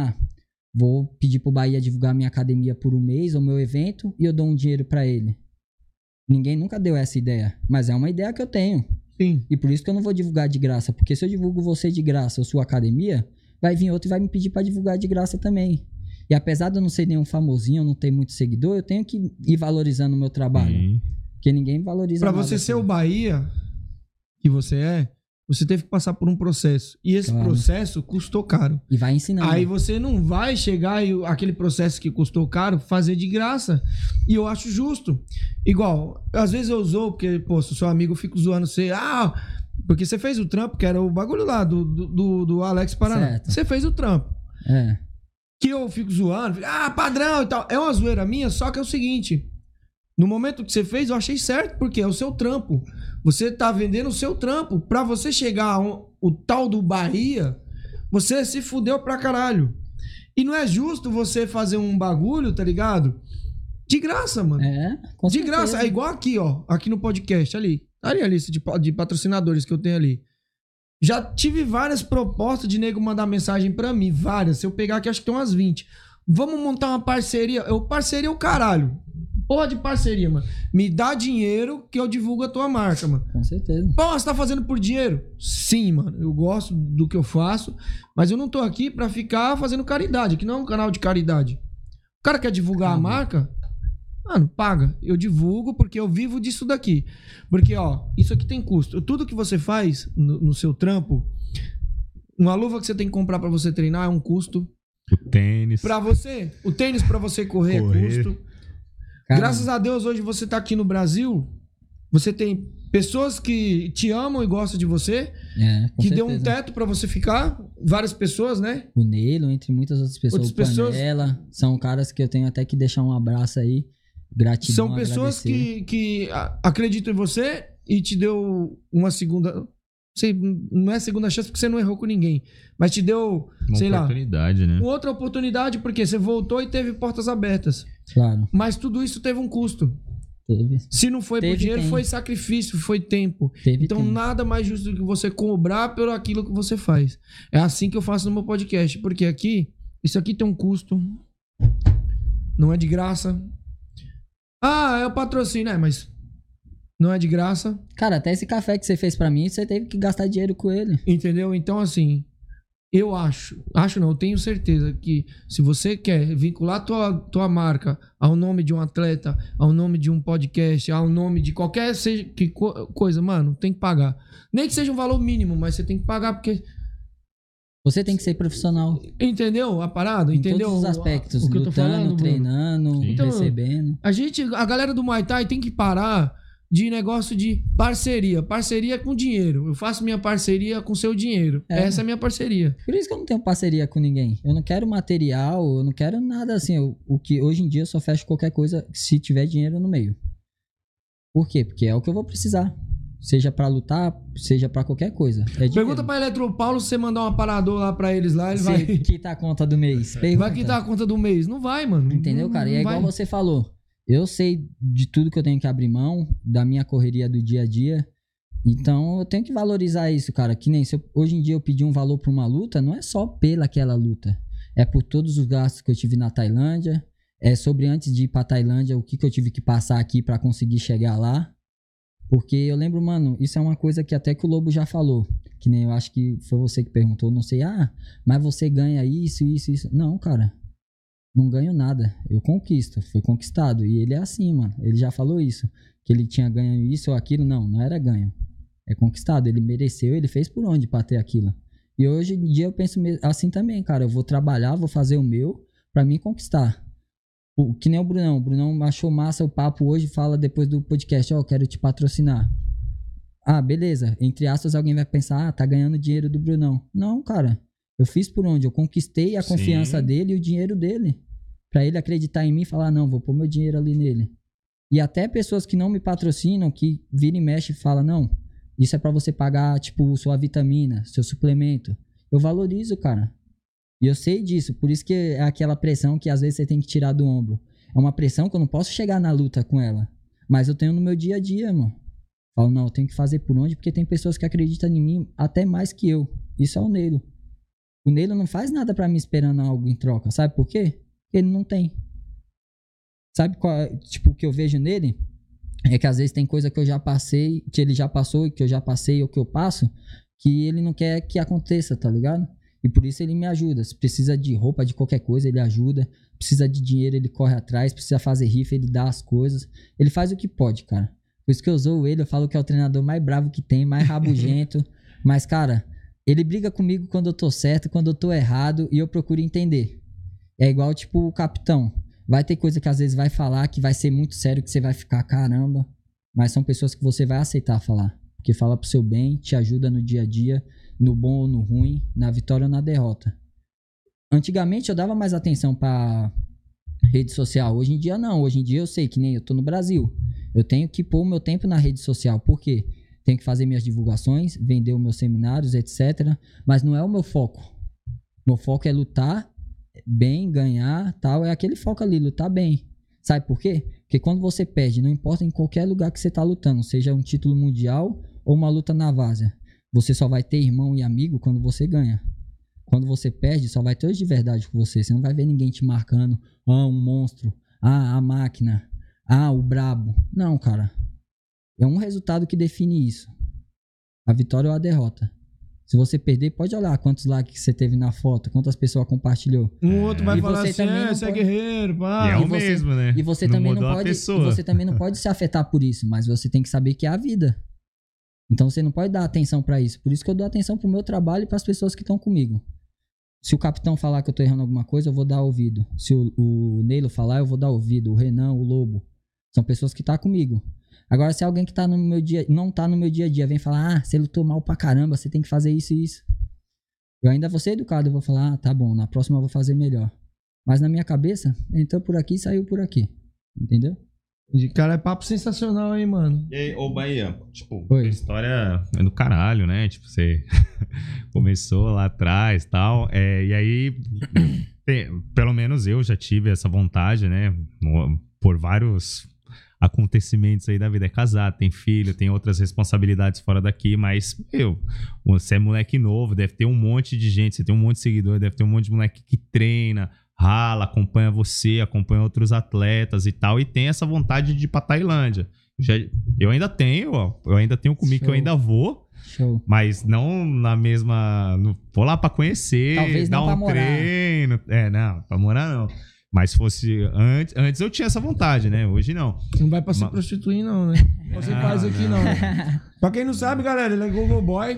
[SPEAKER 10] vou pedir pro Bahia divulgar minha academia por um mês, ou meu evento, e eu dou um dinheiro pra ele. Ninguém nunca deu essa ideia, mas é uma ideia que eu tenho.
[SPEAKER 8] Sim.
[SPEAKER 10] E por isso que eu não vou divulgar de graça, porque se eu divulgo você de graça ou sua academia, vai vir outro e vai me pedir pra divulgar de graça também. E apesar de eu não ser nenhum famosinho, eu não ter muito seguidor, eu tenho que ir valorizando o meu trabalho. Porque ninguém valoriza nada.
[SPEAKER 8] Pra você ser o Bahia que você é, você teve que passar por um processo. E esse processo custou caro.
[SPEAKER 10] E vai ensinando.
[SPEAKER 8] Aí você não vai chegar e aquele processo que custou caro fazer de graça. E eu acho justo. Igual, às vezes eu zoo, porque, pô, se eu sou amigo, eu fico zoando você. Porque você fez o trampo, que era o bagulho lá do Alex Paraná.
[SPEAKER 10] Certo.
[SPEAKER 8] Você fez o trampo.
[SPEAKER 10] É.
[SPEAKER 8] Que eu fico zoando, padrão e tal. É uma zoeira minha, só que é o seguinte. No momento que você fez, eu achei certo, porque é o seu trampo. Você tá vendendo o seu trampo. Pra você chegar o tal do Bahia, você se fudeu pra caralho. E não é justo você fazer um bagulho, tá ligado? De graça, mano.
[SPEAKER 10] Com
[SPEAKER 8] de
[SPEAKER 10] certeza.
[SPEAKER 8] graça. É igual aqui, ó. Aqui no podcast, ali. Tá ali a lista de patrocinadores que eu tenho ali. Já tive várias propostas de nego mandar mensagem pra mim. Várias. Se eu pegar aqui, acho que tem umas 20. Vamos montar uma parceria. Parceria o caralho. Porra de parceria, mano. Me dá dinheiro que eu divulgo a tua marca, mano.
[SPEAKER 10] Com certeza.
[SPEAKER 8] Pô, você tá fazendo por dinheiro? Sim, mano. Eu gosto do que eu faço, mas eu não tô aqui pra ficar fazendo caridade. Aqui não é um canal de caridade. O cara quer divulgar a marca? Mano, paga. Eu divulgo porque eu vivo disso daqui. Porque, ó, isso aqui tem custo. Tudo que você faz no seu trampo, uma luva que você tem que comprar pra você treinar é um custo.
[SPEAKER 9] O tênis.
[SPEAKER 8] Pra você. O tênis pra você correr. É custo. Caramba. Graças a Deus, hoje você tá aqui no Brasil, você tem pessoas que te amam e gostam de você, que deu um teto pra você ficar, várias pessoas, né?
[SPEAKER 10] O Neilo, entre muitas outras pessoas. O Panela, são caras que eu tenho até que deixar um abraço aí, gratidão.
[SPEAKER 8] São pessoas que acreditam em você e te deu uma segunda... Não é segunda chance porque você não errou com ninguém, mas te deu,
[SPEAKER 9] uma oportunidade, né?
[SPEAKER 8] Outra oportunidade porque você voltou e teve portas abertas.
[SPEAKER 10] Claro.
[SPEAKER 8] Mas tudo isso teve um custo.
[SPEAKER 10] Teve.
[SPEAKER 8] Se não foi por dinheiro, foi sacrifício, foi tempo. Então nada mais justo do que você cobrar pelo aquilo que você faz. É assim que eu faço no meu podcast, porque isso aqui tem um custo. Não é de graça. É o patrocínio, mas não é de graça.
[SPEAKER 10] Cara, até esse café que você fez pra mim, você teve que gastar dinheiro com ele.
[SPEAKER 8] Entendeu? Então, assim, eu eu tenho certeza que se você quer vincular tua marca ao nome de um atleta, ao nome de um podcast, ao nome de qualquer coisa, mano, tem que pagar. Nem que seja um valor mínimo, mas você tem que pagar porque...
[SPEAKER 10] Você tem que ser profissional.
[SPEAKER 8] Entendeu a parada? Entendeu?
[SPEAKER 10] Todos os aspectos.
[SPEAKER 8] O que eu tô falando,
[SPEAKER 10] treinando,
[SPEAKER 8] então,
[SPEAKER 10] recebendo.
[SPEAKER 8] A galera do Muay Thai tem que parar de negócio de parceria. Parceria com dinheiro. Eu faço minha parceria com seu dinheiro. Essa é a minha parceria.
[SPEAKER 10] Por isso que eu não tenho parceria com ninguém. Eu não quero material, eu não quero nada assim. O que hoje em dia eu só fecho qualquer coisa se tiver dinheiro no meio. Por quê? Porque é o que eu vou precisar. Seja pra lutar, seja pra qualquer coisa.
[SPEAKER 8] Pergunta pra Eletropaulo se você mandar um aparador lá pra eles lá, ele vai
[SPEAKER 10] quitar a conta do mês.
[SPEAKER 8] Vai quitar a conta do mês. Não vai, mano.
[SPEAKER 10] Entendeu, cara? E é igual você falou. Eu sei de tudo que eu tenho que abrir mão, da minha correria do dia a dia. Então, eu tenho que valorizar isso, cara. Que nem se hoje em dia eu pedir um valor pra uma luta, não é só pelaquela luta. É por todos os gastos que eu tive na Tailândia. É sobre antes de ir pra Tailândia, o que eu tive que passar aqui pra conseguir chegar lá. Porque eu lembro, mano, isso é uma coisa que até que o Lobo já falou. que nem eu acho que foi você que perguntou, não sei, mas você ganha isso. Não, cara, não ganho nada, eu conquisto, foi conquistado. E ele é assim, mano, ele já falou isso, que ele tinha ganho isso ou aquilo, não era ganho, é conquistado, ele mereceu, ele fez por onde pra ter aquilo. E hoje em dia eu penso assim também, cara, eu vou trabalhar, vou fazer o meu pra mim conquistar. Que nem o Brunão achou massa o papo hoje, fala depois do podcast, eu quero te patrocinar. Beleza, entre aspas alguém vai pensar, tá ganhando dinheiro do Brunão. Não, cara, eu fiz por onde? Eu conquistei a confiança dele e o dinheiro dele. Pra ele acreditar em mim e falar, não, vou pôr meu dinheiro ali nele. E até pessoas que não me patrocinam, que vira e mexe e fala, não, isso é pra você pagar, tipo, sua vitamina, seu suplemento. Eu valorizo, cara. E eu sei disso, por isso que é aquela pressão que às vezes você tem que tirar do ombro. É uma pressão que eu não posso chegar na luta com ela. Mas eu tenho no meu dia a dia, mano. Falo, não, eu tenho que fazer por onde, porque tem pessoas que acreditam em mim até mais que eu. Isso é o Neilo. O Neilo não faz nada pra mim esperando algo em troca. Sabe por quê? Ele não tem. Sabe qual, tipo, o que eu vejo nele? É que às vezes tem coisa que eu já passei, que ele já passou, que eu já passei ou que eu passo, que ele não quer que aconteça, tá ligado? E por isso ele me ajuda. Se precisa de roupa, de qualquer coisa, ele ajuda. Precisa de dinheiro, ele corre atrás. Precisa fazer rifa, ele dá as coisas. Ele faz o que pode, cara. Por isso que eu zoo ele, eu falo que é o treinador mais bravo que tem, mais rabugento. Mas, cara, ele briga comigo quando eu tô certo, quando eu tô errado, e eu procuro entender. É igual, tipo, o capitão. Vai ter coisa que às vezes vai falar que vai ser muito sério, que você vai ficar, caramba. Mas são pessoas que você vai aceitar falar. Porque fala pro seu bem, te ajuda no dia a dia, no bom ou no ruim, na vitória ou na derrota. Antigamente eu dava mais atenção pra rede social. Hoje em dia não. Hoje em dia eu sei que nem eu tô no Brasil. Eu tenho que pôr o meu tempo na rede social. Por quê? Tenho que fazer minhas divulgações, vender os meus seminários, etc. Mas não é o meu foco. Meu foco é lutar bem, ganhar, tal. É aquele foco ali, lutar bem. Sabe por quê? Porque quando você perde, não importa em qualquer lugar que você tá lutando, seja um título mundial ou uma luta na várzea, você só vai ter irmão e amigo quando você ganha. Quando você perde, só vai ter os de verdade com você. Você não vai ver ninguém te marcando, um monstro, a máquina, o brabo. Não, cara. É um resultado que define isso. A vitória ou a derrota. Se você perder, pode olhar quantos likes você teve na foto, quantas pessoas compartilhou.
[SPEAKER 8] Um outro vai
[SPEAKER 10] e
[SPEAKER 8] falar assim, você é guerreiro, pá.
[SPEAKER 9] E é o mesmo, né?
[SPEAKER 10] E você
[SPEAKER 9] não
[SPEAKER 10] também
[SPEAKER 9] mudou
[SPEAKER 10] não pode,
[SPEAKER 9] a pessoa.
[SPEAKER 10] e você também não pode se afetar por isso, mas você tem que saber que é a vida. Então você não pode dar atenção pra isso. Por isso que eu dou atenção pro meu trabalho e pras pessoas que estão comigo. Se o capitão falar que eu tô errando alguma coisa, eu vou dar ouvido. Se o Neilo falar, eu vou dar ouvido. O Renan, o Lobo. São pessoas que tá comigo. Agora, se alguém que tá no meu dia, não tá no meu dia a dia, vem falar, você lutou mal pra caramba, você tem que fazer isso e isso. Eu ainda vou ser educado, eu vou falar, tá bom, na próxima eu vou fazer melhor. Mas na minha cabeça, entrou por aqui e saiu por aqui. Entendeu?
[SPEAKER 8] De cara, é papo sensacional, hein, mano?
[SPEAKER 9] E aí, ô Bahia, tipo,
[SPEAKER 10] Oi.
[SPEAKER 9] a história é do caralho, né? Tipo, você começou lá atrás e tal. E aí, pelo menos eu já tive essa vontade, né? Por vários acontecimentos aí da vida. É casado, tem filho, tem outras responsabilidades fora daqui, mas, você é moleque novo, deve ter um monte de gente, você tem um monte de seguidor, deve ter um monte de moleque que treina, rala, acompanha você, acompanha outros atletas e tal, e tem essa vontade de ir pra Tailândia. Eu ainda tenho comigo. Show. Que eu ainda vou.
[SPEAKER 10] Show.
[SPEAKER 9] Mas não na mesma... Vou lá pra conhecer,
[SPEAKER 10] talvez
[SPEAKER 9] dar
[SPEAKER 10] não
[SPEAKER 9] um treino. Não, pra morar não. Mas se fosse antes eu tinha essa vontade, né? Hoje não.
[SPEAKER 8] Não vai pra se prostituir não, né? Você faz aqui não. Pra quem não sabe, galera, ele é Gogo Boy.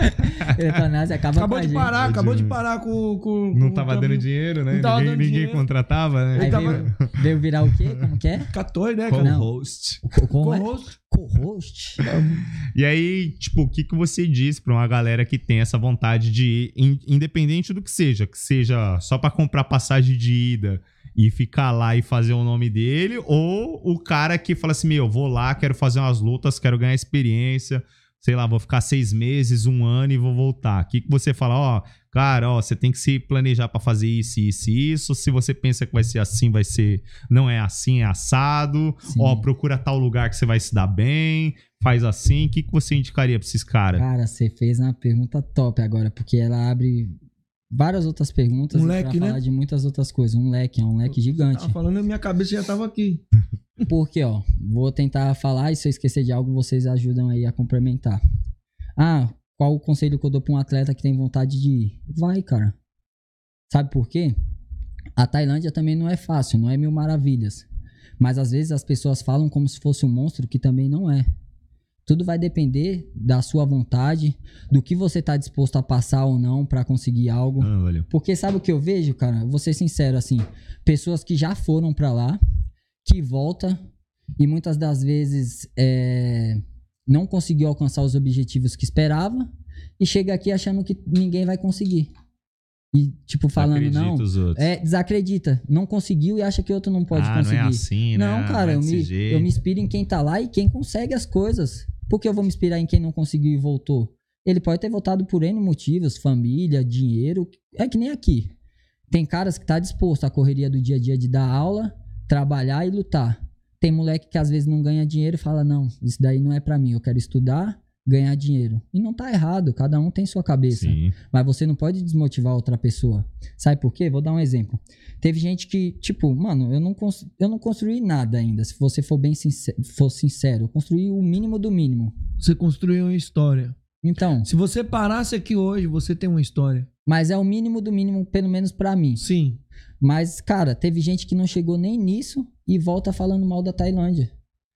[SPEAKER 8] Acabou de parar com
[SPEAKER 9] não tava dando dinheiro, né? Ninguém contratava, né?
[SPEAKER 10] Aí veio virar o quê? Como que é?
[SPEAKER 8] Cator, né?
[SPEAKER 9] Co-host.
[SPEAKER 10] Co-host.
[SPEAKER 9] E aí, tipo, o que você diz pra uma galera que tem essa vontade de ir, independente do que seja só pra comprar passagem de ida e ficar lá e fazer o nome dele, ou o cara que fala assim, vou lá, quero fazer umas lutas, quero ganhar experiência, sei lá, vou ficar 6 meses, 1 ano e vou voltar. O que você fala? Cara, você tem que se planejar pra fazer isso, isso e isso. Se você pensa que vai ser assim, vai ser... Não é assim, é assado. Sim. Procura tal lugar que você vai se dar bem. Faz assim. O que você indicaria pra esses caras?
[SPEAKER 10] Cara, você fez uma pergunta top agora, porque ela abre várias outras perguntas
[SPEAKER 8] leque,
[SPEAKER 10] pra falar de muitas outras coisas. Um leque gigante.
[SPEAKER 8] Tava falando, minha cabeça já tava aqui.
[SPEAKER 10] Porque, vou tentar falar e se eu esquecer de algo, vocês ajudam aí a complementar. qual o conselho que eu dou pra um atleta que tem vontade de ir? Vai, cara. Sabe por quê? A Tailândia também não é fácil, não é 1000 maravilhas. Mas às vezes as pessoas falam como se fosse um monstro, que também não é. Tudo vai depender da sua vontade, do que você tá disposto a passar ou não pra conseguir algo.
[SPEAKER 9] Valeu.
[SPEAKER 10] Porque sabe o que eu vejo, cara? Vou ser sincero, assim, pessoas que já foram pra lá, que voltam e muitas das vezes não conseguiu alcançar os objetivos que esperava e chega aqui achando que ninguém vai conseguir. E, tipo, falando, não, desacredita. Não conseguiu e acha que outro não pode conseguir.
[SPEAKER 9] Não é assim, né?
[SPEAKER 10] Não, cara, eu me inspiro em quem tá lá e quem consegue as coisas. Por que eu vou me inspirar em quem não conseguiu e voltou? Ele pode ter voltado por N motivos, família, dinheiro. É que nem aqui. Tem caras que tá disposto à correria do dia a dia de dar aula, trabalhar e lutar. Tem moleque que às vezes não ganha dinheiro e fala, não, isso daí não é pra mim, eu quero estudar, ganhar dinheiro. E não tá errado, cada um tem sua cabeça.
[SPEAKER 9] Sim.
[SPEAKER 10] Mas você não pode desmotivar outra pessoa. Sabe por quê? Vou dar um exemplo. Teve gente que, tipo, mano, eu não construí nada ainda. Se você for sincero, eu construí o mínimo do mínimo.
[SPEAKER 8] Você construiu uma história.
[SPEAKER 10] Então.
[SPEAKER 8] Se você parasse aqui hoje, você tem uma história.
[SPEAKER 10] Mas é o mínimo do mínimo, pelo menos pra mim.
[SPEAKER 8] Sim.
[SPEAKER 10] Mas, cara, teve gente que não chegou nem nisso e volta falando mal da Tailândia.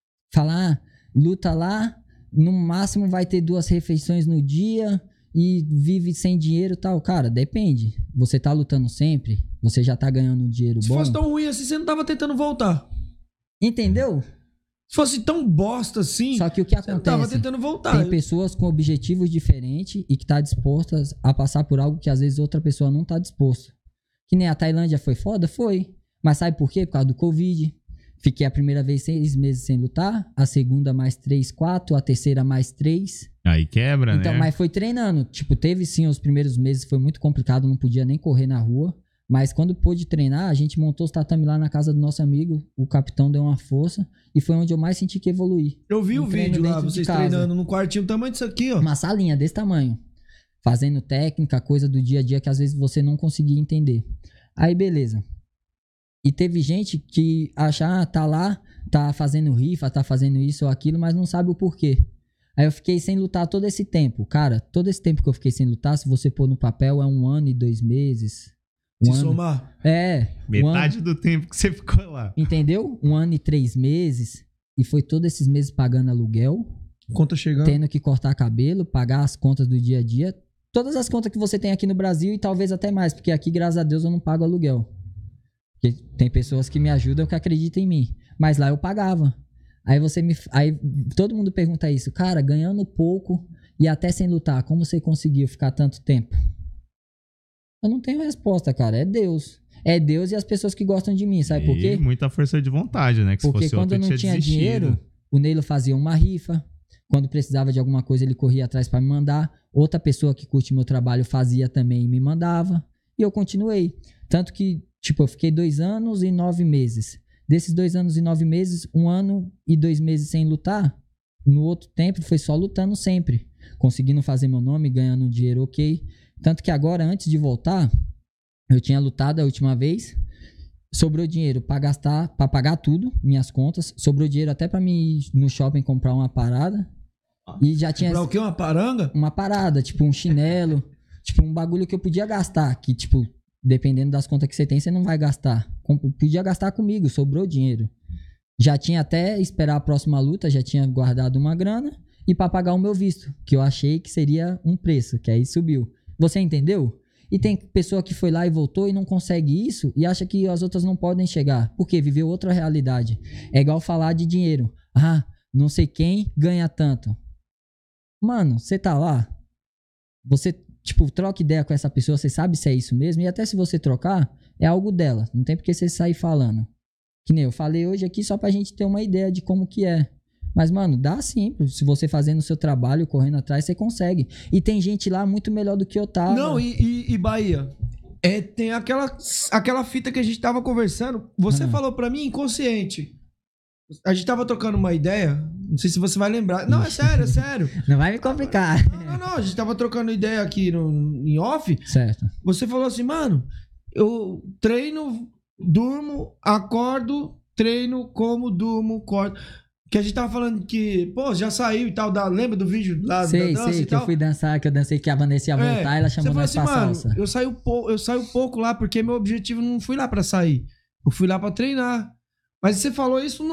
[SPEAKER 10] Fala, luta lá, no máximo vai ter 2 refeições no dia e vive sem dinheiro e tal. Cara, depende. Você tá lutando sempre, você já tá ganhando um dinheiro bom.
[SPEAKER 8] Se fosse tão ruim assim, você não tava tentando voltar.
[SPEAKER 10] Entendeu?
[SPEAKER 8] Se fosse tão bosta assim,
[SPEAKER 10] só que o que acontece?
[SPEAKER 8] Você tava tentando voltar.
[SPEAKER 10] Tem pessoas com objetivos diferentes e que tá dispostas a passar por algo que às vezes outra pessoa não tá disposta. Que nem a Tailândia foi foda? Foi. Mas sabe por quê? Por causa do Covid. Fiquei a primeira vez 6 meses sem lutar, a segunda mais 3, 4, a terceira mais 3.
[SPEAKER 9] Aí quebra,
[SPEAKER 10] então,
[SPEAKER 9] né?
[SPEAKER 10] Mas foi treinando. Tipo, teve sim os primeiros meses, foi muito complicado, não podia nem correr na rua. Mas quando pôde treinar, a gente montou os tatame lá na casa do nosso amigo, o capitão deu uma força e foi onde eu mais senti que evoluí.
[SPEAKER 8] Eu vi o vídeo lá, vocês treinando num quartinho tamanho disso aqui, ó.
[SPEAKER 10] Uma salinha desse tamanho. Fazendo técnica, coisa do dia a dia que às vezes você não conseguia entender. Aí, beleza. E teve gente que acha, tá lá, tá fazendo rifa, tá fazendo isso ou aquilo, mas não sabe o porquê. Aí eu fiquei sem lutar todo esse tempo. Cara, todo esse tempo que eu fiquei sem lutar, se você pôr no papel, é 1 ano e 2 meses.
[SPEAKER 8] Se somar?
[SPEAKER 9] Metade do tempo que você ficou lá.
[SPEAKER 10] Entendeu? 1 ano e 3 meses. E foi todos esses meses pagando aluguel.
[SPEAKER 8] Conta chegando.
[SPEAKER 10] Tendo que cortar cabelo, pagar as contas do dia a dia. Todas as contas que você tem aqui no Brasil e talvez até mais. Porque aqui, graças a Deus, eu não pago aluguel. Porque tem pessoas que me ajudam que acreditam em mim. Mas lá eu pagava. Aí todo mundo pergunta isso. Cara, ganhando pouco e até sem lutar, como você conseguiu ficar tanto tempo? Eu não tenho resposta, cara. É Deus. É Deus e as pessoas que gostam de mim. Sabe por quê?
[SPEAKER 9] Muita força de vontade, né? Que
[SPEAKER 10] porque
[SPEAKER 9] se fosse
[SPEAKER 10] quando eu não tinha dinheiro, o Neilo fazia uma rifa. Quando precisava de alguma coisa, ele corria atrás pra me mandar. Outra pessoa que curte meu trabalho fazia também e me mandava. E eu continuei. Tanto que, tipo, eu fiquei 2 anos e 9 meses. Desses 2 anos e 9 meses, 1 ano e 2 meses sem lutar. No outro tempo, foi só lutando sempre. Conseguindo fazer meu nome, ganhando dinheiro ok. Tanto que agora, antes de voltar, eu tinha lutado a última vez. Sobrou dinheiro pra gastar, pra pagar tudo, minhas contas. Sobrou dinheiro até pra mim ir no shopping comprar uma parada. E já tinha...
[SPEAKER 8] Comprar o quê? Uma paranga?
[SPEAKER 10] Uma parada, tipo um chinelo. Tipo um bagulho que eu podia gastar. Que, tipo, dependendo das contas que você tem, você não vai gastar. Podia gastar comigo, sobrou dinheiro. Já tinha até esperar a próxima luta, já tinha guardado uma grana. E pra pagar o meu visto, que eu achei que seria um preço, que aí subiu. Você entendeu? E tem pessoa que foi lá e voltou e não consegue isso e acha que as outras não podem chegar. Porque viveu outra realidade. É igual falar de dinheiro. Ah, não sei quem ganha tanto. Mano, você tá lá. Você, tipo, troca ideia com essa pessoa. Você sabe se é isso mesmo. E até se você trocar, é algo dela. Não tem porque você sair falando. Que nem eu falei hoje aqui só pra gente ter uma ideia de como que é. Mas, mano, dá sim. Se você fazendo o seu trabalho, correndo atrás, você consegue. E tem gente lá muito melhor do que eu tava.
[SPEAKER 8] Não, e Bahia, tem aquela fita que a gente tava conversando. Você falou pra mim inconsciente. A gente tava trocando uma ideia. Não sei se você vai lembrar. Não, é sério, é sério.
[SPEAKER 10] Não vai me complicar.
[SPEAKER 8] Não. A gente tava trocando ideia aqui em off.
[SPEAKER 10] Certo.
[SPEAKER 8] Você falou assim, mano, eu treino, durmo, acordo, treino, como, durmo, acordo. Que a gente tava falando que, pô, já saiu e tal, lembra do vídeo lá
[SPEAKER 10] Sei,
[SPEAKER 8] da dança
[SPEAKER 10] sei,
[SPEAKER 8] e
[SPEAKER 10] que eu
[SPEAKER 8] tal?
[SPEAKER 10] fui dançar, que eu dancei que a Vanessa ia voltar, ela chamou nós pra salsa.
[SPEAKER 8] Eu saio pouco lá, porque meu objetivo não fui lá pra sair. Eu fui lá pra treinar. Mas você falou isso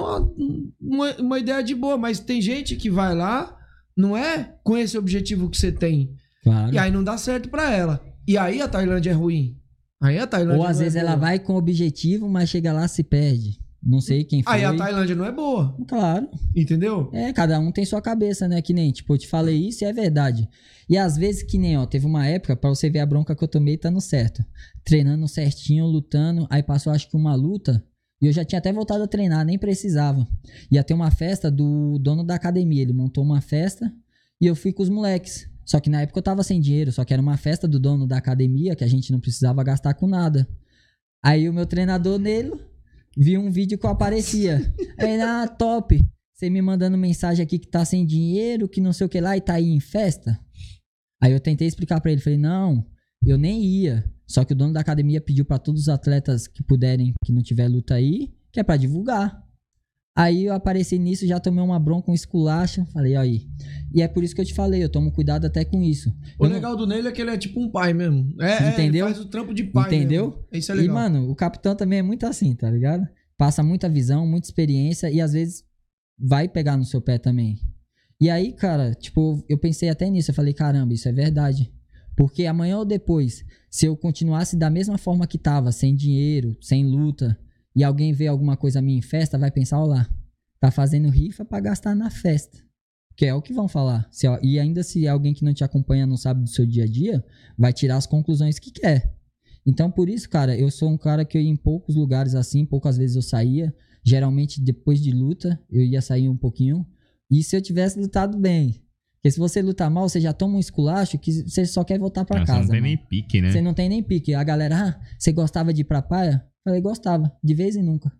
[SPEAKER 8] uma ideia de boa, mas tem gente que vai lá, não é com esse objetivo que você tem.
[SPEAKER 10] Claro.
[SPEAKER 8] E aí não dá certo pra ela. E aí a Tailândia é ruim.
[SPEAKER 10] Ou às vezes ela vai com objetivo, mas chega lá e se perde. Não sei quem foi.
[SPEAKER 8] Aí a Tailândia não é boa.
[SPEAKER 10] Claro.
[SPEAKER 8] Entendeu?
[SPEAKER 10] Cada um tem sua cabeça, né? Que nem, tipo, eu te falei isso e é verdade. E às vezes que nem, ó, teve uma época, pra você ver a bronca que eu tomei, tá no certo. Treinando certinho, lutando, aí passou acho que uma luta, e eu já tinha até voltado a treinar, nem precisava. Ia ter uma festa do dono da academia, ele montou uma festa, e eu fui com os moleques. Só que na época eu tava sem dinheiro, só que era uma festa do dono da academia, que a gente não precisava gastar com nada. Aí o meu treinador nele viu um vídeo que eu aparecia. Aí, top. Você me mandando mensagem aqui que tá sem dinheiro, que não sei o que lá, e tá aí em festa. Aí eu tentei explicar pra ele. Falei, não, eu nem ia. Só que o dono da academia pediu pra todos os atletas que puderem, que não tiver luta aí, que é pra divulgar. Aí eu apareci nisso, já tomei uma bronca, um esculacho. Falei, aí. E é por isso que eu te falei, eu tomo cuidado até com isso.
[SPEAKER 8] O legal do Neil é que ele é tipo um pai mesmo.
[SPEAKER 10] Entendeu?
[SPEAKER 8] Ele faz o trampo de pai.
[SPEAKER 10] Entendeu?
[SPEAKER 8] Mesmo. Isso é legal.
[SPEAKER 10] E, mano, o capitão também é muito assim, tá ligado? Passa muita visão, muita experiência e às vezes vai pegar no seu pé também. E aí, cara, tipo, eu pensei até nisso. Eu falei, caramba, isso é verdade. Porque amanhã ou depois, se eu continuasse da mesma forma que tava, sem dinheiro, sem luta, e alguém vê alguma coisa minha em festa, vai pensar, ó lá, tá fazendo rifa pra gastar na festa. Que é o que vão falar. E ainda se alguém que não te acompanha não sabe do seu dia a dia, vai tirar as conclusões que quer. Então, por isso, cara, eu sou um cara que eu ia em poucos lugares assim, poucas vezes eu saía. Geralmente, depois de luta, eu ia sair um pouquinho. E se eu tivesse lutado bem? Porque se você lutar mal, você já toma um esculacho que você só quer voltar pra casa. Você
[SPEAKER 9] não tem nem pique, né?
[SPEAKER 10] Você não tem nem pique. A galera, você gostava de ir pra praia? Eu falei, gostava. De vez em nunca.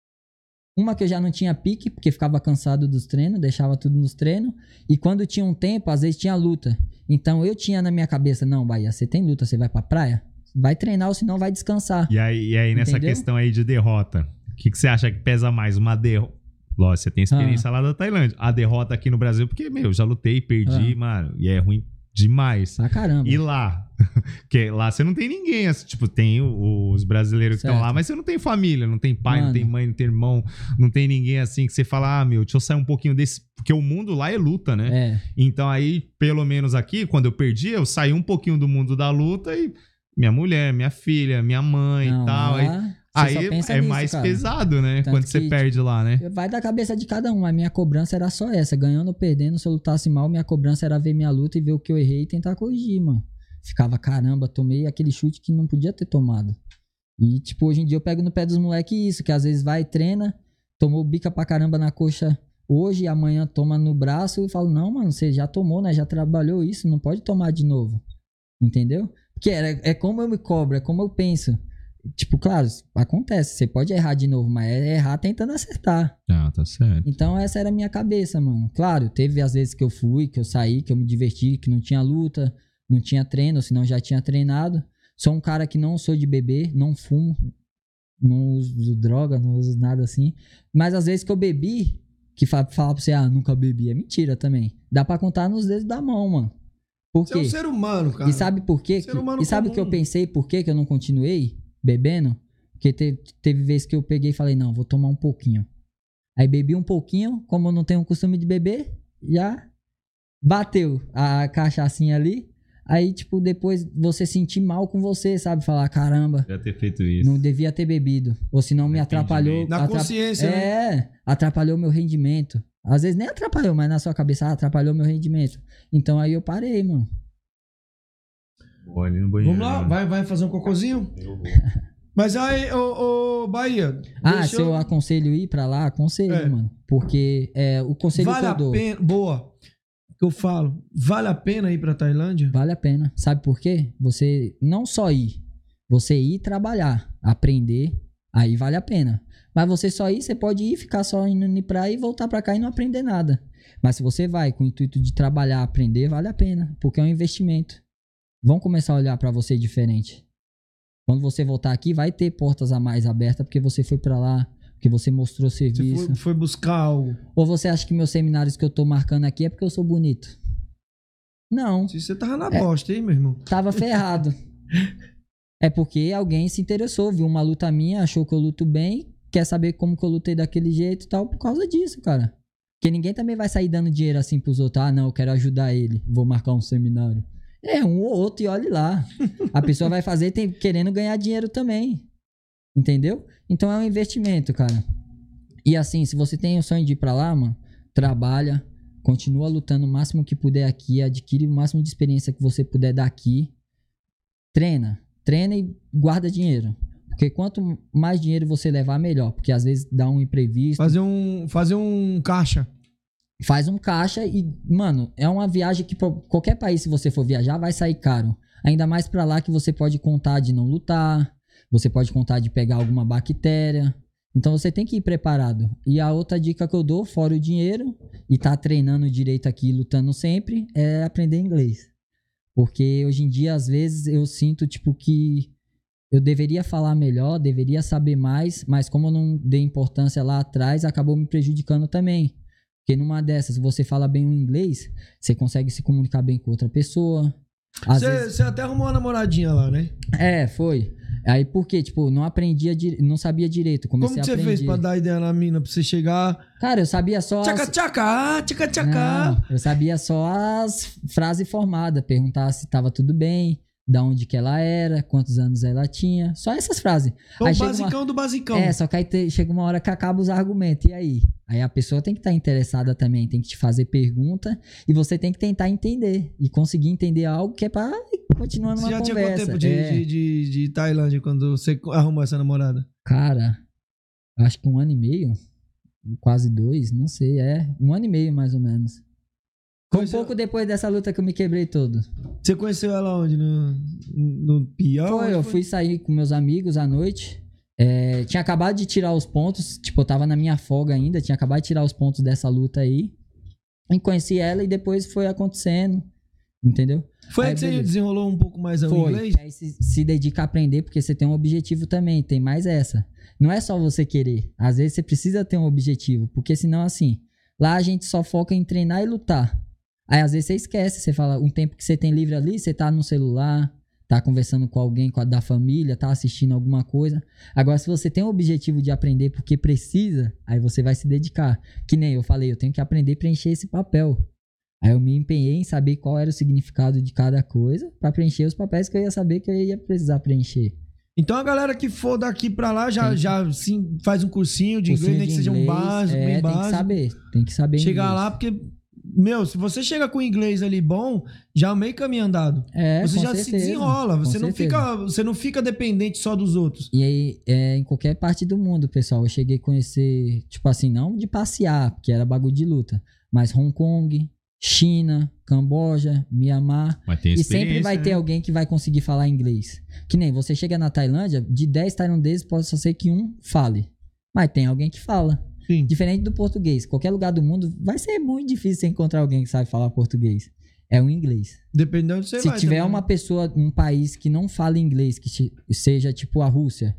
[SPEAKER 10] Uma que eu já não tinha pique, porque ficava cansado dos treinos, deixava tudo nos treinos. E quando tinha um tempo, às vezes tinha luta. Então eu tinha na minha cabeça, não, Bahia, você tem luta, você vai pra praia? Vai treinar ou senão vai descansar.
[SPEAKER 9] E aí nessa questão aí de derrota, o que você acha que pesa mais? Uma derrota? Lógico, você tem experiência lá da Tailândia. A derrota aqui no Brasil, porque, meu, já lutei, perdi, mano, e é ruim demais.
[SPEAKER 10] Ah, caramba.
[SPEAKER 9] E lá? Porque lá você não tem ninguém, assim, tipo, tem os brasileiros que estão lá, mas você não tem família, não tem pai, não tem mãe, não tem irmão, não tem ninguém assim que você fala, meu, deixa eu sair um pouquinho desse... Porque o mundo lá é luta, né? Então aí, pelo menos aqui, quando eu perdi, eu saí um pouquinho do mundo da luta e minha mulher, minha filha, minha mãe e tal. Aí é nisso, mais cara. Pesado, né? Tanto quando você perde lá, né?
[SPEAKER 10] Vai da cabeça de cada um. A minha cobrança era só essa. Ganhando ou perdendo, se eu lutasse mal, minha cobrança era ver minha luta e ver o que eu errei e tentar corrigir, mano. Ficava, caramba, tomei aquele chute que não podia ter tomado. E, tipo, hoje em dia eu pego no pé dos moleques isso, que às vezes vai e treina, tomou bica pra caramba na coxa hoje e amanhã toma no braço e falo, não, mano, você já tomou, né? Já trabalhou isso, não pode tomar de novo. Entendeu? Porque é como eu me cobro, é como eu penso. Tipo, claro, acontece, você pode errar de novo, mas é errar tentando acertar.
[SPEAKER 9] Ah, tá certo.
[SPEAKER 10] Então essa era a minha cabeça, mano. Claro, teve às vezes que eu fui, que eu saí, que eu me diverti, que não tinha luta, não tinha treino, senão já tinha treinado. Sou um cara que não sou de beber, não fumo, não uso droga, não uso nada assim. Mas às vezes que eu bebi, que falar pra você, nunca bebi, é mentira também. Dá pra contar nos dedos da mão, mano. Por quê?
[SPEAKER 8] Você é um ser humano, cara.
[SPEAKER 10] E sabe por quê? E sabe o que eu pensei, por quê que eu não continuei bebendo? Porque teve vezes que eu peguei e falei, não, vou tomar um pouquinho. Aí bebi um pouquinho, como eu não tenho o costume de beber, já bateu a cachaçinha ali. Aí, tipo, depois você sentir mal com você, sabe? Falar, caramba,
[SPEAKER 9] devia ter feito isso.
[SPEAKER 10] Não devia ter bebido. Ou senão me atrapalhou.
[SPEAKER 8] Na consciência, né?
[SPEAKER 10] Atrapalhou meu rendimento. Às vezes nem atrapalhou, mas na sua cabeça atrapalhou meu rendimento. Então aí eu parei, mano.
[SPEAKER 9] Vou ali no banheiro.
[SPEAKER 8] Vamos lá? Vai fazer um cocôzinho?
[SPEAKER 9] Eu vou.
[SPEAKER 8] Mas aí, ô Bahia...
[SPEAKER 10] se eu aconselho ir pra lá, aconselho, mano. Porque o conselho
[SPEAKER 8] vale
[SPEAKER 10] que eu dou...
[SPEAKER 8] Vale a pena... Boa. Que eu falo, vale a pena ir pra Tailândia?
[SPEAKER 10] Vale a pena. Sabe por quê? Você não só ir, você ir trabalhar, aprender, aí vale a pena. Mas você só ir, você pode ir, ficar só indo pra ir, voltar pra cá e não aprender nada. Mas se você vai com o intuito de trabalhar, aprender, vale a pena, porque é um investimento. Vão começar a olhar pra você diferente. Quando você voltar aqui, vai ter portas a mais abertas, porque você foi pra lá Porque você mostrou serviço.
[SPEAKER 8] Você foi buscar algo.
[SPEAKER 10] Ou você acha que meus seminários que eu tô marcando aqui é porque eu sou bonito? Não.
[SPEAKER 8] Se você tava na bosta, hein, meu irmão?
[SPEAKER 10] Tava ferrado. É porque alguém se interessou, viu uma luta minha, achou que eu luto bem, quer saber como que eu lutei daquele jeito e tal, por causa disso, cara. Porque ninguém também vai sair dando dinheiro assim pros outros. Ah, não, eu quero ajudar ele, vou marcar um seminário. É, um ou outro e olhe lá. A pessoa vai fazer querendo ganhar dinheiro também. Entendeu? Então é um investimento, cara. E assim, se você tem o sonho de ir pra lá, mano, trabalha, continua lutando o máximo que puder aqui, adquire o máximo de experiência que você puder daqui. Treina e guarda dinheiro. Porque quanto mais dinheiro você levar, melhor. Porque às vezes dá um imprevisto.
[SPEAKER 8] Fazer um caixa.
[SPEAKER 10] Faz um caixa e, mano, é uma viagem que pra qualquer país, se você for viajar, vai sair caro. Ainda mais pra lá que você pode contar de não lutar, você pode contar de pegar alguma bactéria. Então você tem que ir preparado. E a outra dica que eu dou, fora o dinheiro, e tá treinando direito aqui, lutando sempre, é aprender inglês. Porque hoje em dia, às vezes, eu sinto, tipo, que eu deveria falar melhor, deveria saber mais, mas como eu não dei importância lá atrás, acabou me prejudicando também. Porque numa dessas, se você fala bem o inglês, você consegue se comunicar bem com outra pessoa.
[SPEAKER 8] Você até arrumou uma namoradinha lá, né?
[SPEAKER 10] É, foi. Aí por quê? Tipo, não aprendia, não sabia direito. Comecei
[SPEAKER 8] Como que você fez pra dar ideia na mina, pra você chegar...
[SPEAKER 10] Cara, eu sabia só...
[SPEAKER 8] Tchaca-tchaca.
[SPEAKER 10] Não, eu sabia só as frases formadas. Perguntar se tava tudo bem, da onde que ela era, quantos anos ela tinha. Só essas frases.
[SPEAKER 8] Então, o basicão do basicão.
[SPEAKER 10] É, só que aí chega uma hora que acaba os argumentos. E aí? Aí a pessoa tem que estar interessada também, tem que te fazer pergunta e você tem que tentar entender. E conseguir entender algo que é pra continuar numa conversa. Você já tinha quanto tempo
[SPEAKER 8] de Tailândia quando você arrumou essa namorada?
[SPEAKER 10] Cara, acho que 1 ano e meio. Quase 2, não sei. 1 ano e meio mais ou menos. Foi um pouco depois dessa luta que eu me quebrei todo.
[SPEAKER 8] Você conheceu ela onde? No Piau?
[SPEAKER 10] Eu fui sair com meus amigos à noite. Tinha acabado de tirar os pontos. Tipo, eu tava na minha folga ainda. Tinha acabado de tirar os pontos dessa luta aí. E conheci ela e depois foi acontecendo. Entendeu?
[SPEAKER 8] Foi aí que você desenrolou um pouco mais o inglês?
[SPEAKER 10] Aí se dedica a aprender porque você tem um objetivo também. Tem mais essa. Não é só você querer. Às vezes você precisa ter um objetivo. Porque senão assim... Lá a gente só foca em treinar e lutar. Aí às vezes você esquece, você fala, um tempo que você tem livre ali, você tá no celular, tá conversando com alguém da família, tá assistindo alguma coisa. Agora, se você tem o objetivo de aprender porque precisa, aí você vai se dedicar. Que nem eu falei, eu tenho que aprender a preencher esse papel. Aí eu me empenhei em saber qual era o significado de cada coisa pra preencher os papéis que eu ia saber que eu ia precisar preencher.
[SPEAKER 8] Então a galera que for daqui pra lá já sim, faz um cursinho de inglês, nem que seja um básico, bem básico.
[SPEAKER 10] Tem que saber
[SPEAKER 8] chegar
[SPEAKER 10] inglês.
[SPEAKER 8] lá, porque... Meu, se você chega com inglês ali bom, já é meio caminho andado. Você já se desenrola. Você não fica dependente só dos outros.
[SPEAKER 10] E aí, em qualquer parte do mundo, pessoal, eu cheguei a conhecer, tipo assim, não de passear, porque era bagulho de luta, mas Hong Kong, China, Camboja, Mianmar. E sempre vai ter alguém que vai conseguir falar inglês. Que nem você chega na Tailândia, de 10 tailandeses, pode só ser que um fale. Mas tem alguém que fala.
[SPEAKER 8] Sim.
[SPEAKER 10] Diferente do português. Qualquer lugar do mundo vai ser muito difícil você encontrar alguém que sabe falar português. É o inglês.
[SPEAKER 8] Dependendo de onde você vai.
[SPEAKER 10] Se tiver
[SPEAKER 8] também.
[SPEAKER 10] uma pessoa, um país que não fala inglês, que seja tipo a Rússia,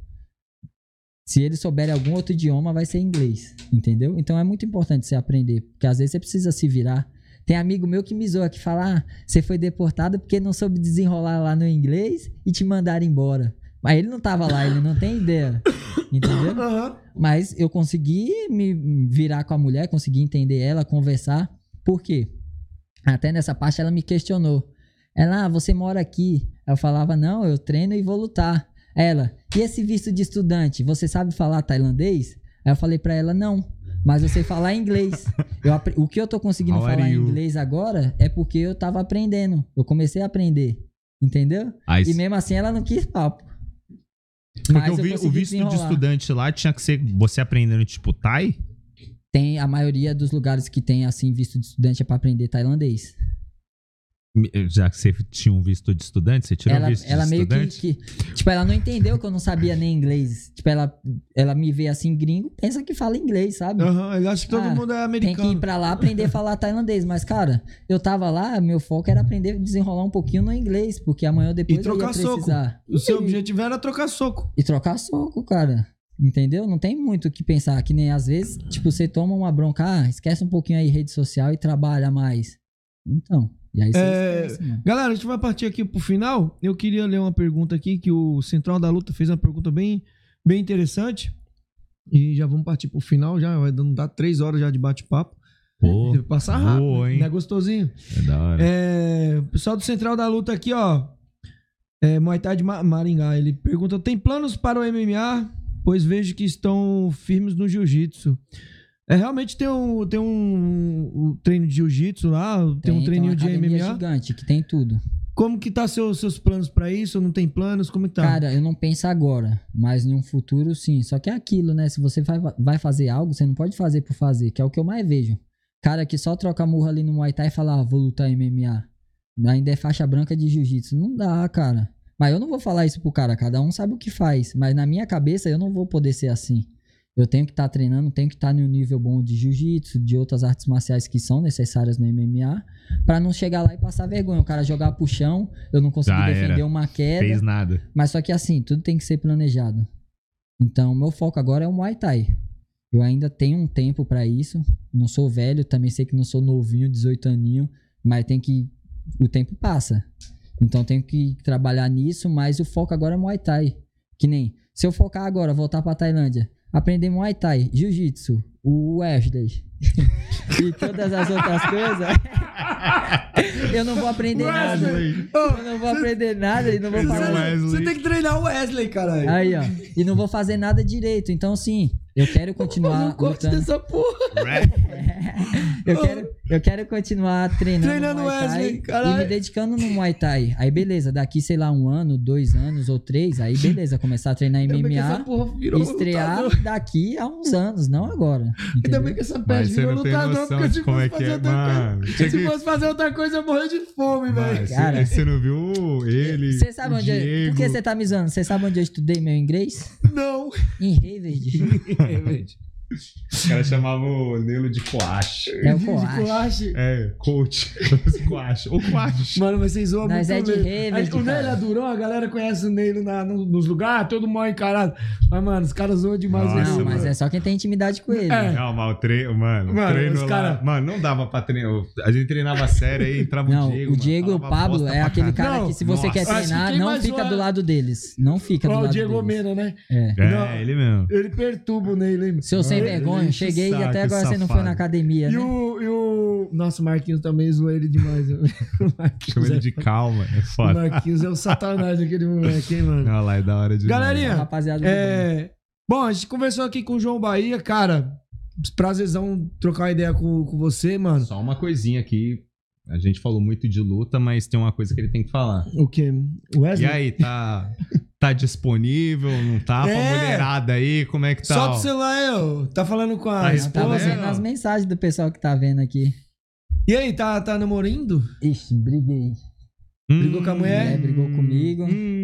[SPEAKER 10] se eles souberem algum outro idioma, vai ser inglês. Entendeu? Então é muito importante você aprender. Porque às vezes você precisa se virar. Tem amigo meu que me zoa, que fala, você foi deportado porque não soube desenrolar lá no inglês e te mandaram embora. Mas ele não tava lá, ele não tem ideia. Entendeu?
[SPEAKER 8] Uhum.
[SPEAKER 10] Mas eu consegui me virar com a mulher, consegui entender ela, conversar. Por quê? Até nessa parte ela me questionou. Ela, você mora aqui. Eu falava, não, eu treino e vou lutar. Ela, e esse visto de estudante? Você sabe falar tailandês? Aí eu falei pra ela, não. Mas eu sei falar inglês. O que eu tô conseguindo falar em inglês agora é porque eu tava aprendendo. Eu comecei a aprender. Entendeu? E mesmo assim ela não quis papo.
[SPEAKER 9] Porque o visto de estudante lá tinha que ser você aprendendo tipo Thai?
[SPEAKER 10] Tem, a maioria dos lugares que tem assim visto de estudante é pra aprender tailandês.
[SPEAKER 9] Já que você tinha um visto de estudante, você tirou o visto de estudante?
[SPEAKER 10] Ela meio que... Tipo, ela não entendeu que eu não sabia nem inglês. Tipo, ela me vê assim gringo, pensa que fala inglês, sabe?
[SPEAKER 8] Ele acha que todo mundo é americano.
[SPEAKER 10] Tem que ir pra lá aprender a falar tailandês. Mas, cara, eu tava lá, meu foco era aprender a desenrolar um pouquinho no inglês. Porque amanhã ou depois eu ia precisar.
[SPEAKER 8] O seu objetivo era trocar soco.
[SPEAKER 10] E trocar soco, cara. Entendeu? Não tem muito o que pensar. Que nem às vezes, tipo, você toma uma bronca, esquece um pouquinho aí rede social e trabalha mais. Então, e aí você esquece, mano.
[SPEAKER 8] Galera, a gente vai partir aqui pro final. Eu queria ler uma pergunta aqui, que o Central da Luta fez uma pergunta bem interessante. E já vamos partir pro final, já vai dar 3 horas já de bate-papo.
[SPEAKER 9] Pô,
[SPEAKER 8] Deve passar rápido,
[SPEAKER 9] boa, hein?
[SPEAKER 8] não é gostosinho?
[SPEAKER 9] É da hora.
[SPEAKER 8] O pessoal do Central da Luta aqui, ó. Muay Thai de Maringá. Ele pergunta: tem planos para o MMA? Pois vejo que estão firmes no jiu-jitsu. Realmente tem um treino de jiu-jitsu lá, tem um treininho de MMA.
[SPEAKER 10] Gigante, que tem tudo.
[SPEAKER 8] Como que tá seus planos pra isso? Não tem planos? Como que tá?
[SPEAKER 10] Cara, eu não penso agora, mas em um futuro sim. Só que é aquilo, né? Se você vai fazer algo, você não pode fazer por fazer, que é o que eu mais vejo. Cara que só troca murro ali no Muay Thai e fala, vou lutar MMA. Ainda é faixa branca de jiu-jitsu. Não dá, cara. Mas eu não vou falar isso pro cara, cada um sabe o que faz. Mas na minha cabeça eu não vou poder ser assim. Eu tenho que estar treinando, tenho que estar no nível bom de jiu-jitsu, de outras artes marciais que são necessárias no MMA, pra não chegar lá e passar vergonha. O cara jogar pro chão, eu não consegui defender uma queda.
[SPEAKER 9] Fez nada.
[SPEAKER 10] Mas só que assim, tudo tem que ser planejado. Então, meu foco agora é o Muay Thai. Eu ainda tenho um tempo pra isso. Não sou velho, também sei que não sou novinho, 18 aninho, mas o tempo passa. Então tenho que trabalhar nisso, mas o foco agora é Muay Thai. Que nem, se eu focar agora, voltar pra Tailândia, aprender Muay Thai, Jiu-Jitsu, o Wesley e todas as outras coisas, eu não vou aprender nada. Eu não vou aprender nada e não vou fazer.
[SPEAKER 8] Você tem que treinar o Wesley, caralho.
[SPEAKER 10] Aí, ó. E não vou fazer nada direito. Então, sim, eu quero continuar lutando.
[SPEAKER 8] Dessa porra.
[SPEAKER 10] Eu quero continuar treinando Muay Thai
[SPEAKER 8] Wesley, caralho.
[SPEAKER 10] e me dedicando no Muay Thai. Aí, beleza, daqui, sei lá, 1 ano, 2 anos ou 3, aí beleza, começar a treinar MMA e estrear daqui a uns anos, não agora.
[SPEAKER 8] Ainda bem que essa peste virou lutador, porque se fosse fazer outra coisa, se fosse fazer outra coisa, eu morrer de fome, velho.
[SPEAKER 9] Cara, você não viu ele?
[SPEAKER 10] Você sabe onde Por que você tá me zoando? Você sabe onde eu estudei meu inglês?
[SPEAKER 8] Não.
[SPEAKER 10] Em Harvard.
[SPEAKER 9] Os caras chamavam o Nelo de Coache.
[SPEAKER 10] É o Coache.
[SPEAKER 9] Coach. Coache. O Coache.
[SPEAKER 8] Mano, mas vocês zoam muito.
[SPEAKER 10] Mas é de Harvard.
[SPEAKER 8] O Nelo é durão, a galera conhece o Nelo nos lugares, todo mal encarado. Mas, mano, os caras zoam demais.
[SPEAKER 10] Não, mas é só quem tem intimidade com ele.
[SPEAKER 9] Não, mas o treino, mano, treino lá. Mano, não dava pra treinar. A gente treinava sério aí, entrava o Diego.
[SPEAKER 10] O Diego e o Pablo é aquele cara que, se você quer treinar, não fica do lado deles. Não fica do lado deles.
[SPEAKER 8] O Diego Mena, né?
[SPEAKER 9] Ele mesmo.
[SPEAKER 8] Ele perturba o Nelo, hein?
[SPEAKER 10] Seu sem vergonha, cheguei e até agora você não foi na academia, né?
[SPEAKER 8] Nossa, o Marquinhos também zoou ele demais.
[SPEAKER 9] Chama ele de calma, é foda.
[SPEAKER 8] O Marquinhos é o satanás daquele moleque, hein, mano?
[SPEAKER 9] Olha lá, é da hora de
[SPEAKER 8] Galerinha, bom, a gente conversou aqui com o João Bahia, cara. Prazerzão trocar uma ideia com você, mano.
[SPEAKER 9] Só uma coisinha aqui. A gente falou muito de luta, mas tem uma coisa que ele tem que falar.
[SPEAKER 8] O quê? Wesley?
[SPEAKER 9] E aí, tá disponível? Não tá? Pra mulherada aí, como é que tá?
[SPEAKER 8] Solta o celular aí, ó. Tá falando com a esposa?
[SPEAKER 10] Tá vendo as mensagens do pessoal que tá vendo aqui.
[SPEAKER 8] E aí, tá namorando?
[SPEAKER 10] Ixi, briguei.
[SPEAKER 8] Brigou com a mulher?
[SPEAKER 10] Brigou comigo.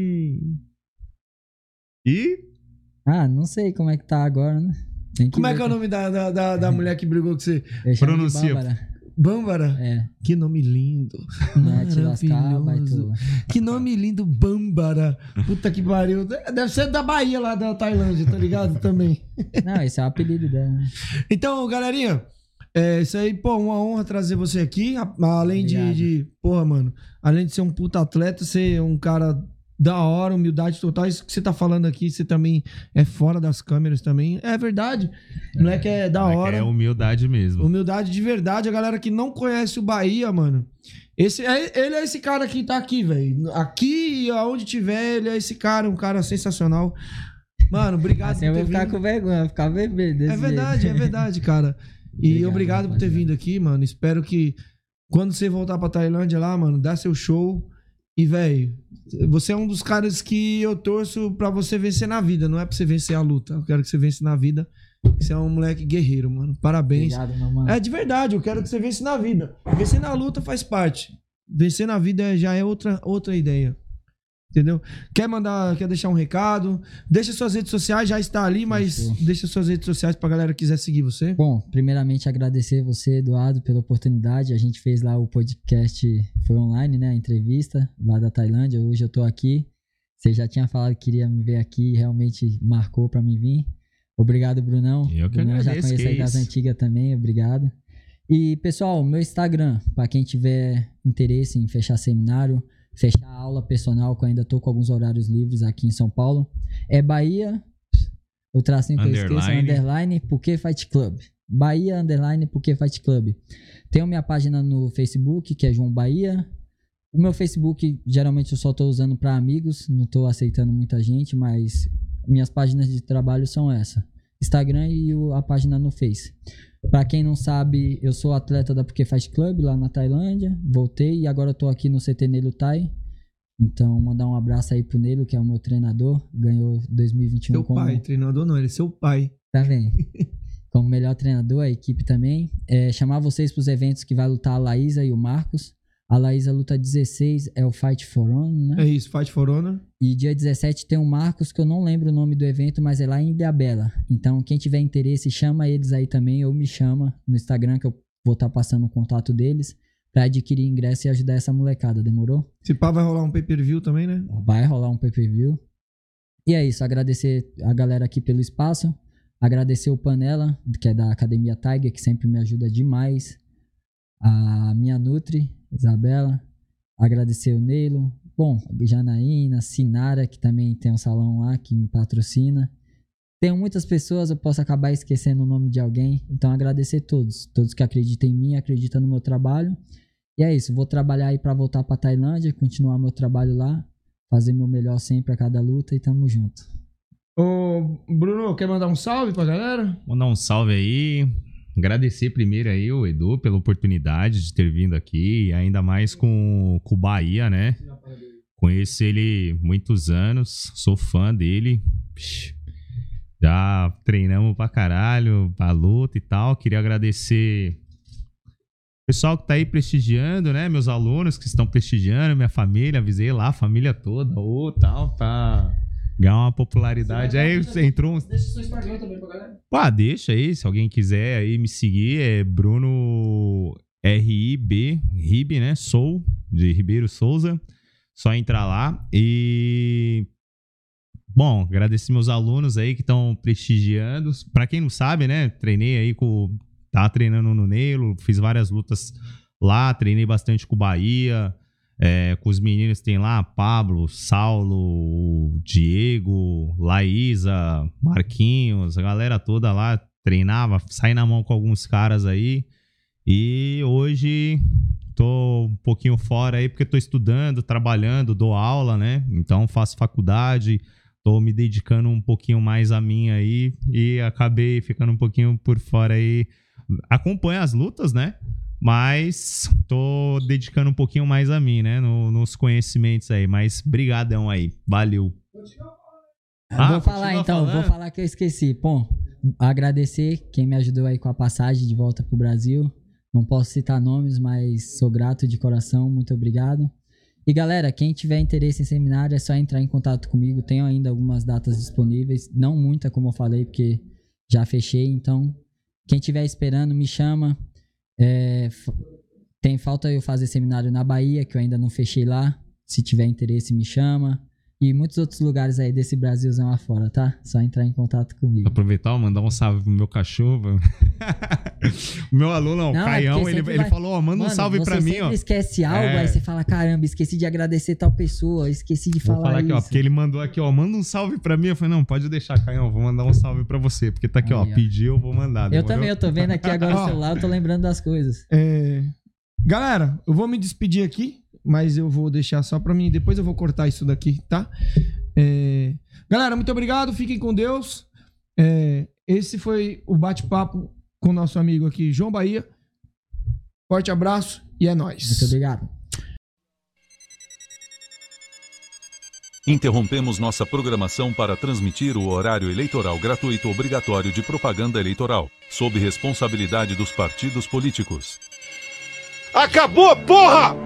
[SPEAKER 9] E?
[SPEAKER 10] Não sei como é que tá agora, né?
[SPEAKER 8] Como é que é o nome da mulher que brigou com você?
[SPEAKER 9] Pronuncia.
[SPEAKER 8] Bâmbara?
[SPEAKER 10] É.
[SPEAKER 8] Que nome lindo.
[SPEAKER 10] Maravilhoso.
[SPEAKER 8] Que nome lindo, Bâmbara. Puta que pariu. Deve ser da Bahia, lá da Tailândia, tá ligado? Também.
[SPEAKER 10] Não, esse é o apelido dela.
[SPEAKER 8] Então, galerinha, isso aí, pô, uma honra trazer você aqui. Além de porra, mano, além de ser um puta atleta, ser um cara da hora, humildade total. Isso que você tá falando aqui, você também é fora das câmeras também. É verdade. O moleque é da hora.
[SPEAKER 9] É humildade mesmo.
[SPEAKER 8] Humildade de verdade. A galera que não conhece o Bahia, mano. Ele é esse cara que tá aqui, velho. Aqui, aonde tiver, ele é esse cara. Um cara sensacional. Mano, obrigado
[SPEAKER 10] assim por ter vindo. Eu vou ficar com vergonha, vou ficar bebendo.
[SPEAKER 8] É verdade, cara. E obrigado por ter vindo aqui, mano. Espero que quando você voltar pra Tailândia lá, mano, dá seu show. E, velho, você é um dos caras que eu torço pra você vencer na vida. Não é pra você vencer a luta. Eu quero que você vença na vida. Você é um moleque guerreiro, mano. Parabéns.
[SPEAKER 10] Obrigado, meu mano.
[SPEAKER 8] É de verdade, eu quero que você vence na vida. Vencer na luta faz parte. Vencer na vida já é outra ideia. Entendeu? Quer deixar um recado? Deixa suas redes sociais, já está ali, mas deixa suas redes sociais pra galera que quiser seguir você.
[SPEAKER 10] Bom, primeiramente agradecer você, Eduardo, pela oportunidade. A gente fez lá o podcast, foi online, né? A entrevista lá da Tailândia. Hoje eu tô aqui. Você já tinha falado que queria me ver aqui, realmente marcou pra mim vir. Obrigado, Brunão.
[SPEAKER 9] Eu que
[SPEAKER 10] Brunão, já
[SPEAKER 9] agradeço,
[SPEAKER 10] conheço
[SPEAKER 9] que
[SPEAKER 10] aí das
[SPEAKER 9] isso.
[SPEAKER 10] antigas também, obrigado. E, pessoal, meu Instagram, pra quem tiver interesse em fechar seminário, fechar aula personal, que eu ainda tô com alguns horários livres aqui em São Paulo, é Bahia, o tracinho que eu esqueço, underline, Porque Fight Club. Bahia, underline, Porque Fight Club. Tenho minha página no Facebook, que é João Bahia. O meu Facebook, geralmente, eu só tô usando pra amigos, não tô aceitando muita gente, mas minhas páginas de trabalho são essa. Instagram e a página no Face. Pra quem não sabe, eu sou atleta da Porque Fight Club lá na Tailândia. Voltei e agora eu tô aqui no CT Nelo Thai. Então, mandar um abraço aí pro Nelo, que é o meu treinador. Ganhou 2021
[SPEAKER 8] Seu
[SPEAKER 10] como...
[SPEAKER 8] pai, treinador não, ele é seu pai.
[SPEAKER 10] Tá vendo? Como melhor treinador, a equipe também. Chamar vocês pros eventos que vai lutar a Laísa e o Marcos. A Laísa luta 16, é o Fight for Honor, né?
[SPEAKER 8] É isso, Fight for Honor.
[SPEAKER 10] E dia 17 tem o Marcos, que eu não lembro o nome do evento, mas é lá em Ilhabela. Então, quem tiver interesse, chama eles aí também, ou me chama no Instagram, que eu vou estar passando o contato deles, pra adquirir ingresso e ajudar essa molecada, demorou?
[SPEAKER 8] Se pá, vai rolar um pay-per-view também, né?
[SPEAKER 10] Vai rolar um pay-per-view. E é isso, agradecer a galera aqui pelo espaço, agradecer o Panela, que é da Academia Tiger, que sempre me ajuda demais, a minha Nutri, Isabela, agradecer o Neilo, bom, Janaína, Sinara, que também tem um salão lá que me patrocina. Tenho muitas pessoas, eu posso acabar esquecendo o nome de alguém, então agradecer todos que acreditam em mim, acreditam no meu trabalho. E é isso, vou trabalhar aí pra voltar pra Tailândia, continuar meu trabalho lá, fazer meu melhor sempre a cada luta e tamo junto.
[SPEAKER 8] Ô, Bruno, quer mandar um salve pra galera?
[SPEAKER 9] Mandar um salve aí. Agradecer primeiro aí o Edu pela oportunidade de ter vindo aqui, ainda mais com o Bahia, né? Conheço ele muitos anos, sou fã dele. Já treinamos pra caralho, pra luta e tal. Queria agradecer o pessoal que tá aí prestigiando, né? Meus alunos que estão prestigiando, minha família, avisei lá, a família toda, tal, tá... Ganhar uma popularidade. Aí entrou uns...
[SPEAKER 8] Deixa o seu Instagram também pra galera.
[SPEAKER 9] Pá, deixa aí, se alguém quiser aí me seguir, é Bruno RIB, né? Sou, de Ribeiro Souza. Só entrar lá e... Bom, agradecer meus alunos aí que estão prestigiando. Pra quem não sabe, né? Treinei aí com... Tava treinando no Neilo, fiz várias lutas lá, treinei bastante com o Bahia... com os meninos tem lá Pablo, Saulo, Diego, Laísa, Marquinhos, a galera toda lá treinava, saí na mão com alguns caras aí e hoje tô um pouquinho fora aí porque tô estudando, trabalhando, dou aula, né? Então faço faculdade, tô me dedicando um pouquinho mais a mim aí e acabei ficando um pouquinho por fora aí. Acompanho as lutas, né? Mas tô dedicando um pouquinho mais a mim, né? Nos conhecimentos aí. Mas brigadão aí. Valeu.
[SPEAKER 10] Vou falar então, vou falar que eu esqueci. Bom, agradecer quem me ajudou aí com a passagem de volta pro Brasil. Não posso citar nomes, mas sou grato de coração. Muito obrigado. E galera, quem tiver interesse em seminário é só entrar em contato comigo. Tenho ainda algumas datas disponíveis. Não muita, como eu falei, porque já fechei. Então, quem tiver esperando, me chama. Tem falta eu fazer seminário na Bahia, que eu ainda não fechei lá. Se tiver interesse, me chama. E muitos outros lugares aí desse Brasilzão afora, tá? Só entrar em contato comigo.
[SPEAKER 9] Aproveitar e mandar um salve pro meu cachorro. O meu aluno, o Caião, ele falou, ó, manda um salve pra mim, ó. Você
[SPEAKER 10] sempre esquece algo, aí você fala, caramba, esqueci de agradecer tal pessoa, esqueci de falar isso. Vou falar
[SPEAKER 9] aqui, ó, porque ele mandou aqui, ó, manda um salve pra mim. Eu falei, não, pode deixar, Caião, vou mandar um salve pra você, porque tá aqui, aí, ó, pediu, eu vou mandar.
[SPEAKER 10] Demorou? Eu também, eu tô vendo aqui agora o celular, eu tô lembrando das coisas.
[SPEAKER 8] Galera, eu vou me despedir aqui, mas eu vou deixar só pra mim, depois eu vou cortar isso daqui, tá? Galera, muito obrigado, fiquem com Deus. Esse foi o bate-papo com o nosso amigo aqui, João Bahia. Forte abraço e é nóis.
[SPEAKER 10] Muito obrigado.
[SPEAKER 11] Interrompemos nossa programação para transmitir o horário eleitoral gratuito obrigatório de propaganda eleitoral, sob responsabilidade dos partidos políticos.
[SPEAKER 12] Acabou, porra!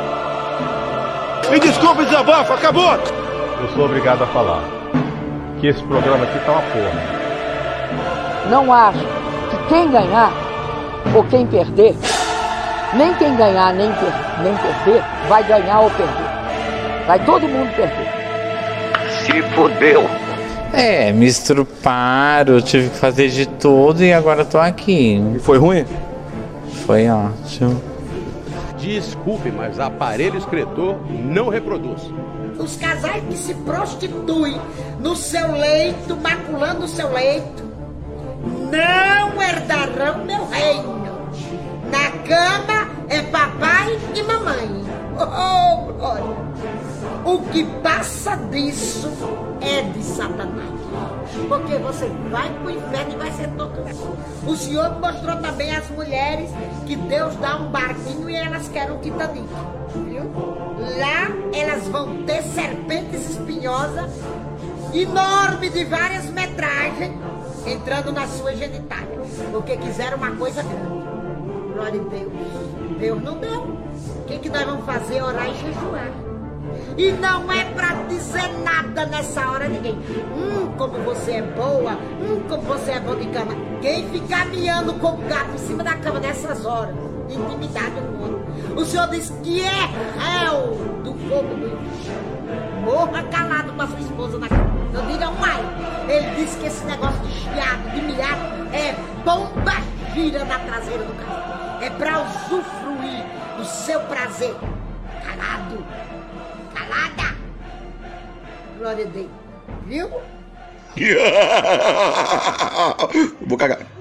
[SPEAKER 12] Me desculpe, desabafo, acabou!
[SPEAKER 13] Eu sou obrigado a falar que esse programa aqui tá uma porra.
[SPEAKER 14] Não acho que quem ganhar ou quem perder, nem quem ganhar nem perder, vai ganhar ou perder. Vai todo mundo perder.
[SPEAKER 2] Se fudeu.
[SPEAKER 15] Me estruparam, tive que fazer de tudo e agora tô aqui.
[SPEAKER 12] E foi ruim?
[SPEAKER 15] Foi ótimo.
[SPEAKER 12] Desculpe, mas aparelho excretor não reproduz.
[SPEAKER 16] Os casais que se prostituem no seu leito, maculando o seu leito, não herdarão meu reino. Na cama é papai e mamãe. Oh, glória! O que passa disso é de Satanás. Porque você vai pro inferno e vai ser torturado. O Senhor mostrou também às mulheres que Deus dá um barquinho e elas querem um Titanic. Viu? Lá elas vão ter serpentes espinhosas, enormes, de várias metragens, entrando nas suas genitálias. Porque quiseram uma coisa grande. Glória a Deus. Deus não deu. O que nós vamos fazer? Orar e jejuar. E não é pra dizer nada nessa hora ninguém. Como você é boa. Como você é bom de cama. Quem ficar miando com o gato em cima da cama nessas horas, intimidade com o outro. O Senhor diz que é réu do fogo do inferno. Morra calado com a sua esposa na cama. Não diga um ai. Ele disse que esse negócio de chiado, de miado, é bomba gira na traseira do carro. É pra usufruir do seu prazer. Calado. Calada! Glória a Deus. Viu?
[SPEAKER 12] Vou cagar.